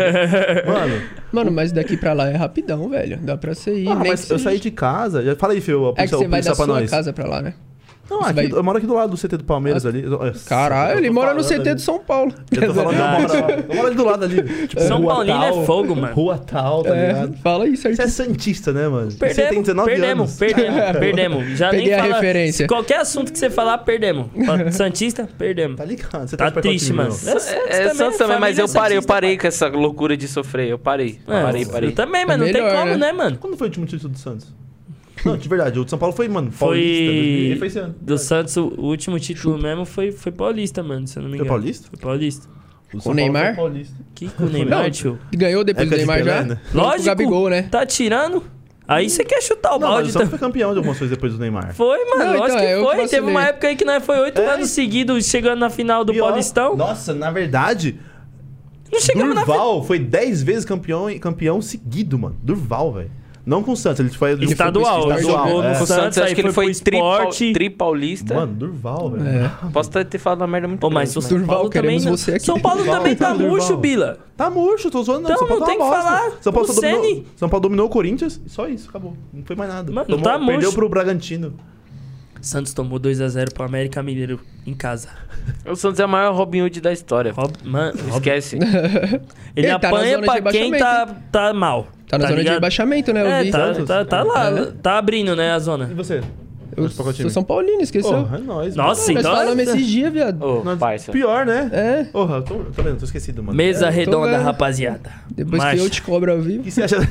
Speaker 1: Mano,
Speaker 4: Mano, mas daqui pra lá é rapidão, velho. Dá pra você ir.
Speaker 1: ah,
Speaker 4: nem
Speaker 1: mas
Speaker 4: que
Speaker 1: eu
Speaker 4: seja-
Speaker 1: saí de casa. Já fala aí, Fio.
Speaker 4: É que você vai da
Speaker 1: pra
Speaker 4: sua
Speaker 1: nós.
Speaker 4: casa pra lá, né?
Speaker 1: Não,
Speaker 4: Você
Speaker 1: aqui,
Speaker 4: vai-
Speaker 1: eu moro aqui do lado do C T do Palmeiras ali.
Speaker 4: Caralho, ele mora no C T do São Paulo.
Speaker 1: Eu tô falando que eu moro, eu moro ali do lado ali. Tipo,
Speaker 2: São
Speaker 1: rua
Speaker 2: Paulino
Speaker 1: tal,
Speaker 2: é fogo, mano.
Speaker 1: Rua tal, tá
Speaker 4: É,
Speaker 1: ligado?
Speaker 4: fala aí
Speaker 1: Você é
Speaker 4: certinho.
Speaker 1: santista, né, mano? você tem
Speaker 2: Perdemos,
Speaker 1: dezenove
Speaker 2: perdemos,
Speaker 1: anos.
Speaker 2: perdemos, perdemos. Já
Speaker 4: Peguei
Speaker 2: nem
Speaker 4: a
Speaker 2: fala...
Speaker 4: referência.
Speaker 2: Qualquer assunto que você falar, perdemos. Fala, Santista, perdemos.
Speaker 1: Tá ligado? Você
Speaker 2: Tá
Speaker 1: torce pra qual
Speaker 2: triste,
Speaker 1: time,
Speaker 2: mano.
Speaker 1: meu?
Speaker 2: É Santos
Speaker 5: É Santos também, mas
Speaker 2: família
Speaker 5: eu parei, eu
Speaker 2: santista,
Speaker 5: parei
Speaker 2: pai.
Speaker 5: com essa loucura de sofrer. Eu parei.
Speaker 2: É,
Speaker 5: Parei, parei.
Speaker 2: Eu também, mas
Speaker 4: É
Speaker 2: não tem
Speaker 4: melhor,
Speaker 2: como,
Speaker 4: né?
Speaker 2: né, mano?
Speaker 1: Quando foi o último título do Santos? Não, de verdade, o de São Paulo foi, mano,
Speaker 2: Foi...
Speaker 1: Paulista. dois mil e foi esse ano.
Speaker 2: Do Santos, o último título mesmo foi, foi paulista, mano, se eu não me
Speaker 1: Foi
Speaker 2: engano.
Speaker 1: paulista?
Speaker 2: Foi paulista.
Speaker 1: O São
Speaker 4: O Neymar?
Speaker 1: Paulo foi Paulista.
Speaker 2: Que com o Neymar,
Speaker 4: Não.
Speaker 2: tio?
Speaker 4: Ganhou depois
Speaker 1: Época
Speaker 4: do
Speaker 1: de
Speaker 4: Neymar
Speaker 1: Pelé,
Speaker 4: já?
Speaker 1: né?
Speaker 4: Junto com
Speaker 2: Lógico.
Speaker 4: o Gabigol, né?
Speaker 2: Tá tirando? Aí você quer chutar o
Speaker 1: Não, mas
Speaker 2: balde
Speaker 1: o Santos
Speaker 2: também.
Speaker 1: foi campeão de algumas coisas depois do Neymar.
Speaker 2: Foi, mano,
Speaker 4: Não, então,
Speaker 2: lógico
Speaker 4: é, eu
Speaker 2: que
Speaker 4: que
Speaker 2: foi. Teve
Speaker 4: vacilei.
Speaker 2: uma época aí que nós foi oito
Speaker 1: É.
Speaker 2: anos seguidos chegando na final do
Speaker 1: Pior-
Speaker 2: Paulistão.
Speaker 1: Nossa, na verdade,
Speaker 2: Não chegamos na final.
Speaker 1: Durval foi dez vezes campeão, campeão seguido, mano. Durval, velho. Não com o Santos, ele foi... ele foi
Speaker 2: Estadual,
Speaker 1: pro
Speaker 2: ele
Speaker 1: estadual,
Speaker 2: jogou
Speaker 1: é.
Speaker 2: no
Speaker 5: O
Speaker 2: Santos,
Speaker 5: Santos, acho
Speaker 2: aí
Speaker 5: que ele
Speaker 2: foi
Speaker 5: foi
Speaker 2: pro
Speaker 5: tri,
Speaker 2: Sport.
Speaker 5: tri paulista.
Speaker 1: Mano, Durval, velho.
Speaker 4: É.
Speaker 5: Posso ter falado uma merda muito
Speaker 2: Pô, mas o
Speaker 5: grande,
Speaker 2: São
Speaker 4: Durval,
Speaker 2: Paulo também...
Speaker 4: queremos
Speaker 2: não-
Speaker 4: você aqui.
Speaker 2: São Paulo
Speaker 1: Durval,
Speaker 2: também tá
Speaker 1: Durval.
Speaker 2: murcho, Bila.
Speaker 1: Tá murcho, tô zoando não.
Speaker 2: Então,
Speaker 1: São Paulo
Speaker 2: não
Speaker 1: tá
Speaker 2: tem
Speaker 1: uma
Speaker 2: que
Speaker 1: bosta.
Speaker 2: falar.
Speaker 1: São Paulo,
Speaker 2: O
Speaker 1: só dominou,
Speaker 2: Ceni.
Speaker 1: São Paulo dominou o Corinthians e só isso, acabou. Não foi mais nada.
Speaker 2: Mano,
Speaker 1: Tomou-
Speaker 2: tá
Speaker 1: perdeu
Speaker 2: murcho.
Speaker 1: pro Bragantino.
Speaker 2: Santos tomou dois a zero pro América Mineiro em casa.
Speaker 5: O Santos é o maior Robin Hood da história.
Speaker 2: Rob... Mano, Rob...
Speaker 5: Esquece.
Speaker 2: ele
Speaker 4: Ele tá na
Speaker 2: apanha
Speaker 4: zona de
Speaker 2: pra quem
Speaker 4: rebaixamento,
Speaker 2: tá, tá mal.
Speaker 4: Tá na zona de
Speaker 2: ligado?
Speaker 4: rebaixamento, né? Eu
Speaker 2: É,
Speaker 4: vi.
Speaker 2: tá,
Speaker 1: Santos.
Speaker 2: tá, tá lá.
Speaker 4: É.
Speaker 2: Tá abrindo, né, a
Speaker 1: E
Speaker 2: zona.
Speaker 1: você?
Speaker 4: Eu
Speaker 1: Torce pra qual time?
Speaker 4: sou São Paulino, esqueceu?
Speaker 1: Porra, é nóis.
Speaker 2: Nossa,
Speaker 4: Nós
Speaker 2: então...
Speaker 4: falamos esses dias, viado.
Speaker 5: Ô,
Speaker 1: mano.
Speaker 5: parça.
Speaker 1: Pior, né?
Speaker 4: É,
Speaker 1: Porra, tô, tô vendo, tô esquecido, mano.
Speaker 2: Mesa
Speaker 4: É, tô
Speaker 2: redonda,
Speaker 4: vendo.
Speaker 2: rapaziada.
Speaker 4: depois
Speaker 2: Marcha.
Speaker 4: que eu te cobro ao
Speaker 1: O
Speaker 4: vivo.
Speaker 1: que você acha...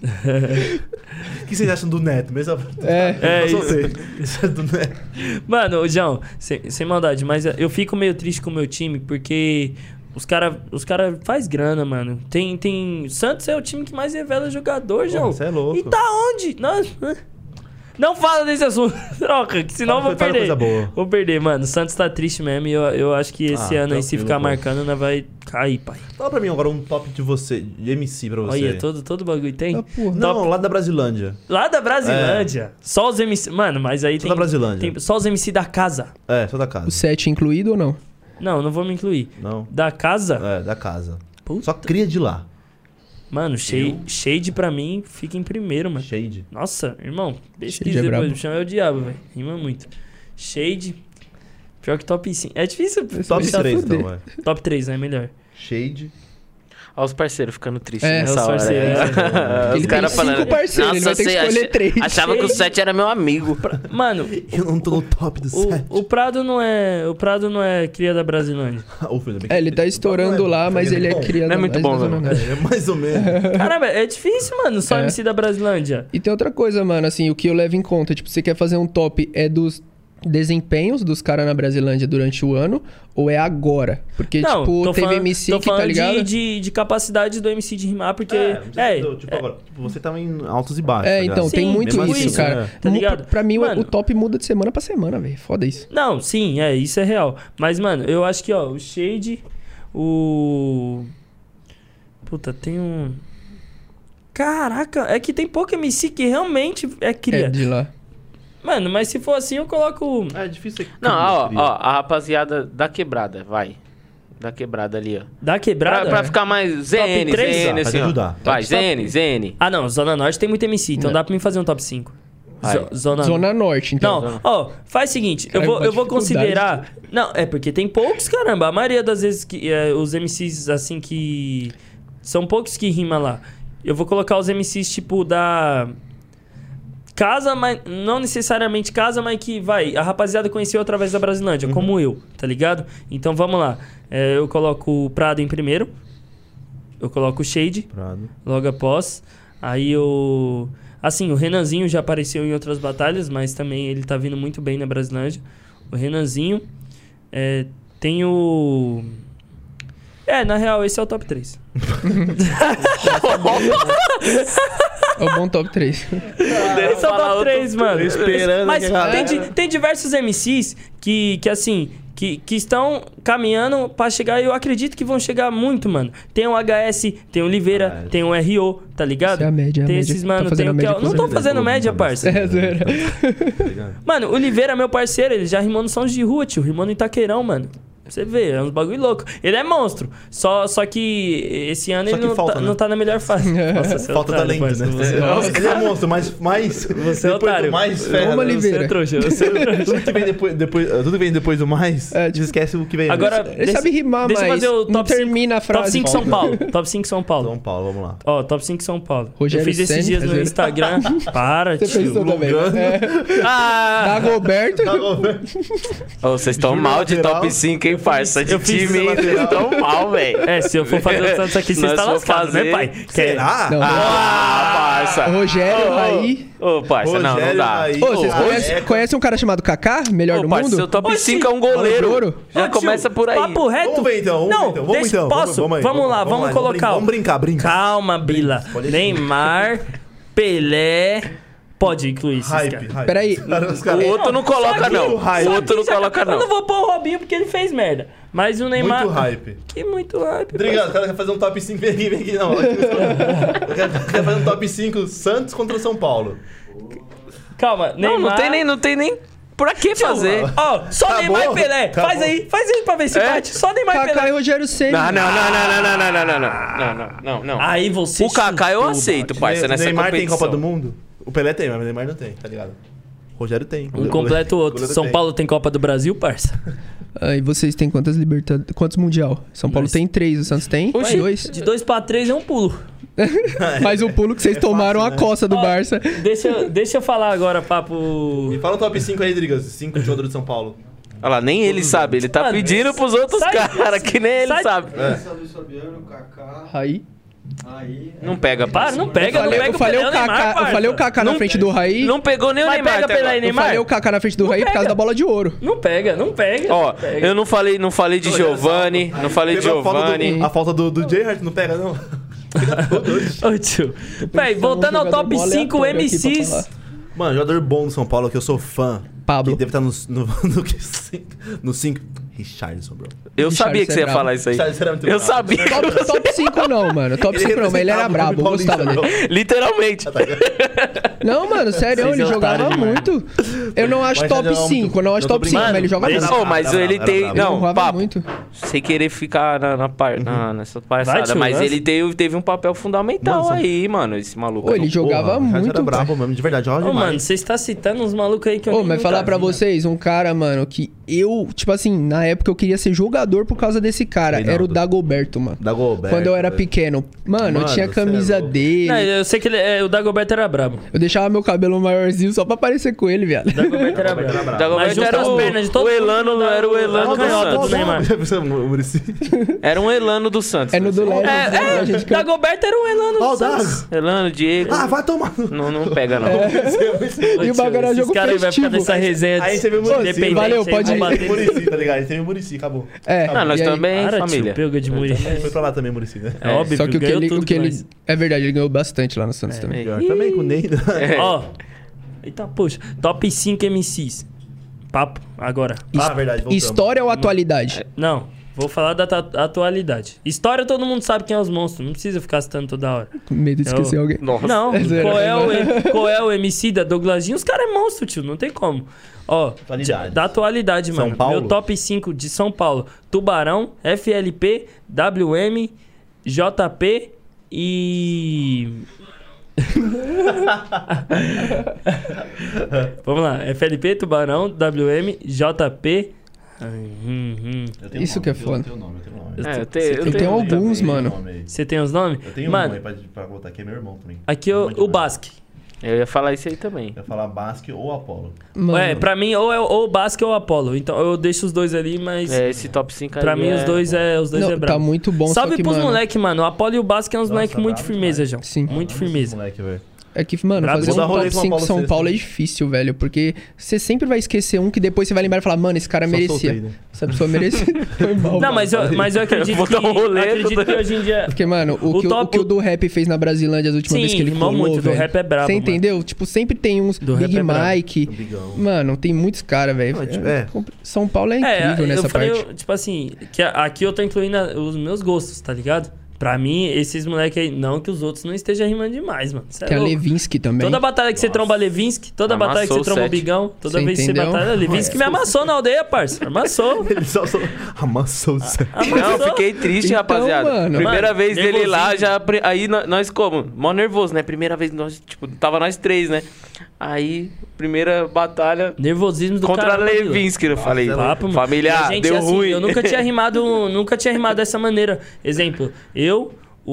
Speaker 1: O que vocês acham do Neto? Mesa...
Speaker 4: É.
Speaker 2: É
Speaker 1: eu
Speaker 2: isso.
Speaker 1: só sei. O que você acha do Neto?
Speaker 2: Mano, ô, João, sem, sem maldade, mas eu fico meio triste com o meu time porque os caras os cara faz grana, mano. Tem, tem... Santos é o time que mais revela jogador, João.
Speaker 1: Você é louco.
Speaker 2: E tá onde? Nossa... Não fala desse assunto, troca, que senão eu vou
Speaker 1: Fala
Speaker 2: perder.
Speaker 1: coisa boa.
Speaker 2: Vou perder, mano. O Santos tá triste mesmo e eu, eu acho que esse
Speaker 1: Ah,
Speaker 2: ano aí, se
Speaker 1: tranquilo,
Speaker 2: ficar
Speaker 1: pô.
Speaker 2: marcando, nós vai cair, pai.
Speaker 1: Fala pra mim agora um top de você, de M C pra você.
Speaker 2: Olha, todo, todo bagulho tem.
Speaker 4: Ah, porra.
Speaker 1: Não, lá da Brasilândia.
Speaker 2: Lá da Brasilândia. Só os M C... Mano, mas aí
Speaker 1: Só
Speaker 2: tem...
Speaker 1: da Brasilândia.
Speaker 2: tem só os M C da casa.
Speaker 1: É, só da casa.
Speaker 4: O set incluído ou não?
Speaker 2: Não, não vou me incluir.
Speaker 1: Não.
Speaker 2: Da casa?
Speaker 1: É, da casa.
Speaker 2: Puta.
Speaker 1: Só cria de lá.
Speaker 2: Mano, Shade, Shade pra mim fica em primeiro, mano.
Speaker 1: Shade.
Speaker 2: Nossa, irmão, pesquisa
Speaker 4: Shade é
Speaker 2: depois.
Speaker 4: brabo.
Speaker 2: Me chama é o diabo, velho. Rima muito. Shade. Pior que top cinco. É difícil.
Speaker 1: Top
Speaker 2: pensar
Speaker 1: três,
Speaker 2: fuder.
Speaker 1: então, é.
Speaker 2: Top três, né? Melhor.
Speaker 1: Shade.
Speaker 5: Olha os parceiros ficando tristes
Speaker 4: É,
Speaker 5: nessa
Speaker 2: os
Speaker 5: hora.
Speaker 2: parceiros,
Speaker 5: né?
Speaker 2: é.
Speaker 5: Os
Speaker 4: Ele
Speaker 5: caras
Speaker 4: tem cinco
Speaker 5: falando.
Speaker 4: parceiros, ele vai ter que
Speaker 5: você
Speaker 4: escolher
Speaker 5: ach-
Speaker 4: três.
Speaker 5: Achava que o Sete era meu amigo.
Speaker 2: Mano,
Speaker 1: Eu não tô no top do set.
Speaker 2: o, o Prado não é. O Prado não é cria da Brasilândia.
Speaker 1: Ô, filho, bem que-
Speaker 4: É, ele tá estourando lá, mas ele é
Speaker 1: bom.
Speaker 4: criado
Speaker 5: Não é muito
Speaker 4: mais
Speaker 5: bom,
Speaker 4: na Zona
Speaker 5: não.
Speaker 4: Norte.
Speaker 1: É, mais ou menos.
Speaker 2: Caramba, é difícil, mano, só
Speaker 4: É.
Speaker 2: M C da Brasilândia.
Speaker 4: E tem outra coisa, mano, assim, o que eu levo em conta, tipo, você quer fazer um top é dos desempenhos dos caras na Brasilândia durante o ano ou é agora? Porque,
Speaker 2: Não,
Speaker 4: tipo,
Speaker 2: tô
Speaker 4: teve
Speaker 2: falando,
Speaker 4: M C
Speaker 2: tô
Speaker 4: que, tá
Speaker 2: falando
Speaker 4: ligado?
Speaker 2: de, de, de capacidade do M C de rimar, porque.
Speaker 1: É,
Speaker 2: É,
Speaker 1: não sei se
Speaker 2: é,
Speaker 1: entendeu, tipo, agora, tipo, você tava em altos e baixos.
Speaker 4: É,
Speaker 1: tá
Speaker 4: então,
Speaker 1: ligado?
Speaker 4: tem
Speaker 2: Sim,
Speaker 4: muito
Speaker 1: mesmo
Speaker 4: isso,
Speaker 1: assim,
Speaker 4: cara.
Speaker 1: é.
Speaker 2: Tá
Speaker 4: Mu-
Speaker 2: ligado?
Speaker 4: Pra mim, o-
Speaker 2: Mano-
Speaker 4: o top muda de semana pra semana, velho. Foda isso.
Speaker 2: Não, sim, é, isso é real. Mas, mano, eu acho que, ó, o Shade, o. Puta, tem um. Caraca, é que tem pouco M C que realmente é cria.
Speaker 4: É, de lá.
Speaker 2: Mano, mas se for assim, eu coloco.
Speaker 1: É difícil. ser
Speaker 5: Não, ó,
Speaker 1: cria.
Speaker 5: ó, a rapaziada da quebrada, vai. Da quebrada ali, ó.
Speaker 2: Da
Speaker 5: Pra,
Speaker 2: quebrada.
Speaker 5: pra ficar mais Z N,
Speaker 2: três?
Speaker 5: Z N,
Speaker 1: Vai
Speaker 5: assim,
Speaker 1: te
Speaker 5: ó.
Speaker 1: ajudar.
Speaker 5: Vai,
Speaker 2: Top
Speaker 5: Z N, Z N.
Speaker 2: Ah, não, Zona Norte tem muito M C, então
Speaker 4: É.
Speaker 2: dá pra mim fazer um top cinco.
Speaker 5: Vai.
Speaker 2: Zo- Zona,
Speaker 4: Zona Norte, então.
Speaker 2: Não, ó, faz o seguinte, eu
Speaker 4: Cara,
Speaker 2: vou,
Speaker 4: uma
Speaker 2: eu vou
Speaker 4: dificuldade.
Speaker 2: considerar. Não, é porque tem poucos, caramba. A maioria das vezes que é, os M Cs, assim, que. São poucos que rima lá. Eu vou colocar os M Cs, tipo, da. Casa, mas. Não necessariamente casa, mas que vai. A rapaziada conheceu através da Brasilândia,
Speaker 1: Uhum.
Speaker 2: como eu, tá ligado? Então vamos lá. É, eu coloco o Prado em primeiro. Eu coloco o Shade
Speaker 1: Prado.
Speaker 2: logo após. Aí o. Assim, o Renanzinho já apareceu em outras batalhas, mas também ele tá vindo muito bem na Brasilândia. O Renanzinho. É, tem o. É, na real, esse é o top três.
Speaker 4: É o bom top três.
Speaker 2: Esse é o top três, mano.
Speaker 1: esperando
Speaker 2: Mas
Speaker 1: que a galera-
Speaker 2: tem, di- tem diversos M Cs que, que assim. Que, que estão caminhando pra chegar, e eu acredito que vão chegar muito, mano. Tem o H S, tem o Oliveira,
Speaker 1: Ah,
Speaker 2: tem o R O, tá ligado?
Speaker 4: Isso é a média, é a
Speaker 2: tem
Speaker 4: média.
Speaker 2: esses,
Speaker 4: Tá
Speaker 2: mano,
Speaker 4: fazendo
Speaker 2: tem
Speaker 4: a
Speaker 2: o
Speaker 4: média
Speaker 2: Kel.
Speaker 4: com
Speaker 2: Não tô
Speaker 4: certeza.
Speaker 2: fazendo média, parça.
Speaker 4: É, zoeira.
Speaker 1: Tá ligado?
Speaker 2: Mano, o Oliveira, meu parceiro, ele já rimou no São de Rua, tio. Rimou no Itaqueirão, mano. Pra você ver, é uns bagulho louco. Ele é monstro. Só, só que esse ano
Speaker 1: Só
Speaker 2: ele
Speaker 1: que
Speaker 2: não,
Speaker 1: falta,
Speaker 2: tá,
Speaker 1: né?
Speaker 2: não tá na melhor fase. Nossa, você é
Speaker 1: Falta
Speaker 2: otário,
Speaker 1: talento,
Speaker 2: parça,
Speaker 1: né?
Speaker 2: Você, Nossa,
Speaker 1: Ele é monstro, mas mais.
Speaker 2: Você é
Speaker 1: depois do
Speaker 2: otário.
Speaker 1: mais ferra.
Speaker 4: Vamos,
Speaker 1: né?
Speaker 4: Oliveira.
Speaker 2: você é trouxa, você é trouxa.
Speaker 1: Tudo que vem depois, depois, tudo que vem depois do mais,
Speaker 4: É, tipo-
Speaker 1: esquece o que vem antes.
Speaker 2: Agora,
Speaker 4: Ele
Speaker 2: deixa-
Speaker 4: sabe rimar,
Speaker 2: deixa eu
Speaker 4: mas
Speaker 2: fazer o
Speaker 4: não
Speaker 2: top cinco
Speaker 4: termina a frase.
Speaker 2: Top cinco São
Speaker 1: Falta.
Speaker 2: Paulo. Top cinco São Paulo.
Speaker 1: São Paulo, vamos lá.
Speaker 2: Ó, top cinco São Paulo.
Speaker 4: Rogério
Speaker 2: eu fiz esses
Speaker 4: Ceni,
Speaker 2: dias no
Speaker 4: é
Speaker 2: Instagram. Para,
Speaker 4: Você
Speaker 2: tio.
Speaker 4: pensou também.
Speaker 1: Lugano.
Speaker 4: É.
Speaker 5: Ah!
Speaker 4: Dagoberto.
Speaker 5: Ô, vocês estão
Speaker 1: Júnior
Speaker 5: mal de
Speaker 1: lateral.
Speaker 5: top cinco, hein, parça? De
Speaker 2: Eu fiz
Speaker 5: time, hein?
Speaker 1: lateral.
Speaker 5: Vocês estão mal, velho.
Speaker 2: É, se eu for fazer o Santos aqui, você
Speaker 5: Nós
Speaker 2: está
Speaker 5: for
Speaker 2: lascado,
Speaker 5: fazer-
Speaker 2: né, pai?
Speaker 1: Será?
Speaker 4: Não,
Speaker 5: Ah, parça.
Speaker 4: Rogério,
Speaker 5: Ô, ô,
Speaker 4: Raí.
Speaker 5: Ô, parça, não, não
Speaker 1: Rogério,
Speaker 5: dá.
Speaker 1: Raí.
Speaker 4: Ô, vocês
Speaker 1: Ô,
Speaker 4: conhecem,
Speaker 1: Reca.
Speaker 4: conhecem um cara chamado Kaká? Melhor
Speaker 5: Ô,
Speaker 4: do
Speaker 5: parça,
Speaker 4: mundo?
Speaker 5: seu top
Speaker 2: Oxi,
Speaker 5: cinco é um
Speaker 4: bola de
Speaker 5: goleiro.
Speaker 4: ouro.
Speaker 5: Já
Speaker 2: Ô, tio,
Speaker 5: começa por aí.
Speaker 2: Papo reto.
Speaker 1: Vamos ver então, vamos
Speaker 2: Não,
Speaker 1: então, vamos
Speaker 2: deixa,
Speaker 1: então.
Speaker 2: posso?
Speaker 1: Vamos,
Speaker 2: Vamos,
Speaker 1: vamos aí,
Speaker 2: lá,
Speaker 1: vamos
Speaker 2: vamos
Speaker 1: lá,
Speaker 2: colocar.
Speaker 1: vamos brincar, brinca.
Speaker 2: Calma, Bila.
Speaker 1: Escolhe aí.
Speaker 2: Neymar, Pelé. Pode incluir esses
Speaker 1: Hype,
Speaker 2: caras.
Speaker 1: hype.
Speaker 4: Peraí.
Speaker 1: Os caras-
Speaker 5: O outro não coloca,
Speaker 2: Só que-
Speaker 5: não.
Speaker 1: hype.
Speaker 5: O outro não
Speaker 2: Só que
Speaker 5: coloca,
Speaker 2: Eu não
Speaker 5: não.
Speaker 2: vou pôr o Robinho porque ele fez merda. Mas o Neymar.
Speaker 1: Muito hype.
Speaker 2: Que muito hype.
Speaker 1: Obrigado, o cara quer fazer um top cinco. Vem aqui, vem aqui, não. Eu quero, quero fazer um top cinco Santos contra São Paulo.
Speaker 2: Calma,
Speaker 5: Não,
Speaker 2: Neymar.
Speaker 5: não tem nem, não tem nem pra que fazer.
Speaker 2: Ó, só
Speaker 1: Acabou?
Speaker 2: Neymar e Pelé.
Speaker 1: Acabou.
Speaker 2: Faz aí, faz aí pra ver se
Speaker 5: É?
Speaker 2: bate. Só Neymar e
Speaker 4: Kaká e
Speaker 2: Pelé.
Speaker 4: Rogério Ceni.
Speaker 5: Não, não, não, não, não, não, não, não, não, não, não, não, não.
Speaker 2: Aí você.
Speaker 5: O Kaká eu
Speaker 2: chutou,
Speaker 5: aceito,
Speaker 2: bate.
Speaker 5: parça, nessa
Speaker 1: Neymar tem
Speaker 5: competição.
Speaker 1: Copa do Mundo? O Pelé tem, mas o Neymar não tem, tá ligado? Rogério tem.
Speaker 2: Um completa o outro.
Speaker 1: Goleiro
Speaker 2: São
Speaker 1: tem.
Speaker 2: Paulo tem Copa do Brasil, parça.
Speaker 4: Aí vocês têm quantas Libertadores? Quantos Mundial? São Paulo
Speaker 2: Mas-
Speaker 4: tem três, o Santos tem
Speaker 2: Oxi,
Speaker 4: dois.
Speaker 2: de dois pra três é um pulo.
Speaker 4: Mas o pulo que vocês
Speaker 1: É
Speaker 4: tomaram
Speaker 1: fácil,
Speaker 4: a
Speaker 1: né?
Speaker 4: costa do
Speaker 2: Ó,
Speaker 4: Barça.
Speaker 2: Deixa, eu- deixa eu falar agora, papo.
Speaker 1: Me fala um top cinco aí, Drigas. cinco jogadores de São Paulo.
Speaker 5: Olha lá, nem ele sabe. Ele tá
Speaker 2: Mano,
Speaker 5: pedindo pros outros
Speaker 2: sai-
Speaker 5: caras, que nem ele
Speaker 2: sai-
Speaker 5: sabe.
Speaker 3: Essa, Luiz Fabiano, Kaká,
Speaker 4: Raí.
Speaker 3: aí...
Speaker 5: Não pega,
Speaker 2: Para,
Speaker 5: parça.
Speaker 2: não
Speaker 4: Eu
Speaker 2: pega, não
Speaker 4: falei,
Speaker 2: pega
Speaker 4: eu falei
Speaker 2: Pelé
Speaker 4: o
Speaker 2: e Neymar,
Speaker 4: Kaká, eu
Speaker 2: parça.
Speaker 4: falei o Kaká na
Speaker 2: Não-
Speaker 4: frente do Raí.
Speaker 5: Não pegou nem o
Speaker 2: Mas
Speaker 5: Neymar
Speaker 2: pega
Speaker 5: até
Speaker 2: Pelé e
Speaker 5: agora.
Speaker 4: Eu
Speaker 2: Neymar.
Speaker 4: falei o Kaká na frente do
Speaker 2: Não
Speaker 4: Raí por causa
Speaker 2: pega.
Speaker 4: da bola de ouro.
Speaker 2: Não pega, não pega.
Speaker 5: Ó,
Speaker 2: não pega.
Speaker 5: eu não falei, não falei de Giovanni, não falei de
Speaker 1: Pegou a falta do-
Speaker 5: Giovanni.
Speaker 1: A falta do, do J-Hart não pega, não.
Speaker 2: Ô, tio. Véi, voltando ao top cinco M Cs.
Speaker 1: Mano, jogador bom do São Paulo que eu sou fã.
Speaker 4: Pablo.
Speaker 1: Que deve estar no no no que cinco, no cinco. Richardson, bro.
Speaker 5: Eu sabia que você ia
Speaker 4: brabo.
Speaker 5: falar isso aí.
Speaker 1: Richardson era muito
Speaker 5: Eu
Speaker 1: bravo.
Speaker 5: sabia.
Speaker 4: Top, top cinco não, mano. Top
Speaker 1: Ele
Speaker 4: cinco não, mas ele era
Speaker 1: representava o
Speaker 4: brabo, eu
Speaker 1: Paulista,
Speaker 4: gostava dele.
Speaker 1: bro.
Speaker 5: Literalmente.
Speaker 4: Não, mano, sério,
Speaker 2: Vocês
Speaker 4: ele
Speaker 2: são
Speaker 4: jogava
Speaker 2: otários demais.
Speaker 4: muito. Eu não acho
Speaker 1: Mas
Speaker 4: top
Speaker 1: ele era
Speaker 4: cinco,
Speaker 1: muito-
Speaker 4: eu não acho
Speaker 1: eu tô
Speaker 4: top cinco, mas ele joga
Speaker 1: brincando.
Speaker 4: muito.
Speaker 5: Ô, mas
Speaker 1: Era
Speaker 5: ele
Speaker 1: bravo,
Speaker 5: tem.
Speaker 1: era
Speaker 4: Ele
Speaker 5: Não,
Speaker 4: jogava
Speaker 5: papo.
Speaker 4: muito.
Speaker 5: Sem querer ficar na, na par, na- nessa palhaçada.
Speaker 2: tio,
Speaker 5: Mas
Speaker 2: lança.
Speaker 5: ele teve, teve um papel fundamental
Speaker 1: Mano,
Speaker 5: aí, mano. Esse maluco.
Speaker 4: Ô, ele jogava
Speaker 1: Porra, o Richardson
Speaker 4: muito.
Speaker 1: era brabo mesmo, de verdade. Joga
Speaker 2: Ô,
Speaker 1: demais.
Speaker 2: mano, você está citando uns malucos aí que eu
Speaker 4: Ô,
Speaker 2: nem
Speaker 4: mas
Speaker 2: nunca
Speaker 4: falar pra
Speaker 2: vi,
Speaker 4: vocês, um cara, mano, que eu, tipo assim, na época eu queria ser jogador por causa desse cara.
Speaker 1: Reinaldo.
Speaker 4: Era o Dagoberto, mano.
Speaker 1: Dagoberto.
Speaker 4: Quando eu era
Speaker 1: velho.
Speaker 4: pequeno. Mano, eu
Speaker 1: Mano,
Speaker 4: tinha a
Speaker 1: cê é
Speaker 4: camisa
Speaker 1: louco.
Speaker 4: dele.
Speaker 2: Não, eu sei que ele, é, o Dagoberto era brabo.
Speaker 4: Eu deixava meu cabelo maiorzinho só pra parecer com ele, viado.
Speaker 2: O Dagoberto era
Speaker 1: Dagoberto era
Speaker 2: brabo.
Speaker 1: brabo.
Speaker 2: Mas
Speaker 5: Dagoberto
Speaker 2: junta
Speaker 5: era
Speaker 2: as
Speaker 5: o,
Speaker 2: pernas de todo
Speaker 5: o
Speaker 2: mundo,
Speaker 5: Elano,
Speaker 2: dá
Speaker 5: era o
Speaker 2: o-
Speaker 5: Elano
Speaker 2: a
Speaker 5: do
Speaker 2: canhota do
Speaker 5: Santos.
Speaker 2: Neymar.
Speaker 1: Já pensou no Muricy?
Speaker 5: Era um Elano do Santos.
Speaker 4: É no do Legends, né?
Speaker 2: É,
Speaker 4: A
Speaker 2: é,
Speaker 4: gente canta-
Speaker 2: Dagoberto era o Elano
Speaker 1: Ó, o
Speaker 2: do Santos.
Speaker 1: Dago.
Speaker 5: Elano, Diego.
Speaker 1: Ah, vai tomar. no-
Speaker 5: Não, não pega, não.
Speaker 4: E o bagulho era
Speaker 2: Esses
Speaker 4: jogo
Speaker 2: caras aí vai ficar
Speaker 4: festivo.
Speaker 2: nessa resenha
Speaker 1: Aí você viu o
Speaker 2: de
Speaker 1: Muricy.
Speaker 2: independente.
Speaker 4: Valeu,
Speaker 2: aí
Speaker 4: pode
Speaker 2: vão
Speaker 4: ir.
Speaker 2: bater.
Speaker 1: Muricy, tá ligado? A gente teve o Muricy, acabou.
Speaker 4: É,
Speaker 5: Ah, nós
Speaker 4: e aí-
Speaker 5: também,
Speaker 2: Para,
Speaker 5: família.
Speaker 2: tio, pega de mulher.
Speaker 1: A gente foi pra lá também, Muricy, né?
Speaker 2: É óbvio,
Speaker 4: Só que o que
Speaker 2: ganhou
Speaker 4: ele...
Speaker 2: tudo
Speaker 4: O que
Speaker 2: que
Speaker 4: ele
Speaker 2: nós.
Speaker 4: é verdade, ele ganhou bastante lá no Santos também.
Speaker 1: Pior também com o Ney.
Speaker 5: É.
Speaker 2: Ó, eita, poxa, top cinco M Cs. Papo, agora.
Speaker 1: Ah, verdade, voltamos.
Speaker 4: História ou atualidade?
Speaker 2: Não, vou falar da ta- atualidade. História todo mundo sabe quem é os monstros, não precisa ficar citando toda hora.
Speaker 4: Com medo de esquecer
Speaker 2: Eu-
Speaker 4: alguém.
Speaker 5: Nossa.
Speaker 2: Não,
Speaker 4: É zero,
Speaker 2: qual é, o,
Speaker 4: né?
Speaker 2: qual é o M C da Douglasinho? Os caras é monstro, tio, não tem como. Ó,
Speaker 1: Atualidade.
Speaker 2: da atualidade,
Speaker 1: São
Speaker 2: mano.
Speaker 1: Paulo?
Speaker 2: Meu top cinco de São Paulo: Tubarão, F L P, W M, J P e. Vamos lá, F L P, Tubarão, W M, J P. Hum, hum.
Speaker 1: Eu tenho
Speaker 4: Isso
Speaker 1: nome,
Speaker 4: que é
Speaker 1: eu tenho-
Speaker 4: foda.
Speaker 1: Eu tenho nome, eu tenho nome.
Speaker 2: Eu
Speaker 5: É,
Speaker 2: te-
Speaker 5: eu, te, eu,
Speaker 2: você
Speaker 4: Eu
Speaker 5: tenho,
Speaker 4: tenho alguns,
Speaker 1: Eu tenho
Speaker 4: mano.
Speaker 1: nome aí.
Speaker 2: Você tem os nomes?
Speaker 1: Eu tenho
Speaker 2: Mano,
Speaker 1: um aí pra, pra botar aqui, é meu irmão também.
Speaker 2: aqui o, o Basque.
Speaker 5: Eu ia falar isso aí também.
Speaker 1: Eu ia falar Basque ou Apollo.
Speaker 4: Mano,
Speaker 2: É, pra mim, ou é ou o Basque ou o Apollo. Então eu deixo os dois ali, mas.
Speaker 5: É, esse top cinco aí
Speaker 2: Pra mim,
Speaker 5: é...
Speaker 2: os dois é, os dois
Speaker 4: não,
Speaker 2: é brabo.
Speaker 4: tá muito bom,
Speaker 2: Salve
Speaker 4: só que,
Speaker 2: pros
Speaker 4: mano...
Speaker 2: moleque, mano. O Apollo e o Basque é uns
Speaker 1: Nossa,
Speaker 2: moleque muito
Speaker 1: brabo
Speaker 2: firmeza,
Speaker 1: demais.
Speaker 2: João.
Speaker 4: Sim.
Speaker 2: Muito
Speaker 1: Mano,
Speaker 2: firmeza.
Speaker 1: esse moleque, velho.
Speaker 4: É que, mano,
Speaker 2: Brabo.
Speaker 4: fazer
Speaker 2: Vou
Speaker 4: um
Speaker 1: dar rolê
Speaker 4: top
Speaker 1: com o
Speaker 4: cinco
Speaker 1: Apollo
Speaker 4: São
Speaker 1: Sexta
Speaker 4: Paulo é
Speaker 1: aí.
Speaker 4: difícil, velho. Porque você sempre vai esquecer um que depois você vai lembrar e falar, mano, esse cara
Speaker 1: Só
Speaker 4: merecia.
Speaker 1: soltei, né?
Speaker 4: Essa pessoa merecia. Foi mal.
Speaker 2: Não, mas eu, mas eu acredito
Speaker 5: Vou
Speaker 2: que,
Speaker 5: dar um rolê,
Speaker 2: acredito
Speaker 5: tô-
Speaker 2: que hoje em dia...
Speaker 4: Porque, mano, o,
Speaker 2: O
Speaker 4: que, o,
Speaker 2: top-
Speaker 4: o que o do rap fez na Brasilândia as últimas
Speaker 2: Sim,
Speaker 4: vezes que ele
Speaker 2: rimou
Speaker 4: colou,
Speaker 2: muito, do
Speaker 4: velho.
Speaker 2: rap é brabo,
Speaker 4: Você
Speaker 2: mano.
Speaker 4: entendeu? Tipo, sempre tem uns
Speaker 2: Do
Speaker 4: Big
Speaker 2: rap é brabo.
Speaker 4: Mike.
Speaker 1: Do Bigão.
Speaker 4: Mano, tem muitos caras, velho.
Speaker 1: Não, tipo, é.
Speaker 4: São Paulo é incrível
Speaker 2: É,
Speaker 4: nessa
Speaker 2: eu falei,
Speaker 4: parte.
Speaker 2: eu, tipo assim, que a- aqui eu tô incluindo a- os meus gostos, tá ligado? Pra mim, esses moleque aí, não que os outros não estejam rimando demais, mano. Cê é
Speaker 4: Tem a
Speaker 2: louco.
Speaker 4: Levinsky também.
Speaker 2: Toda batalha que você tromba Levinsky, toda
Speaker 5: Amassou
Speaker 2: batalha que você
Speaker 5: o
Speaker 2: tromba o
Speaker 5: set.
Speaker 2: Bigão, toda
Speaker 4: Cê
Speaker 2: vez que você
Speaker 4: entendeu?
Speaker 2: batalha, Levinsky me amassou na aldeia, parça. Amassou.
Speaker 1: Ele só, só amassou o céu.
Speaker 5: Não, eu fiquei triste,
Speaker 4: Então,
Speaker 5: rapaziada.
Speaker 4: mano.
Speaker 5: Primeira
Speaker 2: Mano,
Speaker 5: vez dele lá,
Speaker 2: nervosinho.
Speaker 5: já. pri- Aí nó- nós como? Mó nervoso, né? Primeira vez, nós, tipo, tava nós três, né? Aí, primeira batalha
Speaker 2: Nervosismo do
Speaker 5: contra
Speaker 2: caramba,
Speaker 5: Levinsky, eu falei.
Speaker 1: é
Speaker 2: Papo, mano.
Speaker 5: Família,
Speaker 2: E a gente,
Speaker 5: deu
Speaker 2: assim,
Speaker 5: ruim.
Speaker 2: Eu nunca tinha rimado, nunca tinha rimado dessa maneira. Exemplo, eu,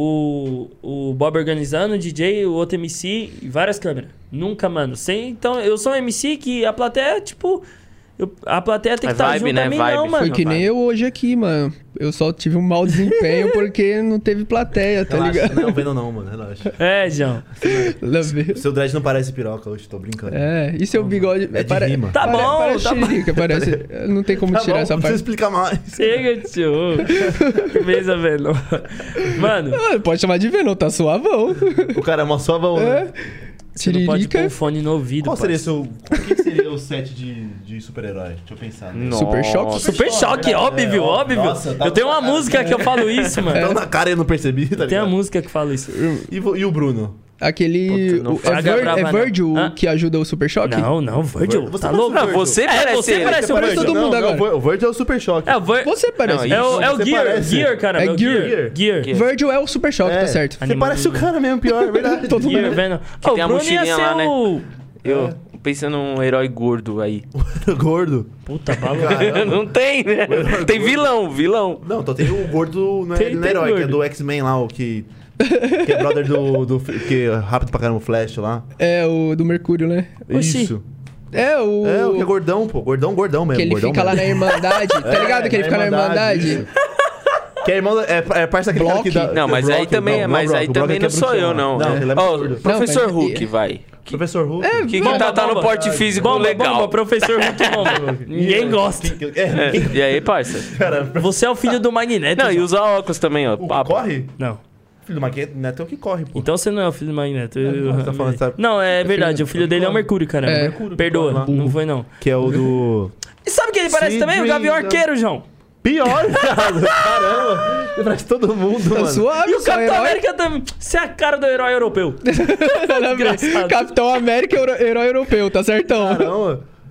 Speaker 2: o, o Bob organizando, o D J, o outro M C e várias câmeras. Nunca, mano. Sem, então, eu sou um M C que a plateia, tipo... eu- a plateia tem
Speaker 5: É
Speaker 2: que estar
Speaker 5: vibe,
Speaker 2: junto
Speaker 5: né?
Speaker 2: a mim,
Speaker 5: Vibe.
Speaker 2: não, mano.
Speaker 4: Foi que nem eu hoje aqui, mano. Eu só tive um mau desempenho porque não teve plateia, tá
Speaker 1: Relaxa,
Speaker 4: ligado?
Speaker 1: não, vendo não, mano, relaxa.
Speaker 2: É, João.
Speaker 4: Nada a ver.
Speaker 1: Seu dread não parece piroca hoje, tô brincando.
Speaker 4: É, e seu bigode...
Speaker 1: É de rima.
Speaker 2: Tá
Speaker 4: pare-
Speaker 2: bom,
Speaker 4: parece
Speaker 2: tá bom.
Speaker 4: xerica, parece. Não tem como
Speaker 1: Tá
Speaker 4: tirar
Speaker 1: bom,
Speaker 4: essa
Speaker 1: não precisa
Speaker 4: parte.
Speaker 1: explicar mais.
Speaker 2: Chega, tio. Firmeza, velho. Mano,
Speaker 4: Ah, pode chamar de Venom, tá suavão.
Speaker 1: O cara é uma suavão, né?
Speaker 2: você não pode pôr
Speaker 4: Tiririca.
Speaker 2: o fone no ouvido,
Speaker 1: Qual seria
Speaker 2: parça.
Speaker 1: seu... O que que seria o set de, de super-herói? Deixa eu pensar. Né?
Speaker 5: Nossa.
Speaker 4: Super choque?
Speaker 2: Super choque,
Speaker 1: É,
Speaker 2: óbvio,
Speaker 1: é,
Speaker 2: óbvio.
Speaker 1: nossa, tá
Speaker 2: eu tenho uma
Speaker 1: na cara.
Speaker 2: música que eu falo isso, mano.
Speaker 1: Então na cara eu não percebi, tá
Speaker 2: Tem a
Speaker 1: ligado?
Speaker 2: música que fala isso.
Speaker 1: E, vo- e o Bruno?
Speaker 4: Aquele...
Speaker 5: Puta, não
Speaker 4: o- é,
Speaker 2: fraga
Speaker 4: Vir,
Speaker 2: brava,
Speaker 4: é
Speaker 2: não.
Speaker 4: Virgil
Speaker 2: Hã?
Speaker 4: que ajuda o Super Choque?
Speaker 2: Não, não, Virgil.
Speaker 1: Você
Speaker 2: tá
Speaker 1: parece
Speaker 2: louco?
Speaker 1: o
Speaker 5: Não, você
Speaker 2: É,
Speaker 5: parece
Speaker 2: você
Speaker 5: ele.
Speaker 2: parece o
Speaker 4: parece
Speaker 2: Virgil.
Speaker 4: todo mundo
Speaker 1: não,
Speaker 4: agora.
Speaker 1: Não, o Virgil é o super choque.
Speaker 2: É, o Vir...
Speaker 4: Você parece.
Speaker 5: Não,
Speaker 2: é o, é o
Speaker 1: Você
Speaker 2: Gear,
Speaker 1: parece.
Speaker 2: Gear, cara.
Speaker 4: É
Speaker 2: É o
Speaker 4: Gear.
Speaker 2: Gear. Gear.
Speaker 5: Gear.
Speaker 4: Virgil é o Super Choque, tá certo.
Speaker 1: Você
Speaker 2: Animal.
Speaker 1: parece o cara mesmo, pior, é verdade.
Speaker 4: Todo
Speaker 2: Gear,
Speaker 4: mundo.
Speaker 2: vendo?
Speaker 5: Que
Speaker 2: Ô,
Speaker 5: tem a
Speaker 2: o Bruno ia
Speaker 5: mochilinha
Speaker 2: ser
Speaker 5: lá, né?
Speaker 2: o...
Speaker 5: Eu pensando num herói gordo aí.
Speaker 1: Gordo.
Speaker 2: Puta, bala.
Speaker 5: Não tem, né? Tem vilão, vilão.
Speaker 1: Não, então tem o gordo, não é,
Speaker 2: Tem-
Speaker 1: ele não é
Speaker 2: tem
Speaker 1: herói, que é
Speaker 2: gordo.
Speaker 1: do X-Men lá, o que... Que é brother do... do que é rápido pra caramba, o Flash lá.
Speaker 4: É o do Mercúrio, né?
Speaker 2: Oxi.
Speaker 1: Isso.
Speaker 4: É o...
Speaker 1: É, o que é gordão, pô. Gordão, gordão mesmo.
Speaker 4: Que ele
Speaker 1: gordão
Speaker 4: fica lá
Speaker 1: mesmo.
Speaker 4: na Irmandade, tá ligado? Que ele fica na Irmandade.
Speaker 1: isso. Que é irmão... da- É, é parça daquele cara que
Speaker 4: Block.
Speaker 1: dá...
Speaker 5: Não, mas
Speaker 1: Brock,
Speaker 5: aí também,
Speaker 1: não,
Speaker 5: mas
Speaker 1: Brock,
Speaker 5: aí
Speaker 1: o Brock
Speaker 5: também
Speaker 1: é
Speaker 5: não sou
Speaker 1: bruxão
Speaker 5: eu, não.
Speaker 1: lá. Não, ele é
Speaker 5: Ó,
Speaker 1: absurdo.
Speaker 5: Professor
Speaker 4: Não, mas-
Speaker 5: Hulk, vai.
Speaker 1: Professor Hulk.
Speaker 4: É,
Speaker 5: Que, que
Speaker 2: Bomba,
Speaker 5: tá, tá no
Speaker 2: bomba.
Speaker 5: porte físico
Speaker 2: Bomba,
Speaker 5: legal.
Speaker 2: bomba, professor Hulk bomba. Ninguém gosta.
Speaker 1: É, quem...
Speaker 5: E aí, parça?
Speaker 1: Cara,
Speaker 2: Você é o filho do Magneto.
Speaker 5: Não, e
Speaker 2: João.
Speaker 5: usa óculos também, ó.
Speaker 1: o que
Speaker 5: Papo.
Speaker 1: corre?
Speaker 2: Não.
Speaker 1: Filho do Magneto é o que corre, pô.
Speaker 2: Então você não é o filho do Magneto. Eu-
Speaker 1: Você tá falando, sabe?
Speaker 2: Não, é verdade. O filho dele é o Mercúrio, caramba.
Speaker 4: É.
Speaker 2: Mercúrio, Perdoa, não foi não.
Speaker 1: Que é o do...
Speaker 2: E sabe quem ele parece
Speaker 1: Sweet
Speaker 2: também? O Gavião
Speaker 1: dreams,
Speaker 2: Arqueiro, João.
Speaker 1: Pior, viado. Caramba. Ele parece todo mundo,
Speaker 4: Tá
Speaker 1: mano.
Speaker 4: suave,
Speaker 2: E o
Speaker 4: só
Speaker 2: Capitão
Speaker 4: herói.
Speaker 2: América também. Você é a cara do herói europeu.
Speaker 4: Nada a ver.
Speaker 2: Engraçado.
Speaker 4: Capitão América, euro- herói europeu, tá certão.
Speaker 1: Caramba.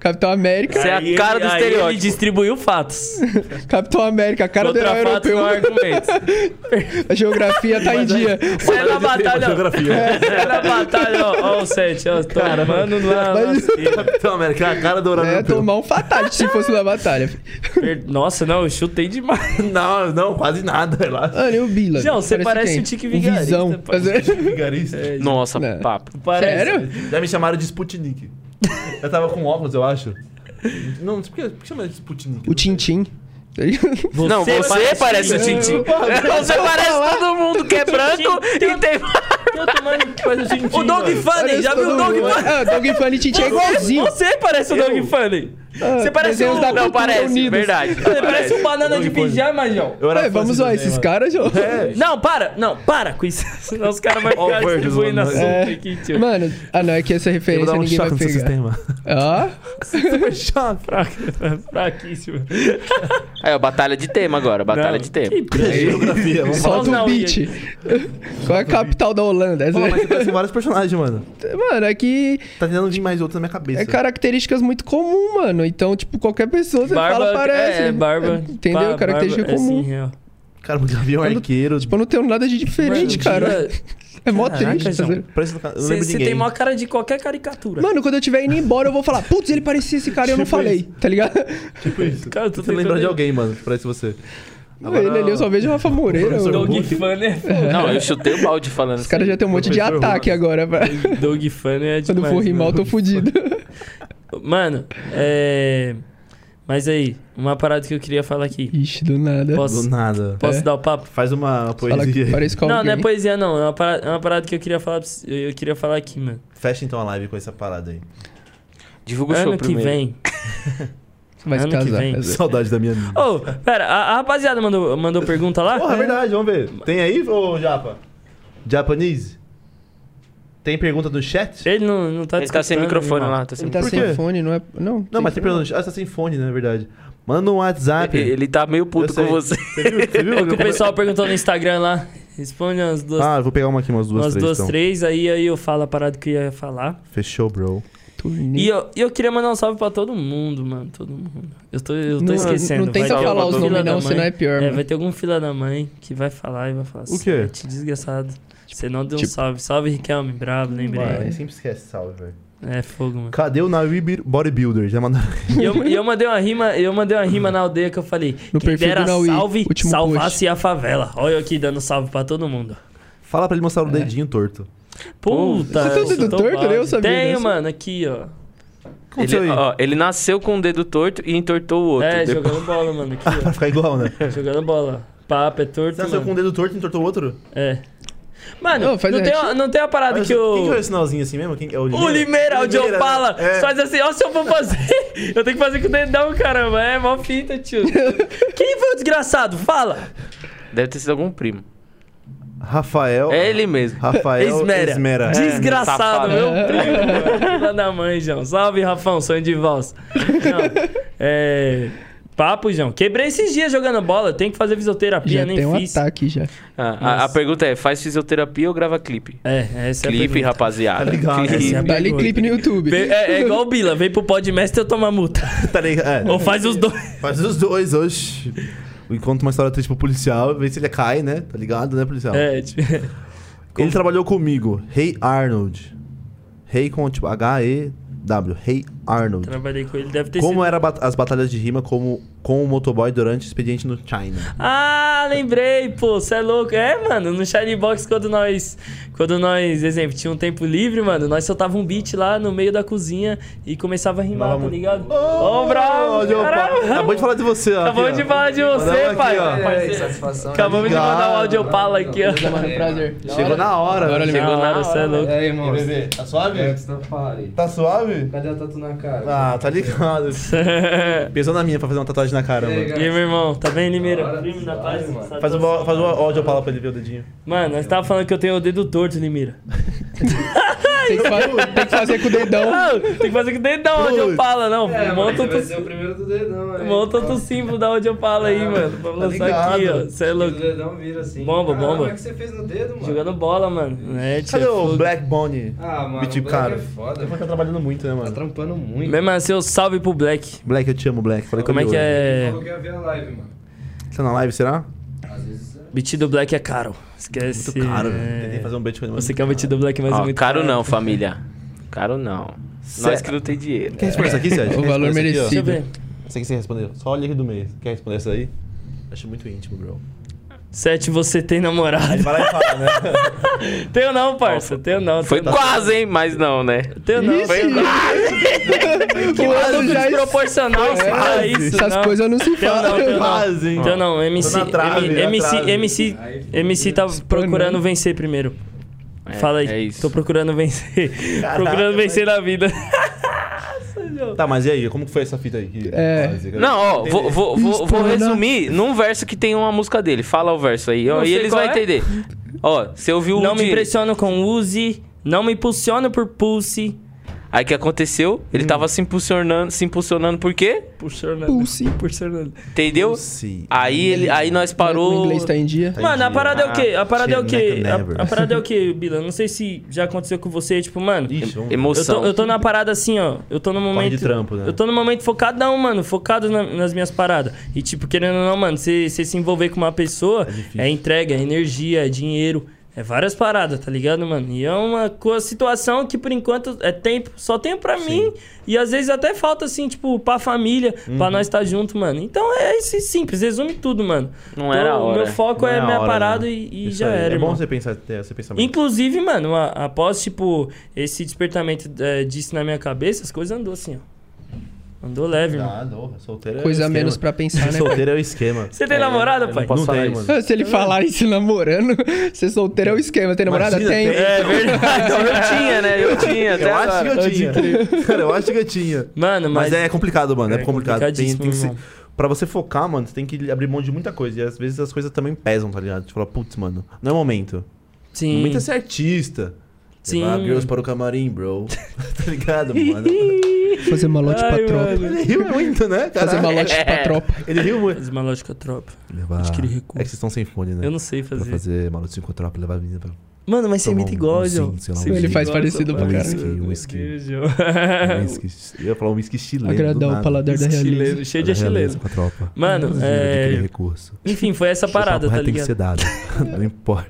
Speaker 4: Capitão América.
Speaker 5: Você é a
Speaker 2: Aí
Speaker 5: cara
Speaker 2: ele-
Speaker 5: do
Speaker 2: aí Ele
Speaker 5: estereótipo.
Speaker 2: distribuiu fatos.
Speaker 4: Capitão América, a cara do
Speaker 2: Contra
Speaker 4: herói
Speaker 2: fatos
Speaker 4: europeu.
Speaker 2: não argumentos.
Speaker 4: A geografia tá em dia.
Speaker 2: Sai na batalha, ó.
Speaker 1: Geografia.
Speaker 2: Sai na batalha, ó. Ó o sete, ó. Cara, mano, lá.
Speaker 4: Mas-
Speaker 1: Capitão América, a cara do horário
Speaker 4: É,
Speaker 1: europeu.
Speaker 4: tomar um fatality se fosse na batalha.
Speaker 2: Nossa, não, eu chutei demais.
Speaker 1: Não, não, quase nada, relaxa.
Speaker 4: Mano, e o Bila?
Speaker 2: João, você parece
Speaker 4: quem?
Speaker 2: o Tique Vigarista,
Speaker 4: Visão.
Speaker 2: pai.
Speaker 1: Vigarista.
Speaker 2: É,
Speaker 5: Nossa,
Speaker 4: Não.
Speaker 5: papo.
Speaker 2: parece.
Speaker 4: Sério?
Speaker 1: Já me chamaram de Sputnik. Eu tava com óculos, eu acho. Não, por que, por que chama de Sputnik?
Speaker 4: O Tintim.
Speaker 5: Não, você parece o Tintin. Você parece todo mundo que é branco e tem...
Speaker 2: Tem outro mano que faz o Tintin, O Dog
Speaker 1: mano.
Speaker 2: Funny, já viu o Dog Funny?
Speaker 4: Ah, Dog Funny e Tintim é igualzinho.
Speaker 2: Você parece o Dog Funny. Você parece
Speaker 4: desenhos
Speaker 2: um...
Speaker 4: da
Speaker 2: Não,
Speaker 4: Cultura
Speaker 5: parece,
Speaker 4: Unidos.
Speaker 5: verdade.
Speaker 2: Você parece um banana de
Speaker 1: Dog Funny.
Speaker 2: pijama, João.
Speaker 1: Eu era
Speaker 4: É,
Speaker 1: fã
Speaker 4: vamos
Speaker 1: desse
Speaker 4: zoar
Speaker 1: desenho,
Speaker 4: esses
Speaker 1: mano.
Speaker 4: caras, João.
Speaker 1: É.
Speaker 2: Não, para. Não, para com isso. Senão os caras vão
Speaker 1: Ó,
Speaker 2: ficar
Speaker 1: o Virgil
Speaker 2: distribuindo
Speaker 1: zoando,
Speaker 2: assunto
Speaker 4: É.
Speaker 2: aqui, tio.
Speaker 4: Mano, ah não, é que essa
Speaker 1: Eu vou
Speaker 4: referência
Speaker 1: dar um
Speaker 4: ninguém vai
Speaker 1: choque no seu
Speaker 4: pegar.
Speaker 1: sistema.
Speaker 4: Ó,
Speaker 1: Super choque.
Speaker 2: Fraco- Fraquíssimo.
Speaker 5: Aí, ó, batalha de tema agora, batalha
Speaker 2: Não,
Speaker 5: de tema.
Speaker 2: que
Speaker 1: Geografia, vamos falar.
Speaker 4: solta
Speaker 2: não,
Speaker 4: o beat. Qual é a capital da Holanda?
Speaker 1: Pô, mas você parece vários personagens, mano.
Speaker 4: Mano, é que
Speaker 1: Tá tentando vir mais outros na minha cabeça.
Speaker 4: é características muito comum, mano. Então, tipo, qualquer pessoa você fala parece.
Speaker 2: É, barba.
Speaker 4: Entendeu?
Speaker 2: Pá,
Speaker 4: Característica
Speaker 2: barba,
Speaker 4: comum.
Speaker 2: É, sim, real.
Speaker 1: Cara, o Gavião
Speaker 4: Quando-
Speaker 1: Arqueiro.
Speaker 4: Tipo, eu não tenho nada de diferente,
Speaker 2: Mano,
Speaker 4: cara.
Speaker 2: tira-
Speaker 4: É mó
Speaker 2: Caraca,
Speaker 4: triste, tá
Speaker 2: João.
Speaker 4: vendo?
Speaker 1: Parece, eu não lembro
Speaker 2: Você
Speaker 1: de ninguém.
Speaker 2: tem maior cara de qualquer caricatura.
Speaker 4: Mano, quando eu tiver indo embora, eu vou falar, putz, ele parecia esse cara e eu não
Speaker 1: Tipo
Speaker 4: falei,
Speaker 1: isso.
Speaker 4: tá ligado?
Speaker 1: Tipo isso.
Speaker 2: Cara, eu tô
Speaker 1: Você lembra
Speaker 2: tentando-
Speaker 1: de alguém, mano, que parece você.
Speaker 4: Ele ali, eu só vejo o Rafa Moreira.
Speaker 1: Professor
Speaker 4: O...
Speaker 2: Dog
Speaker 1: Hulk.
Speaker 2: Funny é foda.
Speaker 5: Não, eu chutei o balde falando
Speaker 4: Os caras já tem um monte de
Speaker 1: Professor
Speaker 4: ataque
Speaker 1: Hulk.
Speaker 4: agora, pra...
Speaker 2: Dog Funny é demais.
Speaker 4: Quando for rimar, eu
Speaker 2: mano.
Speaker 4: tô fudido.
Speaker 2: Mano, é... Mas aí, uma parada que eu queria falar aqui.
Speaker 4: Ixi, do nada.
Speaker 2: Posso,
Speaker 1: Do nada.
Speaker 2: posso
Speaker 4: É.
Speaker 2: dar o papo?
Speaker 1: Faz uma
Speaker 4: Fala
Speaker 1: poesia
Speaker 4: que
Speaker 1: aí.
Speaker 4: parece com
Speaker 2: Não, não é
Speaker 4: alguém.
Speaker 2: poesia não. É uma parada, é uma parada que eu queria falar pra você- eu, eu queria falar aqui, mano.
Speaker 1: Fecha então a live com essa parada aí.
Speaker 5: Divulga o show
Speaker 2: Ano que
Speaker 5: primeiro.
Speaker 2: vem.
Speaker 4: Você vai se
Speaker 2: ano que
Speaker 4: casar.
Speaker 2: vem.
Speaker 4: quer dizer.
Speaker 1: Saudade da minha amiga.
Speaker 2: Ô, pera, a, a rapaziada mandou, mandou pergunta lá?
Speaker 1: Porra, é verdade, vamos ver. Tem aí, ô Japa? Japanese? Tem pergunta no chat?
Speaker 2: Ele não, não tá
Speaker 5: Ele tá sem
Speaker 2: escutando,
Speaker 5: microfone
Speaker 2: animal.
Speaker 5: lá, tá sem
Speaker 4: Ele tá
Speaker 1: Por
Speaker 4: sem
Speaker 1: quê?
Speaker 4: fone, não é... Não,
Speaker 1: Não, mas tem pergunta no chat. Ah, tá sem fone, né, na verdade. Manda no WhatsApp.
Speaker 5: Ele, ele tá meio
Speaker 1: Eu
Speaker 5: puto
Speaker 1: sei.
Speaker 5: com você.
Speaker 1: Você viu? Você viu?
Speaker 2: É que o pessoal perguntou no Instagram lá. Responde umas duas,
Speaker 1: Ah, eu vou pegar uma aqui, umas duas,
Speaker 2: umas
Speaker 1: três,
Speaker 2: duas
Speaker 1: então.
Speaker 2: três, aí, aí eu falo a parada que eu ia falar.
Speaker 1: Fechou, bro.
Speaker 4: Turnê.
Speaker 2: E eu, e eu queria mandar um salve pra todo mundo, mano. Todo mundo. Eu tô, eu tô
Speaker 4: Não-
Speaker 2: esquecendo.
Speaker 4: Não tenta
Speaker 2: Vai ter
Speaker 4: falar
Speaker 2: algum
Speaker 4: os
Speaker 2: fila
Speaker 4: nomes
Speaker 2: da
Speaker 4: não,
Speaker 2: mãe.
Speaker 4: senão é pior,
Speaker 2: É,
Speaker 4: mano.
Speaker 2: vai ter algum fila da mãe que vai falar e vai falar
Speaker 1: O quê?
Speaker 2: "Sete, desgraçado. Você não deu um
Speaker 4: tipo-
Speaker 2: salve. Salve, Riquelme, brabo, lembrei.
Speaker 1: Mano, sempre esquece salve, velho.
Speaker 2: É fogo, mano.
Speaker 1: Cadê o Naui Bir- Bodybuilder? Já mandaram.
Speaker 2: E eu, e eu mandei uma rima, eu mandei uma rima na aldeia que eu falei.
Speaker 4: No
Speaker 2: Quem
Speaker 4: perfil
Speaker 2: dera
Speaker 4: do Naui,
Speaker 2: salve,
Speaker 4: último
Speaker 2: salvasse a favela. Olha eu aqui dando salve pra todo mundo.
Speaker 1: Fala pra ele mostrar o dedinho torto.
Speaker 2: Puta,
Speaker 4: Você tem o dedo
Speaker 2: chutou
Speaker 4: torto?
Speaker 2: balde.
Speaker 4: Eu sabia
Speaker 2: Tenho,
Speaker 4: dessa.
Speaker 2: mano, aqui, ó.
Speaker 1: O que aconteceu
Speaker 5: Ele,
Speaker 1: aí?
Speaker 5: ó, ele nasceu com o dedo torto e entortou o outro.
Speaker 2: É,
Speaker 5: Depois-
Speaker 2: jogando bola, mano, aqui,
Speaker 1: Pra ficar igual, né?
Speaker 2: ó. Jogando bola. Papo é torto,
Speaker 1: Você nasceu
Speaker 2: mano.
Speaker 1: com o dedo torto e entortou o outro?
Speaker 2: É. Mano,
Speaker 4: Não,
Speaker 2: não,
Speaker 4: faz
Speaker 2: tem,
Speaker 4: reto.
Speaker 2: uma- não tem uma parada
Speaker 1: Mas
Speaker 2: que
Speaker 1: Quem que
Speaker 2: eu...
Speaker 1: faz o sinalzinho assim mesmo? Quem... É o
Speaker 2: O Limeira, o Joe
Speaker 1: né?
Speaker 2: Pala,
Speaker 1: É.
Speaker 2: faz assim, ó, se eu for fazer, eu tenho que fazer com o dedão, caramba, é mó fita, tio. Quem foi o desgraçado? Fala.
Speaker 5: Deve ter sido algum primo.
Speaker 1: Rafael.
Speaker 5: É ele mesmo.
Speaker 1: Rafael
Speaker 2: Esmera.
Speaker 1: Esmera.
Speaker 2: Desgraçado,
Speaker 5: safado.
Speaker 2: meu primo, mano. Filha da mãe, João. Salve, Rafão, sonho de valsa. Não, é... Papo, João. Quebrei esses dias jogando bola, tenho que fazer fisioterapia,
Speaker 4: Já
Speaker 2: nem
Speaker 4: tem um
Speaker 2: fiz.
Speaker 4: ataque já.
Speaker 5: Ah, a, a
Speaker 2: Nossa.
Speaker 5: pergunta é: faz fisioterapia ou grava clipe?
Speaker 2: É, essa é a
Speaker 5: Clipe,
Speaker 2: pergunta.
Speaker 5: rapaziada.
Speaker 1: Tá ligado.
Speaker 5: Clipe.
Speaker 2: Essa é a
Speaker 4: Dá-lhe
Speaker 2: pergunta.
Speaker 4: clipe no YouTube.
Speaker 2: Vem- É, é igual o Bila, vem pro Podmestre e eu tomo a multa.
Speaker 1: Tá ligado? É.
Speaker 2: Ou faz os dois.
Speaker 1: Faz os dois hoje. Conta uma história triste pro policial, vê se ele cai, né? Tá ligado, né, policial?
Speaker 2: É, tipo...
Speaker 1: Ele trabalhou comigo. Hey Arnold. Hey com tipo H E W. Hey Arnold.
Speaker 2: Trabalhei com ele, deve ter
Speaker 1: Como
Speaker 2: sido...
Speaker 1: eram bat- as batalhas de rima como, com o motoboy durante o expediente no China?
Speaker 2: Ah, lembrei, pô, você é louco. É, mano, no Shiny Box, quando nós, quando nós, exemplo, tinha um tempo livre, mano, nós soltava um beat lá no meio da cozinha e começava a rimar,
Speaker 1: Vamos.
Speaker 2: tá ligado? Ô, bravo,
Speaker 1: Joe
Speaker 2: caralho.
Speaker 1: Paulo. Acabou de falar de você, ó.
Speaker 2: Acabamos
Speaker 1: aqui,
Speaker 2: de
Speaker 1: ó.
Speaker 2: falar de você,
Speaker 1: Mandamos aqui,
Speaker 2: pai.
Speaker 1: ó.
Speaker 2: Parceiro.
Speaker 6: Satisfação.
Speaker 2: Acabamos de mandar um audiopala aqui, ó.
Speaker 4: Mano, prazer.
Speaker 1: Chegou na hora.
Speaker 4: Agora
Speaker 1: né?
Speaker 4: ele-
Speaker 2: Chegou na hora, você é louco.
Speaker 6: E aí, irmão?
Speaker 1: Bebê, tá suave?
Speaker 6: É o que você tá falando aí.
Speaker 1: Tá suave?
Speaker 6: Cadê a tatu na cara?
Speaker 1: Ah, tá ligado. Pensou na minha pra fazer uma tatuagem na cara,
Speaker 6: E aí,
Speaker 1: mano.
Speaker 2: E
Speaker 6: galera?
Speaker 2: aí, meu irmão, tá bem, Limeira?
Speaker 6: Da hora,
Speaker 2: Primo da
Speaker 6: suave,
Speaker 2: paz.
Speaker 6: mano.
Speaker 2: Satisfação.
Speaker 1: Faz o, faz o áudio fala pra ele ver o dedinho.
Speaker 2: Mano, nós tava falando que eu tenho o dedo torto, Limeira.
Speaker 4: Tem que, fa- tem que fazer com o dedão.
Speaker 2: Não, tem que fazer com o dedão onde eu falo, não.
Speaker 3: É,
Speaker 2: monta
Speaker 3: mas vai
Speaker 2: outro,
Speaker 3: ser o primeiro do dedão, aí.
Speaker 2: monta outro símbolo da onde eu falo aí, mano. Vamos
Speaker 1: tá
Speaker 2: lançar
Speaker 1: ligado.
Speaker 2: aqui, ó. Você é
Speaker 3: O
Speaker 2: louco.
Speaker 3: dedão vira assim.
Speaker 2: Bomba,
Speaker 3: Caramba,
Speaker 2: bomba.
Speaker 3: Como é que você fez no dedo, mano?
Speaker 2: Jogando bola, mano. É, tia,
Speaker 1: Cadê o
Speaker 2: fogo.
Speaker 1: Black Bonnie?
Speaker 3: Ah, mano,
Speaker 1: Beat
Speaker 3: o Black
Speaker 1: cara.
Speaker 3: é foda.
Speaker 1: Ele tá trabalhando muito, né,
Speaker 3: Tá
Speaker 1: mano?
Speaker 3: trampando muito.
Speaker 2: Mesmo assim, eu salve pro Black.
Speaker 1: Black, eu te amo, Black. Falei
Speaker 2: Como é
Speaker 1: com
Speaker 2: que
Speaker 1: ele hoje.
Speaker 2: é?
Speaker 3: Falou que ia ver a live, mano.
Speaker 1: Você tá na live, será?
Speaker 3: Às vezes é.
Speaker 2: Beat do Black é caro. Esquece.
Speaker 1: Muito caro,
Speaker 2: é...
Speaker 1: velho. Tentei fazer um beat com ele. mas
Speaker 2: Você
Speaker 1: muito
Speaker 2: quer o beat do Black, mas é
Speaker 5: Ó,
Speaker 2: muito
Speaker 5: caro não, família. Caro não.
Speaker 1: Cê-
Speaker 5: Nós que não tem dinheiro.
Speaker 1: Quer responder isso aqui, Sérgio?
Speaker 4: O
Speaker 1: Quer
Speaker 4: valor
Speaker 1: responder isso aqui, ó?
Speaker 2: Deixa eu ver.
Speaker 1: Essa aqui você respondeu. Só olha aqui do meio. Quer responder essa aí? Acho muito íntimo, bro.
Speaker 2: Sete, você tem namorado.
Speaker 1: Ele vai lá e fala, né?
Speaker 2: Tenho não, parça. Tenho não.
Speaker 5: Foi
Speaker 2: tenho não.
Speaker 5: quase, hein? Mas não, né?
Speaker 2: Tenho não.
Speaker 4: Ixi.
Speaker 2: Foi
Speaker 4: Que
Speaker 2: maluco
Speaker 4: já-
Speaker 2: desproporcional.
Speaker 4: É,
Speaker 2: Você fala isso,
Speaker 4: Essas
Speaker 2: não.
Speaker 4: coisas não se
Speaker 2: Tenho não,
Speaker 4: falam.
Speaker 2: tenho não.
Speaker 1: Quase, hein?
Speaker 2: Então não, MC,
Speaker 1: Tô na trave,
Speaker 2: M-
Speaker 1: na
Speaker 2: MC,
Speaker 1: trave.
Speaker 2: MC, MC tá procurando vencer primeiro.
Speaker 5: É,
Speaker 2: Fala aí.
Speaker 5: é isso.
Speaker 2: Tô procurando vencer. procurando vencer na vida.
Speaker 1: Tá, mas e aí? Como que foi essa fita aí? Que-
Speaker 4: É.
Speaker 1: Ah, você-
Speaker 5: Não, ó, vou, vou, vou, vou
Speaker 4: Explana.
Speaker 5: resumir num verso que tem uma música dele. Fala o verso aí, ó,
Speaker 2: Não
Speaker 5: e
Speaker 2: sei
Speaker 5: eles
Speaker 2: qual
Speaker 5: vão
Speaker 2: é.
Speaker 5: entender. Ó, você ouviu
Speaker 2: Não
Speaker 5: o
Speaker 2: me
Speaker 5: de...
Speaker 2: impressiono com use. Não me impulsiono por pulse.
Speaker 5: Aí o que aconteceu? Ele tava se impulsionando, se impulsionando por quê?
Speaker 2: Puxando.
Speaker 4: Pulse.
Speaker 2: Puxando.
Speaker 5: Entendeu?
Speaker 1: Sim.
Speaker 5: Aí, ele, aí nós
Speaker 4: O
Speaker 5: parou...
Speaker 4: inglês tá em dia.
Speaker 1: Tá
Speaker 2: Mano, a
Speaker 1: dia.
Speaker 2: parada é o quê? A parada é o quê?
Speaker 1: Never, never.
Speaker 2: A, a parada é o quê, Bila? Não sei se já aconteceu com você, tipo, mano.
Speaker 1: Ixi, vamos ver.
Speaker 2: Eu
Speaker 5: Emoção.
Speaker 2: tô, eu tô na parada assim, ó. Eu tô no momento.
Speaker 1: de trampo, né?
Speaker 2: Eu tô no momento focadão, mano. Focado na- nas minhas paradas. E, tipo, querendo ou não, mano, você você se envolver com uma pessoa
Speaker 1: É difícil.
Speaker 2: é entrega, é energia, é dinheiro. É várias paradas, tá ligado, mano? E é uma co- situação que, por enquanto, é tempo. Só tempo pra mim. E às vezes até falta, assim, tipo, pra família,
Speaker 1: Uhum.
Speaker 2: pra nós estar junto, mano. Então é esse simples, resume tudo, mano.
Speaker 5: Não era a
Speaker 2: O
Speaker 5: hora.
Speaker 2: meu foco
Speaker 1: Não
Speaker 2: é
Speaker 1: é a
Speaker 2: minha
Speaker 1: hora,
Speaker 2: parada
Speaker 1: né?
Speaker 2: e, e
Speaker 1: Isso
Speaker 2: já
Speaker 1: aí.
Speaker 2: era,
Speaker 1: É bom
Speaker 2: irmão.
Speaker 1: você pensar, ter esse pensamento.
Speaker 2: Inclusive, mano, a- após, tipo, esse despertamento é, disso na minha cabeça, as coisas andou assim, ó. Andou leve, irmão.
Speaker 1: Ah, não, solteiro é
Speaker 4: Coisa
Speaker 1: o
Speaker 4: a menos
Speaker 1: esquema.
Speaker 4: pra pensar, né?
Speaker 1: Solteiro é o esquema.
Speaker 2: Você tem namorada,
Speaker 5: eu
Speaker 2: pai?
Speaker 5: não posso
Speaker 1: Não
Speaker 5: falar
Speaker 1: tem,
Speaker 5: isso.
Speaker 1: mano.
Speaker 4: Se ele falar isso namorando, ser solteiro é o esquema. Tem namorada?
Speaker 1: Imagina,
Speaker 4: Tem.
Speaker 1: tem.
Speaker 2: É verdade.
Speaker 5: Então eu tinha, né? Eu tinha até
Speaker 1: Eu acho
Speaker 5: agora.
Speaker 1: que eu tinha. Cara, eu acho que eu tinha.
Speaker 2: Mano, mas...
Speaker 1: Mas é complicado, mano. É,
Speaker 2: É
Speaker 1: complicado. Tem,
Speaker 2: complicadíssimo,
Speaker 1: tem que ser...
Speaker 2: irmão.
Speaker 1: Pra você focar, mano, você tem que abrir mão de muita coisa. E às vezes as coisas também pesam, tá ligado? Você fala, putz, mano, não é o momento. O
Speaker 2: Sim.
Speaker 1: momento é ser artista.
Speaker 2: Sim.
Speaker 1: Levar girls para o camarim, bro. Tá ligado, mano?
Speaker 4: Fazer malote
Speaker 2: Ai,
Speaker 4: pra tropa.
Speaker 2: mano.
Speaker 1: Ele riu muito, né, cara?
Speaker 4: Fazer malote pra tropa.
Speaker 1: Ele riu muito.
Speaker 2: Faz uma lógica tropa.
Speaker 1: Levar...
Speaker 2: Adquirir
Speaker 1: É
Speaker 2: recurso.
Speaker 1: que vocês estão sem fone, né?
Speaker 2: Eu não sei
Speaker 1: Pra
Speaker 2: fazer.
Speaker 1: fazer malote com a tropa, levar a menina pra...
Speaker 2: Mano, mas você
Speaker 1: Tomar
Speaker 2: imita
Speaker 1: um-
Speaker 2: igual,
Speaker 1: um
Speaker 2: João.
Speaker 1: sim, sei lá,
Speaker 2: Você
Speaker 1: um
Speaker 2: imita
Speaker 4: Ele faz
Speaker 2: igual,
Speaker 4: parecido
Speaker 2: essa
Speaker 4: pra
Speaker 1: Um
Speaker 2: parada.
Speaker 1: whisky, um
Speaker 2: Meu
Speaker 1: whisky.
Speaker 2: Deus, João.
Speaker 1: Um whisky... Eu ia falar um whisky chileno. do
Speaker 4: Agradar o
Speaker 1: nada.
Speaker 4: paladar da
Speaker 2: Whisky
Speaker 4: realeza.
Speaker 2: chileno, cheio de
Speaker 1: Da realeza
Speaker 2: chileno.
Speaker 1: com a tropa.
Speaker 2: Mano,
Speaker 1: Inclusive,
Speaker 2: é...
Speaker 1: adquirir recurso.
Speaker 2: Enfim, foi essa parada,
Speaker 1: O
Speaker 2: tá
Speaker 1: papo tem que
Speaker 2: ligado?
Speaker 1: ser dado. Não importa.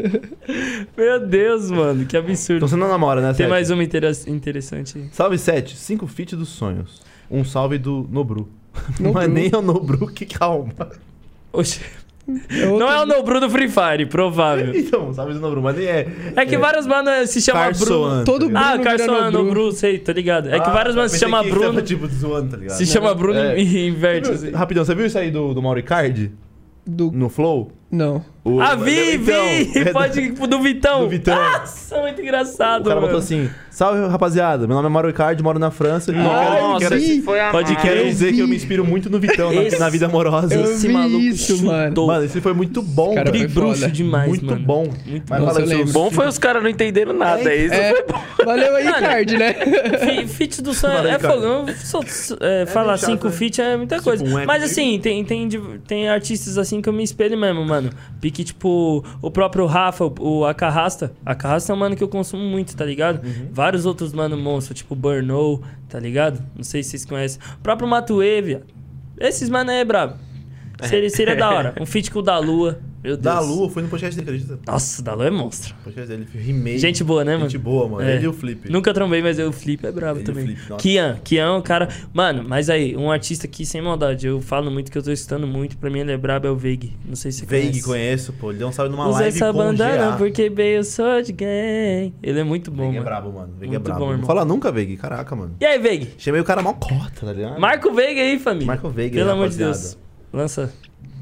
Speaker 2: Meu Deus, mano, que absurdo.
Speaker 1: Então você não namora, né,
Speaker 2: Tem
Speaker 1: Sete?
Speaker 2: mais uma intera- interessante aí.
Speaker 1: Salve sete, cinco feat dos sonhos. Um salve do Nobru. Não é
Speaker 4: Nobru.
Speaker 1: nem o Nobru que calma.
Speaker 2: Oxe.
Speaker 4: É outro-
Speaker 2: Não é o Nobru do Free Fire, provável.
Speaker 1: Então, salve do Nobru, mas nem é.
Speaker 2: É que vários mano se chama
Speaker 1: Carson,
Speaker 2: Bruno.
Speaker 4: Todo
Speaker 1: tá ligado?
Speaker 2: Ah,
Speaker 4: Bruno
Speaker 2: Carson
Speaker 4: vira Nobru.
Speaker 2: Nobru, sei, tô ligado. É que
Speaker 1: Ah,
Speaker 2: vários mano se
Speaker 1: pensei
Speaker 2: chama
Speaker 1: que
Speaker 2: Bruno.
Speaker 1: tava, tipo, zoando, tá ligado?
Speaker 2: Se chama Bruno
Speaker 1: É.
Speaker 2: e inverte,
Speaker 1: Você
Speaker 2: assim.
Speaker 1: viu- Rapidão, você viu isso aí do, do Mauricard?
Speaker 4: Do...
Speaker 1: No Flow?
Speaker 4: Não.
Speaker 1: O-
Speaker 2: Ah, vi,
Speaker 1: Então,
Speaker 2: vi!
Speaker 1: é
Speaker 2: Pode do Vitão.
Speaker 1: do Vitão.
Speaker 2: Nossa, muito engraçado,
Speaker 1: O cara
Speaker 2: mano.
Speaker 1: botou assim: salve rapaziada, meu nome é Mauro Ricardo, moro na França. E eu
Speaker 5: Nossa,
Speaker 1: quero,
Speaker 5: esse foi a
Speaker 2: Pode
Speaker 5: mais.
Speaker 1: quero
Speaker 2: Eu
Speaker 1: dizer
Speaker 4: vi.
Speaker 1: que eu me inspiro muito no Vitão na,
Speaker 2: Esse-
Speaker 1: na vida amorosa.
Speaker 4: Eu
Speaker 2: Esse
Speaker 4: vi
Speaker 2: maluco
Speaker 4: isso,
Speaker 2: chutou.
Speaker 1: Mano, esse foi muito bom,
Speaker 4: Cara,
Speaker 1: cara.
Speaker 4: foi
Speaker 2: Tribruxo
Speaker 4: foda.
Speaker 2: demais,
Speaker 1: Muito
Speaker 2: mano.
Speaker 1: bom.
Speaker 2: Muito
Speaker 1: Mas
Speaker 2: bom.
Speaker 1: fala
Speaker 4: Nossa, eu
Speaker 1: seus-
Speaker 4: lembro.
Speaker 5: Bom foi os caras não entenderam nada, é isso.
Speaker 4: É, valeu aí, Card, né?
Speaker 2: Fi- Feat do sonho
Speaker 1: Valeu,
Speaker 2: é
Speaker 1: cara.
Speaker 2: fogo. Eu sou- é, falar
Speaker 1: chato,
Speaker 2: cinco
Speaker 1: né?
Speaker 2: feat é muita
Speaker 1: Tipo,
Speaker 2: coisa.
Speaker 1: um
Speaker 2: Mas
Speaker 1: app.
Speaker 2: assim, tem, tem, div- tem artistas assim que eu me espelho mesmo, mano. Pique, tipo, o próprio Rafa, o Acarrasta. Acarrasta é um mano que eu consumo muito, tá ligado?
Speaker 1: Uhum.
Speaker 2: Vários outros mano monstros, tipo Burnow, tá ligado? Não sei se vocês conhecem. O próprio Matuê, viado. Esses mano aí é brabo. Seria, seria da hora. Um feat com o da Lua. Meu Deus.
Speaker 1: Da Lua, foi no podcast dele, acredita?
Speaker 2: Nossa, o da Lua é monstro.
Speaker 1: No podcast dele, rimei.
Speaker 2: Gente boa, né, mano?
Speaker 1: Gente boa, mano.
Speaker 2: É.
Speaker 1: Ele e o Flip.
Speaker 2: Nunca trombei, mas eu, o Flip é brabo
Speaker 1: Ele e o
Speaker 2: também.
Speaker 1: Flip, nossa.
Speaker 2: Kian, Kian é um cara... Mano, mas aí, um artista aqui sem maldade. Eu falo muito que eu tô escutando muito. Pra mim ele é brabo, é o Veig. Não sei se você
Speaker 1: Veig,
Speaker 2: conhece.
Speaker 1: conheço, pô. Ele deu um salve numa
Speaker 2: Usa
Speaker 1: live
Speaker 2: essa
Speaker 1: com o G
Speaker 2: bandana
Speaker 1: A.
Speaker 2: porque bem eu sou de gang. Ele é muito bom,
Speaker 1: Veig é
Speaker 2: mano.
Speaker 1: brabo, mano. Veig é
Speaker 2: Muito
Speaker 1: brabo.
Speaker 2: bom,
Speaker 1: Não
Speaker 2: irmão.
Speaker 1: fala nunca, Veig. Caraca, mano.
Speaker 2: E aí, Veig?
Speaker 1: Chamei o cara mal cota, tá ligado?
Speaker 2: Marca o Veig aí, família.
Speaker 1: Marca o Veig aí,
Speaker 2: Pelo amor de
Speaker 1: rapaziada.
Speaker 2: Deus. Lança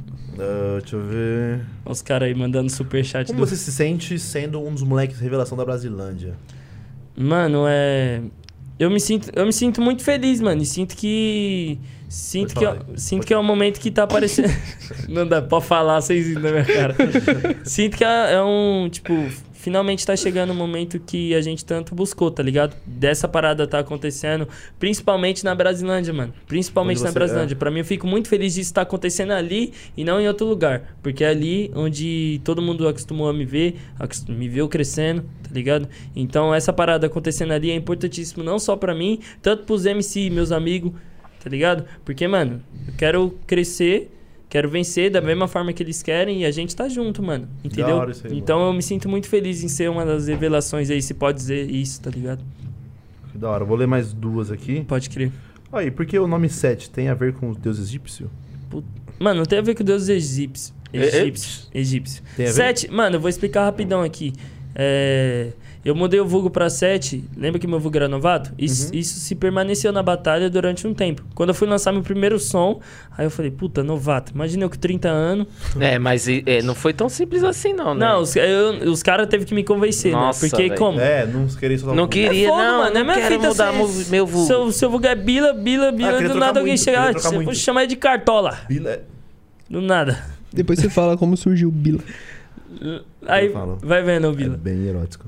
Speaker 1: Ah, deixa eu ver.
Speaker 2: os caras aí mandando superchat
Speaker 1: Como
Speaker 2: do...
Speaker 1: você se sente sendo um dos moleques revelação da Brasilândia?
Speaker 2: Mano, é... Eu me sinto, eu me sinto muito feliz, mano. E sinto que... Sinto,
Speaker 1: Pode
Speaker 2: que,
Speaker 1: falar
Speaker 2: é,
Speaker 1: aí.
Speaker 2: sinto que é um momento que tá aparecendo... Não dá pra falar, vocês rindo na minha cara. Sinto que é, é um, tipo... finalmente tá chegando o momento que a gente tanto buscou, tá ligado? Dessa parada tá acontecendo, principalmente na Brasilândia, mano. Principalmente
Speaker 1: Onde
Speaker 2: na
Speaker 1: você
Speaker 2: Brasilândia. Pra mim, eu fico muito feliz disso estar acontecendo ali e não em outro lugar. Porque é ali onde todo mundo acostumou a me ver, acos- me viu crescendo, tá ligado? Então, essa parada acontecendo ali é importantíssimo não só pra mim, tanto pros M C, meus amigos, tá ligado? Porque, mano, eu quero crescer, quero vencer da mesma forma que eles querem e a gente tá junto, mano. Entendeu?
Speaker 1: hora isso aí,
Speaker 2: Então eu me sinto muito feliz em ser uma das revelações aí, se pode dizer isso, tá ligado?
Speaker 1: Que da hora. Vou ler mais duas aqui.
Speaker 2: Pode crer.
Speaker 1: Aí, por que o nome Sete tem a ver com o deus egípcio?
Speaker 2: Mano, não tem a ver com Deus egípcio. Egípcio. Egípcio.
Speaker 1: Tem a ver?
Speaker 2: Sete, mano, eu vou explicar rapidão aqui. É, eu mudei o vulgo pra Sete. Lembra que meu vulgo era novato? Isso,
Speaker 1: Uhum.
Speaker 2: isso se permaneceu na batalha durante um tempo. Quando eu fui lançar meu primeiro som, aí eu falei, puta, novato. Imagina eu com trinta anos.
Speaker 5: É, mas é, não foi tão simples assim, não, né?
Speaker 2: Não, os, eu- os caras teve que me convencer,
Speaker 5: Nossa,
Speaker 2: né? Porque
Speaker 5: velho.
Speaker 2: como?
Speaker 1: É, não queria soltar
Speaker 5: Não
Speaker 1: o-
Speaker 5: queria,
Speaker 2: É fogo,
Speaker 5: não.
Speaker 2: mano, é
Speaker 5: não
Speaker 2: minha
Speaker 5: quero
Speaker 2: fita
Speaker 5: mudar
Speaker 2: ser-
Speaker 5: mu- meu vulgo.
Speaker 2: Seu, seu vulgo é Bila, Bila, Bila,
Speaker 1: queria
Speaker 2: do
Speaker 1: trocar
Speaker 2: nada alguém
Speaker 1: muito,
Speaker 2: chega,
Speaker 1: queria
Speaker 2: ah,
Speaker 1: trocar
Speaker 2: você
Speaker 1: muito.
Speaker 2: vou chamar de Cartola.
Speaker 1: Bila-
Speaker 2: Do nada.
Speaker 4: Depois você fala como surgiu o Bila.
Speaker 2: Aí,
Speaker 1: Eu falo.
Speaker 2: vai vendo,
Speaker 1: É
Speaker 2: Bila.
Speaker 1: bem erótico.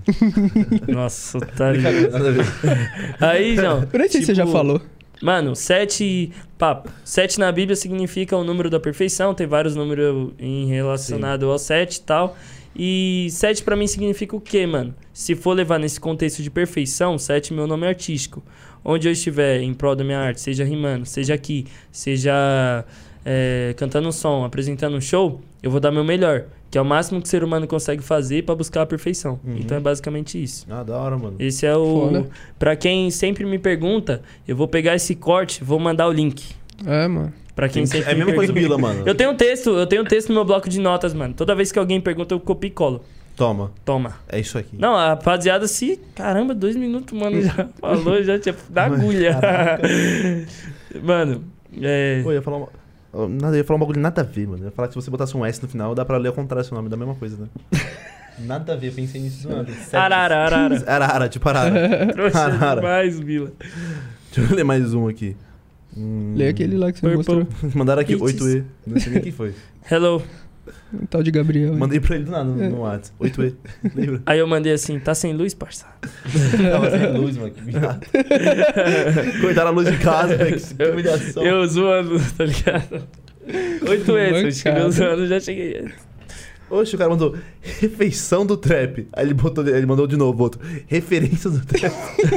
Speaker 2: Nossa, otário.
Speaker 1: Nada a ver.
Speaker 2: Aí, João.
Speaker 4: Eu nem sei se você já
Speaker 2: tipo,
Speaker 4: falou.
Speaker 2: Mano, sete. Papo. Sete na Bíblia significa o número da perfeição. Tem vários números em relacionado ao sete e tal. E sete pra mim significa o quê, mano? Se for levar nesse contexto de perfeição, sete é meu nome artístico. Onde eu estiver em prol da minha arte, seja rimando, seja aqui, seja é, cantando um som, apresentando um show, eu vou dar meu melhor. Que é o máximo que o ser humano consegue fazer pra buscar a perfeição.
Speaker 1: Uhum.
Speaker 2: Então é basicamente isso.
Speaker 1: Ah, da hora, mano.
Speaker 2: Esse é o.
Speaker 4: Foda.
Speaker 2: Pra quem sempre me pergunta, eu vou pegar esse corte, vou mandar o link.
Speaker 4: É, mano.
Speaker 2: Pra quem sempre
Speaker 1: É a
Speaker 2: me
Speaker 1: mesma coisa do
Speaker 2: pergunta.
Speaker 1: Bila, mano.
Speaker 2: Eu tenho um texto, eu tenho um texto no meu bloco de notas, mano. Toda vez que alguém pergunta, eu copio e colo.
Speaker 1: Toma.
Speaker 2: Toma.
Speaker 1: É isso aqui.
Speaker 2: Não, a rapaziada se. Caramba, dois minutos, mano, já falou, já tinha da agulha. Mano, é.
Speaker 1: Pô, eu ia falar uma... eu Nada, eu ia falar um bagulho nada a ver, mano. Eu ia falar que se você botasse um S no final, dá pra ler ao contrário seu nome, da mesma coisa, né? Nada a ver, eu pensei nisso do nada. Sete.
Speaker 2: Arara, arara.
Speaker 1: Arara, tipo arara.
Speaker 2: Trouxa
Speaker 1: Arara.
Speaker 2: demais, Bila.
Speaker 1: Deixa eu ler mais um aqui. Hum,
Speaker 4: Lê aquele lá que você
Speaker 2: Purple.
Speaker 4: mostrou.
Speaker 1: Mandaram aqui
Speaker 2: It's-
Speaker 1: oito E. Não sei nem quem foi.
Speaker 2: Hello.
Speaker 4: O tal de Gabriel.
Speaker 1: Mandei pra ele do nada no, no WhatsApp. oito E. Lembra?
Speaker 2: Aí eu mandei assim, tá sem luz, parça?
Speaker 1: Tava sem luz, mano. Que viado. Cortaram a luz de casa, velho. Que que humilhação.
Speaker 2: Eu zoando, tá ligado? Oito vezes, acho que eu
Speaker 4: Mancada.
Speaker 2: zoando, já cheguei.
Speaker 1: Oxe, o cara mandou refeição do trap. Aí ele, botou, ele mandou de novo outro. Referência do trap.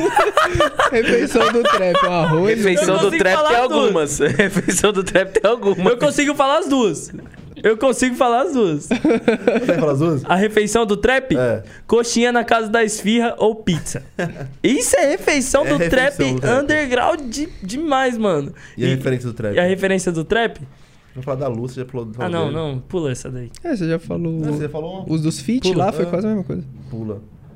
Speaker 4: Refeição do trap, o arroz.
Speaker 5: Refeição
Speaker 2: Eu
Speaker 5: do
Speaker 2: consigo
Speaker 5: trap
Speaker 2: falar
Speaker 5: tem
Speaker 2: tudo.
Speaker 5: algumas. Refeição do trap tem algumas.
Speaker 2: Eu consigo falar as duas. Eu consigo falar as duas.
Speaker 1: Consegue falar as duas?
Speaker 2: A refeição do trap,
Speaker 1: É.
Speaker 2: coxinha na casa da esfirra ou pizza. Isso é refeição
Speaker 1: É
Speaker 2: do
Speaker 1: refeição
Speaker 2: trap
Speaker 1: do trap.
Speaker 2: underground de- demais, mano.
Speaker 1: E a referência do trap?
Speaker 2: e a referência do trap?
Speaker 1: Vamos falar da Lúcia, já falou.
Speaker 2: Ah, não, não. Pula essa daí.
Speaker 4: É, você já falou.
Speaker 1: Ah, você falou uma.
Speaker 4: Os dos feat
Speaker 2: Pula.
Speaker 4: lá foi
Speaker 1: Ah.
Speaker 4: quase a mesma coisa.
Speaker 1: Pula.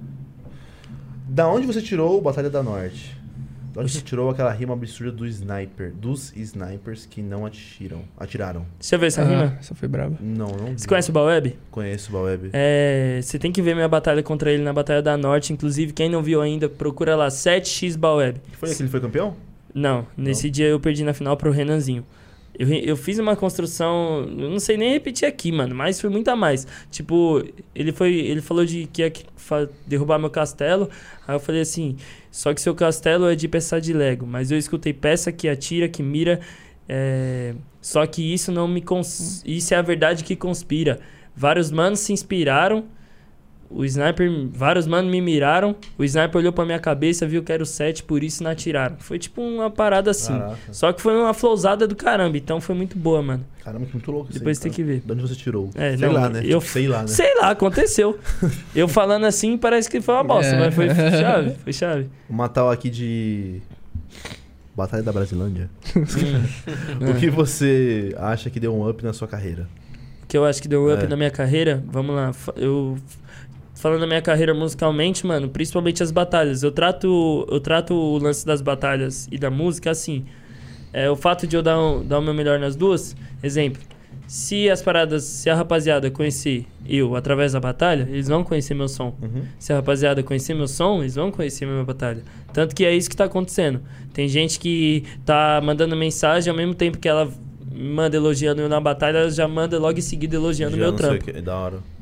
Speaker 1: Da onde você tirou o Batalha da Norte? Da onde você tirou aquela rima absurda do sniper? Dos snipers que não atiram, atiraram?
Speaker 2: Deixa eu ver essa
Speaker 4: Ah,
Speaker 2: rima.
Speaker 4: essa foi braba.
Speaker 1: Não, não.
Speaker 2: Você
Speaker 1: vi.
Speaker 2: conhece o Baweb?
Speaker 1: Conheço o Baweb.
Speaker 2: É, você tem que ver minha batalha contra ele na Batalha da Norte. Inclusive, quem não viu ainda, procura lá, sete x Baweb.
Speaker 1: Foi aquele que foi campeão?
Speaker 2: Não, nesse dia eu perdi na final pro Renanzinho. Eu, re- eu fiz uma construção, eu não sei nem repetir aqui, mano, mas foi muito a mais. Tipo, ele foi, ele falou de que ia que- fa- derrubar meu castelo. Aí eu falei assim, só que seu castelo é de peça de Lego, mas eu escutei peça que atira, que mira, é, só que isso não me cons... isso é a verdade que conspira. Vários manos se inspiraram. O sniper, vários manos me miraram. O sniper olhou pra minha cabeça, viu que era o sete, por isso não atiraram. Foi tipo uma parada assim.
Speaker 1: Caraca.
Speaker 2: Só que foi uma flowzada do caramba, então foi muito boa, mano.
Speaker 1: Caramba, que muito louco isso
Speaker 2: Depois
Speaker 1: aí,
Speaker 2: tem
Speaker 1: cara.
Speaker 2: que ver.
Speaker 1: De onde você tirou?
Speaker 2: É,
Speaker 1: sei
Speaker 2: não,
Speaker 1: lá, né?
Speaker 2: eu-
Speaker 1: Tipo, sei lá, né?
Speaker 2: Sei lá, aconteceu. Eu falando assim parece que foi uma bosta,
Speaker 4: É.
Speaker 2: mas foi chave, foi chave.
Speaker 1: Uma tal aqui de... Batalha da Brasilândia.
Speaker 2: Hum.
Speaker 1: O que você acha que deu um up na sua carreira?
Speaker 2: O que eu acho que deu up
Speaker 1: É.
Speaker 2: na minha carreira, vamos lá. fa- Eu falando da minha carreira musicalmente, mano, principalmente as batalhas. Eu trato, eu trato o lance das batalhas e da música assim. É, o fato de eu dar, um- dar o meu melhor nas duas, exemplo. Se as paradas, se a rapaziada conhecer eu através da batalha, eles vão conhecer meu som.
Speaker 1: Uhum.
Speaker 2: Se a rapaziada conhecer meu som, eles vão conhecer minha batalha. Tanto que é isso que tá acontecendo. Tem gente que tá mandando mensagem ao mesmo tempo que ela manda elogiando eu na batalha, ela já manda logo em seguida elogiando
Speaker 1: Já
Speaker 2: meu
Speaker 1: não sei
Speaker 2: trampo.
Speaker 1: o que- É da hora.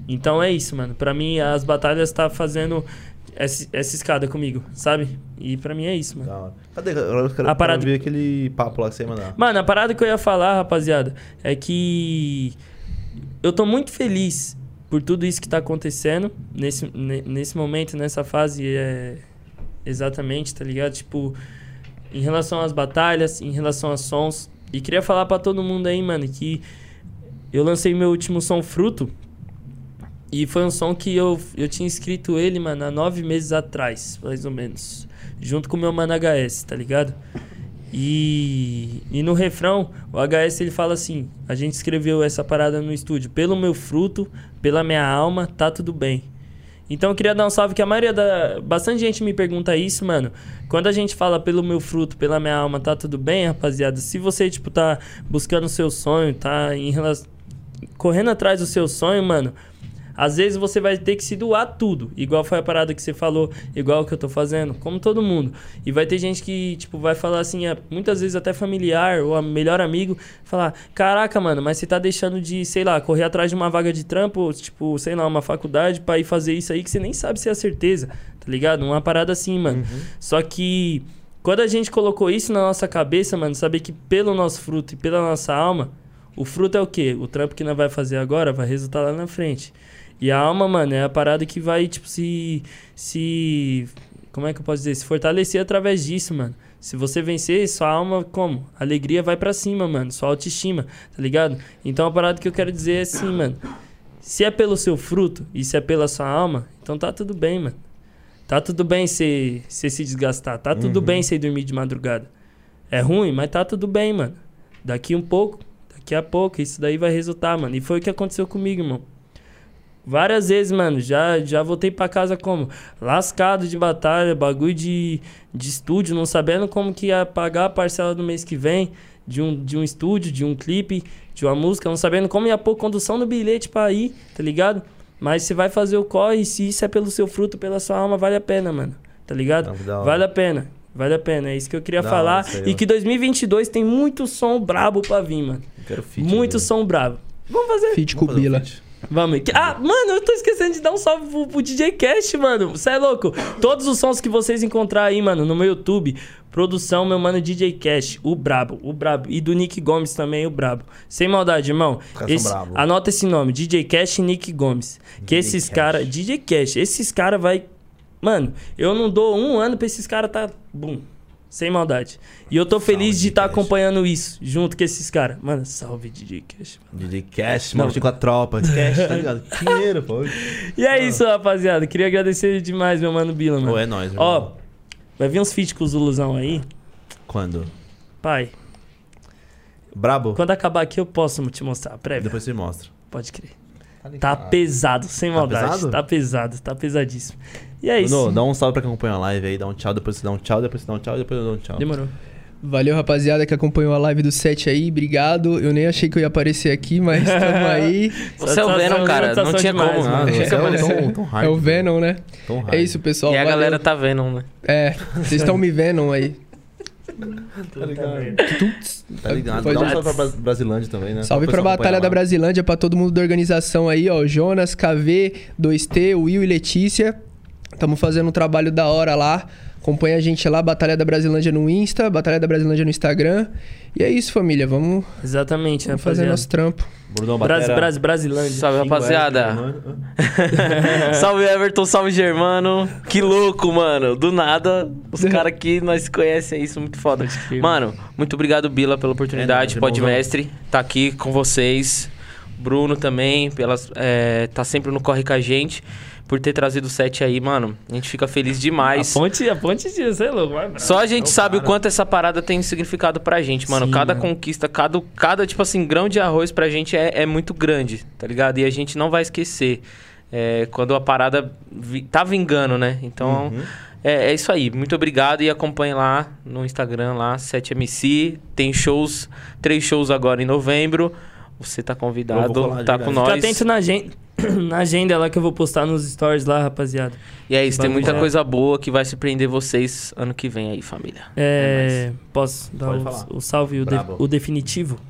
Speaker 2: Então é isso, mano. Pra mim, as batalhas tá fazendo essa, essa escada comigo, sabe? E pra mim é isso, mano.
Speaker 1: Da hora. Cadê? Agora eu quero,
Speaker 2: A parada-
Speaker 1: quero ver aquele papo lá que você ia mandar.
Speaker 2: Mano, a parada que eu ia falar, rapaziada, é que eu tô muito feliz por tudo isso que tá acontecendo nesse, ne- nesse momento, nessa fase, é... exatamente, tá ligado? Tipo, em relação às batalhas, em relação aos sons. E queria falar pra todo mundo aí, mano, que eu lancei meu último som, Fruto, e foi um som que eu, eu tinha escrito ele, mano, há nove meses atrás, mais ou menos. Junto com o meu mano H S, tá ligado? E, e no refrão, o H S ele fala assim: a gente escreveu essa parada no estúdio. Pelo meu fruto, pela minha alma, tá tudo bem. Então eu queria dar um salve, que a maioria da... Bastante gente me pergunta isso, mano. Quando a gente fala pelo meu fruto, pela minha alma, tá tudo bem, rapaziada? Se você, tipo, tá buscando o seu sonho, tá em relação... correndo atrás do seu sonho, mano... Às vezes você vai ter que se doar tudo. Igual foi a parada que você falou, igual o que eu tô fazendo, como todo mundo. E vai ter gente que, tipo, vai falar assim, é, muitas vezes até familiar ou a melhor amigo, falar: caraca, mano, mas você tá deixando de, sei lá, correr atrás de uma vaga de trampo, ou, tipo, sei lá, uma faculdade pra ir fazer isso aí que você nem sabe se é a certeza, tá ligado? Uma parada assim, mano.
Speaker 1: Uhum.
Speaker 2: Só que quando a gente colocou isso na nossa cabeça, mano, saber que pelo nosso fruto e pela nossa alma, o fruto é o quê? O trampo que nós vai fazer agora vai resultar lá na frente. E a alma, mano, é a parada que vai, tipo, se... se como é que eu posso dizer? Se fortalecer através disso, mano. Se você vencer, sua alma, como? A alegria vai pra cima, mano. Sua autoestima, tá ligado? Então a parada que eu quero dizer é assim, mano. Se é pelo seu fruto e se é pela sua alma, então tá tudo bem, mano. Tá tudo bem você se desgastar. Tá tudo
Speaker 1: Uhum.
Speaker 2: bem você dormir de madrugada. É ruim, mas tá tudo bem, mano. Daqui um pouco, daqui a pouco, isso daí vai resultar, mano. E foi o que aconteceu comigo, irmão. Várias vezes, mano, já, já voltei pra casa como? Lascado de batalha, bagulho de, de estúdio, não sabendo como que ia pagar a parcela do mês que vem, de um, de um estúdio, de um clipe, de uma música, não sabendo como ia pôr condução no bilhete pra ir, tá ligado? Mas você vai fazer o corre, se isso é pelo seu fruto, pela sua alma, vale a pena, mano, tá ligado?
Speaker 1: Não, da hora.
Speaker 2: Vale a pena, vale a pena, é isso que eu queria
Speaker 1: Da
Speaker 2: falar.
Speaker 1: hora, isso aí,
Speaker 2: E que dois mil e vinte e dois tem muito som brabo pra vir, mano.
Speaker 1: Quero feat,
Speaker 2: Muito
Speaker 1: né?
Speaker 2: som brabo. Vamos fazer.
Speaker 4: Feat com o
Speaker 1: Vamos fazer um
Speaker 4: Bila.
Speaker 1: feat.
Speaker 2: Vamos. Ah, mano, eu tô esquecendo de dar um salve pro, pro D J Cast, mano. Você é louco? Todos os sons que vocês encontrar aí, mano, no meu YouTube, produção, meu mano D J Cast, o brabo, o brabo. E do Nick Gomes também, o brabo. Sem maldade, irmão.
Speaker 1: Os caras
Speaker 2: Esse,
Speaker 1: são brabo.
Speaker 2: anota esse nome, D J Cast e Nick Gomes. Que
Speaker 1: D J
Speaker 2: esses
Speaker 1: Cash.
Speaker 2: caras... D J Cast, esses caras vai... Mano, eu não dou um ano pra esses caras tá... Bum. Sem maldade. E eu tô feliz de
Speaker 1: D J
Speaker 2: estar
Speaker 1: Cash.
Speaker 2: acompanhando isso, junto com esses caras. Mano, salve D J Cash.
Speaker 1: D J Cash,
Speaker 2: Não.
Speaker 1: mano, com a tropa. Cash, tá ligado? Dinheiro, pô.
Speaker 2: E é isso, rapaziada. Queria agradecer demais, meu mano Bila, mano.
Speaker 1: Pô, é nóis,
Speaker 2: Ó,
Speaker 1: irmão.
Speaker 2: vai vir uns feats com os Zuluzão aí.
Speaker 1: Quando?
Speaker 2: Pai,
Speaker 1: Brabo?
Speaker 2: quando acabar aqui eu posso te mostrar a prévia.
Speaker 1: Depois você mostra.
Speaker 2: Pode crer. Tá
Speaker 1: ligado.
Speaker 2: pesado, sem
Speaker 1: Tá
Speaker 2: maldade.
Speaker 1: pesado?
Speaker 2: Tá pesado, tá pesadíssimo. E é isso.
Speaker 1: Bruno, dá um salve pra quem acompanha a live aí, dá um tchau, depois você dá um tchau, depois você dá um tchau, depois eu dou um tchau.
Speaker 2: Demorou.
Speaker 4: Valeu, rapaziada, que acompanhou a live do set aí. Obrigado. Eu nem achei que eu ia aparecer aqui, mas tamo aí.
Speaker 5: Você é o Venom, cara. Não tinha como.
Speaker 2: demais, mano.
Speaker 1: Ah,
Speaker 5: Você
Speaker 1: você é o
Speaker 5: apareceu.
Speaker 1: Tom, Tom Hardy.
Speaker 4: É o Venom, né?
Speaker 1: Tom Hardy.
Speaker 4: É isso, pessoal.
Speaker 5: E a
Speaker 4: valeu.
Speaker 5: galera tá vendo, né?
Speaker 4: É, vocês estão me vendo aí.
Speaker 1: Tá ligado? Tá ligado.
Speaker 4: Pode-
Speaker 1: Dá um salve pra Bras- Brasilândia também, né?
Speaker 4: Salve
Speaker 1: Só
Speaker 4: pra
Speaker 1: o pessoal
Speaker 4: Batalha da
Speaker 1: acompanha lá.
Speaker 4: Brasilândia, pra todo mundo da organização aí, ó. Jonas, K V, dois T, Will e Letícia. Tamo fazendo um trabalho da hora lá. Acompanha a gente lá, Batalha da Brasilândia no Insta, Batalha da Brasilândia no Instagram. E é isso, família. Vamos,
Speaker 2: Exatamente,
Speaker 4: vamos fazer
Speaker 2: rapaziada.
Speaker 4: nosso trampo.
Speaker 1: Brunão,
Speaker 2: Bras,
Speaker 1: batera.
Speaker 2: Bras, Brasilândia.
Speaker 5: Salve,
Speaker 1: Xingo
Speaker 5: rapaziada.
Speaker 1: Everton, mano.
Speaker 5: Salve, Everton. Salve, Germano. Que louco, mano. Do nada, os caras aqui nós conhecem isso, muito foda. Mano, muito obrigado, Bila, pela oportunidade.
Speaker 1: É,
Speaker 5: Pode
Speaker 1: irmãozão.
Speaker 5: Mestre, tá aqui com vocês. Bruno também, pelas, é, tá sempre no corre com a gente. Por ter trazido o set aí, mano. A gente fica feliz
Speaker 2: A
Speaker 5: demais.
Speaker 2: ponte, a ponte de você é louco, vai, bravo.
Speaker 5: Só a gente
Speaker 1: É o
Speaker 5: sabe
Speaker 1: cara.
Speaker 5: o quanto essa parada tem significado pra gente, mano.
Speaker 2: Sim,
Speaker 5: cada
Speaker 2: mano.
Speaker 5: conquista, cada, cada, tipo assim, grão de arroz pra gente é, é muito grande, tá ligado? E a gente não vai esquecer é, quando a parada vi- tá vingando, né? Então,
Speaker 1: Uhum.
Speaker 5: é, é isso aí. Muito obrigado e acompanhe lá no Instagram, lá, sete M C. Tem shows, três shows agora em novembro. Você tá
Speaker 1: Eu
Speaker 5: convidado,
Speaker 1: vou colar de
Speaker 5: tá com
Speaker 1: verdade.
Speaker 2: Fica
Speaker 5: nós.
Speaker 2: atento na agenda, na agenda lá que eu vou postar nos stories lá, rapaziada.
Speaker 5: E é isso, tem muita
Speaker 2: Bagulho.
Speaker 5: coisa boa que vai surpreender vocês ano que vem aí, família.
Speaker 2: É, posso dar
Speaker 1: Pode
Speaker 2: o,
Speaker 1: falar.
Speaker 2: o salve, o, de-
Speaker 1: Brabo.
Speaker 2: o definitivo?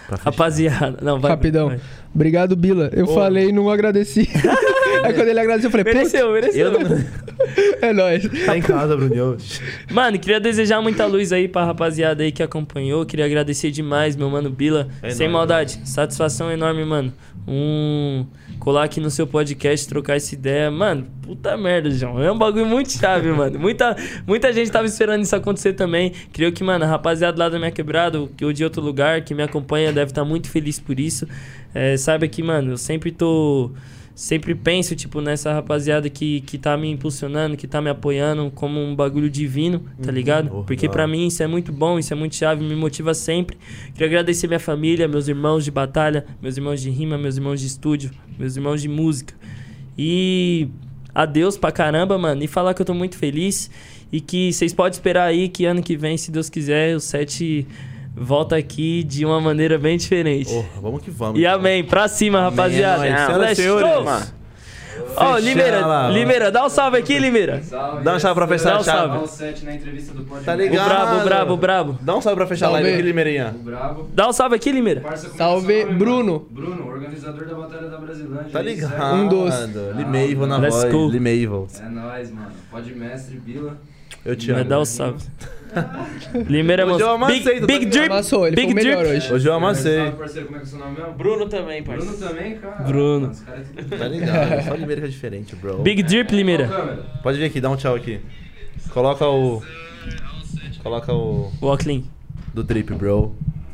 Speaker 1: Pra fechar.
Speaker 2: Rapaziada, não, vai.
Speaker 4: Rapidão.
Speaker 2: vai.
Speaker 4: Obrigado, Bila. Eu
Speaker 1: Ô.
Speaker 4: falei e não agradeci. Aí quando ele agradeceu, eu falei, putz,
Speaker 2: Mereceu, mereceu.
Speaker 1: Eu não...
Speaker 4: é nóis.
Speaker 1: Tá em casa, Bruno.
Speaker 2: Mano, queria desejar muita luz aí pra rapaziada aí que acompanhou. Queria agradecer demais, meu mano Bila.
Speaker 1: É
Speaker 2: Sem
Speaker 1: nóis,
Speaker 2: maldade. Satisfação enorme, mano. Um... Colar aqui no seu podcast, trocar essa ideia. Mano, puta merda, João. É um bagulho muito chave, mano. Muita, muita gente tava esperando isso acontecer também. Creio que, mano, a rapaziada lá da minha quebrada, ou de outro lugar, que me acompanha, deve estar muito feliz por isso. É, saiba que, mano, eu sempre tô... Sempre penso, tipo, nessa rapaziada que, que tá me impulsionando, que tá me apoiando como um bagulho divino, tá ligado?
Speaker 1: Oh,
Speaker 2: Porque
Speaker 1: da
Speaker 2: pra
Speaker 1: hora.
Speaker 2: mim isso é muito bom, isso é muito chave, me motiva sempre. Queria agradecer minha família, meus irmãos de batalha, meus irmãos de rima, meus irmãos de estúdio, meus irmãos de música. E adeus pra caramba, mano. E falar que eu tô muito feliz e que vocês podem esperar aí que ano que vem, se Deus quiser, o Sete volta aqui de uma maneira bem diferente.
Speaker 1: Porra, vamos que vamos.
Speaker 2: E amém. Pra cima, rapaziada.
Speaker 1: é nóis. Senhoras e
Speaker 2: Let's
Speaker 1: senhores.
Speaker 2: go. Ó,
Speaker 1: Fechar
Speaker 2: Limeira,
Speaker 1: lá.
Speaker 2: Limeira, dá um salve aqui, Limeira.
Speaker 3: Salve.
Speaker 1: Dá um salve pra fechar
Speaker 2: Dá um
Speaker 1: a chave.
Speaker 2: salve.
Speaker 3: Dá um set na entrevista do podcast.
Speaker 1: Tá
Speaker 2: O
Speaker 1: ligado?
Speaker 2: brabo, o brabo, o brabo.
Speaker 1: Dá um salve pra fechar a
Speaker 4: Salve.
Speaker 1: live aqui, Limeirinha.
Speaker 3: O brabo.
Speaker 2: Dá um salve aqui, Limeira.
Speaker 3: Parça, como é
Speaker 4: Salve,
Speaker 3: seu nome,
Speaker 4: Bruno.
Speaker 3: mano? Bruno, organizador da Batalha da Brasilândia.
Speaker 1: Tá
Speaker 3: Aí,
Speaker 1: ligado?
Speaker 3: segue.
Speaker 4: Um dos.
Speaker 1: Limeivo na
Speaker 2: Let's
Speaker 1: voz.
Speaker 2: go.
Speaker 1: Limeivo.
Speaker 3: É nóis, mano. Pode mestre, Bila.
Speaker 1: Eu te
Speaker 2: Vai
Speaker 1: amo.
Speaker 2: dar o salve. Limeira,
Speaker 1: Hoje eu
Speaker 2: moço.
Speaker 1: amassei,
Speaker 2: Big,
Speaker 1: tu
Speaker 2: Big
Speaker 1: tá
Speaker 2: Drip.
Speaker 4: Amassou, ele
Speaker 2: Big
Speaker 4: foi o melhor
Speaker 2: Drip.
Speaker 4: hoje.
Speaker 1: Hoje eu amassei.
Speaker 3: Salve, parceiro, como é que é o seu nome mesmo?
Speaker 5: Bruno também,
Speaker 3: Bruno
Speaker 5: parceiro.
Speaker 3: também, cara.
Speaker 2: Bruno.
Speaker 3: Mano, os caras é tudo...
Speaker 1: Tá ligado? Só Limeira que é diferente, bro.
Speaker 2: Big Drip,
Speaker 3: Qual
Speaker 2: Limeira.
Speaker 3: câmera?
Speaker 1: Pode vir aqui, dá um tchau aqui. Coloca o... Coloca o...
Speaker 2: Walkling.
Speaker 1: Do drip, bro.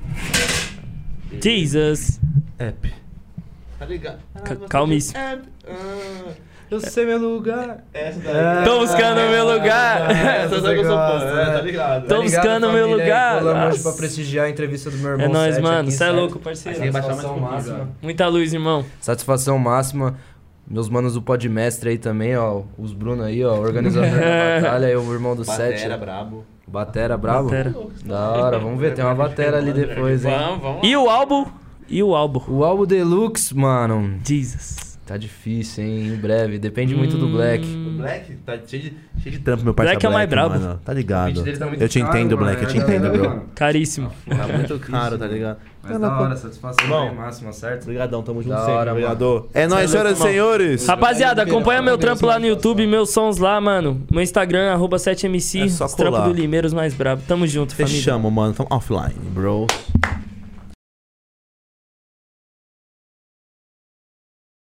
Speaker 2: Jesus.
Speaker 1: App. Tá ligado?
Speaker 2: Ca- Calmíssimo.
Speaker 1: App. Ah, eu sei meu lugar. Essa daí.
Speaker 2: Tô buscando o meu lugar.
Speaker 1: Essa sabe que eu sou fã. É, tá ligado?
Speaker 2: Tô buscando o meu lugar.
Speaker 6: Colamos hoje
Speaker 2: Nossa.
Speaker 6: pra prestigiar a entrevista do meu irmão.
Speaker 2: É nóis,
Speaker 6: Sete
Speaker 2: mano.
Speaker 6: aqui,
Speaker 2: Cê é
Speaker 6: certo?
Speaker 2: louco, parceiro.
Speaker 1: Tem que baixar mais um
Speaker 3: Satisfação
Speaker 1: pouquinho,
Speaker 3: máxima.
Speaker 2: Muita luz, irmão.
Speaker 6: Satisfação máxima. Meus manos do Podmestre aí também, ó. Os Bruno aí, ó. Organizador da batalha. Aí o irmão do Sete.
Speaker 1: Batera, brabo.
Speaker 6: Batera, bravo?
Speaker 2: Batera.
Speaker 6: Da hora, vamos ver. Tem uma batera ali depois, hein?
Speaker 5: Vamos, vamos.
Speaker 2: E o álbum? E o álbum?
Speaker 6: O álbum Deluxe, mano.
Speaker 2: Jesus.
Speaker 6: Tá difícil, hein? Em breve. Depende muito do Black.
Speaker 2: Hum.
Speaker 1: O Black tá cheio de, cheio de trampo, meu parceiro.
Speaker 2: Black é o mais brabo.
Speaker 1: Mano. Tá ligado?
Speaker 3: O beat dele tá muito
Speaker 1: Eu te
Speaker 3: caro,
Speaker 1: entendo,
Speaker 3: mano,
Speaker 1: Black. Eu te
Speaker 3: é da
Speaker 1: entendo,
Speaker 3: hora,
Speaker 1: bro.
Speaker 3: mano.
Speaker 2: Caríssimo.
Speaker 1: Tá muito caro, tá ligado?
Speaker 3: Mas da hora, satisfação
Speaker 1: Irmão.
Speaker 3: aí, máxima, certo?
Speaker 1: Obrigadão, tamo junto
Speaker 6: Da
Speaker 1: sempre,
Speaker 6: hora,
Speaker 1: vereador. É nóis,
Speaker 2: Cê é louco,
Speaker 1: senhoras e senhores.
Speaker 2: Rapaziada, acompanha meu trampo lá no YouTube, meus sons lá, mano. Meu Instagram, arroba sete M C.
Speaker 1: É só
Speaker 2: Os trampos
Speaker 1: colar.
Speaker 2: do Limeiros mais brabo. Tamo junto, família.
Speaker 1: Fechamos, mano. Tamo offline, bro.